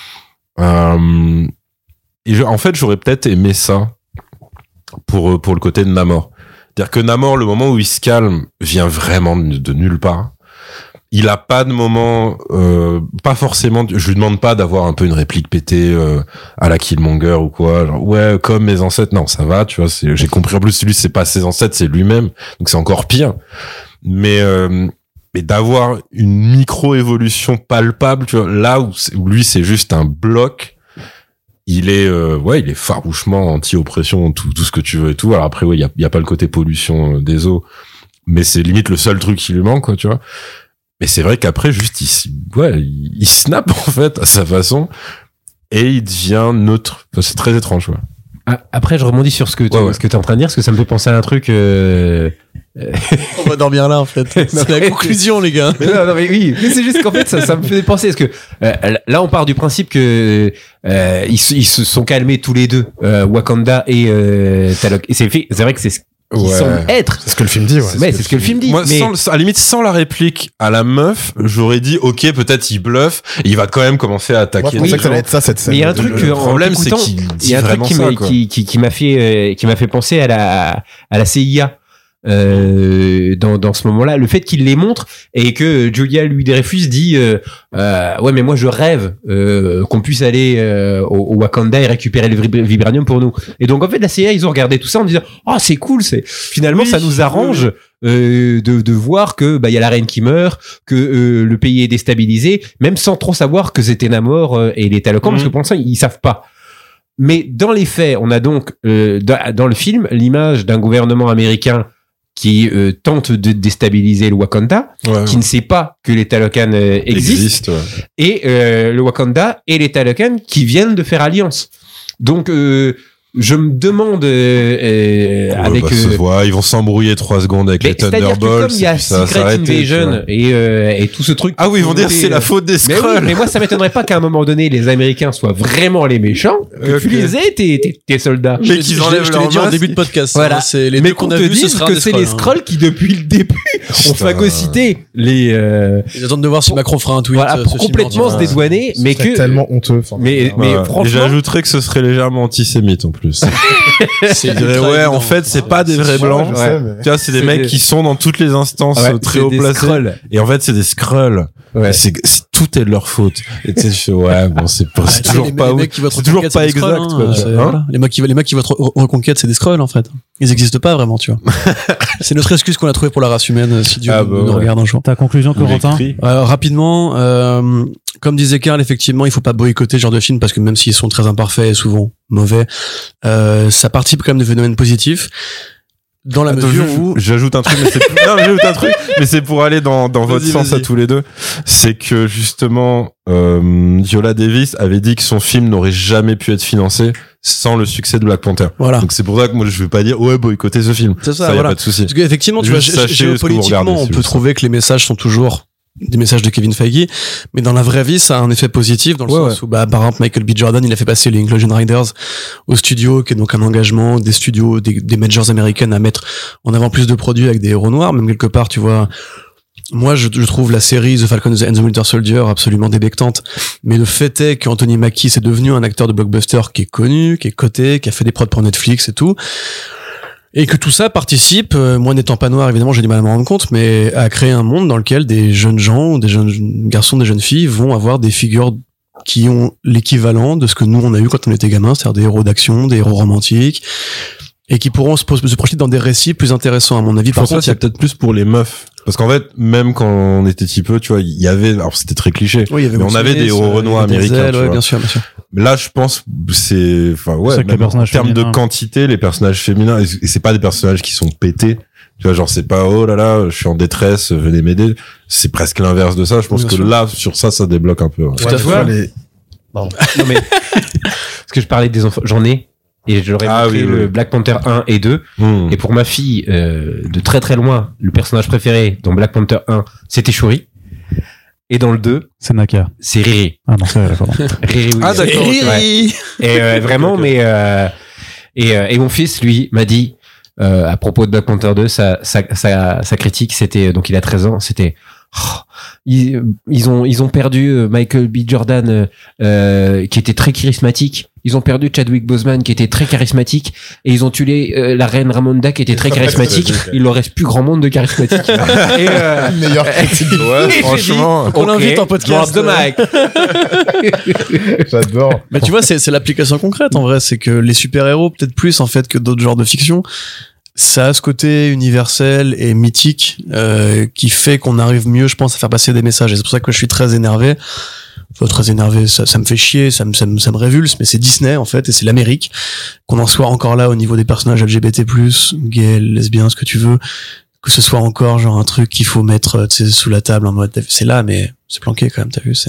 Et en fait, j'aurais peut-être aimé ça pour le côté de Namor. C'est-à-dire que Namor, le moment où il se calme, vient vraiment de nulle part. Il a pas de moment, pas forcément, je lui demande pas d'avoir un peu une réplique pétée à la Killmonger ou quoi, genre ouais, comme mes ancêtres. Non, ça va, tu vois, j'ai compris en plus, lui c'est pas ses ancêtres, c'est lui-même. Donc c'est encore pire. Mais d'avoir une micro-évolution palpable, tu vois, là où lui c'est juste un bloc. Il est farouchement anti-oppression, tout ce que tu veux et tout. Alors après, ouais, il y a pas le côté pollution des eaux, mais c'est limite le seul truc qui lui manque, quoi, tu vois. Mais c'est vrai qu'après, juste, il snap, en fait, à sa façon, et il devient neutre. Enfin, c'est très étrange, ouais. Après, je rebondis sur ce que t'es en train de dire, parce que ça me fait penser à un truc, On va dormir là, en fait. C'est la conclusion, les gars. Non, mais oui. Mais c'est juste qu'en fait, ça me fait penser, parce que, là, on part du principe que, ils se sont calmés tous les deux, Wakanda et, Talok. Et c'est vrai que c'est ce qui semble être. C'est ce que le film dit, ouais. Mais c'est ce que le film dit. Moi, mais... à la limite, sans la réplique à la meuf, j'aurais dit, ok, peut-être il bluffe, et il va quand même commencer à attaquer. Moi, je pensais que ça allait être ça, cette scène. Mais il y a un truc, le problème, c'est qu'il dit vraiment ça, quoi. Qui m'a fait penser à la CIA. Dans ce moment-là, le fait qu'il les montre et que Julia Louis-Dreyfus dit ouais, mais moi je rêve qu'on puisse aller au Wakanda et récupérer le vibranium pour nous. Et donc en fait la CIA, ils ont regardé tout ça en disant c'est cool, finalement ça nous arrange de voir que il y a la reine qui meurt, que le pays est déstabilisé, même sans trop savoir que c'était Namor et les Talokans, parce que pour l'instant ils savent pas. Mais dans les faits, on a donc dans le film l'image d'un gouvernement américain qui tente de déstabiliser le Wakanda, qui ne sait pas que les Talokan existent, et le Wakanda et les Talokan qui viennent de faire alliance. Donc je me demande avec ils vont s'embrouiller 3 secondes avec les Thunderbolts. Comme il y a Secret Invasion et tout ce truc. Ah oui, ils vont dire c'est la faute des Skrulls. Mais moi ça m'étonnerait pas qu'à un moment donné les Américains soient vraiment les méchants, que tu les aies tes soldats. Mais qu'ils enlèvent leur masque en début de podcast. Voilà. C'est les deux qu'on a vus, ce sera que c'est les Skrulls qui depuis le début ont phagocyté les. Ils attendent de voir si Macron fera un tweet. Voilà, pour complètement se dédouaner, mais que tellement honteux. Mais franchement. Et j'ajouterais que ce serait légèrement antisémite en plus. En fait, c'est pas des vrais blancs. Tu vois, c'est des mecs qui sont dans toutes les instances très haut placées. Et en fait, c'est des Skrulls. Ouais. Tout est de leur faute. Et tu sais, c'est toujours pas c'est toujours pas exact, quoi. Les mecs qui votent Reconquête, c'est des Skrulls, en fait. Ils existent pas vraiment, tu vois. C'est notre excuse qu'on a trouvée pour la race humaine, si Dieu nous regarde un jour. Ta conclusion, Corentin? Rapidement, comme disait Karl, effectivement, il faut pas boycotter ce genre de film parce que même s'ils sont très imparfaits et souvent mauvais, ça participe quand même de phénomènes positifs. Dans la Attends, mesure où... j'ajoute un truc, mais c'est pour aller dans votre sens à tous les deux. C'est que justement, Viola Davis avait dit que son film n'aurait jamais pu être financé sans le succès de Black Panther. Voilà. Donc c'est pour ça que moi je veux pas dire ouais boycotter ce film. C'est ça, y a voilà. pas de souci. Parce qu'effectivement, tu vois, Juste sachez ce que vous géopolitiquement, regardez, on c'est peut juste trouver que les messages sont toujours des messages de Kevin Feige, mais dans la vraie vie, ça a un effet positif dans le sens où, par exemple, Michael B. Jordan, il a fait passer les Inclusion Riders au studio, qui est donc un engagement des studios, des majors américaines à mettre en avant plus de produits avec des héros noirs, même quelque part, tu vois. Moi, je trouve la série The Falcon and the Winter Soldier absolument débectante, mais le fait est qu'Anthony Mackie c'est devenu un acteur de blockbuster qui est connu, qui est coté, qui a fait des prods pour Netflix et tout. Et que tout ça participe, moi n'étant pas noir, évidemment, j'ai du mal à me rendre compte, mais à créer un monde dans lequel des jeunes gens, des jeunes garçons, des jeunes filles vont avoir des figures qui ont l'équivalent de ce que nous on a eu quand on était gamin, c'est-à-dire des héros d'action, des héros romantiques, et qui pourront se projeter dans des récits plus intéressants, à mon avis. Par contre, c'est peut-être plus pour les meufs. Parce qu'en fait, même quand on était petit peu, tu vois, il y avait, alors c'était très cliché, oui, mais on avait des héros noirs américains. Ouais, bien sûr, bien sûr. Mais là, je pense, c'est, enfin, ouais, même en termes de quantité, les personnages féminins, et c'est pas des personnages qui sont pétés. Tu vois, genre, c'est pas, oh là là, je suis en détresse, venez m'aider. C'est presque l'inverse de ça. Je pense bien que sûr. Là, sur ça, ça débloque un peu. Ouais. Tout à fait. Non, mais, parce que je parlais des enfants, j'en ai. Et j'aurais montré le Black Panther 1 et 2. Et pour ma fille, de très très loin, le personnage préféré dans Black Panther 1, c'était Shuri. Et dans le 2, c'est Naka. C'est Riri. Ah non, c'est Riri, pardon. Riri, oui. Ah d'accord. Ouais. Et vraiment, mais et mon fils, lui, m'a dit à propos de Black Panther 2, sa critique, c'était, donc il a 13 ans, c'était ils ont perdu Michael B. Jordan qui était très charismatique. Ils ont perdu Chadwick Boseman qui était très charismatique et ils ont tué la reine Ramonda qui était très charismatique. Il leur reste plus grand monde de charismatique. Meilleur critique. Ouais, franchement. On l'invite en podcast. J'adore. Mais tu vois, c'est l'application concrète en vrai, c'est que les super-héros peut-être plus en fait que d'autres genres de fiction, ça a ce côté universel et mythique qui fait qu'on arrive mieux, je pense, à faire passer des messages. Et c'est pour ça que je suis très énervé. Enfin, très énervé, ça me fait chier, ça me révulse, mais c'est Disney en fait, et c'est l'Amérique. Qu'on en soit encore là au niveau des personnages LGBT+, gays, lesbiens, ce que tu veux, que ce soit encore genre un truc qu'il faut mettre sous la table en mode c'est là, mais c'est planqué quand même, t'as vu, c'est...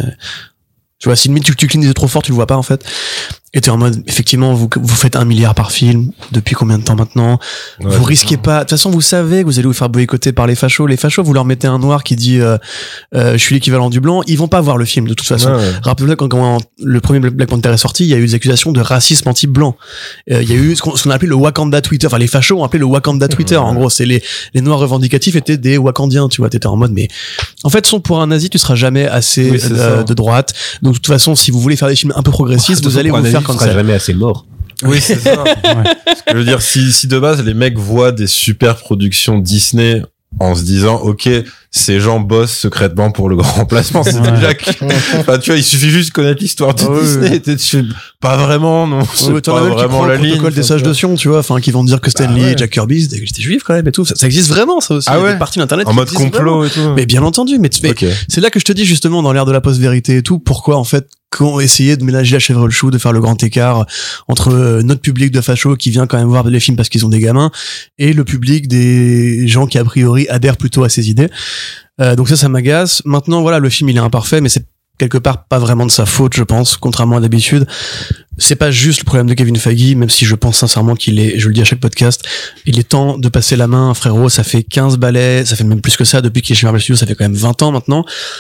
Tu vois, si limite tu clignes trop fort, tu le vois pas en fait. Et t'es en mode, effectivement, vous faites 1 milliard par film. Depuis combien de temps maintenant? Ouais, vous risquez pas. De toute façon, vous savez que vous allez vous faire boycotter par les fachos. Les fachos, vous leur mettez un noir qui dit, je suis l'équivalent du blanc. Ils vont pas voir le film de toute façon. Ouais. Rappelez-vous quand le premier Black Panther est sorti, il y a eu des accusations de racisme anti-blanc. Il y a eu ce qu'on a appelé le Wakanda Twitter. Enfin, les fachos ont appelé le Wakanda Twitter. En gros, c'est les noirs revendicatifs étaient des Wakandiens. Tu vois, t'étais en mode, mais en fait, pour un nazi, tu seras jamais assez de droite. Donc, de toute façon, si vous voulez faire des films un peu progressistes, vous allez vous faire comme ça. Jamais assez mort. Oui, c'est ça. Ouais. Parce que je veux dire, si de base les mecs voient des super productions Disney en se disant, ok, ces gens bossent secrètement pour le grand remplacement, c'est déjà que, enfin, tu vois, il suffit juste de connaître l'histoire de Disney. Pas vraiment, non. C'est pas vraiment la ligne. Le protocole des sages de Sion, tu vois, enfin, qui vont dire que Stan Lee et Jack Kirby, c'était juif quand même et tout. Ça existe vraiment, ça aussi. Il y a des parties d'internet en mode complot et tout. Mais bien entendu, mais c'est là que je te dis justement dans l'ère de la post-vérité et tout, pourquoi en fait qu'on essayait de mélanger la chèvre et le chou, de faire le grand écart entre notre public de fachos qui vient quand même voir les films parce qu'ils ont des gamins et le public des gens qui a priori adhèrent plutôt à ces idées. Donc ça m'agace. Maintenant, voilà, le film il est imparfait, mais c'est quelque part pas vraiment de sa faute, je pense, contrairement à d'habitude. C'est pas juste le problème de Kevin Feige, même si je pense sincèrement qu'il est, je le dis à chaque podcast, il est temps de passer la main, frérot, ça fait 15 balais, ça fait même plus que ça, depuis qu'il est chez Marvel Studios, ça fait quand même 20 ans maintenant.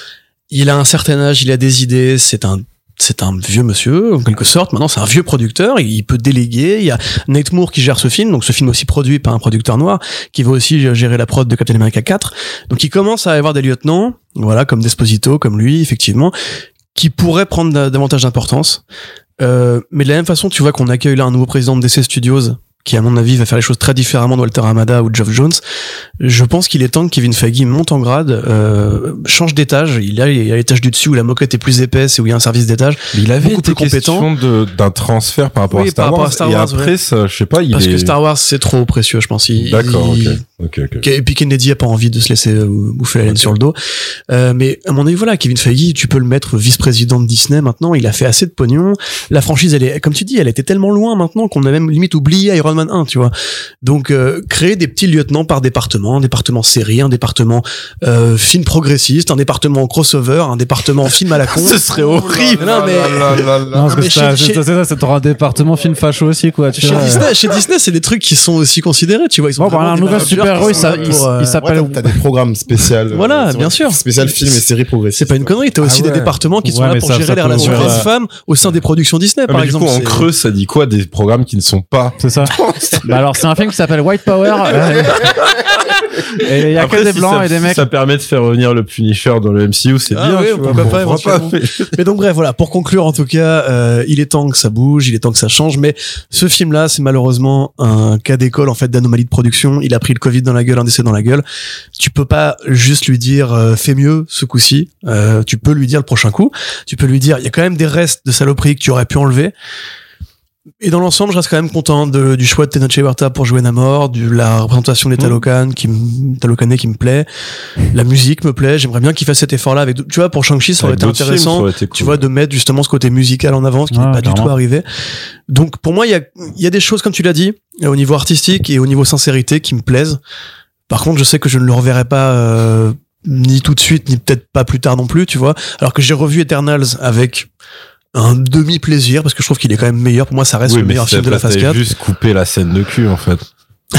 Il a un certain âge, il a des idées, c'est un vieux monsieur, en quelque sorte. Maintenant, c'est un vieux producteur. Il peut déléguer. Il y a Nate Moore qui gère ce film. Donc, ce film est aussi produit par un producteur noir qui va aussi gérer la prod de Captain America 4. Donc, il commence à avoir des lieutenants, voilà, comme Desposito, comme lui, effectivement, qui pourraient prendre davantage d'importance. Mais de la même façon, tu vois qu'on accueille là un nouveau président de DC Studios qui à mon avis va faire les choses très différemment de Walter Hamada ou de Geoff Jones. Je pense qu'il est temps que Kevin Feige monte en grade, change d'étage. Il y a l'étage du dessus où la moquette est plus épaisse et où il y a un service d'étage. Il avait été question d'un transfert par rapport à Star Wars. Et après, ça, je sais pas, parce que Star Wars c'est trop précieux, je pense. D'accord, ok. Et puis Kennedy a pas envie de se laisser bouffer la laine sur le dos. Mais à mon avis, voilà, Kevin Feige, tu peux le mettre vice-président de Disney maintenant. Il a fait assez de pognon. La franchise, elle est, comme tu dis, elle était tellement loin maintenant qu'on a même limite oublié Iron Man 1, tu vois. Donc créer des petits lieutenants par département, un département série, un département film progressiste, un département crossover, un département film à la con. Ce serait horrible. Non mais Non, parce que mais c'est un département film facho aussi, quoi. Tu vois. chez Disney, c'est des trucs qui sont aussi considérés, tu vois. Ils sont Bon, vraiment un des nouvel managers super-héros, qui sont là pour, il s'appelle... Ouais, t'as des programmes spéciaux. Voilà, bien sûr. Spécial films et séries progressives. C'est pas une connerie, t'as aussi Ah ouais. des départements qui sont Ouais, là mais pour ça gérer les peut- relations ouais. hommes-femmes au sein des productions Disney, Ah, par mais exemple. du coup, en c'est- creux, ça dit quoi des programmes qui ne sont pas... C'est ça. Bah alors, c'est un film qui s'appelle White Power. Et il y a Après, que des si blancs ça, et des si mecs. ça permet de faire revenir le Punisher dans le MCU, c'est Ah bien. oui, tu vois, pourquoi pas, pourquoi éventuellement. Mais donc bref, voilà, pour conclure en tout cas, il est temps que ça bouge, il est temps que ça change, mais ce film-là, c'est malheureusement un cas d'école en fait d'anomalie de production. Il a pris le Covid dans la gueule, un décès dans la gueule. Tu peux pas juste lui dire fais mieux ce coup-ci. Tu peux lui dire le prochain coup. Tu peux lui dire il y a quand même des restes de saloperies que tu aurais pu enlever. Et dans l'ensemble, je reste quand même content du choix de Tenoch Huerta pour jouer Namor, de la représentation des Talokanais qui me plaît. La musique me plaît. J'aimerais bien qu'il fasse cet effort-là avec, tu vois, pour Shang-Chi, ça aurait Avec été d'autres films, intéressant. ça aurait été cool. Tu vois, de mettre justement ce côté musical en avant, ce qui Ouais, n'est pas du clairement. tout arrivé. Donc, pour moi, il y a des choses, comme tu l'as dit, au niveau artistique et au niveau sincérité qui me plaisent. Par contre, je sais que je ne le reverrai pas, ni tout de suite, ni peut-être pas plus tard non plus, tu vois. Alors que j'ai revu Eternals avec un demi-plaisir, parce que je trouve qu'il est quand même meilleur. Pour moi, ça reste Oui, le mais meilleur film de la phase 4. juste couper la scène de cul, en fait.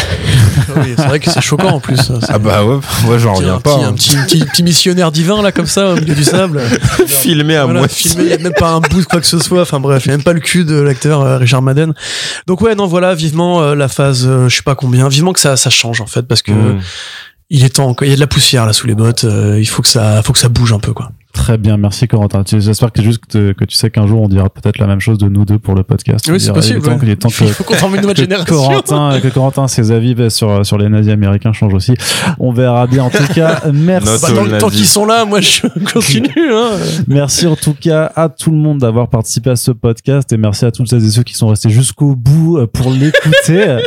Oui, c'est vrai que c'est choquant en plus. Ah bah ouais, moi j'en reviens pas. Un petit missionnaire divin là comme ça au milieu du sable. Filmé à Voilà, moitié. filmé, il y a même pas un bout de quoi que ce soit. Enfin bref, il y a même pas le cul de l'acteur Richard Madden. Donc ouais, non voilà, vivement la phase, je sais pas combien, vivement que ça change en fait, parce que il est temps. Il y a de la poussière là sous les bottes. Il faut que ça bouge un peu quoi. Très bien, merci Corentin. J'espère que tu sais qu'un jour on dira peut-être la même chose de nous deux pour le podcast. Oui, c'est possible. Il est temps Il faut qu'on forme une nouvelle que génération. Corentin, ses avis sur les nazis américains changent aussi. On verra bien. En tout cas, merci. Note Bah, au tant nazi. qu'ils sont là, moi je continue. Hein. Merci en tout cas à tout le monde d'avoir participé à ce podcast et merci à toutes celles et ceux qui sont restés jusqu'au bout pour l'écouter.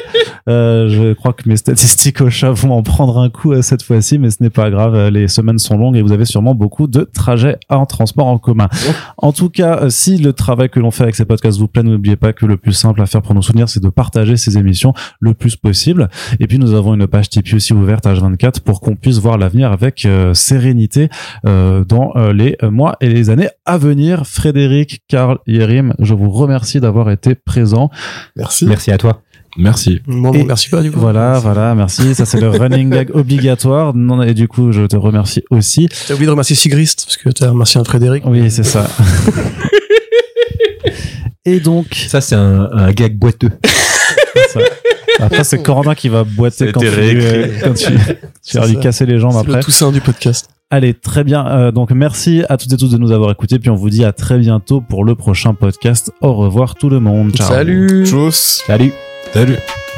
Je crois que mes statistiques au chat vont en prendre un coup cette fois-ci, mais ce n'est pas grave. Les semaines sont longues et vous avez sûrement beaucoup de trajets en transport en commun. En tout cas, si le travail que l'on fait avec ces podcasts vous plaît, n'oubliez pas que le plus simple à faire pour nous soutenir, c'est de partager ces émissions le plus possible. Et puis nous avons une page Tipeee aussi ouverte H24 pour qu'on puisse voir l'avenir avec sérénité dans les mois et les années à venir. Frédéric, Karl, Yerim, je vous remercie d'avoir été présents. Merci. Merci à toi. Merci. Moi, Et merci pas du coup. Voilà, merci. Ça, c'est le running gag obligatoire. Non, et du coup, je te remercie aussi. T'as oublié de remercier Sigrist parce que t'as remercié un Frédéric. Oui, c'est ça. Et donc, Ça, c'est un gag boiteux. ça. Après, c'est Corentin qui va boiter Ça a quand été réécrit. tu vas lui ça. casser les jambes C'est après. le Toussaint du podcast. Allez, très bien. Donc, merci à toutes et tous de nous avoir écoutés. Puis, on vous dit à très bientôt pour le prochain podcast. Au revoir tout le monde. Ciao. Salut. Tchuss. Salut. Salut.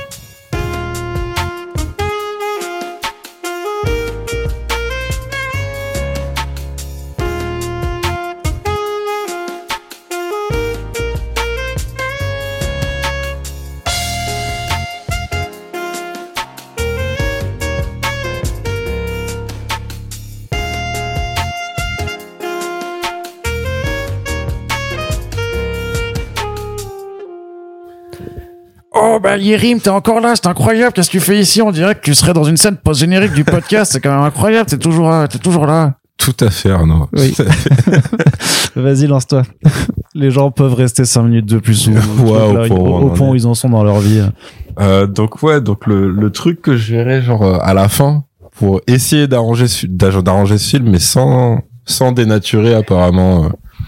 Oh bah Yerim, t'es encore là, c'est incroyable, qu'est-ce que tu fais ici? On dirait que tu serais dans une scène post-générique du podcast, c'est quand même incroyable, t'es toujours là. Tout à fait, Arnaud. Oui. Vas-y, lance-toi. Les gens peuvent rester 5 minutes de plus Ouais, au point où ils en sont dans leur vie. Donc le truc que je verrais à la fin pour essayer d'arranger ce film, mais sans dénaturer apparemment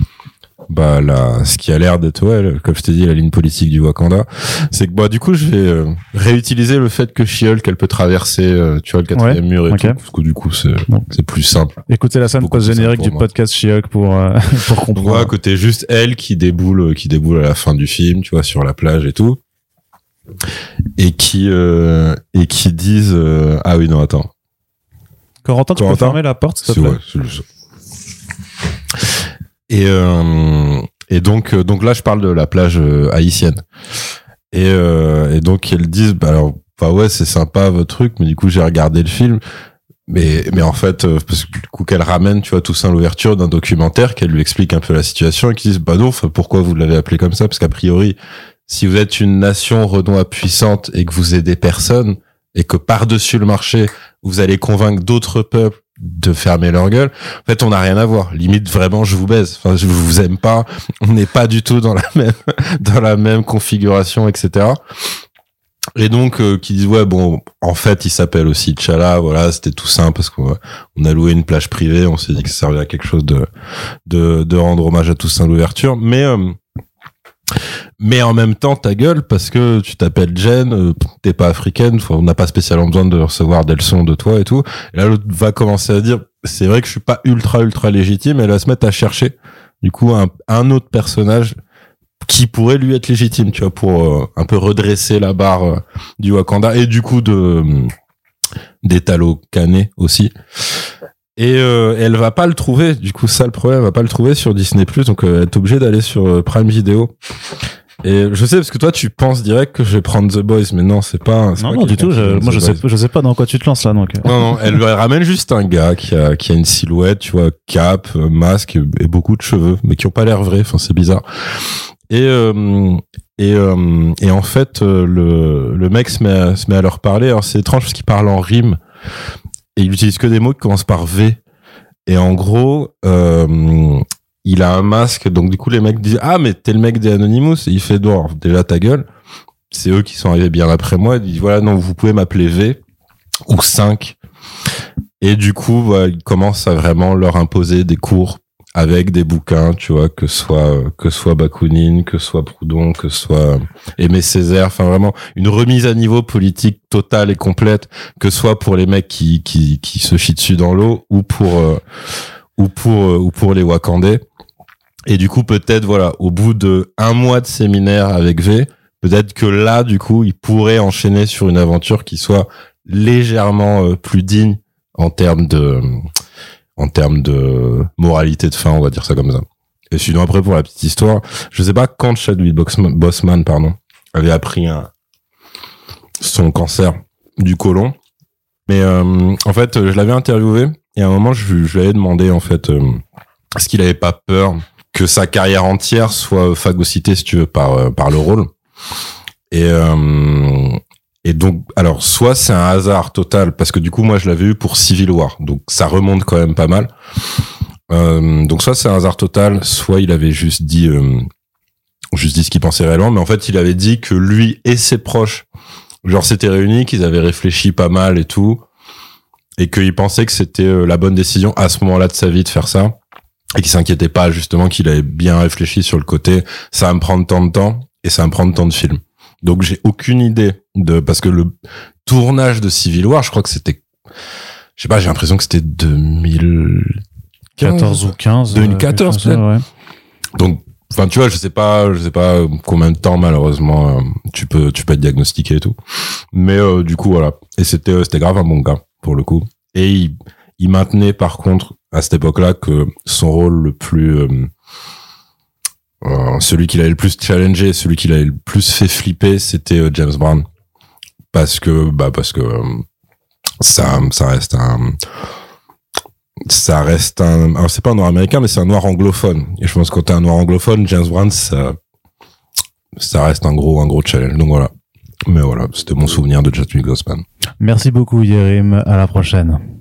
ce qui a l'air d'être comme je t'ai dit la ligne politique du Wakanda, c'est que du coup je vais réutiliser le fait que She-Hulk elle peut traverser tu vois le quatrième mur et ok. tout, parce que du coup c'est plus simple. Écoutez la scène Beaucoup plus post-générique simple du pour moi. podcast She-Hulk pour Donc comprendre. voilà, côté juste elle qui déboule à la fin du film, tu vois, sur la plage et tout. Et qui disent ah oui non attends. Corentin, tu peux Corentin fermer la porte, s'il te C'est plaît? ouais, c'est juste ça. Et donc là je parle de la plage haïtienne. Et donc elles disent c'est sympa votre truc, mais du coup j'ai regardé le film. Mais en fait, parce que du coup qu'elle ramène, tu vois, tout ça à l'ouverture d'un documentaire, qu'elle lui explique un peu la situation et qu'ils disent non, pourquoi vous l'avez appelé comme ça? Parce qu'a priori, si vous êtes une nation renois puissante et que vous aidez personne et que par-dessus le marché, vous allez convaincre d'autres peuples de fermer leur gueule. En fait, on n'a rien à voir. Limite, vraiment, je vous baise. Enfin, je vous aime pas. On n'est pas du tout dans la même configuration, etc. Et donc, qui disent, ouais, bon, en fait, il s'appelle aussi T'Challa, voilà, c'était tout simple parce qu'on a loué une plage privée, on s'est dit que ça servait à quelque chose de rendre hommage à Toussaint l'ouverture, mais en même temps, ta gueule, parce que tu t'appelles Jen, t'es pas africaine, on n'a pas spécialement besoin de recevoir des leçons de toi et tout. Et là, l'autre va commencer à dire, c'est vrai que je suis pas ultra légitime, elle va se mettre à chercher, du coup, un autre personnage qui pourrait lui être légitime, tu vois, pour un peu redresser la barre du Wakanda, et du coup, des Talo Kane aussi. Et elle va pas le trouver, du coup ça le problème, elle va pas le trouver sur Disney+, donc elle est obligée d'aller sur Prime Video. Et je sais parce que toi tu penses direct que je vais prendre The Boys, mais non, c'est pas non du tout, moi je sais pas dans quoi tu te lances là, donc non, elle ramène juste un gars qui a une silhouette, tu vois, cap, masque et beaucoup de cheveux, mais qui ont pas l'air vrais, enfin c'est bizarre. Et en fait le mec se met à leur parler. Alors c'est étrange parce qu'il parle en rime et il utilise que des mots qui commencent par V. Et en gros, il a un masque, donc du coup les mecs disent ah mais t'es le mec des Anonymous, et il fait déjà ta gueule. C'est eux qui sont arrivés bien après moi. Il dit voilà, non, vous pouvez m'appeler V ou 5. Et du coup il commence à vraiment leur imposer des cours avec des bouquins, tu vois, que soit Bakounine, que soit Proudhon, que soit Aimé Césaire, enfin vraiment une remise à niveau politique totale et complète, que soit pour les mecs qui se chient dessus dans l'eau ou pour les Wakandais. Et du coup peut-être voilà, au bout de 1 mois de séminaire avec V, peut-être que là du coup il pourrait enchaîner sur une aventure qui soit légèrement plus digne en termes de moralité de fin, on va dire ça comme ça. Et sinon après, pour la petite histoire, je sais pas quand Chadwick Boseman avait appris son cancer du côlon, mais en fait je l'avais interviewé et à un moment je lui avais demandé en fait est-ce qu'il avait pas peur que sa carrière entière soit phagocytée, si tu veux, par le rôle. Et donc, alors, soit c'est un hasard total, parce que du coup, moi, je l'avais eu pour Civil War, donc ça remonte quand même pas mal. Donc, soit c'est un hasard total, soit il avait juste dit ce qu'il pensait réellement, mais en fait, il avait dit que lui et ses proches, genre, s'étaient réunis, qu'ils avaient réfléchi pas mal et tout, et qu'ils pensaient que c'était la bonne décision à ce moment-là de sa vie de faire ça, et qu'ils s'inquiétaient pas, justement, qu'il avait bien réfléchi sur le côté, ça va me prendre tant de temps, et ça va me prendre tant de films. Donc j'ai aucune idée parce que le tournage de Civil War, je crois que c'était, je sais pas, j'ai l'impression que c'était 2014 ou 15. 2014 peut-être. Ouais. Donc, enfin tu vois, je sais pas combien de temps malheureusement tu peux être diagnostiqué et tout. Mais du coup voilà, et c'était grave un bon gars pour le coup. Et il maintenait par contre à cette époque-là que son rôle le plus celui qui l'avait le plus challengé, celui qui l'avait le plus fait flipper, c'était James Brown, parce que ça reste un alors c'est pas un noir américain, mais c'est un noir anglophone, et je pense que quand t'es un noir anglophone, James Brown ça reste un gros challenge. Donc voilà, mais voilà, c'était mon souvenir de Chadwick Boseman. Merci beaucoup Yérim, à la prochaine.